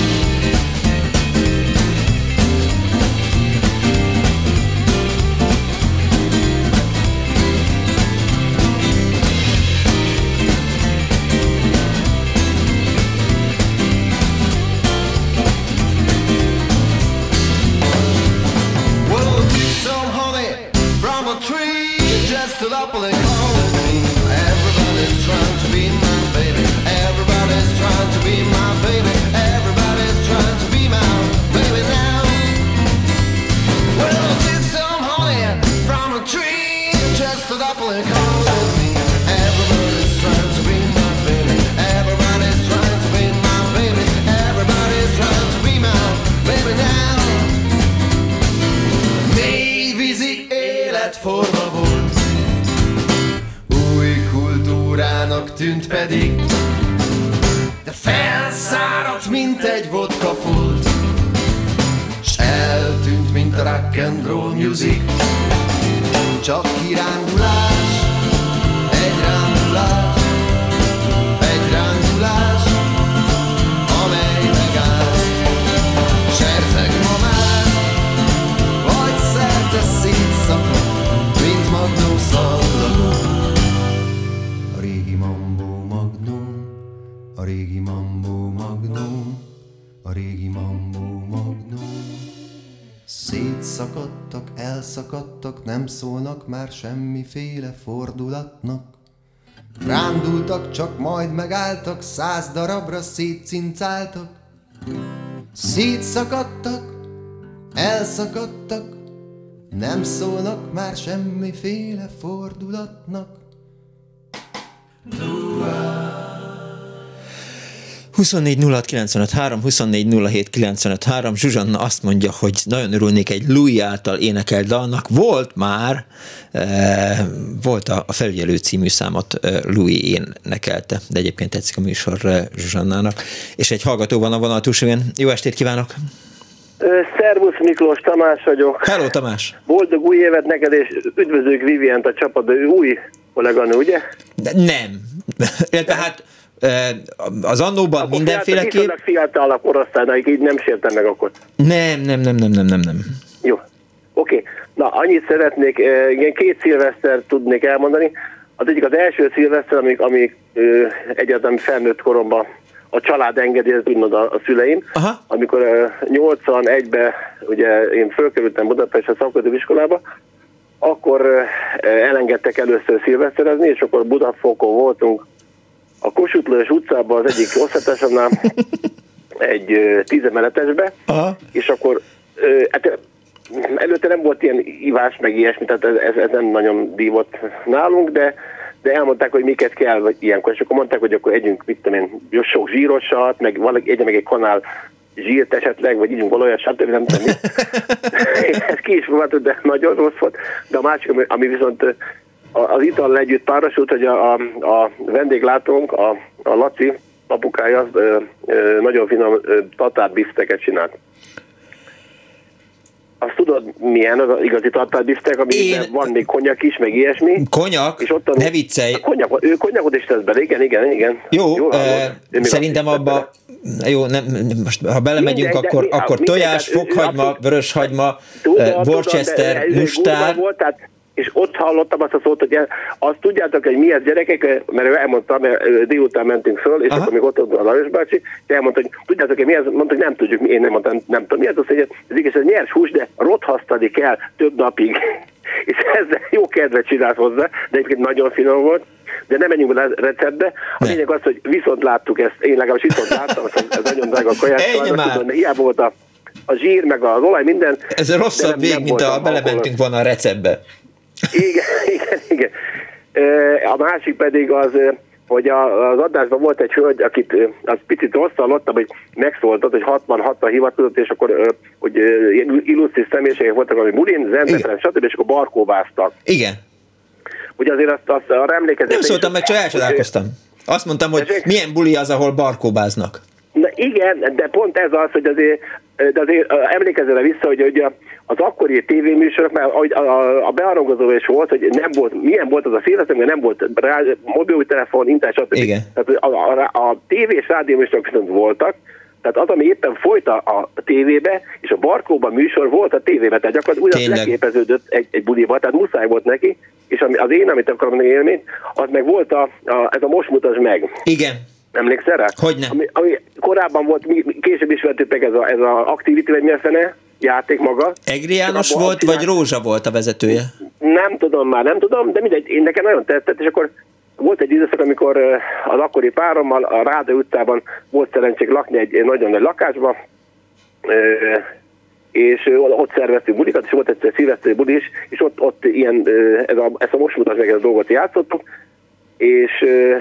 Stood up and calling me. Everybody's trying to be my baby. Everybody's trying to be my baby. Everybody's trying to be my baby now. Well, I did some honey from a tree. Just stood up and calling me. Everybody's trying to be my baby. Everybody's trying to be my baby. Everybody's trying to be my baby now. Mélyvízi életforma volt. Kultúrának tűnt pedig, de felszáradt, mint egy vodka folt, s eltűnt, mint a rock and roll music. Csak kirándulás, egy rándulás, egy rándulás, amely megáll. Serceg ma már, vagy szerte szétszakad, mint magnó szallagok. A régi Mambo Magnum, a régi Mambo Magnum, a régi Mambo Magnum. Szétszakadtak, elszakadtak, nem szólnak már semmiféle fordulatnak. Rándultak, csak majd megálltak, száz darabra szétcincáltak. Szétszakadtak, elszakadtak, nem szólnak már semmiféle fordulatnak. huszonnégy nulla hat kilencvenöt három, huszonnégy nulla hét kilencvenöt három. Zsuzsanna azt mondja, hogy nagyon örülnék egy Louis által énekelt dalnak. Volt már, e, volt a, a Felügyelő című számot e, Louis énekelte, de egyébként tetszik a műsor e, Zsuzsannának. És egy hallgató van a vonal túlsóvén. Jó estét kívánok! Szervusz Miklós, Tamás vagyok. Hello Tamás! Boldog új évet neked, és üdvözlők Vivient a csapat, ő új kolléganő, ugye? De nem. Tehát az annóban akkor mindenféleképp... Akkor viszonylag fiatal a korosztálynak, így nem sértem meg akkor. Nem, nem, nem, nem, nem, nem, nem. Jó, oké. Okay. Na, annyit szeretnék, igen, két szilveszter tudnék elmondani. Az egyik az első szilveszter, amik, amik egyáltalán felnőtt koromban a család engedélyezett, úgymond a, a szüleim. Aha. Amikor uh, nyolcvanegyben ugye én fölkerültem Budapestre szakközép iskolába, akkor uh, elengedtek először szilveszterezni, és akkor Budafokon voltunk a Kossuth Lajos utcában az egyik osztálytársamnál egy uh, tízemeletesbe, és akkor uh, hát, előtte nem volt ilyen ivás, meg ilyesmi, tehát ez, ez, ez nem nagyon dívott nálunk, de de elmondták, hogy miket kell, vagy ilyenkor, és akkor mondták, hogy akkor együnk, mit tudom én, sok zsírosat, meg valaki egyen meg egy kanál zsírt esetleg, vagy ígyunk valóját, stb. Nem tudom mit. Ez ki is volt, de nagyon rossz volt. De a másik, ami viszont az itallal együtt párosult, hogy a, a, a vendéglátónk, a, a Laci apukája, az ö, ö, nagyon finom tatárbifteket csinált. Azt tudod, milyen az igazi tartálybiftek, amiben Én... van még konyak is, meg ilyesmi. Konyak? És ott a... Ne viccelj! A konyak, ő konyakot is tesz bele, igen, igen, igen. Jó, jó e, szerintem abba, jó, nem, most ha belemegyünk, minden, akkor, de, akkor minden, tojás, minden, fokhagyma, vöröshagyma, uh, Worcester, mustár. És ott hallottam azt a szót, hogy azt tudjátok, hogy mi ez gyerekek, mert ő elmondta, mert délután mentünk föl, és Aha. akkor még ott volt a Lajos bácsi, és elmondta, hogy tudjátok, hogy mi ez, mondta, hogy nem tudjuk, én nem mondtam, nem tudom, mi ez az, hogy ez igaz, ez nyers hús, de rothasztani kell több napig. És ezzel jó kedvet csinált hozzá, de egyébként nagyon finom volt, de nem menjünk a receptbe. A lényeg az, hogy viszont láttuk ezt, én legalábbis viszont láttam, ez nagyon drága kaját, de hiába volt a, a zsír, meg az olaj, minden. Ez rosszabb vég, mint a belementünk volna a receptbe. Igen, igen, igen. A másik pedig az, hogy az adásban volt egy hölgy, akit az picit rosszul hallottam, hogy megszóltott, hogy hatvanhattal hivatkozott, és akkor hogy illusztris személyiségek voltak, ami Bulin, Zendefren, stb., és akkor barkóváztak. Igen. Ugye azért azt, azt arra emlékezett. Nem szóltam meg, csak elcsodálkoztam. Azt mondtam, hogy milyen buli az, ahol barkóbáznak. Na igen, de pont ez az, hogy azért de azért emlékezzel vissza, hogy ugye az akkori tévéműsorok, mert a, a beharangozó is volt, hogy nem volt, milyen volt az a szilveszter, mert nem volt rá, mobiltelefon, internet, stb. Igen. Tehát a, a, a tévé és rádióműsorok viszont voltak, tehát az, ami éppen folyt a, a tévébe, és a Barkóban műsor volt a tévébe, tehát gyakorlatilag ugyan leképeződött egy, egy buliba, tehát muszáj volt neki, és ami, az én, amit akarom élményt, az meg volt a, a, ez a Most mutasd meg. Igen. Emlékszel rá? Hogyne. Ami, ami korábban volt, később is vettük meg ez a, ez a Activity, vagy milyen fene, játék maga. Egri János volt, vagy Rózsa volt a vezetője? Nem tudom már, nem tudom, de mindegy, én nekem nagyon tetszett, és akkor volt egy időszak, amikor az akkori párommal a Ráda utcában volt szerencsék lakni egy nagyon nagy lakásba, és ott szerveztünk bulikat, és volt egyszer szilveszteri buli is, és ott, ott ilyen, ez a, ezt a Most mutasd meg, ez a dolgot játszottuk, és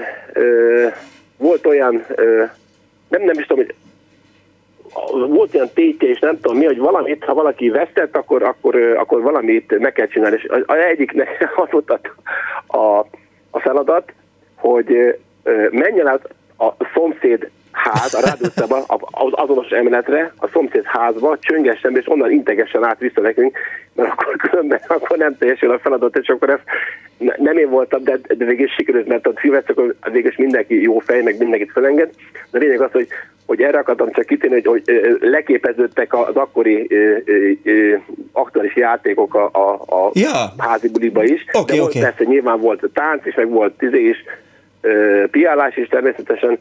volt olyan, nem, nem is tudom, hogy volt olyan tétje, és nem tudom mi, hogy valamit, ha valaki vesztett, akkor, akkor, akkor valamit meg kell csinálni. És az egyiknek az volt a, a, a feladat, hogy menjen át a szomszéd ház, a Rád utcában, az azonos emeletre, a szomszéd házba, csöngessen, és onnan integessen át vissza nekünk, mert akkor különben akkor nem teljesül a feladat, és akkor ezt nem én voltam, de, de végül is sikerült, mert a szilveszter, akkor végül is mindenki jó fej, meg mindenkit felenged. De lényeg az, hogy, hogy erre akartam csak kitérni, hogy, hogy leképeződtek az akkori ö, ö, ö, aktuális játékok a, a, a ja. házi buliba is. Okay, de volt okay. persze, nyilván volt tánc is, meg volt tizé is, ö, piálás is természetesen,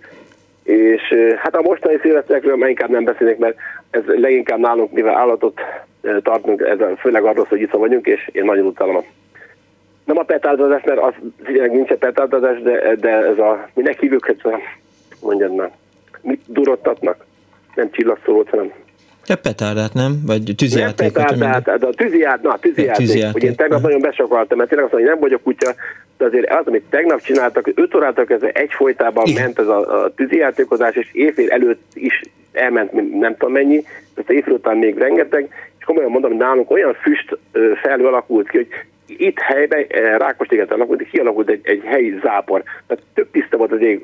és hát a mostani szilveszterekről már inkább nem beszélnék, mert ez leginkább nálunk, mivel állatot tartunk, ez főleg arról, hogy iszom vagyunk, és én nagyon utálom. Nem a petárdozás, mert az nincs a petárdozás, de, de ez a, minek hívjuk, hogy mondjad már, mit durottatnak? Nem csillagszórót, hanem... Te petárdát, nem? Vagy tűzijátékot? Nem petárdát, de a tűziját, na a tűzijáték. tűzijáték. Hogy én tegnap nagyon besokaltam, mert tényleg azt mondom, hogy nem vagyok kutya, de azért az, amit tegnap csináltak, öt órától kezdve egyfolytában igen. ment ez a, a tűzijátékozás, és éjfél előtt is elment nem tudom mennyi, ezt éjfél után még rengeteg, és komolyan mondom, hogy nálunk olyan füst felül alakult ki, hogy itt helyben, Rákosligeten alakult, kialakult egy, egy helyi zápor. Tehát több tiszta volt az ég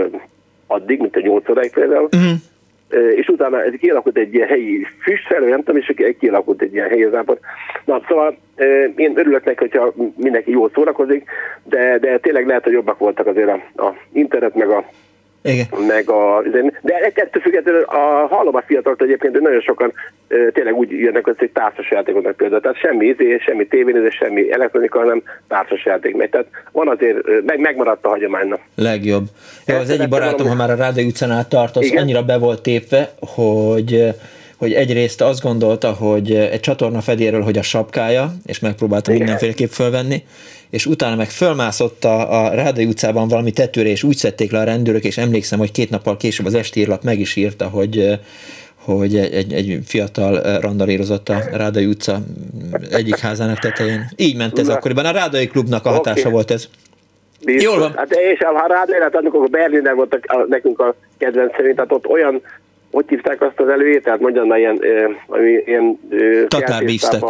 addig, mint a nyolc óráig például, uh-huh. és utána ez kialakult egy ilyen helyi füstfelő, nem tudom, és kialakult egy ilyen helyi zápor. Na, szóval én örülök neki, hogyha mindenki jól szórakozik, de, de tényleg lehet, hogy jobbak voltak azért a, a internet, meg a igen. meg a... De ettől függetlenül a hallom a fiataloktól egyébként, hogy nagyon sokan tényleg úgy jönnek össze, hogy társasjátékoznak például. Tehát semmi izé, semmi tévénézés, semmi elektronika, hanem társasjáték megy. Tehát van azért, meg, megmaradt a hagyománynak. Legjobb. Jó, az egyik barátom, ha már a Rádió utcánál tartasz, igen? annyira be volt tépve, hogy... hogy egyrészt azt gondolta, hogy egy csatorna fedéről, hogy a sapkája, és megpróbálta igen. mindenféleképp fölvenni, és utána meg fölmászott a, a Rádió utcában valami tetőre, és úgy szedték le a rendőrök, és emlékszem, hogy két nappal később az Esti Hírlap meg is írta, hogy, hogy egy, egy fiatal randalírozott a Rádió utca egyik házának tetején. Így ment ez akkoriban. A Rádiói Klubnak a hatása okay. volt ez. Biztos. Jól van. Hát és ha Rádió élet, amikor Berlinen volt a, nekünk a kedvenc szerint, tehát ott olyan, hogy hívták azt az előjét, tehát mondjam, na ilyen, ami ilyen tatárvíztek.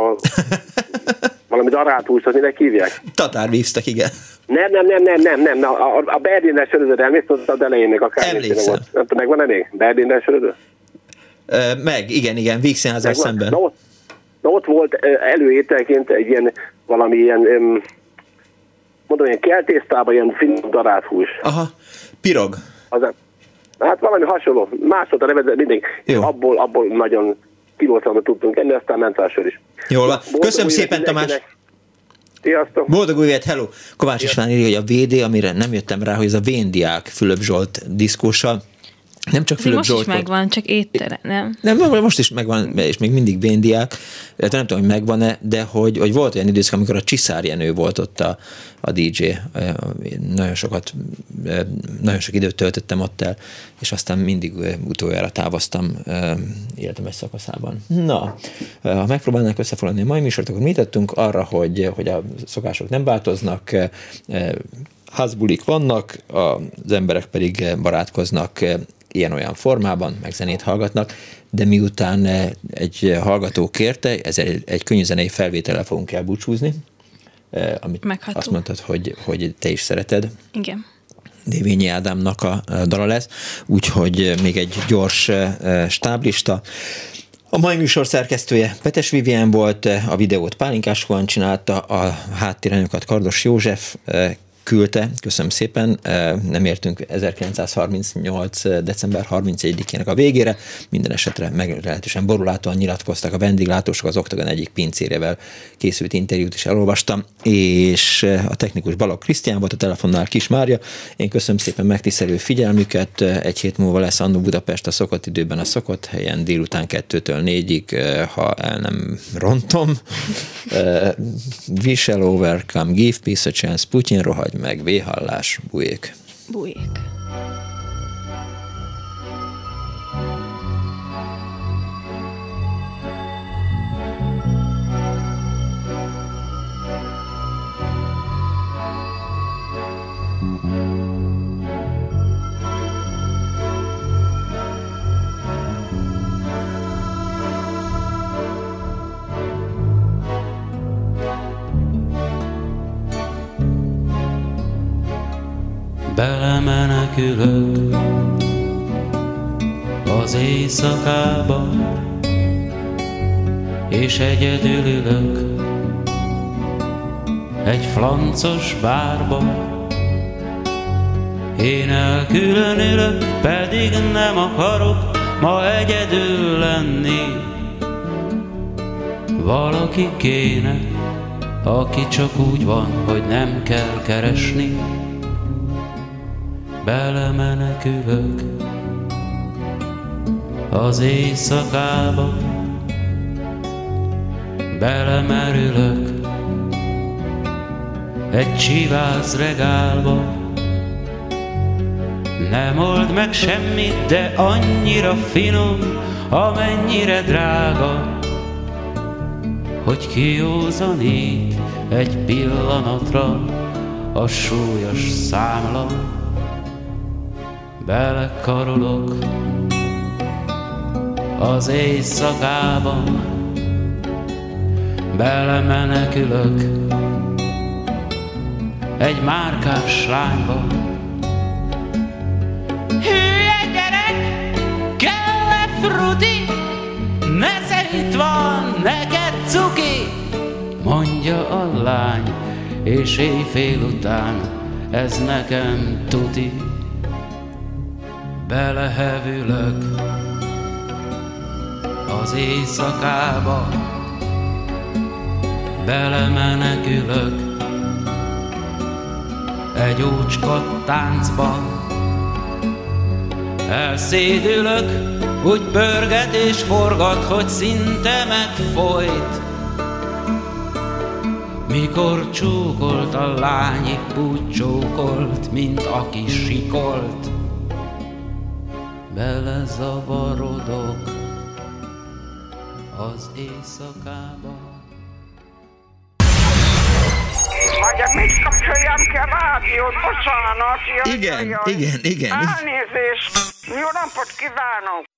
Valami darálthúst, az minek hívják? Tatárvíztek, igen. Nem, nem, nem, nem, nem, nem. A, a Berliner sörözőt elmésztott az elején még akár. Emlékszem. Nem tudom, megvan-e még? Berliner söröző? Meg, igen, igen, Vígszínházzal szemben. Na ott, na ott volt előételként egy ilyen, valami ilyen, mondom, ilyen keltésztában ilyen finom darálthús. Aha, pirog. Az, hát valami hasonló. Más volt a nevezet, mindig. Abból, abból nagyon kilócalmat tudtunk enni, aztán ment a sör is. Jól van. Köszönöm szépen, Tamás. Sziasztok. Boldog új évet, hello. Kovács István írja, hogy a vé dé, amire nem jöttem rá, hogy ez a Véndiák Fülöp Zsolt diszkóssal. Nem csak Fülöp most Zsolt. Most is megvan, csak éttere, nem? Nem, most is megvan, és még mindig Véndiák. Nem tudom, hogy megvan-e, de hogy, hogy volt olyan időszak, amikor a Csiszár Jenő volt ott a, a dé dzsé. Nagyon sokat, nagyon sok időt töltöttem ott el, és aztán mindig utoljára távoztam életem egy szakaszában. Na, ha megpróbálnánk összefoglalni a mai műsort, akkor mit tettünk arra, hogy, hogy a szokások nem változnak, házbulik vannak, az emberek pedig barátkoznak ilyen-olyan formában, meg zenét hallgatnak, de miután egy hallgató kérte, ezzel egy könnyű zenei felvétellel fogunk elbúcsúzni, amit megható. Azt mondtad, hogy, hogy te is szereted. Igen. Dévényi Ádámnak a dala lesz, úgyhogy még egy gyors stáblista. A mai műsor szerkesztője Petes Vivien volt, a videót Pálinkás Juan csinálta, a háttéranyagokat Kardos József küldte, köszönöm szépen, nem értünk ezerkilencszázharmincnyolc. december harmincegyedikének a végére, minden esetre meglehetősen borulátóan nyilatkoztak a vendéglátósok, az Oktogon egyik pincérével készült interjút is elolvastam, és a technikus Balogh Krisztián volt, a telefonnál Kis Mária. Én köszönöm szépen megtisztelő figyelmüket, egy hét múlva lesz Annó Budapest a szokott időben, a szokott helyen, délután kettőtől négyig, ha el nem rontom. We shall overcome, give peace a chance, Putyin rohagy meg, véhallás, bujék. Bujék. Belemenekülök az éjszakába, és egyedül ülök egy flancos bárba. Én elkülönülök, pedig nem akarok ma egyedül lenni. Valaki kéne, aki csak úgy van, hogy nem kell keresni. Belemenekülök az éjszakába, belemerülök egy csivász regálba. Nem old meg semmit, de annyira finom, amennyire drága, hogy kijózanít egy pillanatra a súlyos számla. Belekarolok az éjszakába, belemenekülök egy márkás lányba. Hülye gyerek, kell-e fruti? Nesze itt van neked cuki, mondja a lány, és éjfél után ez nekem tuti. Belehevülök az éjszakába, belemenekülök egy ócska táncba. Elszédülök, úgy pörget és forgat, hogy szinte megfojt. Mikor csókolt a lány, úgy csókolt, mint aki sikolt. Belezavarodok az éjszakába. Vagy mit kapcsoljam ki a rádiót? Bocsánat. Jaj, Igen, jaj, jaj. igen, igen. Elnézést. Jó napot kívánok.